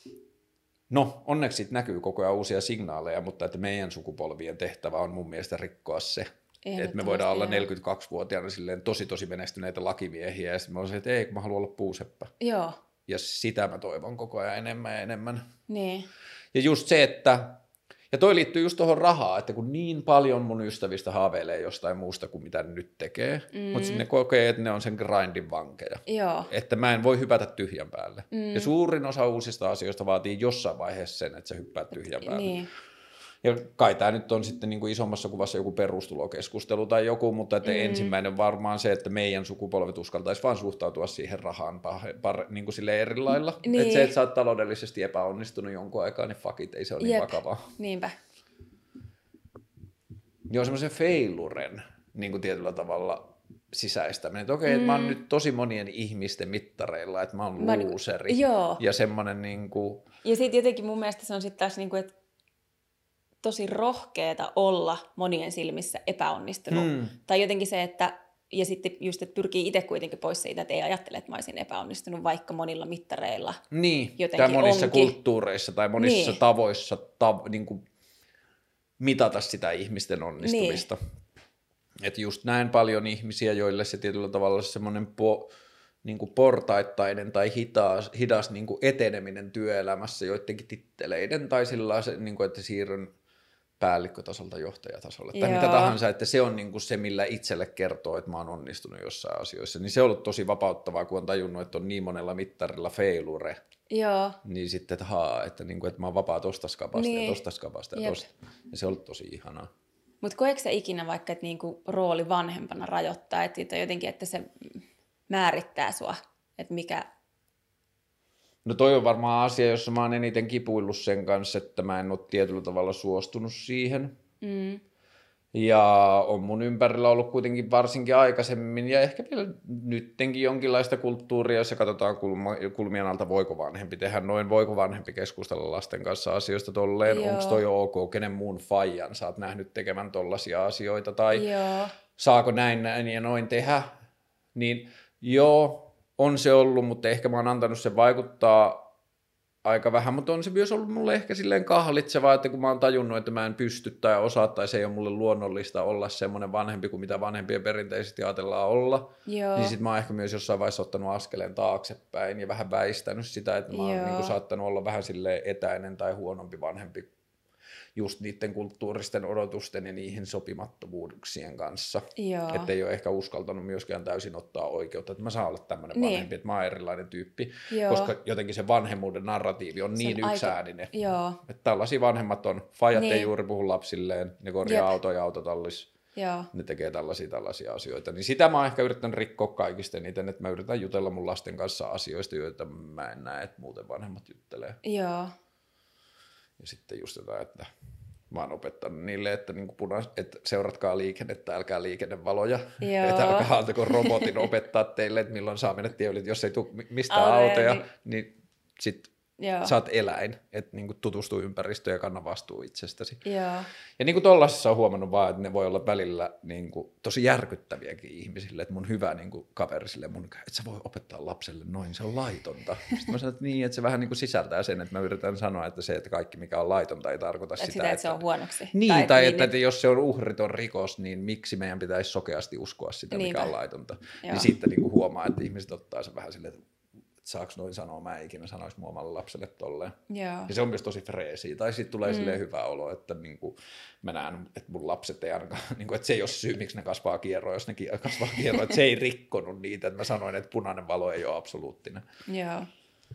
No, onneksi siitä näkyy koko ajan uusia signaaleja, mutta että meidän sukupolvien tehtävä on mun mielestä rikkoa se, että me voidaan olla joo. neljäkymmentäkaksivuotiaana silleen tosi tosi menestyneitä lakimiehiä, ja sitten mä olisin, että ei, kun mä haluan olla puuseppä. Joo, Ja sitä mä toivon koko ajan enemmän ja enemmän. niin. Ja just se, että, ja toi liittyy just tuohon rahaan, että kun niin paljon mun ystävistä haaveilee jostain muusta kuin mitä ne nyt tekee, mm. mutta sitten ne kokee, että ne on sen grindin vankeja. Joo. Että mä en voi hypätä tyhjän päälle. Mm. Ja suurin osa uusista asioista vaatii jossain vaiheessa sen, että sä hyppäät tyhjän päälle. Niin. Ja kai tämä nyt on sitten niin kuin isommassa kuvassa joku perustulokeskustelu tai joku, mutta että mm. ensimmäinen varmaan se, että meidän sukupolvet uskaltaisi vaan suhtautua siihen rahaan pah- par- niin kuin silleen eri lailla. Niin. Että se, että sä oot taloudellisesti epäonnistunut jonkun aikaa, niin fuck it, ei se ole niin Jep. vakavaa. Niinpä. Joo, semmoisen feiluren niin kuin tietyllä tavalla sisäistäminen. Että okei, mm. että mä oon nyt tosi monien ihmisten mittareilla, että mä oon Mä- looseri. Joo. Ja semmoinen niin kuin... Ja sitten jotenkin mun mielestä se on sitten taas, niinku, että tosi rohkeeta olla monien silmissä epäonnistunut. Hmm. Tai jotenkin se, että ja sitten just, että pyrkii itse kuitenkin pois siitä, että ei ajattele, että mä olisin epäonnistunut vaikka monilla mittareilla. Niin, tai monissa onkin. kulttuureissa tai monissa niin. tavoissa tav, niin kuin mitata sitä ihmisten onnistumista. Niin. Että just näin paljon ihmisiä, joille se tietyllä tavalla semmoinen po, niin kuin portaittainen tai hidas, hidas niin kuin eteneminen työelämässä joidenkin titteleiden tai sellaisen, niin kuin, että siirryn päällikkötasolta johtajatasolle tai Joo. mitä tahansa, että se on niin kuin se, millä itselle kertoo, että mä oon onnistunut jossain asioissa. Niin se on ollut tosi vapauttavaa, kun on tajunnut, että on niin monella mittarilla failure. Joo. Niin sitten, että haa, että, niin kuin, että mä oon vapaa tosta skapasta niin. ja tosta skapasta ja tosta. Ja se on ollut tosi ihanaa. Mutta koetko sä ikinä vaikka, että niinku rooli vanhempana rajoittaa, että jotenkin, että se määrittää sua, että mikä... No toi on varmaan asia, jossa mä oon eniten kipuillut sen kanssa, että mä en ole tietyllä tavalla suostunut siihen. Mm. Ja on mun ympärillä ollut kuitenkin varsinkin aikaisemmin ja ehkä vielä nyttenkin jonkinlaista kulttuuria, jossa katsotaan kulma, kulmien alta, voiko vanhempi tehdä noin, voiko vanhempi keskustella lasten kanssa asioista tolleen, onko toi ok, kenen muun faijan sä oot nähnyt tekemään tollaisia asioita tai joo. saako näin, näin ja noin tehdä, niin joo, on se ollut, mutta ehkä mä oon antanut sen vaikuttaa aika vähän, mutta on se myös ollut mulle ehkä silleen kahlitsevaa, että kun mä oon tajunnut, että mä en pysty tai osaa tai se ei ole mulle luonnollista olla semmoinen vanhempi kuin mitä vanhempien perinteisesti ajatellaan olla, Joo. niin sit mä oon ehkä myös jossain vaiheessa ottanut askeleen taaksepäin ja vähän väistänyt sitä, että mä oon niin kuin saattanut olla vähän silleen etäinen tai huonompi vanhempi just niiden kulttuuristen odotusten ja niihin sopimattomuuksien kanssa. Että ei ole ehkä uskaltanut myöskään täysin ottaa oikeutta, että mä saan olla tämmöinen niin. vanhempi, että mä oon erilainen tyyppi, Joo. koska jotenkin se vanhemmuuden narratiivi on se niin on yksääninen. Aika... Että tällaisia vanhemmat on, fajat niin. ei juuri puhu lapsilleen, ne korjaa autoja autotallissa. Joo. Ne tekee tällaisia tällaisia asioita. Niin sitä mä oon ehkä yrittänyt rikkoa kaikista eniten, että mä yritän jutella mun lasten kanssa asioista, joita mä en näe, että muuten vanhemmat juttelee. Joo. Ja sitten just jotain, että mä oon opettanut niille, että, niin puna, että seuratkaa liikennettä, älkää liikennevaloja. Joo. Että älkää antako robotin opettaa teille, että milloin saa mennä tie yli. Jos ei tule mistään Ave, autoja, niin, niin sitten sä oot eläin. Että niin tutustuu ympäristöön ja kanna vastuu itsestäsi. Joo. Ja niin kuin tollaisessa on huomannut vaan, että ne voi olla välillä niin kuin, tosi järkyttäviäkin ihmisille. Että mun hyvä niin kuin, kaveri sille mun, että sä voi opettaa lapselle noin, se on laitonta. Sitten mä sanon, että niin, että se vähän niin kuin sisältää sen, että mä yritän sanoa, että se, että kaikki mikä on laitonta ei tarkoita sitä, sitä, että, että se on huonoksi. Niin, tai, tai niin, että, että jos se on uhriton rikos, niin miksi meidän pitäisi sokeasti uskoa sitä, Niinpä. mikä on laitonta. Joo. Niin sitten niin kuin huomaa, että ihmiset ottaa sen vähän silleen, että saaks noin sanoa, mä en ikinä sanoisi mun omalle lapselle tolleen. Joo. Ja se on myös tosi freesiä. Tai sitten tulee mm. silleen hyvä olo, että niinku, mä näen, että mun lapset ei ainakaan, niinku, että se ei ole syy, miksi ne kasvaa kierroa, jos ne kasvaa kierroa, että se ei rikkonut niitä, että mä sanoin, että punainen valo ei ole absoluuttinen. Joo.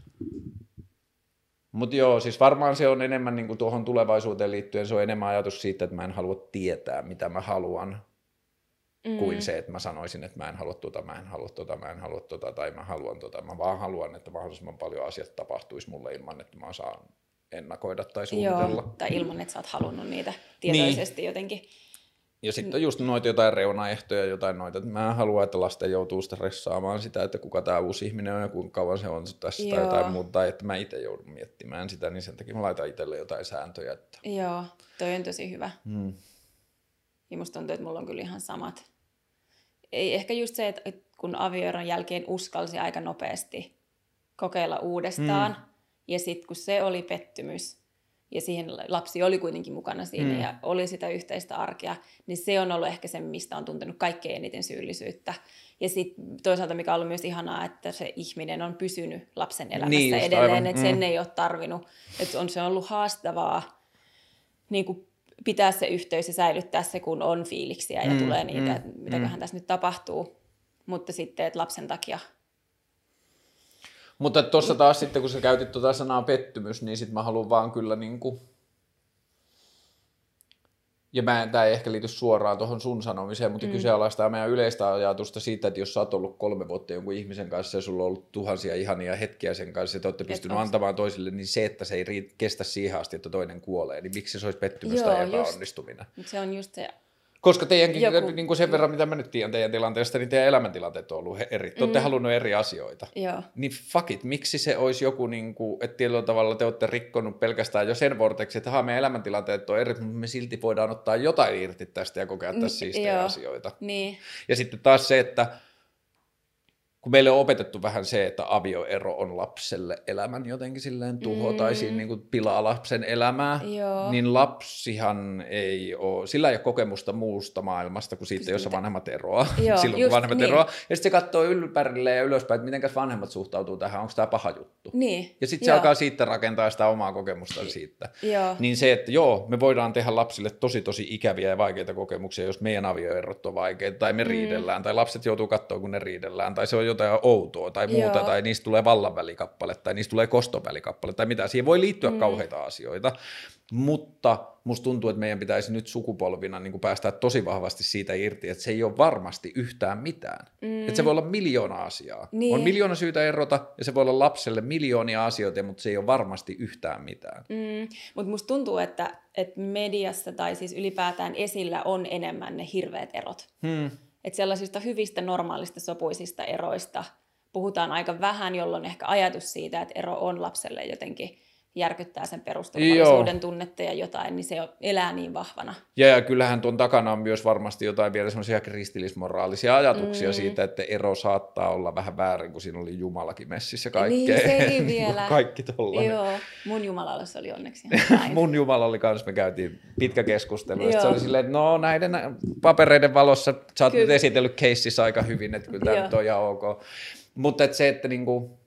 Mutta joo, siis varmaan se on enemmän niinku tuohon tulevaisuuteen liittyen, se on enemmän ajatus siitä, että mä en halua tietää, mitä mä haluan, Mm. kuin se, että mä sanoisin, että mä en halua tota, mä en halua tota, mä en halua tota, tai mä haluan tota. Mä vaan haluan, että mahdollisimman paljon asiat tapahtuisi mulle ilman, että mä saan ennakoida tai suunnitella. Joo, tai ilman, että sä oot halunnut niitä tietoisesti niin. jotenkin. Ja sitten on just noita jotain reunaehtoja, jotain noita, että mä en halua, että lasten joutuu stressaamaan sitä, että kuka tää uusi ihminen on ja kuinka kauan se on tässä Joo. tai jotain muuta, tai että mä itse joudun miettimään sitä, niin sen takia mä laitan itselle jotain sääntöjä. Että... Joo, toi on tosi hyvä. Hmm. Ja musta tuntuu, että mulla on kyllä ihan samat. Ei ehkä just se, että kun avioeron jälkeen uskalsi aika nopeasti kokeilla uudestaan, mm. ja sitten kun se oli pettymys, ja siihen lapsi oli kuitenkin mukana siinä, mm. ja oli sitä yhteistä arkea, niin se on ollut ehkä se, mistä on tuntenut kaikkein eniten syyllisyyttä. Ja sitten toisaalta, mikä on ollut myös ihanaa, että se ihminen on pysynyt lapsen elämässä niin, edelleen, aivan. että mm. sen ei ole tarvinnut, että on se ollut haastavaa, niin kuin pitää se yhteys ja säilyttää se, kun on fiiliksiä ja mm, tulee niitä, mm, mitäköhän mm. tässä nyt tapahtuu. Mutta sitten, että lapsen takia. Mutta tuossa taas sitten, kun sä käytit tuota sanaa pettymys, niin sitten mä haluan vaan kyllä niinku... Ja mä, tää ei ehkä liity suoraan tuohon sun sanomiseen, mutta mm. kyseenalaistaa meidän yleistä ajatusta siitä, että jos sä oot ollut kolme vuotta jonkun ihmisen kanssa ja sulla on ollut tuhansia ihania hetkiä sen kanssa ja te olette pystynyt antamaan toisille, niin se, että se ei riit- kestä siihen asti, että toinen kuolee, niin miksi se olisi pettymys Joo, tai epäonnistuminen? Just, se on just se Koska teidänkin, Joku... niin kuin sen verran, mitä mä nyt tiedän teidän tilanteesta, niin teidän elämäntilanteet on ollut eri. Te olette mm. halunnut eri asioita. Joo. Niin fuck it, miksi se olisi joku, niin kuin, että tietyllä tavalla te olette rikkonut pelkästään jo sen vorteksi, että meidän elämäntilanteet on eri, mutta me silti voidaan ottaa jotain irti tästä ja kokea tässä siistejä Joo. asioita. Niin. Ja sitten taas se, että kun meille on opetettu vähän se, että avioero on lapselle elämän jotenkin silleen tuho mm. tai siinä niin kuin pilaa lapsen elämää, Joo. niin lapsihan ei ole, sillä ei ole kokemusta muusta maailmasta kuin siitä, jossa vanhemmat eroaa. Joo, silloin just, kun vanhemmat niin. eroaa. Ja sitten se katsoo ympärille ja ylöspäin, että miten vanhemmat suhtautuu tähän, onko tämä paha juttu. Niin. Ja sitten se alkaa siitä rakentaa sitä omaa kokemusta siitä. Joo. Niin se, että joo, me voidaan tehdä lapsille tosi tosi ikäviä ja vaikeita kokemuksia, jos meidän avioerot on vaikeita, tai me mm. riidellään, tai lapset joutuu katsoa, kun ne riidellään, tai se on jotain outoa tai muuta, Joo. tai niistä tulee vallanvälikappale, tai niistä tulee kostonvälikappale, tai mitä. Siihen voi liittyä mm. kauheita asioita, mutta musta tuntuu, että meidän pitäisi nyt sukupolvina niin kuin päästää tosi vahvasti siitä irti, että se ei ole varmasti yhtään mitään. Mm. Että se voi olla miljoona asiaa. Niin. On miljoona syytä erota, ja se voi olla lapselle miljoonia asioita, mutta se ei ole varmasti yhtään mitään. Mm. Mutta musta tuntuu, että, että mediassa tai siis ylipäätään esillä on enemmän ne hirveät erot. Hmm. Että sellaisista hyvistä, normaalista, sopuisista eroista puhutaan aika vähän, jolloin ehkä ajatus siitä, että ero on lapselle jotenkin järkyttää sen perusturvallisuuden tunnetta ja jotain, niin se elää niin vahvana. Ja, ja kyllähän tuon takana on myös varmasti jotain vielä semmoisia kristillismoraalisia ajatuksia mm. siitä, että ero saattaa olla vähän väärin, kun siinä oli Jumalakin messissä kaikkea. Niin, se ei vielä. Kaikki tollainen. Joo, mun Jumalalla se oli onneksi mun Jumala oli kanssa, me käytiin pitkä keskustelu. Se oli silleen, että no näiden papereiden valossa sä oot nyt esitellyt keississä aika hyvin, että kyllä tämä nyt on ihan ok. Mutta et se, että niinku,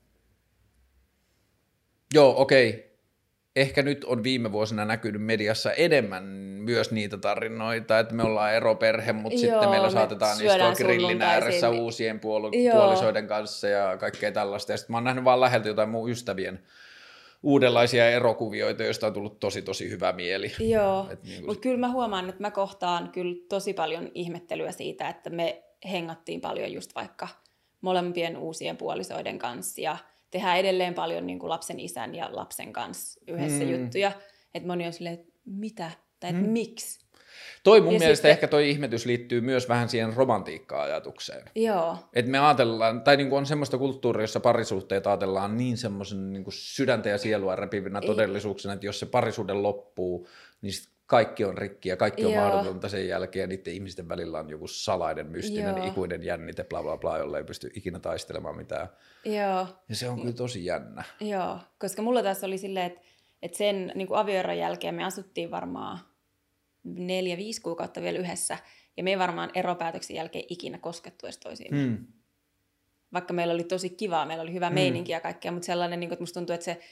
joo okei, ehkä nyt on viime vuosina näkynyt mediassa enemmän myös niitä tarinoita, että me ollaan eroperhe, mutta joo, sitten meillä saatetaan istua grillin ääressä uusien puol- puolisoiden kanssa ja kaikkea tällaista. Ja sitten mä oon nähnyt vaan läheltä jotain mun ystävien uudenlaisia erokuvioita, joista on tullut tosi tosi hyvä mieli. Joo, niin mutta kyllä mä huomaan, että mä kohtaan kyllä tosi paljon ihmettelyä siitä, että me hengattiin paljon just vaikka molempien uusien puolisoiden kanssa ja tehdään edelleen paljon niin kuin lapsen isän ja lapsen kanssa yhdessä mm. juttuja. Että moni on silleen, että mitä? Tai että mm. miksi? Toi mun ja mielestä sitten... ehkä toi ihmetys liittyy myös vähän siihen romantiikka-ajatukseen. Joo. Että me ajatellaan, tai niin kuin on semmoista kulttuuria, jossa parisuhteet ajatellaan niin semmoisen niin kuin sydäntä ja sielua repivinä Ei. todellisuuksena, että jos se parisuhde loppuu, niin kaikki on rikki ja kaikki on Joo. mahdotonta sen jälkeen, ja niiden ihmisten välillä on joku salainen, mystinen, Joo. ikuinen jännite, bla bla bla, jolle ei pysty ikinä taistelemaan mitään. Joo. Ja se on kyllä tosi jännä. Joo, koska mulla tässä oli silleen, että, että sen niin kuin avioeron jälkeen me asuttiin varmaan neljä, viisi kuukautta vielä yhdessä, ja me ei varmaan eropäätöksen jälkeen ikinä koskettu edes toisiin. Hmm. Vaikka meillä oli tosi kivaa, meillä oli hyvä hmm. meininki ja kaikkea, mutta sellainen, niin kuin, että musta tuntuu, että se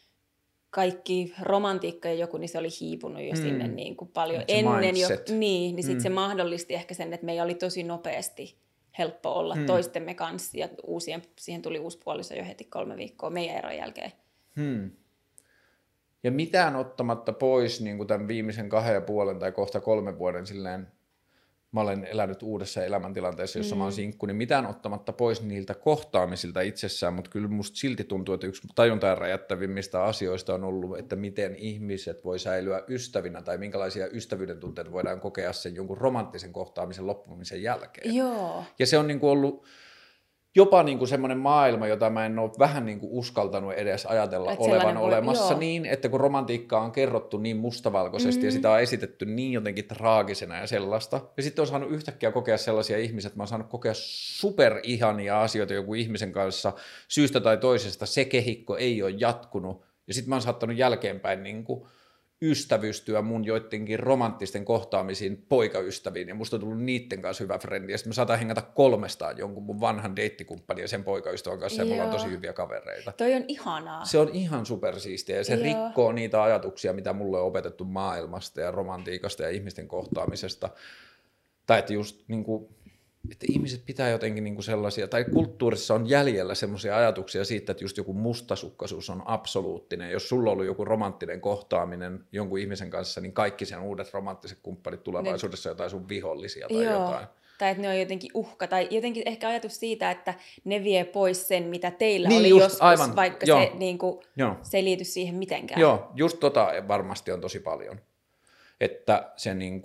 kaikki romantiikka ja joku, niin se oli hiipunut jo mm. sinne niin kuin paljon se ennen. Jo, niin, niin mm. sitten se mahdollisti ehkä sen, että meillä oli tosi nopeasti helppo olla mm. toistemme kanssa. Ja uusien, siihen tuli uusi puoliso jo heti kolme viikkoa meidän eron jälkeen. Hmm. Ja mitään ottamatta pois niin kuin tämän viimeisen kahden ja puolen tai kohta kolmen vuoden silleen, mä olen elänyt uudessa elämäntilanteessa, jossa mm. mä oon sinkku, niin mitään ottamatta pois niiltä kohtaamisilta itsessään, mutta kyllä musta silti tuntuu, että yksi tajuntaan räjättävimmistä asioista on ollut, että miten ihmiset voi säilyä ystävinä tai minkälaisia ystävyyden tunteita voidaan kokea sen jonkun romanttisen kohtaamisen loppumisen jälkeen. Joo. Ja se on niin kuin ollut jopa niin kuin semmoinen maailma, jota mä en ole vähän niin kuin uskaltanut edes ajatella et olevan voi, olemassa joo. niin, että kun romantiikkaa on kerrottu niin mustavalkoisesti mm. ja sitä on esitetty niin jotenkin traagisena ja sellaista, ja sitten on saanut yhtäkkiä kokea sellaisia ihmisiä, että mä oon saanut kokea superihania asioita joku ihmisen kanssa syystä tai toisesta, se kehikko ei ole jatkunut, ja sitten mä oon saattanut jälkeenpäin niin kuin ystävystyä mun joidenkin romanttisten kohtaamisiin poikaystäviin, ja musta on tullut niiden kanssa hyvä frendi, ja sitten me saadaan hengata kolmestaan jonkun mun vanhan deittikumppanin ja sen poikaystävän kanssa, ja mulla on tosi hyviä kavereita. Toi on ihanaa. Se on ihan supersiistiä, ja se Joo. rikkoo niitä ajatuksia, mitä mulle on opetettu maailmasta ja romantiikasta ja ihmisten kohtaamisesta. Tai että just niin kuin että ihmiset pitää jotenkin niinku sellaisia, tai kulttuurissa on jäljellä semmoisia ajatuksia siitä, että just joku mustasukkaisuus on absoluuttinen. Jos sulla on ollut joku romanttinen kohtaaminen jonkun ihmisen kanssa, niin kaikki sen uudet romanttiset kumppanit tulevaisuudessa ne... jotain sun vihollisia tai Joo. jotain. Tai että ne on jotenkin uhka, tai jotenkin ehkä ajatus siitä, että ne vie pois sen, mitä teillä niin oli just, joskus, aivan. vaikka Joo. se, niin kuin, se ei liity siihen mitenkään. Joo, just tota varmasti on tosi paljon. Että se niin kuin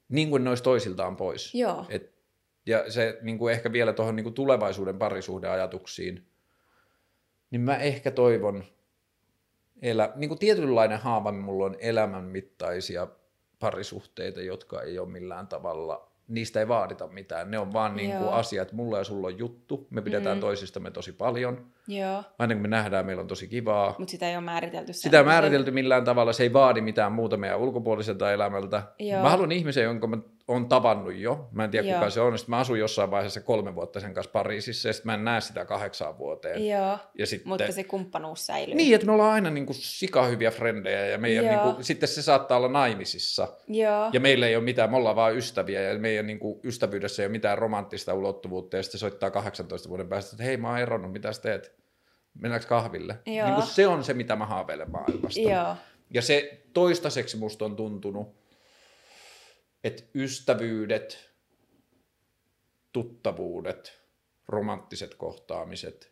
niin kuin ne olisi toisiltaan pois. Joo. Et, ja se niin kuin ehkä vielä tuohon niin kuin tulevaisuuden parisuhdeajatuksiin, niin mä ehkä toivon, elä, niin kuin tietynlainen haava mulla on elämän mittaisia parisuhteita, jotka ei ole millään tavalla, niistä ei vaadita mitään. Ne on vaan niin kuin asiat, mulla ja sulla on juttu, me pidetään mm. toisistamme tosi paljon. Joo. Aina kun me nähdään, meillä on tosi kivaa. Mutta sitä ei ole määritelty. Sitä ei ole määritelty millään tavalla, se ei vaadi mitään muuta meidän ulkopuoliselta elämältä. Joo. Mä haluan ihmisen, jonka mä oon tavannut jo. Mä en tiedä, Joo. kuka se on. Sitten mä asun jossain vaiheessa kolme vuotta sen kanssa Pariisissa, ja sitten mä en näe sitä kahdeksaan vuoteen. Joo, ja sitten, mutta se kumppanuus säilyy. Niin, että me ollaan aina niin kuin sikahyviä frendejä, ja meidän, niin kuin, sitten se saattaa olla naimisissa. Joo. Ja meillä ei ole mitään, me ollaan vaan ystäviä, ja meidän niin kuin, ystävyydessä ei ole mitään romanttista ulottuvuutta, ja sitten se soittaa kahdeksantoista vuoden päästä, että hei, mä oon eronnut, mitä sä teet? Mennäänkö kahville? Niin kuin se on se, mitä mä haaveilen maailmasta. Joo. Ja se toistaiseksi musta on tuntunut, että ystävyydet, tuttavuudet, romanttiset kohtaamiset,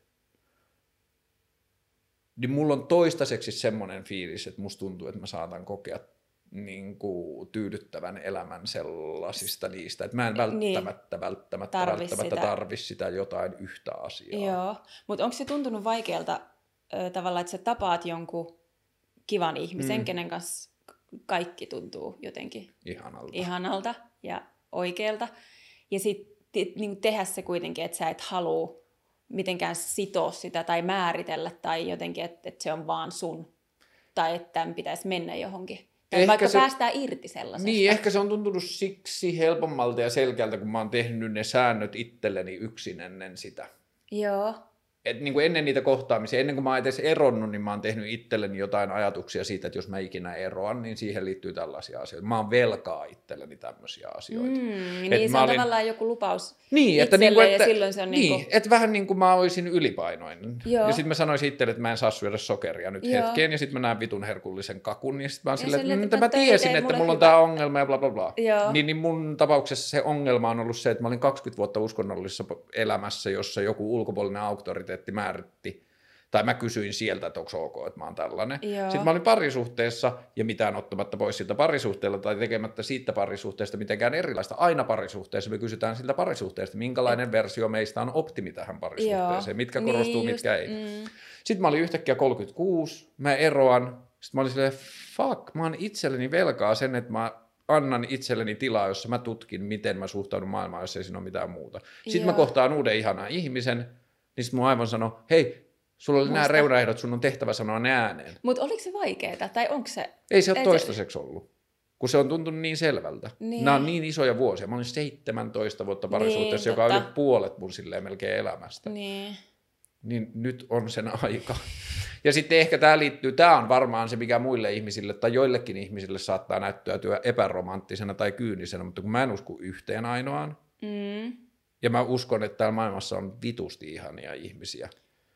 niin mulla on toistaiseksi semmoinen fiilis, että musta tuntuu, että mä saatan kokea niin kuin tyydyttävän elämän sellaisista niistä, että mä en välttämättä, niin. välttämättä, tarvi välttämättä sitä. tarvi sitä jotain yhtä asiaa. Joo, mutta onko se tuntunut vaikealta ö, tavallaan, että sä tapaat jonkun kivan ihmisen, mm. kenen kanssa kaikki tuntuu jotenkin ihanalta, ihanalta ja oikealta, ja sitten niin tehdä se kuitenkin, että sä et halua mitenkään sitoa sitä tai määritellä tai jotenkin, että, että se on vaan sun, tai että tämän pitäisi mennä johonkin. Tai vaikka se, päästään irti sellaisesta. Niin, ehkä se on tuntunut siksi helpommalta ja selkeältä, kun mä oon tehnyt ne säännöt itselleni yksin ennen sitä. Joo. Et niin kuin ennen niitä kohtaamisia, ennen kuin mä oon edes eronnut, niin mä oon tehnyt itselleni jotain ajatuksia siitä, että jos mä ikinä eroan, niin siihen liittyy tällaisia asioita. Mä oon velkaa itselleni tämmöisiä asioita. Mm, niin se on olin... tavallaan joku lupaus niin, että niin kuin, että, ja silloin se on niin, niin että vähän niin kuin mä olisin ylipainoinen. Joo. Ja sitten mä sanoisin itselle, että mä en saa syödä sokeria nyt Joo. hetkeen, ja sitten mä näen vitun herkullisen kakun, ja sitten mä oon silleen, silleen, että, että mä tiesin, että mulla on tää ongelma ja bla bla bla. Niin, niin mun tapauksessa se ongelma on ollut se, että mä olin kaksikymmentä vuotta uskonnollisessa elämässä, jossa joku ulkopuolinen auktoriteetti määritti, tai mä kysyin sieltä, että onko ok, että mä oon tällainen. Joo. Sitten mä olin parisuhteessa, ja mitään ottamatta pois siltä parisuhteella, tai tekemättä siitä parisuhteesta mitenkään erilaista. Aina parisuhteessa me kysytään siltä parisuhteesta, minkälainen Et... versio meistä on optimi tähän parisuhteeseen, Joo. mitkä niin, korostuu, just, mitkä ei. Mm. Sitten mä olin yhtäkkiä kolmekymmentäkuusi, mä eroan, sitten mä olin silleen, fuck, mä oon itselleni velkaa sen, että mä annan itselleni tilaa, jossa mä tutkin, miten mä suhtaudun maailmaan, jos ei siinä ole mitään muuta. Sitten Joo. mä kohtaan uuden ihanan ihmisen, niin sitten mun aivan sanoi, hei, sulla oli Musta. nämä reunaehdot, sun on tehtävä sanoa ne ääneen. Mutta oliko se vaikeaa, tai onko se... Ei se ole toistaiseksi ollut, kun se on tuntunut niin selvältä. Niin. Nämä on niin isoja vuosia. Mä olin seitsemäntoista vuotta parisuhteessa, niin, joka on yli puolet mun silleen melkein elämästä. Niin. Niin nyt on sen aika. Ja sitten ehkä tämä liittyy, tämä on varmaan se, mikä muille ihmisille tai joillekin ihmisille saattaa näyttäytyä epäromanttisena tai kyynisenä, mutta kun mä en usko yhteen ainoaan, mm. ja mä uskon, että täällä maailmassa on vitusti ihania ihmisiä,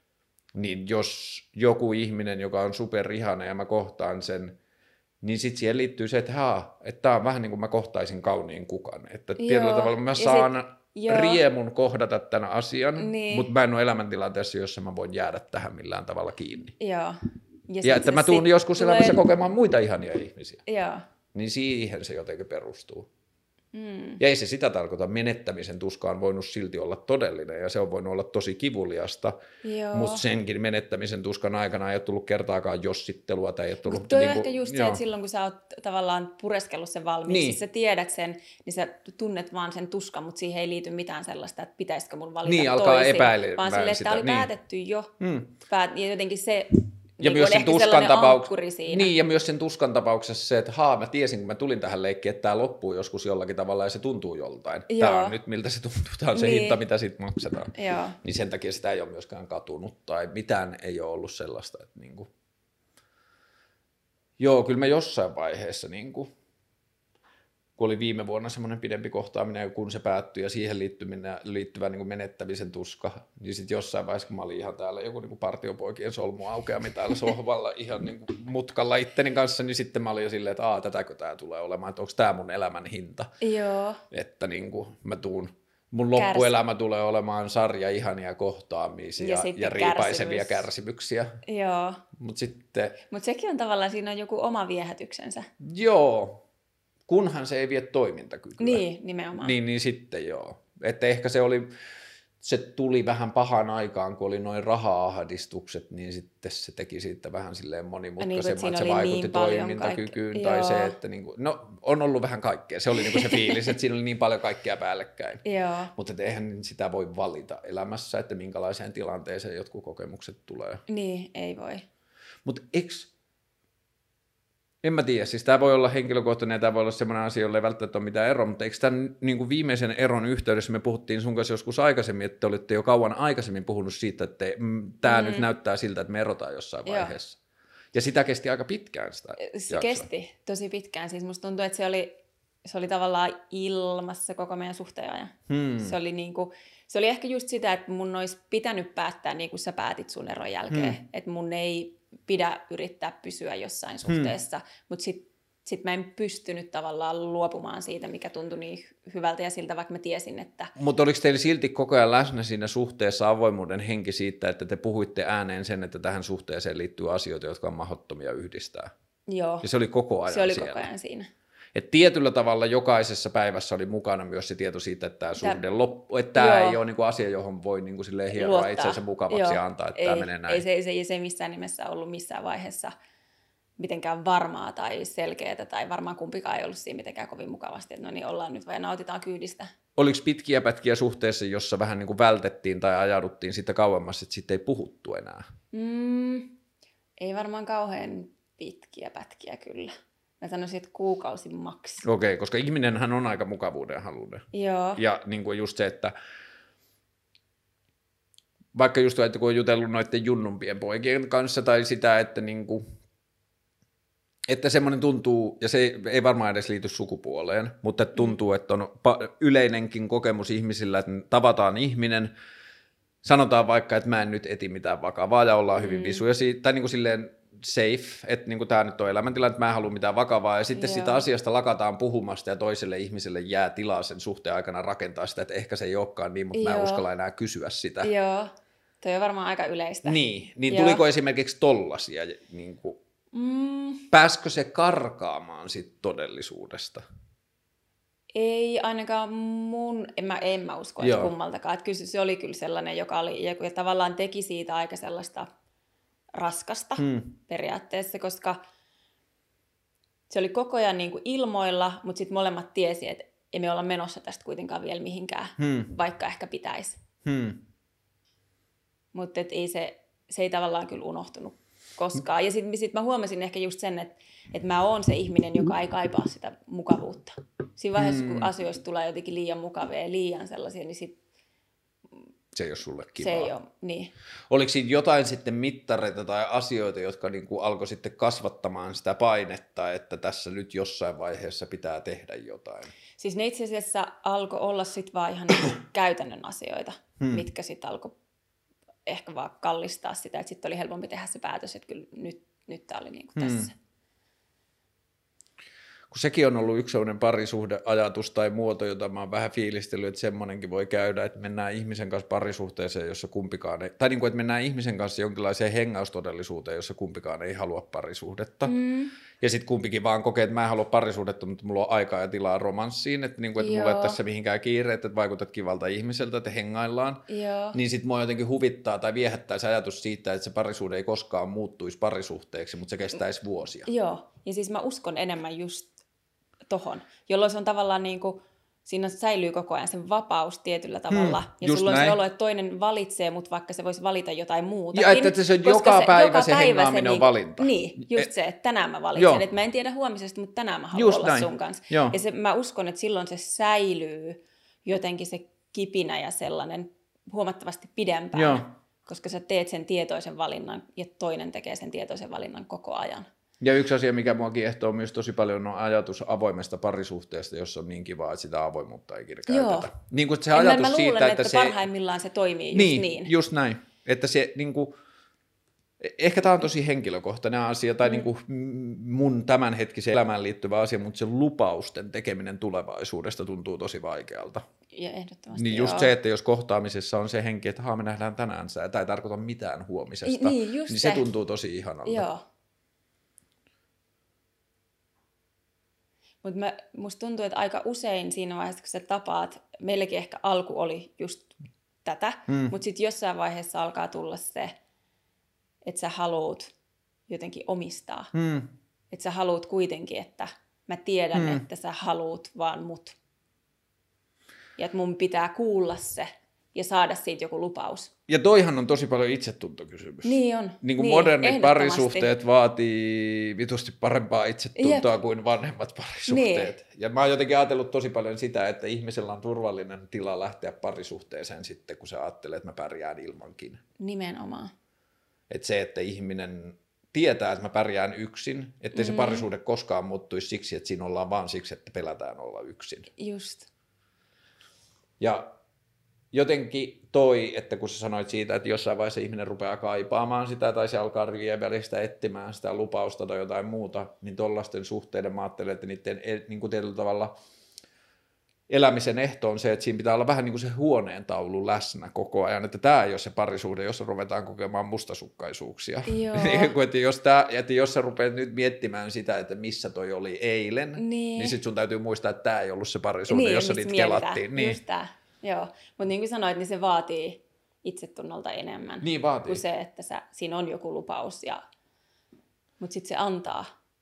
niin jos joku ihminen, joka on superihana ja mä kohtaan sen, niin sitten siihen liittyy se, että, haa, että tämä on vähän niin kuin mä kohtaisin kauniin kukan. Että Joo. tietyllä tavalla mä saan sit, riemun kohdata tämän asian, niin. mutta mä en ole elämäntilanteessa, jossa mä voin jäädä tähän millään tavalla kiinni. Joo. Ja, ja että mä tuun joskus tulee... elämässä kokemaan muita ihania ihmisiä. Joo. Niin siihen se jotenkin perustuu. Mm. Ja ei se sitä tarkoita, menettämisen tuska on voinut silti olla todellinen ja se on voinut olla tosi kivuliasta, mutta senkin menettämisen tuskan aikana ei ole tullut kertaakaan jossittelua tai ei ole tullut... Mut toi niin on kuin, ehkä just joo. se, että silloin kun sä oot tavallaan pureskellut sen valmiiksi, niin. sä tiedät sen, niin sä tunnet vaan sen tuskan, mutta siihen ei liity mitään sellaista, että pitäisikö mun valita niin, toisin. alkaa epäilemään vaan silleen, että sitä. tämä oli niin. päätetty jo. Mm. Päät, ja jotenkin se... Ja niin myös sen tuskan tapauksessa, niin, ja myös sen tuskan tapauksessa se, että haa, mä tiesin, kun mä tulin tähän leikkiin, että tämä loppuu joskus jollakin tavalla ja se tuntuu joltain. Joo. Tämä on nyt, miltä se tuntuu, tämä on se niin. hinta, mitä siitä maksetaan. Joo. Niin sen takia sitä ei ole myöskään katunut tai mitään ei ole ollut sellaista, että niinku... Joo, kyllä mä jossain vaiheessa niinku... kun oli viime vuonna semmoinen pidempi kohtaaminen, ja kun se päättyi ja siihen liittyvä niin kuin menettämisen tuska, niin sitten jossain vaiheessa, kun mä olin ihan täällä joku niin kuin partiopoikien solmuaukeami täällä sohvalla ihan niin kuin mutkalla itteni kanssa, niin sitten mä olin jo silleen, että aah, tätäkö tämä tulee olemaan, että onko tämä mun elämän hinta. Joo. Että niin kuin mä tuun, mun loppuelämä Kärs... tulee olemaan sarja ihania kohtaamisia ja, ja riipaisevia kärsimys. kärsimyksiä. Joo. Mutta sitten... Mut sekin on tavallaan, siinä on joku oma viehätyksensä. Joo. kunhan se ei vie toimintakykyä. Niin, nimenomaan. Niin, niin sitten joo. Että ehkä se oli, se tuli vähän pahan aikaan, kun oli noin raha-ahdistukset, niin sitten se teki siitä vähän silleen monimutkaisemman, niin, että se vaikutti niin toimintakykyyn kaikke... tai joo. se, että niin kuin, no on ollut vähän kaikkea. Se oli niin kuin se fiilis, että siinä oli niin paljon kaikkea päällekkäin. Mutta eihän sitä voi valita elämässä, että minkälaiseen tilanteeseen jotkut kokemukset tulee. Niin, ei voi. Mutta eikö... En mä tiedä, siis tämä voi olla henkilökohtainen ja tämä voi olla semmoinen asia, jolla ei välttämättä ole mitään eroa, mutta eikö tämän niin kuin viimeisen eron yhteydessä me puhuttiin sun kanssa joskus aikaisemmin, että te olitte jo kauan aikaisemmin puhunut siitä, että tämä mm. nyt näyttää siltä, että me erotaan jossain vaiheessa. Joo. Ja sitä kesti aika pitkään sitä Se jaksoa. kesti tosi pitkään, siis musta tuntuu, että se oli, se oli tavallaan ilmassa koko meidän suhteen ajan. Hmm. Se oli niin kuin, se oli ehkä just sitä, että mun olisi pitänyt päättää niin kuin sä päätit sun eron jälkeen, hmm. että mun ei pidä yrittää pysyä jossain suhteessa, hmm. mutta sitten sit mä en pystynyt tavallaan luopumaan siitä, mikä tuntui niin hyvältä ja siltä, vaikka mä tiesin, että... Mutta oliko teillä silti koko ajan läsnä siinä suhteessa avoimuuden henki siitä, että te puhuitte ääneen sen, että tähän suhteeseen liittyy asioita, jotka on mahdottomia yhdistää? Joo. Ja se oli koko ajan Se oli siellä. koko ajan siinä. Et tietyllä tavalla jokaisessa päivässä oli mukana myös se tieto siitä, että tämä suhde loppu, että tämä ei ole niinku asia, johon voi niinku hieroa itseänsä mukavaksi ja antaa, että ei, tämä menee näin. Ei se, ei, se, ei se missään nimessä ollut missään vaiheessa mitenkään varmaa tai selkeää, tai varmaan kumpikaan ei ollut siinä mitenkään kovin mukavasti, että no niin, ollaan nyt vai nautitaan kyydistä. Oliko pitkiä pätkiä suhteessa, jossa vähän niin kuin vältettiin tai ajauduttiin sitä kauemmas, että sitten ei puhuttu enää? Mm, ei varmaan kauhean pitkiä pätkiä kyllä. Mä sanoisin, että kuukausi maksi. Okei, okay, koska ihminenhän on aika mukavuuden haluinen. Joo. Ja niin kuin just se, että vaikka just että kun on jutellut noiden junnumpien poikien kanssa tai sitä, että, niin kuin, että semmoinen tuntuu, ja se ei, ei varmaan edes liity sukupuoleen, mutta tuntuu, että on yleinenkin kokemus ihmisillä, että tavataan ihminen, sanotaan vaikka, että mä en nyt eti mitään vakavaa ja ollaan hyvin mm. visuja, tai niin kuin silleen, safe, että niin tämä nyt on elämäntilanne, että mä en halua mitään vakavaa, ja sitten Joo. sitä asiasta lakataan puhumasta, ja toiselle ihmiselle jää tilaa sen suhteen aikana rakentaa sitä, että ehkä se ei olekaan niin, mutta Joo. mä en uskalla enää kysyä sitä. Joo, toi on varmaan aika yleistä. Niin, niin tuliko esimerkiksi tollasia, niin kuin, mm. pääskö se karkaamaan sit todellisuudesta? Ei ainakaan mun, en mä, en mä usko, että kummaltakaan, että kyllä se oli kyllä sellainen, joka oli, ja tavallaan teki siitä aika sellaista raskasta hmm. periaatteessa, koska se oli koko ajan niin kuin ilmoilla, mutta sitten molemmat tiesi, että emme olla menossa tästä kuitenkaan vielä mihinkään, hmm. vaikka ehkä pitäisi. Hmm. Mutta ei se, se ei tavallaan kyllä unohtunut koskaan. Ja sitten sit mä huomasin ehkä just sen, että, että mä oon se ihminen, joka ei kaipaa sitä mukavuutta. Siinä vaiheessa, hmm. kun asioista tulee jotenkin liian mukavia ja liian sellaisia, niin sitten se ei ole sulle kivaa. Se ei ole, niin. Oliko siinä jotain sitten mittareita tai asioita, jotka niin kuin alkoi sitten kasvattamaan sitä painetta, että tässä nyt jossain vaiheessa pitää tehdä jotain? Siis ne itse asiassa alkoi olla sitten vaan ihan käytännön asioita, hmm. mitkä sitten alkoi ehkä vaan kallistaa sitä, että sitten oli helpompi tehdä se päätös, että kyllä nyt, nyt tämä oli niin kuin hmm. tässä. Kun sekin on ollut yksi sellainen parisuhdeajatus tai muoto, jota mä oon vähän fiilistellyt, että semmoinenkin voi käydä, että mennään ihmisen kanssa parisuhteeseen, jossa kumpikaan ei, tai niin kuin, että mennään ihmisen kanssa jonkinlaiseen hengaustodellisuuteen, jossa kumpikaan ei halua parisuhdetta. Mm. Ja sitten kumpikin vaan kokee, että mä en halua parisuhdetta, mutta mulla on aikaa ja tilaa romanssiin, että, niin kuin, että mulla ei ole tässä mihinkään kiire, että vaikutat kivalta ihmiseltä, että hengaillaan. Joo. Niin sitten mua jotenkin huvittaa tai viehättää se ajatus siitä, että se parisuhde ei koskaan muuttuisi parisuhteeksi, mutta se kestäisi vuosia. Joo, ja siis mä uskon enemmän just tohon, jolloin se on tavallaan niin kuin, siinä säilyy koko ajan sen vapaus tietyllä tavalla, hmm, ja sulla on se olo, että toinen valitsee, mutta vaikka se voisi valita jotain muutakin. Ja että se on joka päivä se, joka se hengaaminen se, on valinta. Niin, just Et, se, että tänään mä valitsen, että mä en tiedä huomisesta, mutta tänään mä haluan just olla näin. Sun kanssa. Joo. Ja se, mä uskon, että silloin se säilyy jotenkin se kipinä ja sellainen huomattavasti pidempään, Joo. koska sä teet sen tietoisen valinnan, ja toinen tekee sen tietoisen valinnan koko ajan. Ja yksi asia, mikä mua kiehtoo myös tosi paljon, on ajatus avoimesta parisuhteesta, jossa on niin kivaa, että sitä avoimuutta ei käytetä. Niin kuin se en ajatus mä siitä, luulen, että, että se parhaimmillaan se toimii just niin. niin. Just näin. Että se niin kuin, ehkä tämä on tosi henkilökohtainen asia, tai mm. niin kuin mun tämänhetkisen elämään liittyvä asia, mutta se lupausten tekeminen tulevaisuudesta tuntuu tosi vaikealta. Ja ehdottomasti Niin just joo. se, että jos kohtaamisessa on se henki, että haa, me nähdään tänään, tämä ei tarkoita mitään huomisesta, niin, just niin se. se tuntuu tosi ihanalta. Joo. Mutta musta tuntuu, että aika usein siinä vaiheessa, kun sä tapaat, meilläkin ehkä alku oli just tätä, mm. mutta sitten jossain vaiheessa alkaa tulla se, että sä haluut jotenkin omistaa. Mm. Että sä haluut kuitenkin, että mä tiedän, mm. että sä haluut vaan mut. Ja että mun pitää kuulla se ja saada siitä joku lupaus. Ja toihan on tosi paljon itsetuntokysymys. Niin on. Niin kuin niin, modernit parisuhteet vaatii vitusti parempaa itsetuntoa Jep. kuin vanhemmat parisuhteet. Niin. Ja mä oon jotenkin ajatellut tosi paljon sitä, että ihmisellä on turvallinen tila lähteä parisuhteeseen sitten, kun se ajattelee, että mä pärjään ilmankin. Nimenomaan. Että se, että ihminen tietää, että mä pärjään yksin, ettei mm. se parisuhde koskaan muuttuisi siksi, että siinä ollaan vaan siksi, että pelätään olla yksin. Just. Ja jotenkin toi, että kun sä sanoit siitä, että jossain vaiheessa ihminen rupeaa kaipaamaan sitä tai se alkaa rivien välistä etsimään sitä lupausta tai jotain muuta, niin tollaisten suhteiden mä ajattelen, että niiden niin kuin tietyllä tavalla elämisen ehto on se, että siinä pitää olla vähän niin kuin se huoneen taulu läsnä koko ajan, että tämä ei ole se parisuhde, jossa ruvetaan kokemaan mustasukkaisuuksia. että, jos tää, että jos sä rupeat nyt miettimään sitä, että missä toi oli eilen, niin, niin sit sun täytyy muistaa, että tämä ei ollut se parisuhde, niin, jossa niitä mietitään. Kelattiin. Niin. Just tää. Joo, mutta niin kuin sanoit, niin se vaatii itsetunnolta enemmän niin vaatii. Kuin se, että sä, siinä on joku lupaus, ja... mutta sitten se antaa.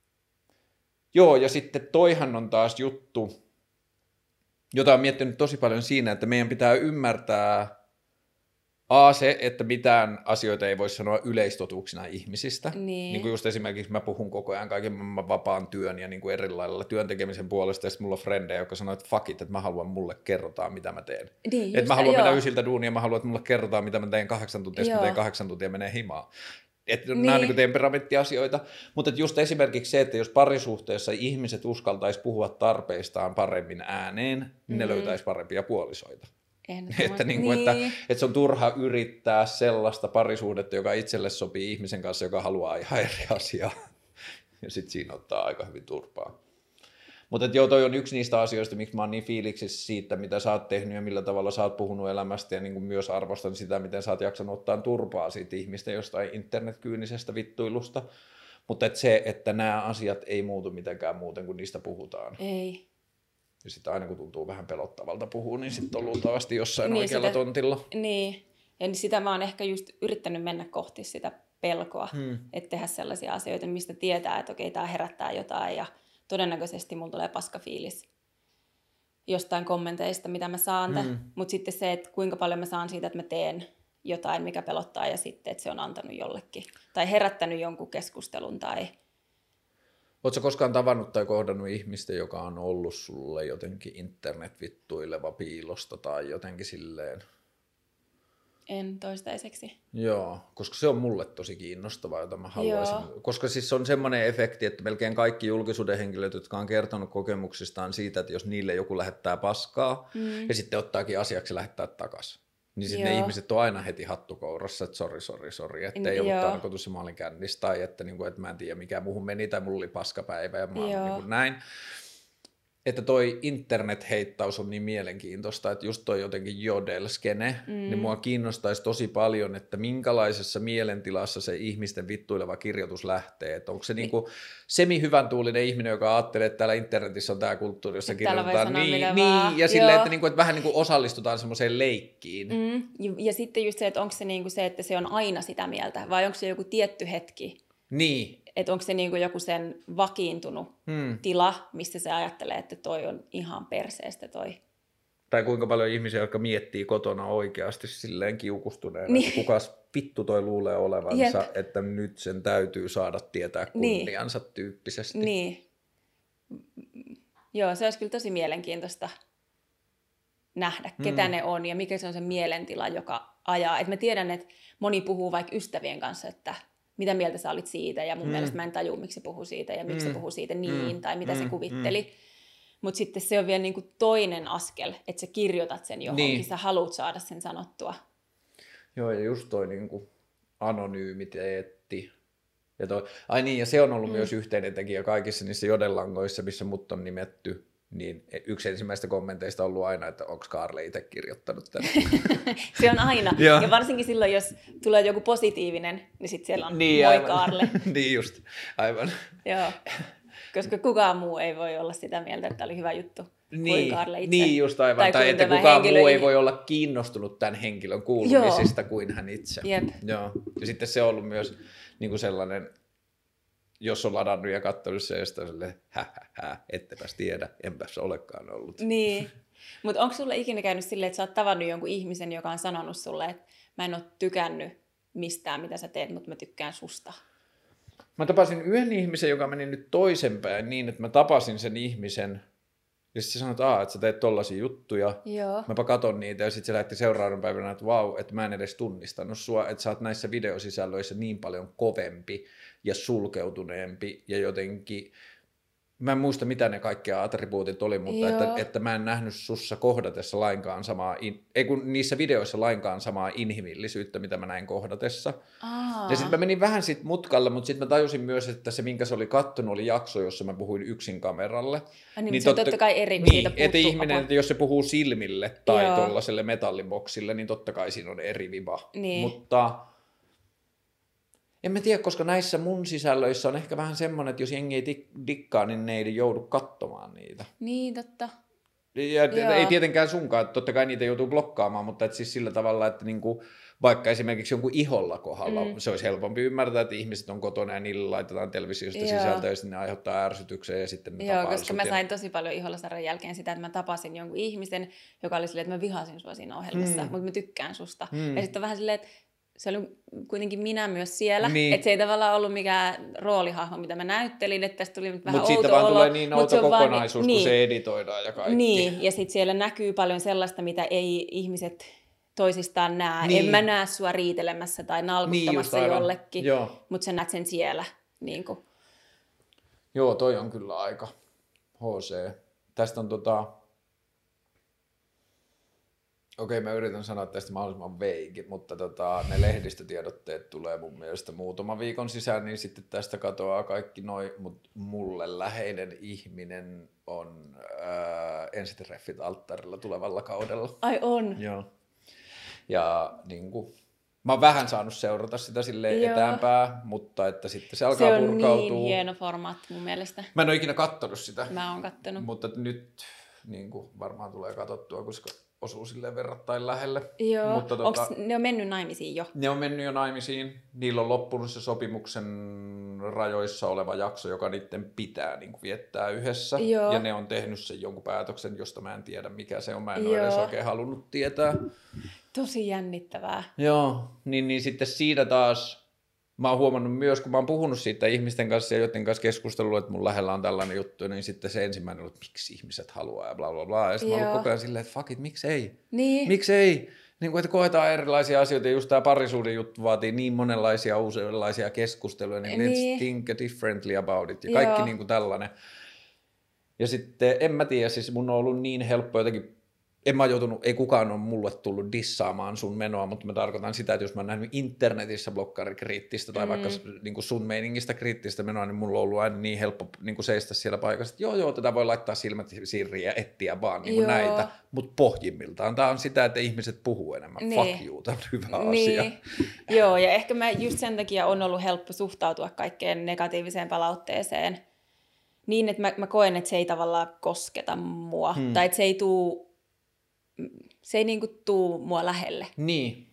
Joo, ja sitten toihan on taas juttu, jota on miettinyt tosi paljon siinä, että meidän pitää ymmärtää A, se, että mitään asioita ei voi sanoa yleistotuuksina ihmisistä. Niin. Niin kuin just esimerkiksi mä puhun koko ajan kaiken maailman vapaan työn ja niin kuin eri lailla työn tekemisen puolesta, ja sitten mulla on frendejä, jotka sanoo, että fuck it, että mä haluan, mulle kerrotaan, mitä mä teen. Niin, että mä haluan mennä ysiltä duunia, mä haluan, että mulle kerrotaan, mitä mä teen kahdeksan tuntia, ja mä teen kahdeksan tuntia ja menee himaan. Että niin. Nämä on niin temperamenttiasioita, mutta just esimerkiksi se, että jos parisuhteessa ihmiset uskaltaisi puhua tarpeistaan paremmin ääneen, niin mm. ne löytäisi parempia puolisoita. Että, niin kuin, niin. että, että se on turha yrittää sellaista parisuhdetta, joka itselle sopii ihmisen kanssa, joka haluaa ihan eri asiaa. Ja sitten siinä ottaa aika hyvin turpaa. Mutta joo, toi on yksi niistä asioista, miksi mä oon niin fiiliksissä siitä, mitä sä oot tehnyt ja millä tavalla sä oot puhunut elämästä. Ja niin kuin myös arvostan sitä, miten sä oot jaksanut ottaa turpaa siitä ihmistä jostain internetkyynisestä vittuilusta. Mutta et se, että nämä asiat ei muutu mitenkään muuten, kun niistä puhutaan. Ei. Ja sitten aina kun tuntuu vähän pelottavalta puhua, niin sitten on luultavasti jossain niin, oikealla sitä, tontilla. Niin, ja sitä mä oon ehkä just yrittänyt mennä kohti sitä pelkoa, hmm. että tehdä sellaisia asioita, mistä tietää, että okei, tää herättää jotain, ja todennäköisesti mulla tulee paskafiilis jostain kommenteista, mitä mä saan. Hmm. Mutta sitten se, että kuinka paljon mä saan siitä, että mä teen jotain, mikä pelottaa, ja sitten, että se on antanut jollekin, tai herättänyt jonkun keskustelun, tai... Oletko koskaan tavannut tai kohdannut ihmistä, joka on ollut sulle jotenkin internetvittuileva piilosta tai jotenkin silleen? En toistaiseksi. Joo, koska se on mulle tosi kiinnostavaa, jota mä haluaisin. Joo. Koska siis on semmoinen efekti, että melkein kaikki julkisuuden henkilöt, jotka on kertonut kokemuksistaan siitä, että jos niille joku lähettää paskaa mm. ja sitten ottaakin asiaksi lähettää takaisin. Niin sitten ne ihmiset on aina heti hattukourassa, että sori, sori, sori, että ei ollut tarkoitus ja mä olin kännissä tai että, niin kuin, että mä en tiedä mikä muuhun meni tai mulla oli paskapäivä ja mä olin niin kuin näin. Että toi internet-heittaus on niin mielenkiintoista, että just toi jotenkin jodelskene, mm. niin mua kiinnostaisi tosi paljon, että minkälaisessa mielentilassa se ihmisten vittuileva kirjoitus lähtee. Että onko se niin kuin semi-hyvän tuulinen ihminen, joka ajattelee, että täällä internetissä on tämä kulttuuri, jossa kirjoitetaan niin, niin ja silleen, että, niin kuin, että vähän niin kuin osallistutaan semmoiseen leikkiin. Mm. Ja, ja sitten just se, että onko se, niin kuin se, että se on aina sitä mieltä, vai onko se joku tietty hetki? Niin. Että onko se niinku joku sen vakiintunut hmm. tila, missä se ajattelee, että toi on ihan perseestä toi. Tai kuinka paljon ihmisiä, jotka miettii kotona oikeasti silleen kiukustuneena, niin. että kukas vittu toi luulee olevansa, Jep. että nyt sen täytyy saada tietää kunniansa niin. tyyppisesti. Niin. Joo, se olisi kyllä tosi mielenkiintoista nähdä, ketä hmm. ne on ja mikä se on se mielentila, joka ajaa. Et mä tiedän, että moni puhuu vaikka ystävien kanssa, että mitä mieltä sä olit siitä, ja mun mm. mielestä mä en tajua, miksi se puhuu siitä, ja miksi mm. se puhuu siitä niin, mm. tai mitä mm. se kuvitteli. Mm. Mutta sitten se on vielä niinku toinen askel, että sä kirjoitat sen johonkin, niin. sä haluat saada sen sanottua. Joo, ja just toi niinku anonyymiteetti. Ja toi, ai niin, ja se on ollut mm. myös yhteinen tekijä kaikissa niissä jodellangoissa, missä mut on nimetty. Niin yksi ensimmäistä kommenteista on ollut aina, että onko Kaarle itse kirjoittanut tämän. Se on aina. Ja varsinkin silloin, jos tulee joku positiivinen, niin sitten siellä on niin, moi aivan. Kaarle. Niin just, aivan. Joo. Koska kukaan muu ei voi olla sitä mieltä, että oli hyvä juttu niin, kuin Karle itse. Niin, just aivan. Tai, tai että kukaan henkilö muu ei voi olla kiinnostunut tämän henkilön kuulumisista Joo. kuin hän itse. Jep. Joo. Ja sitten se on ollut myös niin kuin sellainen, jos on ladannut ja katsonut se, ja sitten on silleen, hä, hä, hä, ettepäs tiedä, enpäs olekaan ollut. Niin. Mutta onko sulle ikinä käynyt silleen, että sä oot tavannut jonkun ihmisen, joka on sanonut sulle, että mä en ole tykännyt mistään, mitä sä teet, mutta mä tykkään susta? Mä tapasin yhden ihmisen, joka meni nyt toisenpäin niin, että mä tapasin sen ihmisen, ja sitten se sanoi, että, että sä teet tollaisia juttuja. Joo. Mäpä katon niitä, ja sitten se lähti seuraavana päivänä, että vau, että mä en edes tunnistanut sua, että sä oot näissä videosisällöissä niin paljon kovempi ja sulkeutuneempi, ja jotenkin, mä en muista mitä ne kaikkia attribuutit oli, mutta että, että mä en nähnyt sussa kohdatessa lainkaan samaa, in, ei kun niissä videoissa lainkaan samaa inhimillisyyttä, mitä mä näin kohdatessa. Aa. Ja sitten mä menin vähän sit mutkalle, mutta sitten mä tajusin myös, että se minkä se oli kattonut oli jakso, jossa mä puhuin yksin kameralle. Ah, niin, niin se on totta kai eri, kun niin, siitä puuttuu. Että ihminen, että jos se puhuu silmille tai Joo. tuollaiselle metalliboksille, niin totta kai siinä on eri viba. Niin. Mutta en mä tiedä, koska näissä mun sisällöissä on ehkä vähän semmoinen, että jos jengi ei dikkaa, niin ne ei joudu katsomaan niitä. Niin, totta. Ja ei tietenkään sunkaan, että totta kai niitä joutuu blokkaamaan, mutta että siis sillä tavalla, että niinku, vaikka esimerkiksi jonkun iholla kohdalla mm. se olisi helpompi ymmärtää, että ihmiset on kotona ja niille laitetaan televisiosta Joo. sisältöä ja sitten ne aiheuttaa ärsytyksiä ja sitten ne Joo, tapaa koska mä sain tosi paljon ihollasarjan jälkeen sitä, että mä tapasin jonkun ihmisen, joka oli silleen, että mä vihasin sua siinä ohjelmassa, mm. mutta mä tykkään susta. Mm. Ja sitten on vähän silleen, että se oli kuitenkin minä myös siellä, niin. Että se ei tavallaan ollut mikään roolihahmo, mitä mä näyttelin, että tästä tuli vähän Mut outo olo. Mutta siitä vaan tulee niin outo kokonaisuus, vaan, niin, kun se editoidaan ja kaikki. Niin, ja sitten siellä näkyy paljon sellaista, mitä ei ihmiset toisistaan näe. Niin. En mä näe sua riitelemässä tai nalkuttamassa niin jollekin, mutta sä näet sen siellä. Niin kuin. Joo, toi on kyllä aika H C. Tästä on tota... Okei, mä yritän sanoa tästä mahdollisimman veiki, mutta tota, ne lehdistötiedotteet tulee mun mielestä muutama viikon sisään, niin sitten tästä katoaa kaikki noin, mutta mulle läheinen ihminen on ää, ensitreffit alttarilla tulevalla kaudella. Ai on? Joo. Ja niin kuin, mä oon vähän saanut seurata sitä silleen Joo. etäämpää, mutta että sitten se alkaa purkautua. Se on niin hieno formaatti mun mielestä. Mä en ole ikinä kattonut sitä. Mä oon kattonut. Mutta nyt niin kuin, varmaan tulee katsottua, koska osuu silleen verrattain lähelle. Joo. Mutta, Onko tota, ne on mennyt naimisiin jo? Ne on mennyt jo naimisiin. Niillä on loppunut se sopimuksen rajoissa oleva jakso, joka niiden pitää niin kuin viettää yhdessä. Joo. Ja ne on tehnyt sen jonkun päätöksen, josta mä en tiedä mikä se on. Mä en ole edes oikein halunnut tietää. Tosi jännittävää. Joo, niin, niin sitten siitä taas mä oon huomannut myös, kun mä oon puhunut siitä ihmisten kanssa ja joiden kanssa keskustellut, että mun lähellä on tällainen juttu, niin sitten se ensimmäinen on, että miksi ihmiset haluaa ja bla bla bla. Ja sitten mä oon ollut koko ajan silleen, että fuck it, miksi ei? Niin. Miksi ei? Niin kuin, että koetaan erilaisia asioita ja just tämä parisuuden juttu vaatii niin monenlaisia uudenlaisia keskusteluja, niin, niin. let's think differently about it ja kaikki niin kuin tällainen. Ja sitten en mä tiedä, siis mun on ollut niin helppo jotenkin, en mä joutunut, ei kukaan ole mulle tullut dissaamaan sun menoa, mutta mä tarkoitan sitä, että jos mä oon nähnyt internetissä blokkarikriittistä tai mm. vaikka niin kuin sun meiningistä kriittistä menoa, niin mulla on ollut aina niin helppo niin kuin seistä siellä paikassa, että joo joo, tätä voi laittaa silmät sirriä ja etsiä vaan niin kuin näitä, mutta pohjimmiltaan tää on sitä, että ihmiset puhuu enemmän. Niin. Fuck you, tää on hyvä niin. asia. Joo, ja ehkä mä just sen takia on ollut helppo suhtautua kaikkeen negatiiviseen palautteeseen niin, että mä, mä koen, että se ei tavallaan kosketa mua, hmm. tai että se ei tuu se ei niinku tuu mua lähelle. Niin.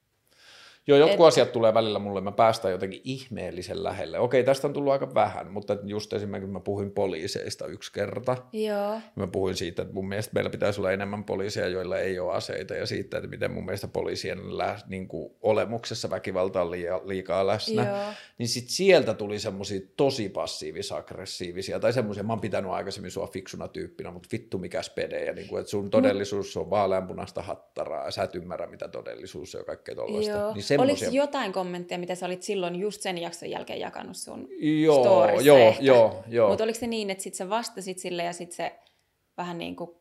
Joo, jotkut Et... asiat tulee välillä mulle, mä päästään jotenkin ihmeellisen lähelle. Okei, tästä on tullut aika vähän, mutta just esimerkiksi mä puhuin poliiseista yksi kerta. Joo. Mä puhuin siitä, että mun mielestä meillä pitäisi olla enemmän poliiseja, joilla ei ole aseita, ja siitä, että miten mun mielestä poliisien lä- niin kuin olemuksessa väkivalta on liikaa läsnä. Joo. Niin sit sieltä tuli semmosia tosi passiivis-aggressiivisia, tai semmosia, mä oon pitänyt aikaisemmin sua fiksuna tyyppinä, mutta vittu mikä spede, ja niin kuin, että sun todellisuus on vaaleanpunaista hattaraa, ja sä et ymmärrä, mitä todellisuus on ja kaikkea tollaista. Niin oliko jotain kommentteja, mitä sä olit silloin just sen jakson jälkeen jakanut sun joo, storissa joo, ehkä? Joo, joo. Mutta oliko se niin, että sit sä vastasit sille ja sit se vähän niin kuin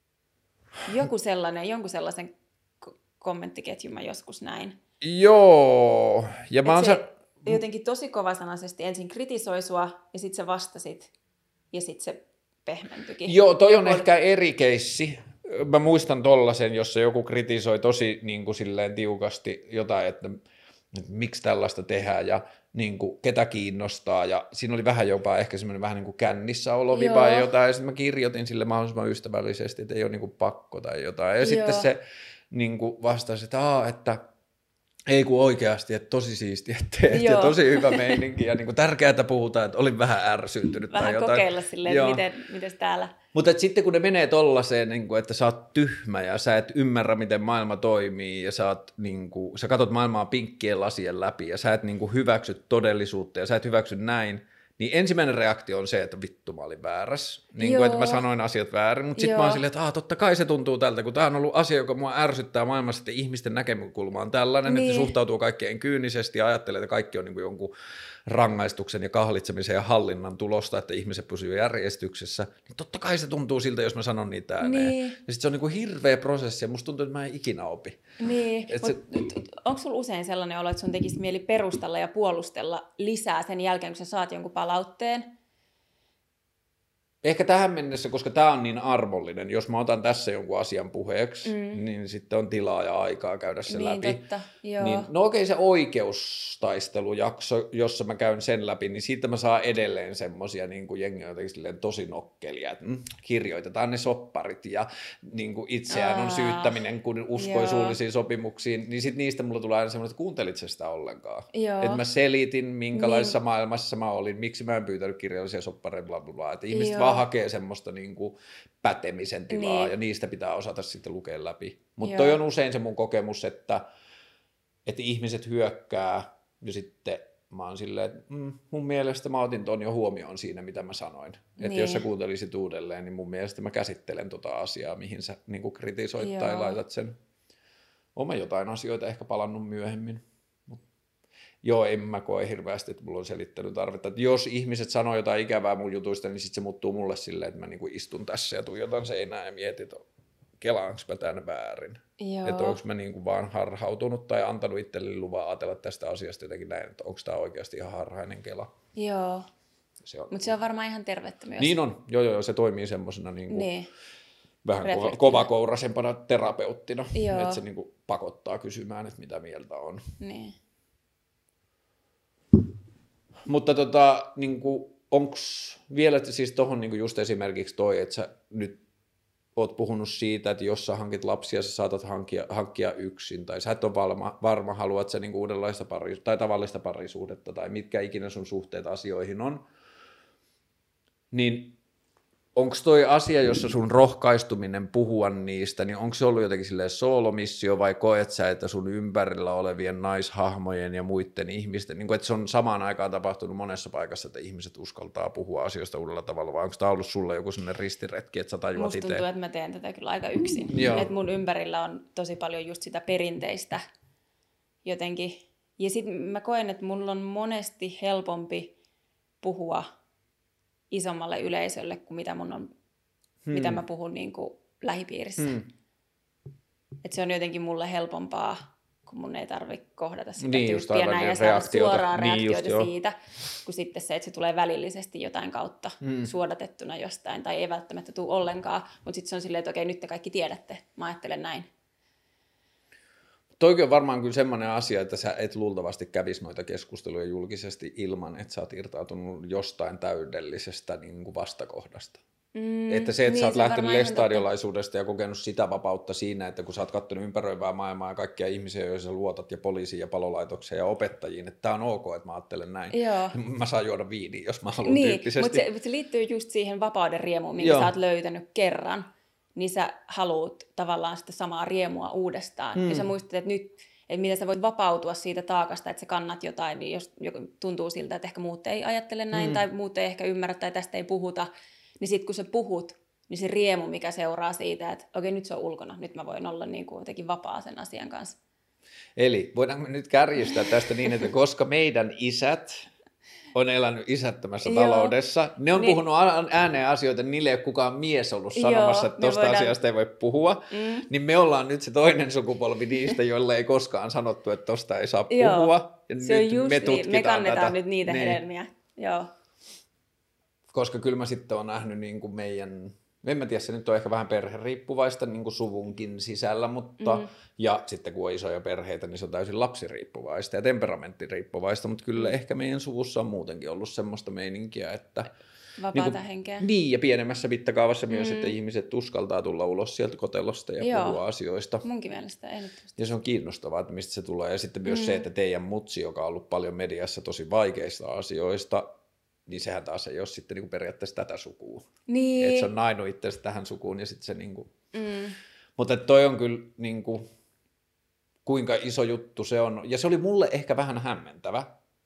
joku sellainen, jonkun sellaisen kommenttiketjun mä joskus näin. Joo. Ja mä oon se sa- jotenkin tosi kovasanaisesti ensin kritisoi sua ja sit sä vastasit ja sit se pehmentyikin. Joo, toi on ehkä eri keissi. Mä muistan tollasen, jossa joku kritisoi tosi niin kuin silleen tiukasti jotain, että että miksi tällaista tehdään ja niin kuin, ketä kiinnostaa. Ja siinä oli vähän jopa ehkä semmoinen vähän niin kuin kännissä oloviba ja jotain. Ja sitten mä kirjoitin sille mahdollisimman ystävällisesti, että ei ole niin kuin pakko tai jotain. Ja Joo. sitten se niin kuin vastasi, että, Aa, että ei kun oikeasti, että tosi siistiä teet ja tosi hyvä meininki ja niin kuin tärkeää puhutaan, että olin vähän ärsyyntynyt. Vähän tai jotain. kokeilla silleen, että miten, miten täällä. Mutta sitten kun ne menee tollaiseen, niin kuin, että sä oot tyhmä ja sä et ymmärrä, miten maailma toimii ja sä, oot, niin kuin, sä katot maailmaa pinkkien lasien läpi ja sä et niin kuin, hyväksy todellisuutta ja sä et hyväksy näin, niin ensimmäinen reaktio on se, että vittu mä olin väärässä. Niin kuin, että mä sanoin asiat väärin, mutta sitten mä oon silleen, että ah, totta kai se tuntuu tältä, kun tää on ollut asia, joka mua ärsyttää maailmassa, että ihmisten näkökulma on tällainen, niin. että suhtautuu kaikkeen kyynisesti ja ajattelee, että kaikki on niin kuin jonkun rangaistuksen ja kahlitsemisen ja hallinnan tulosta, että ihmiset pysyy järjestyksessä, niin totta kai se tuntuu siltä, jos mä sanon niitä ääneen. Niin. Ja sitten se on niin kuin hirveä prosessi ja musta tuntuu, että mä en ikinä opi. Niin, se... onko sulla usein sellainen olo, että sun tekisi mieli perustella ja puolustella lisää sen jälkeen, kun sä saat jonkun palautteen? Ehkä tähän mennessä, koska tämä on niin arvollinen, jos mä otan tässä jonkun asian puheeksi, mm. niin sitten on tilaa ja aikaa käydä se niin, läpi. Totta. Joo. Niin, no okei, se oikeustaistelujakso, jossa mä käyn sen läpi, niin siitä mä saan edelleen semmoisia niin kuin jengi jotenkin tosi nokkelia, että mm, kirjoitetaan ne sopparit ja niin kuin itseään Aa, on syyttäminen, kun uskoi joo. suullisiin sopimuksiin, niin sitten niistä mulla tulee aina semmoinen, että kuuntelit sä sitä ollenkaan. Että mä selitin, minkälaisessa niin. maailmassa mä olin, miksi mä en pyytänyt kirjallisia soppareja, bla bla bla, että ihmiset joo. vaan hakee semmoista niin kuin pätemisen tilaa niin. ja niistä pitää osata sitten lukea läpi. Mutta toi on usein se mun kokemus, että, että ihmiset hyökkää ja sitten mä oon silleen, että mm, mun mielestä mä otin ton jo huomioon siinä, mitä mä sanoin. Niin. Että jos sä kuuntelisit uudelleen, niin mun mielestä mä käsittelen tota asiaa, mihin sä niin kuin kritisoit Joo. tai laitat sen. Oon mä jotain asioita ehkä palannut myöhemmin. Joo, en mä koe hirveästi, että mulla on selittelytarvetta. Että jos ihmiset sanoo jotain ikävää mun jutuista, niin sitten se muuttuu mulle silleen, että mä niinku istun tässä ja tuijotan seinään ja mietin, että kelaanko mä tämän väärin. Joo. Että onko mä niinku vaan harhautunut tai antanut itselleni luvan ajatella tästä asiasta jotenkin näin, että onko tämä oikeasti ihan harhainen kela. Joo, mutta se on varmaan ihan tervettä myös. Niin on, joo joo, se toimii semmoisena niinku niin. vähän ko- kovakouraisempana terapeuttina, joo. että se niinku pakottaa kysymään, että mitä mieltä on. Niin. Mutta tota, niin onko vielä siis tuohon niin just esimerkiksi toi, että sä nyt oot puhunut siitä, että jos sä hankit lapsia, sä saatat hankkia, hankkia yksin, tai sä et ole varma, varma haluat sä niin uudenlaista pari, tai tavallista parisuhdetta, tai mitkä ikinä sun suhteet asioihin on, niin onko toi asia, jossa sun rohkaistuminen puhua niistä, niin onko se ollut jotenkin silleen soolomissio vai koet sä, että sun ympärillä olevien naishahmojen ja muiden ihmisten, niin kuin, että se on samaan aikaan tapahtunut monessa paikassa, että ihmiset uskaltaa puhua asioista uudella tavalla, vai onko tämä ollut sulle joku sellainen ristiretki, että sä tajuat itse? Musta tuntuu, että mä teen tätä kyllä aika yksin. Että mun ympärillä on tosi paljon just sitä perinteistä jotenkin. Ja sitten mä koen, että mulla on monesti helpompi puhua isommalle yleisölle kuin mitä mun on, hmm. mitä mä puhun niin kuin lähipiirissä. Hmm. Et se on jotenkin mulle helpompaa, kun mun ei tarvitse kohdata sitä niin, tyyppiä näin ja saada suoraan niin, reaktioita siitä, kun sitten se, että se tulee välillisesti jotain kautta hmm. suodatettuna jostain, tai ei välttämättä tule ollenkaan, mutta sitten se on silleen, että okei, nyt te kaikki tiedätte, mä ajattelen näin. Toikin on varmaan kyllä semmoinen asia, että sä et luultavasti kävisi noita keskusteluja julkisesti ilman, että sä oot irtautunut jostain täydellisestä niin kuin vastakohdasta. Mm, että se, että niin, sä oot lähtenyt lestadiolaisuudesta ja kokenut sitä vapautta siinä, että kun sä oot katsonut ympäröivää maailmaa ja kaikkia ihmisiä, joihin sä luotat ja poliisiin ja palolaitokseen ja opettajiin, että tää on ok, että mä ajattelen näin. Joo. Mä saan juoda viiniä, jos mä haluan niin, tyyppisesti. Mutta se, se liittyy just siihen vapauden riemuun, minkä Joo. sä oot löytänyt kerran. Niin sä haluut tavallaan sitä samaa riemua uudestaan. Hmm. Ja sä muistat, että nyt, että miten sä voit vapautua siitä taakasta, että sä kannat jotain, niin jos tuntuu siltä, että ehkä muut ei ajattele näin, hmm. tai muut ei ehkä ymmärrä, tai tästä ei puhuta, niin sit kun sä puhut, niin se riemu, mikä seuraa siitä, että okei, nyt se on ulkona, nyt mä voin olla niin kuin jotenkin vapaa sen asian kanssa. Eli voidaanko nyt kärjistää tästä niin, että koska meidän isät on elänyt isättömässä taloudessa. Ne on niin. puhunut ääneen asioita, niin niille ei ole kukaan mies ollut sanomassa, Joo, että tuosta voidaan... asiasta ei voi puhua. Mm. Niin me ollaan nyt se toinen sukupolvi niistä, joille ei koskaan sanottu, että tuosta ei saa Joo. puhua. Ja se nyt on just me tutkitaan niin. Me kannetaan tätä. nyt niitä niin. hedelmiä. Joo. Koska kyllä mä sitten olen nähnyt niin kuin meidän en mä tiedä, se nyt on ehkä vähän perheriippuvaista niin kuin suvunkin sisällä, mutta mm. ja sitten kun on isoja perheitä, niin se on täysin lapsiriippuvaista ja temperamenttiriippuvaista, mutta kyllä mm. ehkä meidän suvussa on muutenkin ollut semmoista meininkiä, että vapaata niin henkeä. Niin, ja pienemmässä mittakaavassa mm. myös, että ihmiset uskaltaa tulla ulos sieltä kotelosta ja Joo. puhua asioista. Munkin mielestä ehdottomasti. Ja se on kiinnostavaa, että mistä se tulee. Ja sitten myös mm. se, että teidän mutsi, joka on ollut paljon mediassa tosi vaikeista asioista, niin sehän taas ei ole sitten niin kuin periaatteessa tätä sukua. Niin. Että se on nainut itsestä tähän sukuun ja sitten se niin kuin... Mm. Mutta toi on kyllä niin kuin, kuinka iso juttu se on. Ja se oli mulle ehkä vähän hämmentävä,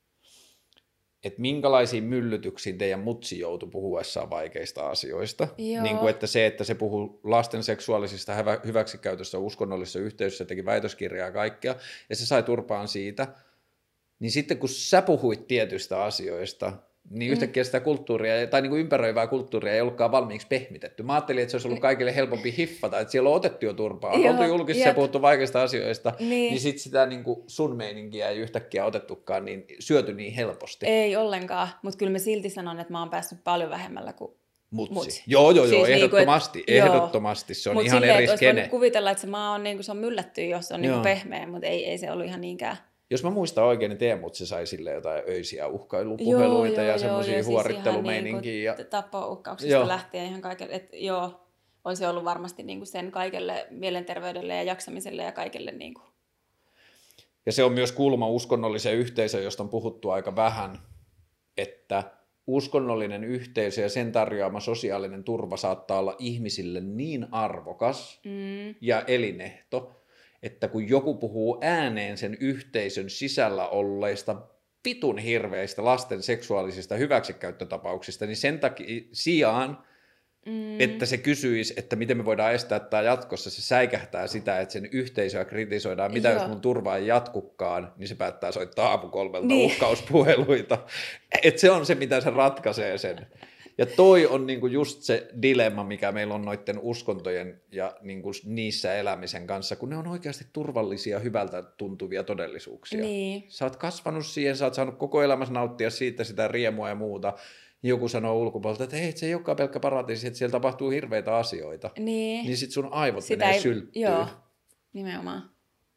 että minkälaisiin myllytyksiin teidän mutsi joutui puhuessaan vaikeista asioista. Niin kuin, että se, että se puhuu lasten seksuaalisista hyväksikäytössä uskonnollisessa yhteisössä, teki väitöskirjaa ja kaikkea, ja se sai turpaan siitä. Niin sitten kun sä puhuit tietyistä asioista, niin yhtäkkiä sitä kulttuuria, tai niin kuin ympäröivää kulttuuria ei ollutkaan valmiiksi pehmitetty. Mä ajattelin, että se olisi ollut kaikille helpompi hiffata, että siellä on otettu jo turpaa, on oltu julkisessa ja puhuttu vaikeista asioista, niin, niin sitten sitä niin kuin sun meininkiä ei yhtäkkiä otettukaan, niin syöty niin helposti. Ei ollenkaan, mutta kyllä mä silti sanon, että mä oon päässyt paljon vähemmällä kuin mutsi. mutsi. Joo, joo, joo, siis ehdottomasti, niin kuin, et, ehdottomasti, se on mut ihan silleen, eri skene. Olisi kuvitella, että se maa on, niin kuin, se on myllätty, jos se on niin kuin pehmeä, mutta ei, ei se ollut ihan niinkään. Jos mä muistan oikein, niin teidän mutsi sai silleen jotain öisiä uhkailupuheluita joo, ja semmoisia siis huorittelumeininkiä. Niin tappouhkauksista lähtien ihan kaikille, että joo, on se ollut varmasti niin kuin sen kaikelle mielenterveydelle ja jaksamiselle ja kaikelle. Niin kuin. Ja se on myös kulma uskonnolliseen yhteisöön, josta on puhuttu aika vähän, että uskonnollinen yhteisö ja sen tarjoama sosiaalinen turva saattaa olla ihmisille niin arvokas mm. ja elinehto, että kun joku puhuu ääneen sen yhteisön sisällä olleista vitun hirveistä lasten seksuaalisista hyväksikäyttötapauksista, niin sen takia sijaan, mm. että se kysyisi, että miten me voidaan estää tämä jatkossa, se säikähtää sitä, että sen yhteisöä kritisoidaan, mitä Joo. jos mun turva ei jatkukaan, niin se päättää soittaa aamukolmelta niin. uhkauspuheluita. Että se on se, mitä se ratkaisee sen. Ja toi on niinku just se dilemma, mikä meillä on noiden uskontojen ja niinku niissä elämisen kanssa, kun ne on oikeasti turvallisia, hyvältä tuntuvia todellisuuksia. Niin. Sä oot kasvanut siihen, sä oot saanut koko elämässä nauttia siitä sitä riemua ja muuta. Joku sanoo ulkopuolelta, että hei, se ei olekaan pelkkä paratiisi, että siellä tapahtuu hirveitä asioita. Niin. Niin sit sun aivot sitä menee ei... sylttyy. Joo, nimenomaan.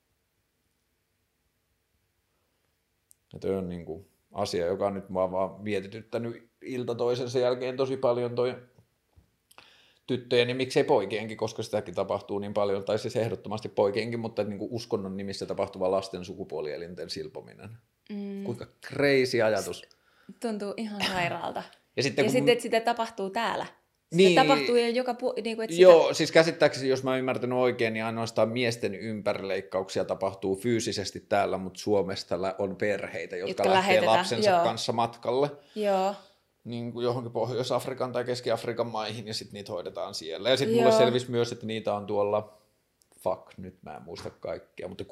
Ja toi on niinku asia, joka on nyt mua vaan mietityttänyt ilta toisensa jälkeen tosi paljon toi tyttöjen ja miksei poikienkin, koska sitäkin tapahtuu niin paljon, tai siis ehdottomasti poikienkin, mutta niin kuin uskonnon nimissä tapahtuva lasten sukupuolielinten silpominen. Mm. Kuinka crazy ajatus. Tuntuu ihan sairaalta. Ja sitten, ja kun... sitten että sitä tapahtuu täällä. Sitä niin, tapahtuu jo joka pu... niin kuin, että joo, sitä... siis käsittääkseni, jos mä oon ymmärtänyt oikein, niin ainoastaan miesten ympärileikkauksia tapahtuu fyysisesti täällä, mutta Suomesta on perheitä, jotka, jotka lähtee lähetetään. lapsensa joo. kanssa matkalle. Joo. Niin kuin johonkin Pohjois-Afrikan tai Keski-Afrikan maihin, ja sitten niitä hoidetaan siellä. Ja sitten mulle selvisi myös, että niitä on tuolla, fuck, nyt mä en muista kaikkea, mutta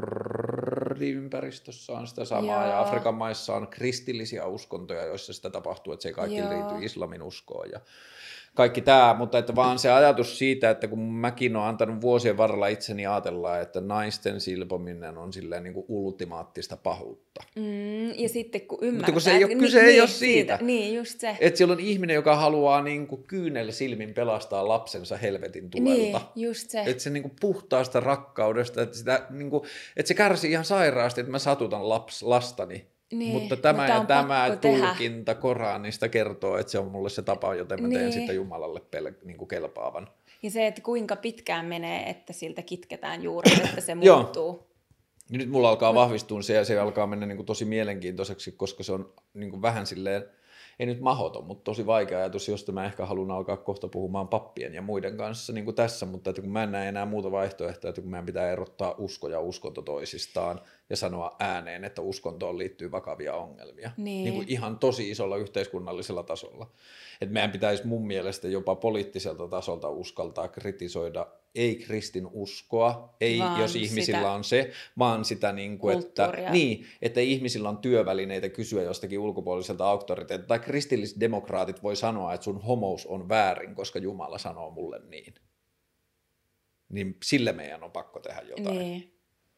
kurdiympäristössä on sitä samaa, Joo. ja Afrikan maissa on kristillisiä uskontoja, joissa sitä tapahtuu, että se ei kaikki Joo. liity islamin uskoon. Ja kaikki tämä, mutta että vaan se ajatus siitä, että kun mäkin olen antanut vuosien varrella itseni ajatella, että naisten silpominen on silleen niin kuin ultimaattista pahuutta. Mm, ja sitten kun ymmärtää. Mutta kun se ei ole, kyse niin, ei ole siitä. siitä. Niin, just se. Että siellä on ihminen, joka haluaa niin kuin kyynel silmin pelastaa lapsensa helvetin tulelta. Niin, just se. Että se niin kuin puhtaasta rakkaudesta, että, sitä, niin kuin, että se kärsii ihan sairaasti, että mä satutan laps, lastani. Niin, mutta tämä mutta ja tämä tulkinta tehdä. Koranista kertoo, että se on mulle se tapa, joten mä teen niin. sitä Jumalalle pel- niin kuin kelpaavan. Ja se, että kuinka pitkään menee, että siltä kitketään juuret, että se muuttuu. Ja nyt mulla alkaa vahvistua se ja se alkaa mennä niin kuin tosi mielenkiintoiseksi, koska se on niin kuin vähän silleen, ei nyt mahdoton, mutta tosi vaikea ajatus, josta mä ehkä haluan alkaa kohta puhumaan pappien ja muiden kanssa niin kuin tässä, mutta että kun mä en näe enää muuta vaihtoehtoa, että kun meidän pitää erottaa usko ja uskonto toisistaan ja sanoa ääneen, että uskontoon liittyy vakavia ongelmia. Niin. Niin kuin ihan tosi isolla yhteiskunnallisella tasolla. Että meidän pitäisi mun mielestä jopa poliittiselta tasolta uskaltaa kritisoida ei kristin uskoa, ei vaan jos ihmisillä on se, vaan sitä, niin kuin, että, niin, että ihmisillä on työvälineitä kysyä jostakin ulkopuoliselta auktoriteetilta. Tai kristillisdemokraatit voi sanoa, että sun homous on väärin, koska Jumala sanoo mulle niin. Niin sille meidän on pakko tehdä jotain. Niin.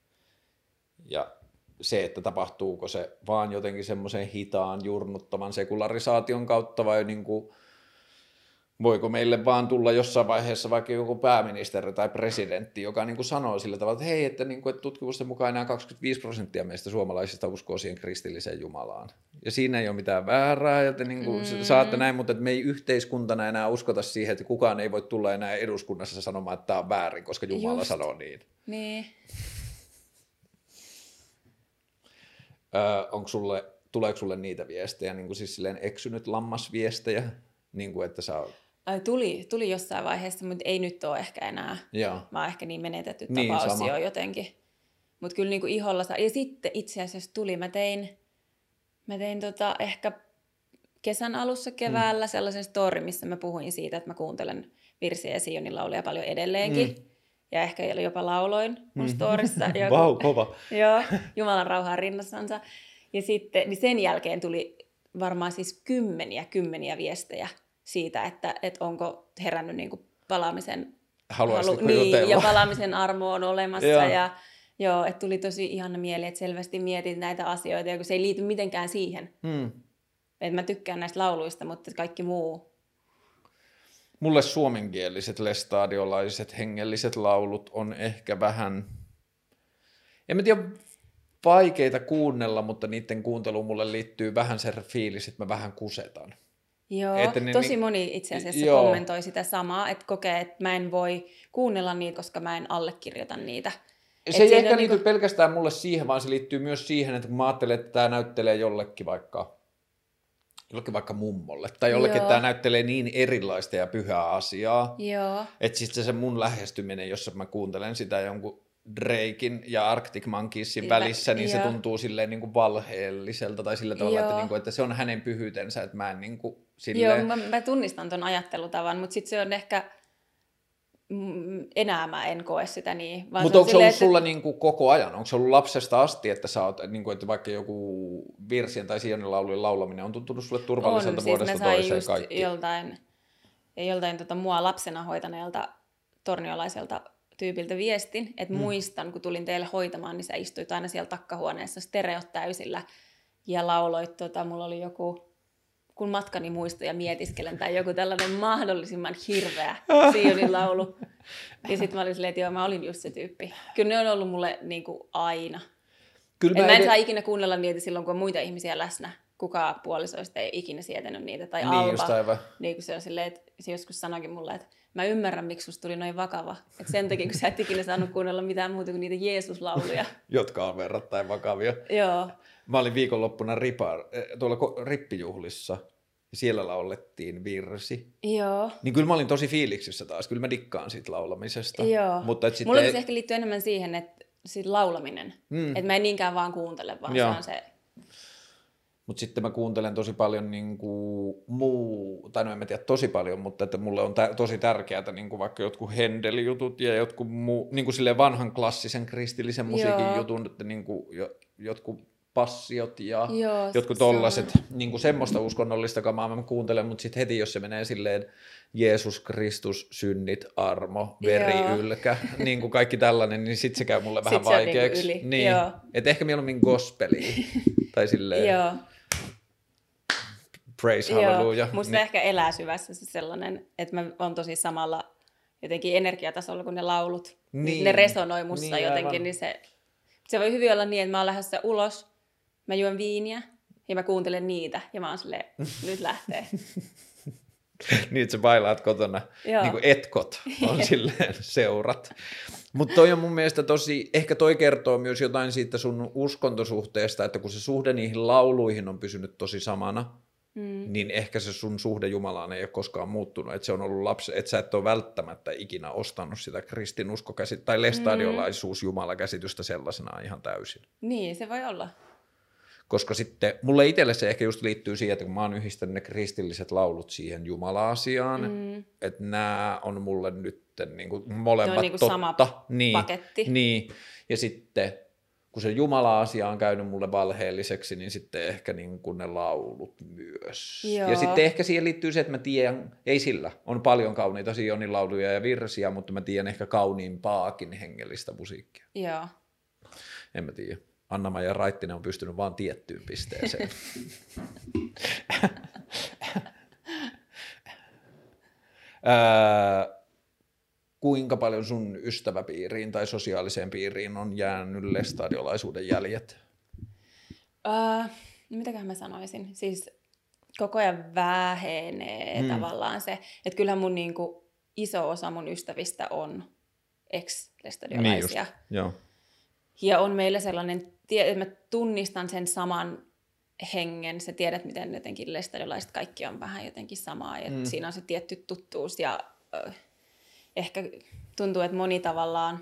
Ja se, että tapahtuuko se vaan jotenkin semmoisen hitaan, jurnuttavan sekularisaation kautta vai niin kuin voiko meille vaan tulla jossain vaiheessa vaikka joku pääministeri tai presidentti, joka niin kuin sanoo sillä tavalla, että hei, että, niin kuin, että tutkimusten mukaan enää kaksikymmentäviisi prosenttia meistä suomalaisista uskoo siihen kristilliseen Jumalaan. Ja siinä ei ole mitään väärää, että niin kuin mm. saatte näin, mutta että me ei yhteiskuntana enää uskota siihen, että kukaan ei voi tulla enää eduskunnassa sanomaan, että tämä on väärin, koska Jumala Just. sanoo niin. Niin. Öö, onko sulle, tuleeko sulle niitä viestejä, niin kuin siis silleen eksynyt lammasviestejä, niin kuin että sä oot... Tuli, tuli jossain vaiheessa, mutta ei nyt ole ehkä enää. Joo. Mä oon ehkä niin menetetty Niin, tapaus sama. jo jotenkin. Mutta kyllä niinku iholla saa. Ja sitten itse asiassa tuli, mä tein, mä tein tota ehkä kesän alussa keväällä mm. sellaisen story, missä mä puhuin siitä, että mä kuuntelen virsiä ja Sionin lauluja paljon edelleenkin. Mm. Ja ehkä jopa lauloin mun mm. storissa. Vau, wow, kova. Joo, Jumalan rauhaa rinnassansa. Ja sitten niin sen jälkeen tuli varmaan siis kymmeniä, kymmeniä viestejä siitä, että, että onko herännyt niin kuin palaamisen, halu, niin, ja palaamisen armo on olemassa. ja, ja joo, että tuli tosi ihana mieli, että selvästi mietit näitä asioita, ja kun se ei liity mitenkään siihen. Hmm. Että mä tykkään näistä lauluista, mutta kaikki muu. Mulle suomenkieliset lestadiolaiset hengelliset laulut on ehkä vähän, en mä tiedä, vaikeita kuunnella, mutta niiden kuunteluun mulle liittyy vähän se fiilis, että mä vähän kusetan. Joo, ne, tosi niin, moni itse asiassa joo. kommentoi sitä samaa, että kokee, että mä en voi kuunnella niitä, koska mä en allekirjoita niitä. Se ei ehkä liity niinku... pelkästään mulle siihen, vaan se liittyy myös siihen, että kun mä ajattelen, että tämä näyttelee jollekin vaikka, jollekin vaikka mummolle, tai jollekin, joo. että tämä näyttelee niin erilaista ja pyhää asiaa, joo. että sitten se mun lähestyminen, jos mä kuuntelen sitä jonkun Drakein ja Arctic Monkeysin Hyvä. välissä, niin joo. se tuntuu silleen niin kuin valheelliselta tai sillä tavalla, että, niin kuin, että se on hänen pyhyytensä, että mä en niin kuin silleen... Joo, mä, mä tunnistan ton ajattelutavan, mutta sitten se on ehkä, mm, enää mä en koe sitä niin. Mutta onko se ollut silleen, sulla että... niin kuin koko ajan? Onko se ollut lapsesta asti, että sä oot, niin kuin, että vaikka joku virsien tai Sionin laulujen laulaminen on tuntunut sulle turvalliselta on, vuodesta siis toiseen kaikki? joltain, joltain tota, mua lapsena hoitaneelta torniolaiselta tyypiltä viestin, että mm. muistan, kun tulin teille hoitamaan, niin sä istuit aina siellä takkahuoneessa stereot täysillä ja lauloit, tota, mulla oli joku, kun matkani muistoja mietiskelen, tai joku tällainen mahdollisimman hirveä Sionin laulu. Ja sitten mä olin silleen, että joo, mä olin just se tyyppi. Kyllä ne on ollut mulle niin kuin aina. Kyllä mä, mä en ed... saa ikinä kuunnella niitä silloin, kun on muita ihmisiä läsnä. Kukaan puolisoista ei ikinä sietänyt niitä. Tai niin, Alba, niin kuin se on silleen, että se joskus sanoikin mulle, että mä ymmärrän, miksi susta tuli noin vakava. Että sen takia, kun sä et ikinä saanut kuunnella mitään muuta kuin niitä Jeesus-lauluja. Jotka on verrattain vakavia. Joo. Mä olin viikonloppuna ripa, tuolla rippijuhlissa ja siellä laulettiin virsi. Joo. Niin kyllä mä olin tosi fiiliksissä taas. Kyllä mä dikkaan siitä laulamisesta. Joo. Mutta et sitten... Mulla se ehkä liittyy enemmän siihen, että siitä laulaminen. Mm. Että mä en niinkään vaan kuuntele, vaan Joo. se on se... Mutta sitten mä kuuntelen tosi paljon niinku muu, tai no en mä tiedä tosi paljon, mutta että mulle on tä- tosi tärkeää niinku vaikka jotkut Händel-jutut ja jotkut muu, niinku silleen vanhan klassisen kristillisen musiikin Joo. jutun, että niinku jo, jotkut passiot ja Joo, jotkut tollaset, niinku semmoista uskonnollista kamaa mä kuuntelen, mutta sitten heti jos se menee silleen Jeesus Kristus, synnit, armo, veri, Joo. ylkä, niinku kaikki tällainen, niin sitten se käy mulle vähän sit vaikeaksi. Niinku niin, että ehkä mieluummin gospelia tai silleen. Joo. Praise, hallelujah. Musta niin. ehkä elää syvässä se sellainen, että mä oon tosi samalla jotenkin energiatasolla kuin ne laulut. Niin. Ne resonoi musta niin, jotenkin. Aivan. Niin se, se voi hyvin olla niin, että mä oon lähdössä ulos, mä juon viiniä ja mä kuuntelen niitä ja mä oon silleen, nyt lähtee. Niin, että sä bailaat kotona, niin kuin etkot on silleen seurat. Mutta toi on mun mielestä tosi, ehkä toi kertoo myös jotain siitä sun uskontosuhteesta, että kun se suhde niihin lauluihin on pysynyt tosi samana, mm. niin ehkä se sun suhde Jumalaan ei ole koskaan muuttunut, että se on ollut lapsi, että sä et ole välttämättä ikinä ostanut sitä kristinuskokäsitystä tai lestadiolaisuus Jumalakäsitystä sellaisenaan ihan täysin. Niin, se voi olla. Koska sitten mulle itselle se ehkä just liittyy siihen, että kun mä oon yhdistänyt ne kristilliset laulut siihen Jumala-asiaan, mm. että nämä on mulle nyt niin kuin molemmat on niin kuin totta. Sama niin, paketti. Niin, ja sitten kun se Jumala-asia on käynyt mulle valheelliseksi, niin sitten ehkä niin kuin ne laulut myös. Joo. Ja sitten ehkä siihen liittyy se, että mä tiedän, ei sillä, on paljon kauniita Sionin lauluja ja virsiä, mutta mä tiedän ehkä kauniimpaakin hengellistä musiikkia. Joo. En mä tiedä. Anna-Maija Raittinen on pystynyt vaan tiettyyn pisteeseen. Ää, kuinka paljon sun ystäväpiiriin tai sosiaaliseen piiriin on jäänyt lestadiolaisuuden jäljet? Uh, no mitäköhän mä sanoisin? Siis koko ajan vähenee hmm. tavallaan se, että kyllähän mun niinku iso osa mun ystävistä on ex-lestadiolaisia. Niin joo. Ja on meillä sellainen, että mä tunnistan sen saman hengen, sä tiedät, miten jotenkin lestadiolaiset kaikki on vähän jotenkin samaa, ja mm. siinä on se tietty tuttuus, ja äh, ehkä tuntuu, että moni tavallaan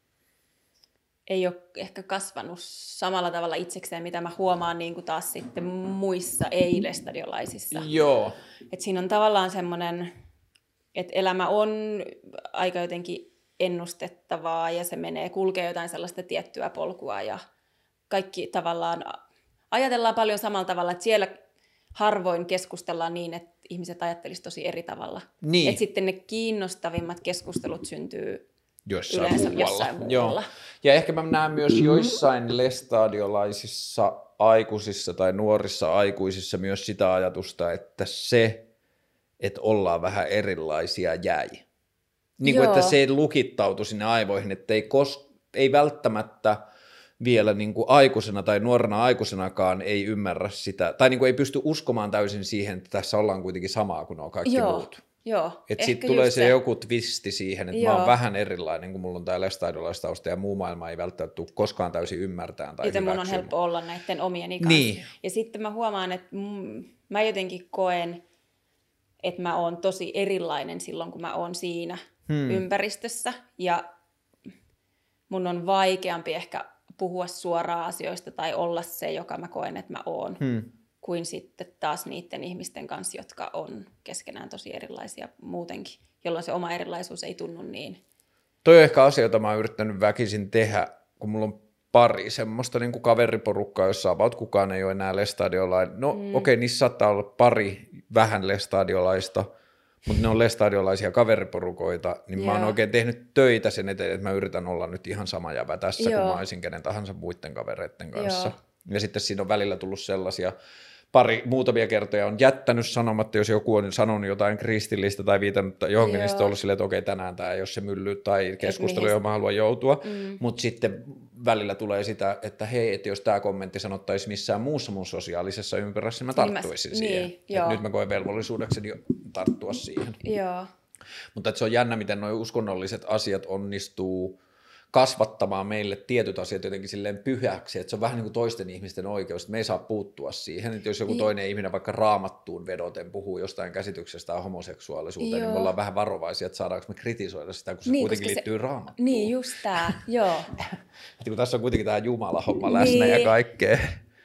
ei ole ehkä kasvanut samalla tavalla itsekseen, mitä mä huomaan niin kuin taas sitten muissa ei-lestadiolaisissa. Joo. Et siinä on tavallaan semmoinen, että elämä on aika jotenkin ennustettavaa, ja se menee, kulkee jotain sellaista tiettyä polkua, ja kaikki tavallaan ajatellaan paljon samalla tavalla, että siellä harvoin keskustellaan niin, että ihmiset ajattelisivat tosi eri tavalla. Niin. Että sitten ne kiinnostavimmat keskustelut syntyy jossain yleensä muualla. jossain muualla. Joo. Ja ehkä mä näen myös joissain lestadiolaisissa aikuisissa tai nuorissa aikuisissa myös sitä ajatusta, että se, että ollaan vähän erilaisia, jäi. Niin kuin, että se ei lukittautu sinne aivoihin, että ei, kos- ei välttämättä vielä niin kuin aikuisena tai nuorena aikuisenakaan ei ymmärrä sitä, tai niin kuin ei pysty uskomaan täysin siihen, että tässä ollaan kuitenkin samaa kuin nuo kaikki Joo. muut. Joo. Että sitten tulee se, se joku twisti siihen, että Joo. mä oon vähän erilainen, kun mulla on tää lestadiolaistausta ja muu maailma ei välttämättä tule koskaan täysin ymmärtämään tai joten mun on helppo olla näiden omieni kanssa. Niin. Ja sitten mä huomaan, että mm, mä jotenkin koen, että mä oon tosi erilainen silloin, kun mä oon siinä hmm. ympäristössä. Ja mun on vaikeampi ehkä puhua suoraan asioista tai olla se, joka mä koen, että mä oon, hmm. kuin sitten taas niiden ihmisten kanssa, jotka on keskenään tosi erilaisia muutenkin, jolloin se oma erilaisuus ei tunnu niin. Toi on ehkä asia, jota mä oon yrittänyt väkisin tehdä, kun mulla on pari semmoista niin kuin kaveriporukkaa, jossa about kukaan ei ole enää lestadiolainen. No mm. okei, okay, niissä saattaa olla pari vähän lestadiolaista, mutta ne on lestadiolaisia kaveriporukoita, niin Joo. mä oon oikein tehnyt töitä sen eteen, että mä yritän olla nyt ihan sama jävä tässä, Joo. kun mä olisin kenen tahansa muiden kavereiden kanssa. Joo. Ja sitten siinä on välillä tullut sellaisia, pari muutamia kertoja on jättänyt sanomatta, jos joku on sanonut jotain kristillistä tai viitannut johonkin, Joo. niin sitten on ollut silleen, että okei, tänään tämä ei ole se mylly tai keskustelu, johon mä haluan joutua. Mm. Mutta sitten välillä tulee sitä, että hei, että jos tämä kommentti sanottaisiin missään muussa mun sosiaalisessa ympäristössä, niin mä tarttuisin niin, siihen. Niin, nyt mä koen velvollisuudekseni tarttua siihen. Joo. Mutta se on jännä, miten nuo uskonnolliset asiat onnistuu kasvattamaan meille tietyt asiat jotenkin silleen pyhäksi, että se on vähän niin kuin toisten ihmisten oikeus, että me ei saa puuttua siihen, että jos joku toinen ihminen vaikka raamattuun vedoten puhuu jostain käsityksestä tai homoseksuaalisuuteen, Joo. niin me ollaan vähän varovaisia, että saadaanko me kritisoida sitä, kun se niin, kuitenkin liittyy se... raamattuun. Niin, just tämä, joo. Kun tässä on kuitenkin tämä Jumala-homma läsnä niin. ja kaikkea.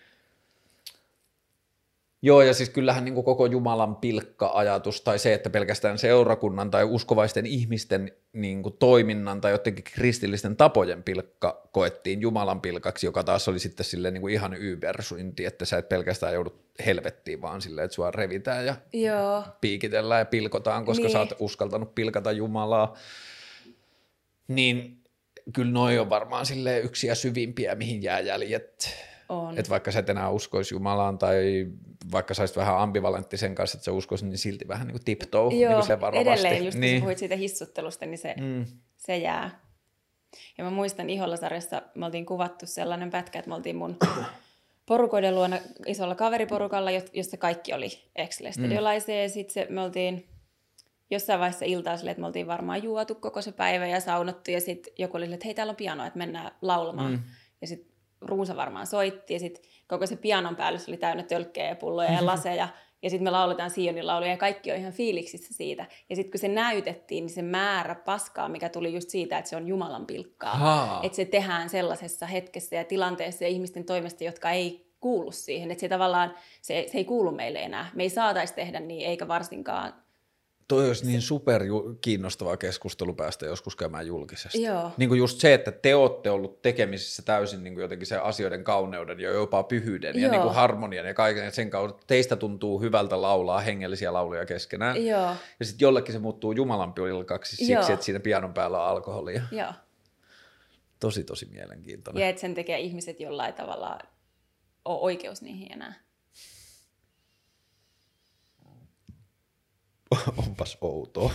Joo, ja siis kyllähän niin kuin koko Jumalan pilkka-ajatus tai se, että pelkästään seurakunnan tai uskovaisten ihmisten niin kuin toiminnan tai jotenkin kristillisten tapojen pilkka koettiin Jumalan pilkaksi, joka taas oli sitten silleen niin kuin ihan ybersynti, että sä et pelkästään joudut helvettiin, vaan silleen, että sua revitään ja Joo. piikitellään ja pilkotaan, koska niin. sä oot uskaltanut pilkata Jumalaa. Niin kyllä noi on varmaan silleen yksi ja syvimpiä, mihin jää jäljet. Että vaikka sä et enää uskoisi Jumalaan tai vaikka sä olisit vähän ambivalentti sen kanssa, että sä uskoisit, niin silti vähän niin kuin tiptoe niin kuin se varovasti. Edelleen just niin. kun puhuit siitä hissuttelusta, niin se, mm. se jää. Ja mä muistan Iholla-sarjassa me oltiin kuvattu sellainen pätkä, että me oltiin mun porukoiden luona isolla kaveriporukalla, jossa kaikki oli ex-lestadiolaisia. Mm. Ja sitten me oltiin jossain vaiheessa iltaa silleen, että me oltiin varmaan juotu koko se päivä ja saunottu. Ja sitten joku oli silleen, että hei, täällä on piano, että mennään laulamaan. Mm. Ja sitten Ruusa varmaan soitti ja sitten koko se pianon päällys oli täynnä tölkkejä ja pulloja ja laseja. Ja sitten me lauletaan Sionin lauluja ja kaikki on ihan fiiliksissä siitä. Ja sitten kun se näytettiin, niin se määrä paskaa, mikä tuli just siitä, että se on Jumalan pilkkaa. Että se tehdään sellaisessa hetkessä ja tilanteessa ja ihmisten toimesta, jotka ei kuulu siihen. Että se tavallaan, se, se ei kuulu meille enää. Me ei saataisi tehdä niin, eikä varsinkaan. Toi olisi niin super kiinnostava keskustelu päästä joskus käymään julkisesti. Joo. Niin kuin just se, että te olette ollut tekemisissä täysin niin kuin jotenkin sen asioiden kauneuden ja jopa pyhyyden Joo. ja niin kuin harmonian ja kaiken sen kautta. Teistä tuntuu hyvältä laulaa hengellisiä lauluja keskenään. Joo. Ja sitten jollekin se muuttuu Jumalan pilkaksi siksi, Joo. että siinä pianon päällä on alkoholia. Joo. Tosi, tosi mielenkiintoinen. Ja että sen tekee ihmiset jollain tavalla ole oikeus niihin enää. Onpas outoa.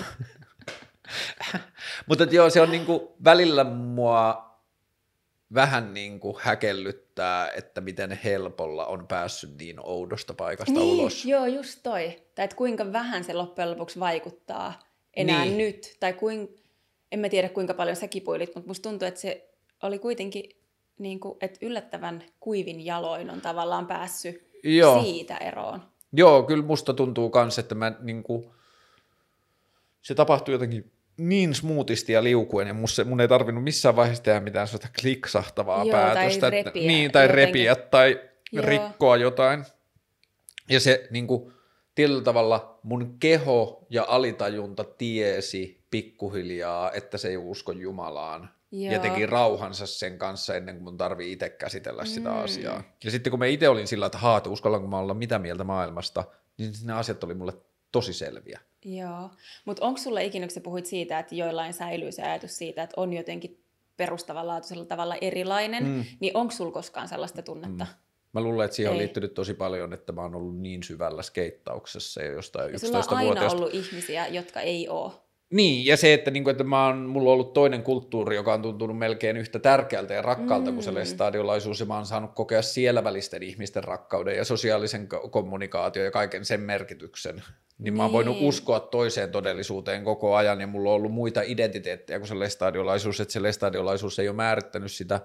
Mutta joo, se on niinku välillä mua vähän niinku häkellyttää, että miten helpolla on päässyt niin oudosta paikasta niin, ulos. Joo, just toi. Tai että kuinka vähän se loppujen lopuksi vaikuttaa enää niin. nyt. Tai kuin, en mä tiedä kuinka paljon sä kipuilit, mutta musta tuntuu, että se oli kuitenkin niin kuin, että yllättävän kuivin jaloin on tavallaan päässyt joo. siitä eroon. Joo, kyllä musta tuntuu kans, että mä niinku, se tapahtui jotenkin niin smoothisti ja liukuen, ja musta, mun ei tarvinnut missään vaiheessa tehdä mitään sellaista kliksahtavaa joo, päätöstä. Tai repiä. Että, niin, tai jotenkin. repiä tai joo. rikkoa jotain. Ja se niinku, tietyllä tavalla mun keho ja alitajunta tiesi pikkuhiljaa, että se ei usko Jumalaan. Joo. Ja teki rauhansa sen kanssa ennen kuin mun tarvii itse käsitellä sitä mm. asiaa. Ja sitten kun mä itse olin sillä, että haa, että uskallanko mä olla mitä mieltä maailmasta, niin ne asiat oli mulle tosi selviä. Joo, mutta onko sulla ikinä, kun sä puhuit siitä, että joillain säilyy se ajatus siitä, että on jotenkin perustavanlaatuisella tavalla erilainen, mm. niin onko sulla koskaan sellaista tunnetta? Mm. Mä luulen, että siihen ei. on liittynyt tosi paljon, että mä oon ollut niin syvällä skeittauksessa jo jostain yksitoista vuotiaasta. Sulla on aina ollut ihmisiä, jotka ei ole. Niin, ja se, että, niin että mä oon, mulla on ollut toinen kulttuuri, joka on tuntunut melkein yhtä tärkeältä ja rakkaalta mm. kuin se lestadiolaisuus, ja mä oon saanut kokea siellä välisten ihmisten rakkauden ja sosiaalisen kommunikaation ja kaiken sen merkityksen. Niin, niin. mä oon voinut uskoa toiseen todellisuuteen koko ajan, ja mulla on ollut muita identiteettejä kuin se lestadiolaisuus, että se lestadiolaisuus ei ole määrittänyt sitä,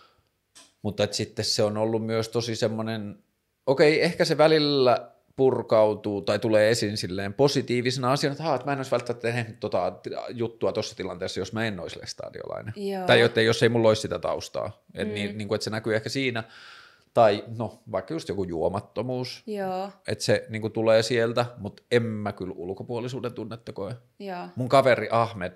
mutta että sitten se on ollut myös tosi semmoinen, okei, ehkä se välillä purkautuu tai tulee esiin silleen positiivisena asiana, että, että mä en olisi välttämättä tehnyt tota juttua tuossa tilanteessa, jos mä en olisi lestadiolainen. Joo. Tai jotta, jos ei mulla olisi sitä taustaa. Et mm. niin, niin kuin, että se näkyy ehkä siinä. Tai no, vaikka just joku juomattomuus. Joo. Että se niin kuin tulee sieltä, mutta en mä kyllä ulkopuolisuuden tunnetta koe. Joo. Mun kaveri Ahmed,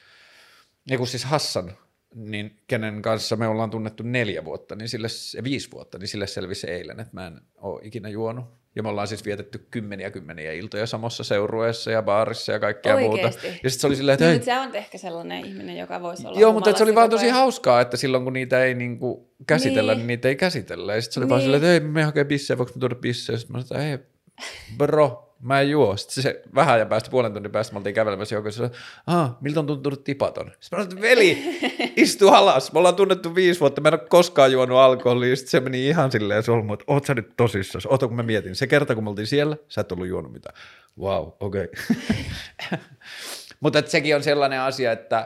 ja kun siis Hassan, niin kenen kanssa me ollaan tunnettu neljä vuotta, niin sille, viisi vuotta, niin sille selvisi eilen, että mä en ole ikinä juonut. Ja me ollaan siis vietetty kymmeniä kymmeniä iltoja samassa seurueessa ja baarissa ja kaikkea oikeesti muuta. Ja sitten se oli silleen, että niin, sä on ehkä sellainen ihminen, joka voisi olla. Joo, mutta se oli vaan tosi vai... hauskaa, että silloin kun niitä ei niinku käsitellä, niin. niin niitä ei käsitellä. Ja sitten se oli niin. vaan silleen, että ei, me hakee bissejä, voiko me tuoda bissejä? Sitten mä sanoin, että ei, bro, mä en juo. Sitten se vähän ajan päästä, puolen tunnin päästä, me oltiin kävelemässä joku, ja se aha, miltä on tuntunut tipaton? Sitten mä sanoin, veli, istu alas, me ollaan tunnettu viisi vuotta, mä en ole koskaan juonut alkoholia, sitten se meni ihan silleen solmuun, että oot sä nyt tosissaan, oota kun mä mietin, se kerta kun me oltiin siellä, sä et ollut juonut mitään. Wow, okei. Okay. Mutta sekin on sellainen asia, että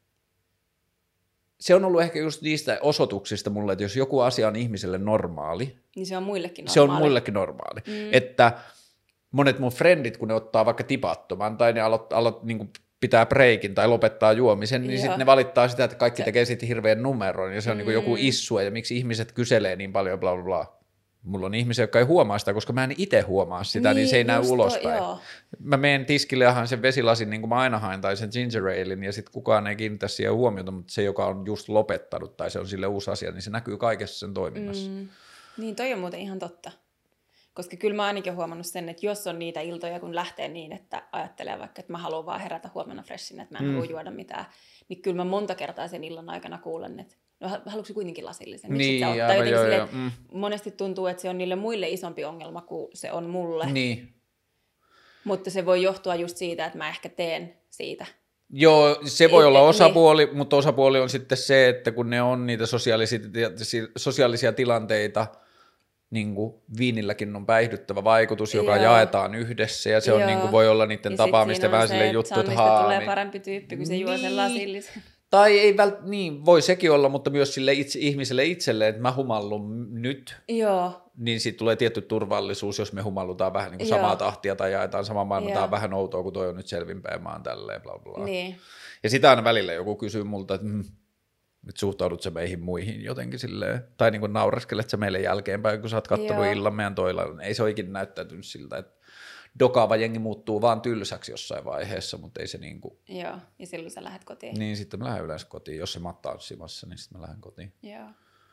se on ollut ehkä just niistä osoituksista mulle, että jos joku asia on ihmiselle normaali, niin se on muillekin normaali. Se on muillekin normaali, mm. että monet mun frendit, kun ne ottaa vaikka tipattoman tai ne aloit, aloit, niin pitää breikin tai lopettaa juomisen, niin sitten ne valittaa sitä, että kaikki se... tekee sitten hirveän numeron ja se on mm. niin joku issue ja miksi ihmiset kyselee niin paljon bla bla bla. Mulla on ihmisiä, jotka ei huomaa sitä, koska mä en itse huomaa sitä, niin, niin se ei näy ulospäin. To, mä menen tiskille ja haen sen vesilasin, niin kuin mä aina haen, tai sen ginger alein, ja sitten kukaan ei kiinnitä siihen huomiota, mutta se, joka on just lopettanut, tai se on sille uusi asia, niin se näkyy kaikessa sen toiminnassa. Mm. Niin, toi on muuten ihan totta. Koska kyllä mä ainakin huomannut sen, että jos on niitä iltoja, kun lähtee niin, että ajattelee vaikka, että mä haluan vaan herätä huomenna freshinä, että mä en mm. halua juoda mitään, niin kyllä mä monta kertaa sen illan aikana kuulen, että no haluatko kuitenkin lasillisen? Miksi niin, sä ottaa jotenkin sille, mm. monesti tuntuu, että se on niille muille isompi ongelma kuin se on mulle. Niin. Mutta se voi johtua just siitä, että mä ehkä teen siitä. Joo, se voi Ei, olla osapuoli, niin. Mutta osapuoli on sitten se, että kun ne on niitä sosiaalisia, sosiaalisia tilanteita, niin kuin viinilläkin on päihdyttävä vaikutus, joka Joo. jaetaan yhdessä, ja se on, niin kuin, voi olla niiden ja tapaamisten vähän silleen juttu, että haa. tulee niin. parempi tyyppi, kun se niin. juo sen lasillisen. Tai ei vält, niin, voi sekin olla, mutta myös sille itse, ihmiselle itselleen, että mä humallun nyt, Joo. niin siitä tulee tietty turvallisuus, jos me humallutaan vähän niin kuin samaa tahtia tai jaetaan samaa maailmaa, tämä on vähän outoa, kun toi on nyt selvinpäin, mä oon tälleen, bla bla. Niin. Ja sitä aina välillä joku kysyy multa, että mm, nyt suhtaudut sä meihin muihin jotenkin silleen, tai niin kuin nauraskelet sä meille jälkeenpäin, kun sä oot kattonut illan meidän toilla. Ei se ole ikinä näyttäytynyt siltä, että dokaava jengi muuttuu vaan tylsäksi jossain vaiheessa, mutta ei se niin kuin... Joo, ja silloin sä lähdet kotiin. Niin, sitten mä lähden yleensä kotiin. Jos se matta on simassa, niin sitten mä lähden kotiin. Joo.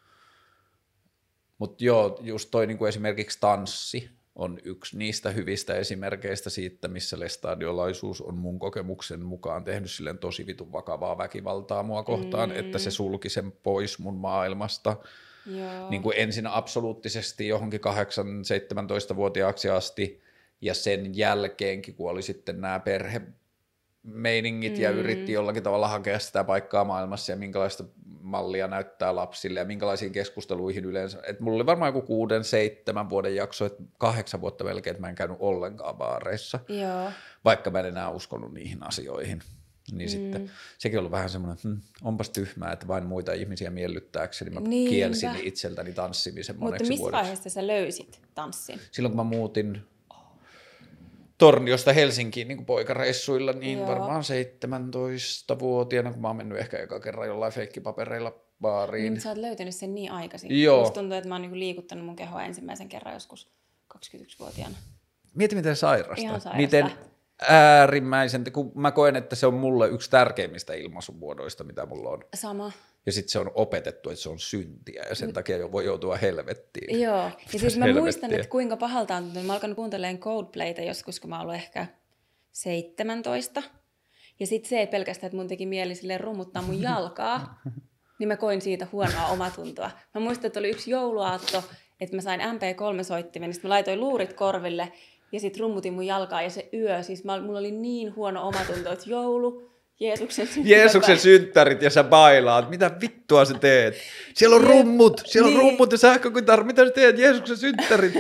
Mutta joo, just toi niin kuin esimerkiksi tanssi on yksi niistä hyvistä esimerkkeistä siitä, missä lestadiolaisuus on mun kokemuksen mukaan tehnyt silleen tosi vitun vakavaa väkivaltaa mua kohtaan, mm. että se sulki sen pois mun maailmasta. Joo. Niin kuin ensin absoluuttisesti johonkin kahdeksan seitsemäntoista-vuotiaaksi asti, ja sen jälkeenkin, kun oli sitten nämä perhemeiningit mm. ja yritti jollakin tavalla hakea sitä paikkaa maailmassa ja minkälaista mallia näyttää lapsille ja minkälaisiin keskusteluihin yleensä. Et mulla oli varmaan joku kuuden, seitsemän vuoden jakso, että kahdeksan vuotta melkein, että mä en käynyt ollenkaan baareissa, Joo. vaikka mä en enää uskonut niihin asioihin. Niin mm. sitten sekin on ollut vähän semmoinen, että hmm, onpas tyhmää, että vain muita ihmisiä miellyttääkseni mä Niinpä. kielsin itseltäni tanssimisen moneksi vuodeksi. Mutta missä vaiheessa sä löysit tanssin? Silloin kun mä muutin Torniosta Helsinkiin niin kuin poikareissuilla, niin Joo. varmaan seitsemäntoistavuotiaana, kun mä oon mennyt ehkä eka kerran jollain feikkipapereilla baariin. Niin, sä oot löytänyt sen niin aikaisin. Joo. Musta tuntuu, että mä oon niin liikuttanut mun kehoa ensimmäisen kerran joskus kaksikymmentäyksivuotiaana. Mieti miten sairasta. Ihan sairasta. Miten äärimmäisen, kun mä koen, että se on mulle yksi tärkeimmistä ilmaisumuodoista, mitä mulla on. Sama. Ja sitten se on opetettu, että se on syntiä ja sen mm. takia jo voi joutua helvettiin. Joo, ja siis mä muistan, että kuinka pahalta on. Mä oon alkanut kuuntelemaan Coldplayta joskus, kun mä oon ollut ehkä seitsemäntoista. Ja sitten se ei pelkästään, että mun teki mieli silleen rummuttaa mun jalkaa, niin mä koin siitä huonoa omatuntoa. Mä muistan, että oli yksi jouluaatto, että mä sain M P kolme soittimen, niin sitten mä laitoin luurit korville ja sitten rummutin mun jalkaa ja se yö, siis mä, mulla oli niin huono omatunto, että joulu, Jeesuksen synttärit. Jeesuksen synttärit ja sä bailaat. Mitä vittua sä teet? Siellä on rummut, siellä on niin. rummut ja sähkökytar. Mitä sä teet? Jeesuksen synttärit.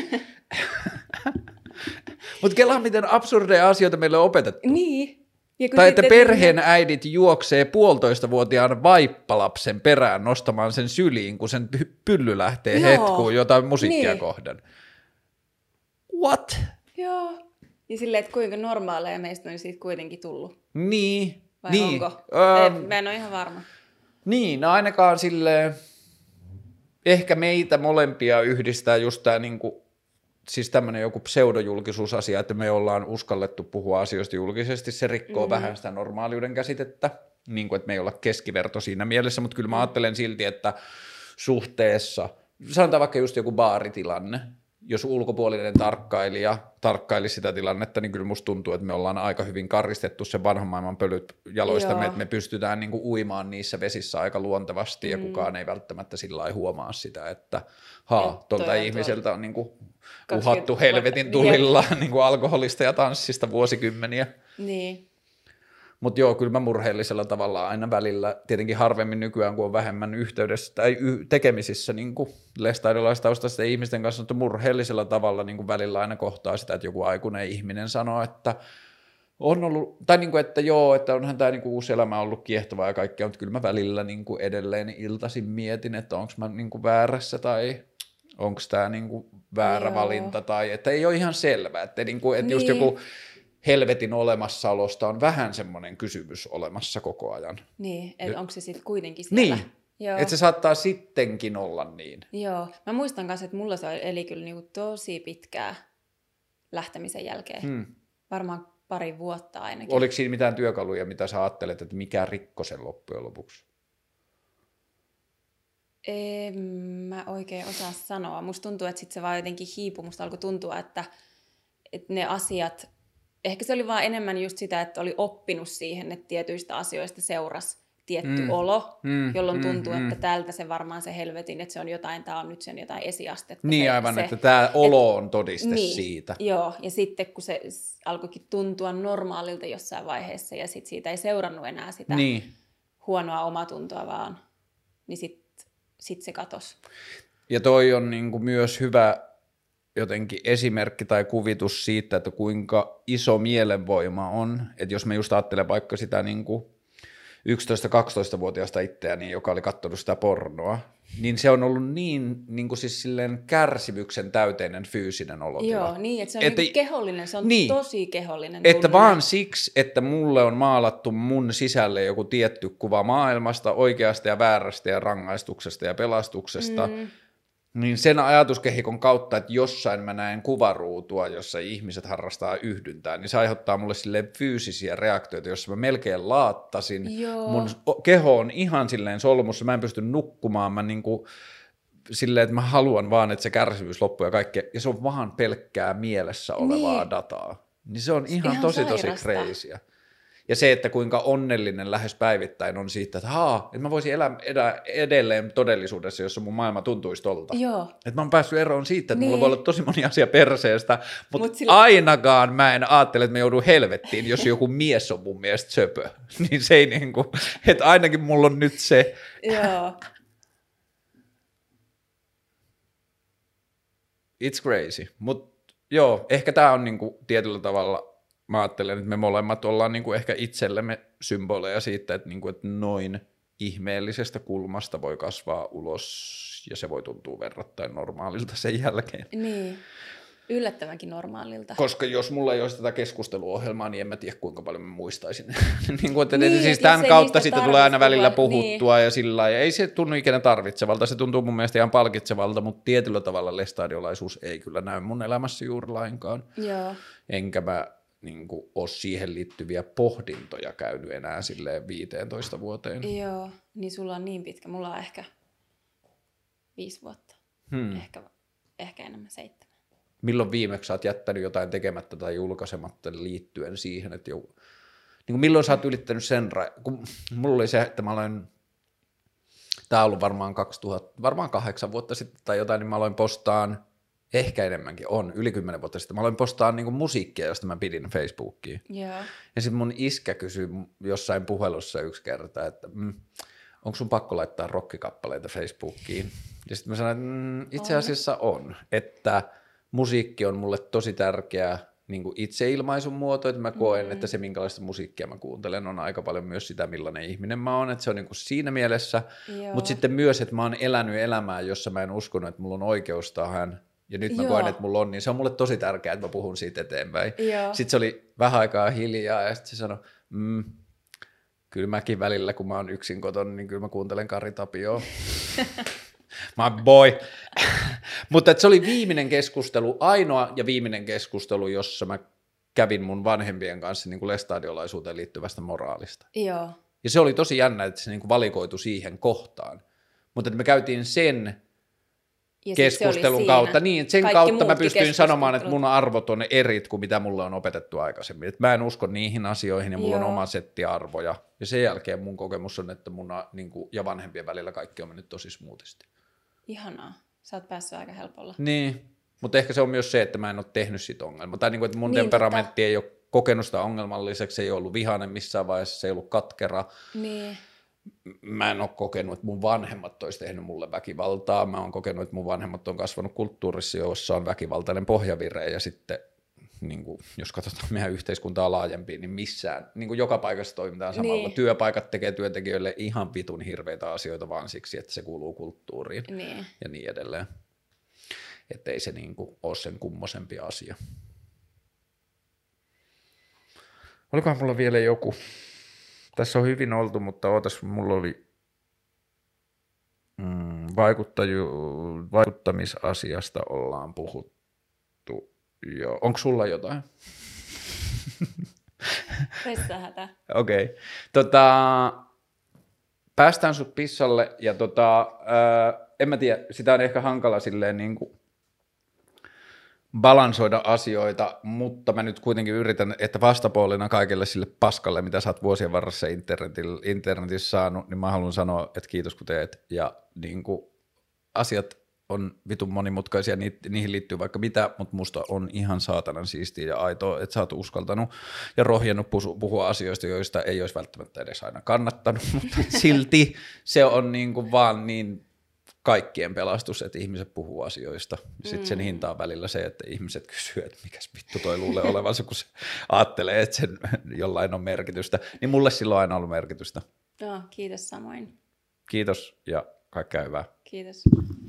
Mutta kelaa, miten absurdeja asioita meille on opetettu. Niin. Tai että perheen äidit juoksee puolitoistavuotiaan vaippalapsen perään nostamaan sen syliin, kun sen pylly lähtee Joo. hetkuun jotain musiikkia niin. kohden. What? Joo. Ja silleen, että kuinka normaaleja meistä on siitä kuitenkin tullut. Niin. Vai niin. onko? Ähm, Ei, mä en ole ihan varma. Niin, no ainakaan silleen, ehkä meitä molempia yhdistää just tämä niinku, siis tämmöinen joku pseudojulkisuusasia, että me ollaan uskallettu puhua asioista julkisesti, se rikkoo mm-hmm. vähän sitä normaaliuden käsitettä, niin kuin, että me ei olla keskiverto siinä mielessä, mutta kyllä mä ajattelen silti, että suhteessa, sanotaan vaikka just joku baaritilanne, jos ulkopuolinen tarkkailija tarkkailisi sitä tilannetta, niin kyllä musta tuntuu, että me ollaan aika hyvin karistettu sen vanhan maailman pölyt jaloistamme, että me pystytään niinku uimaan niissä vesissä aika luontevasti, mm. ja kukaan ei välttämättä sillä lailla huomaa sitä, että haa, tuolta ihmiseltä on niinku uhattu helvetin tulilla niinku alkoholista ja tanssista vuosikymmeniä. Niin. Mutta joo, kyllä mä murheellisella tavalla aina välillä, tietenkin harvemmin nykyään, kun on vähemmän yhteydessä tai y- tekemisissä niin lestaidolaistaustaisten ihmisten kanssa, mutta murheellisella tavalla niin välillä aina kohtaa sitä, että joku aikuinen ihminen sanoo, että on ollut, tai niin kuin, että joo, että onhan tämä niin uusi elämä ollut kiehtovaa ja kaikkea, mutta kyllä mä välillä niin edelleen iltaisin mietin, että onko mä niin väärässä tai onko tämä niin väärä joo. valinta, tai että ei ole ihan selvää, että, niin kuin, että niin. just joku helvetin olemassaolosta on vähän semmoinen kysymys olemassa koko ajan. Niin, että onko se sitten kuitenkin siellä? Niin, että se saattaa sittenkin olla niin. Joo, mä muistan kanssa, että mulla se eli kyllä niinku tosi pitkää lähtemisen jälkeen. Hmm. Varmaan pari vuotta ainakin. Oliko siinä mitään työkaluja, mitä sä ajattelet, että mikä rikko sen loppujen lopuksi? En mä oikein osaa sanoa. Musta tuntuu, että sit se vaan jotenkin hiipui. Musta alkoi tuntua, että, että ne asiat, ehkä se oli vaan enemmän just sitä, että oli oppinut siihen, että tietyistä asioista seurasi tietty mm. olo, mm, jolloin tuntuu, mm, että tältä se varmaan se helvetin, että se on jotain, tämä on nyt sen jotain esiastetta. Niin se, aivan, se, että tämä olo on todiste niin, siitä. Joo, ja sitten kun se alkoikin tuntua normaalilta jossain vaiheessa, ja sitten siitä ei seurannut enää sitä niin. huonoa omatuntoa vaan, niin sitten sit se katosi. Ja toi on niinku myös hyvä jotenkin esimerkki tai kuvitus siitä, että kuinka iso mielenvoima on, että jos me just ajattelen vaikka sitä niinku yksitoista-kaksitoistavuotiaasta itseäni, joka oli katsonut sitä pornoa, niin se on ollut niin, niin kuin siis silleen kärsimyksen täyteinen fyysinen olotila. Joo, niin, että se on että, niin kehollinen, se on niin, tosi kehollinen. Että tunne. vaan siksi, että mulle on maalattu mun sisälle joku tietty kuva maailmasta, oikeasta ja väärästä ja rangaistuksesta ja pelastuksesta, mm. niin sen ajatuskehikon kautta, että jossain mä näen kuvaruutua, jossa ihmiset harrastaa yhdyntää, niin se aiheuttaa mulle silleen fyysisiä reaktioita, jossa mä melkein laattasin. Joo. Mun keho on ihan silleen solmussa, mä en pysty nukkumaan, mä niinku silleen, että mä haluan vaan, että se kärsimys loppuu ja kaikkea, ja se on vaan pelkkää mielessä olevaa niin. dataa. Niin se on ihan, ihan tosi sairasta. tosi crazyä. Ja se, että kuinka onnellinen lähes päivittäin on siitä, että haa, että mä voisin elää, elää edelleen todellisuudessa, jossa mun maailma tuntuisi tolta. Joo. Että mä oon päässyt eroon siitä, että niin. mulla voi olla tosi moni asia perseestä, mutta Mut sillä... ainakaan mä en ajattele, että mä joudun helvettiin, jos joku mies on mun mielestä söpö. Niin se ei niinku, että ainakin mulla on nyt se. Joo. It's crazy. Mutta joo, ehkä tää on niinku tietyllä tavalla, mä ajattelen, että me molemmat ollaan niinku ehkä itsellemme symboleja siitä, että, niinku, että noin ihmeellisestä kulmasta voi kasvaa ulos ja se voi tuntua verrattain normaalilta sen jälkeen. Niin, yllättävänkin normaalilta. Koska jos mulla ei olisi tätä keskusteluohjelmaa, niin en mä tiedä kuinka paljon mä muistaisin. niin kuin, että niin, siis tämän kautta sitten tulee aina välillä puhua, puhuttua niin. ja sillä lailla. Ei se tunnu ikinä tarvitsevalta, se tuntuu mun mielestä ihan palkitsevalta, mutta tietyllä tavalla lestadiolaisuus ei kyllä näy mun elämässä juuri lainkaan. Joo. Enkä mä niin kuin, ole siihen liittyviä pohdintoja käynyt enää silleen viiteentoista vuoteen. Joo, niin sulla on niin pitkä. Mulla on ehkä viisi vuotta. Hmm. Ehkä, ehkä enemmän seitsemän. Milloin viimeksi sä oot jättänyt jotain tekemättä tai julkaisematta liittyen siihen, että jo, niin kuin milloin sä oot ylittänyt sen, kun mulla oli se, että mä aloin, tää on ollut varmaan kaksituhatta, varmaan kahdeksan vuotta sitten tai jotain, niin mä aloin postaan, ehkä enemmänkin on, yli kymmenen vuotta sitten, mä aloin postaa niin kuin musiikkia, josta mä pidin Facebookiin. Yeah. Ja sitten mun iskä kysyi jossain puhelussa yksi kerta, että mm, onko sun pakko laittaa rockikappaleita Facebookiin? Ja sitten mä sanoin, että mm, itse asiassa on, että musiikki on mulle tosi tärkeä niin kuin itseilmaisun muoto, että mä koen, mm. että se minkälaista musiikkia mä kuuntelen on aika paljon myös sitä, millainen ihminen mä oon, että se on niin kuin siinä mielessä, mutta sitten myös, että mä oon elänyt elämää, jossa mä en uskonut, että mulla on oikeus tähän, ja nyt mä Joo. koen, että mulla on, niin se on mulle tosi tärkeää, että mä puhun siitä eteenpäin. Joo. Sitten se oli vähän aikaa hiljaa, ja sitten se sanoi, mm, kyllä mäkin välillä, kun mä oon yksin kotona, niin kyllä mä kuuntelen Kari Tapioa. My boy. Mutta se oli viimeinen keskustelu, ainoa ja viimeinen keskustelu, jossa mä kävin mun vanhempien kanssa niin kuin lestadiolaisuuteen liittyvästä moraalista. Joo. Ja se oli tosi jännä, että se niin kuin valikoitu siihen kohtaan. Mutta me käytiin sen ja keskustelun kautta, niin sen Kaikki kautta mä pystyin sanomaan, että mun arvot on erit kuin mitä mulle on opetettu aikaisemmin. Että mä en usko niihin asioihin ja mulla Joo. on oma setti arvoja. Ja sen jälkeen mun kokemus on, että mun niin kuin, ja vanhempien välillä kaikki on mennyt tosi smoothisti. Ihanaa. Sä oot päässyt aika helpolla. Niin, mutta ehkä se on myös se, että mä en ole tehnyt siitä ongelmaa. Tai niin kuin, että mun niin, temperamentti totta. ei ole kokenut sitä ongelmalliseksi, se ei ollut vihainen missään vaiheessa, se ei ollut katkera. Niin. Mä en ole kokenut, että mun vanhemmat olisi tehnyt mulle väkivaltaa. Mä oon kokenut, että mun vanhemmat on kasvanut kulttuurissa, jossa on väkivaltainen pohjavire. Ja sitten, niin kuin, jos katsotaan meidän yhteiskuntaa laajempiin, niin missään, niin kuin joka paikassa toimitaan samalla. Niin. Työpaikat tekee työntekijöille ihan vitun hirveitä asioita vaan siksi, että se kuuluu kulttuuriin niin. ja niin edelleen. Että ei se niin kuin ole sen kummosempi asia. Olikohan mulla vielä joku? Tässä on hyvin oltu, mutta ootas, mulla oli mm, vaikuttaju- vaikuttamisasiasta ollaan puhuttu jo. Onko sulla jotain? Resta hätä. Okei. Okay. Tota, päästään sut pissalle ja tota, ää, en mä tiedä, sitä on ehkä hankala silleen niin kuin balansoida asioita, mutta mä nyt kuitenkin yritän, että vastapuolena kaikelle sille paskalle, mitä sä oot vuosien varressa internetissä saanut, niin mä haluan sanoa, että kiitos kun teet, ja niin kuin asiat on vitun monimutkaisia, niihin liittyy vaikka mitä, mutta musta on ihan saatanan siistiä ja aitoa, että sä oot uskaltanut ja rohjennut puhua asioista, joista ei olisi välttämättä edes aina kannattanut, mutta silti se on niin kuin vaan niin kaikkien pelastus, että ihmiset puhuu asioista. Sitten mm. sen hinta on välillä se, että ihmiset kysyy, että mikäs vittu toi luulee olevansa, kun se ajattelee, että sen jollain on merkitystä. Niin mulle silloin on aina ollut merkitystä. No, kiitos samoin. Kiitos ja kaikkea hyvää. Kiitos.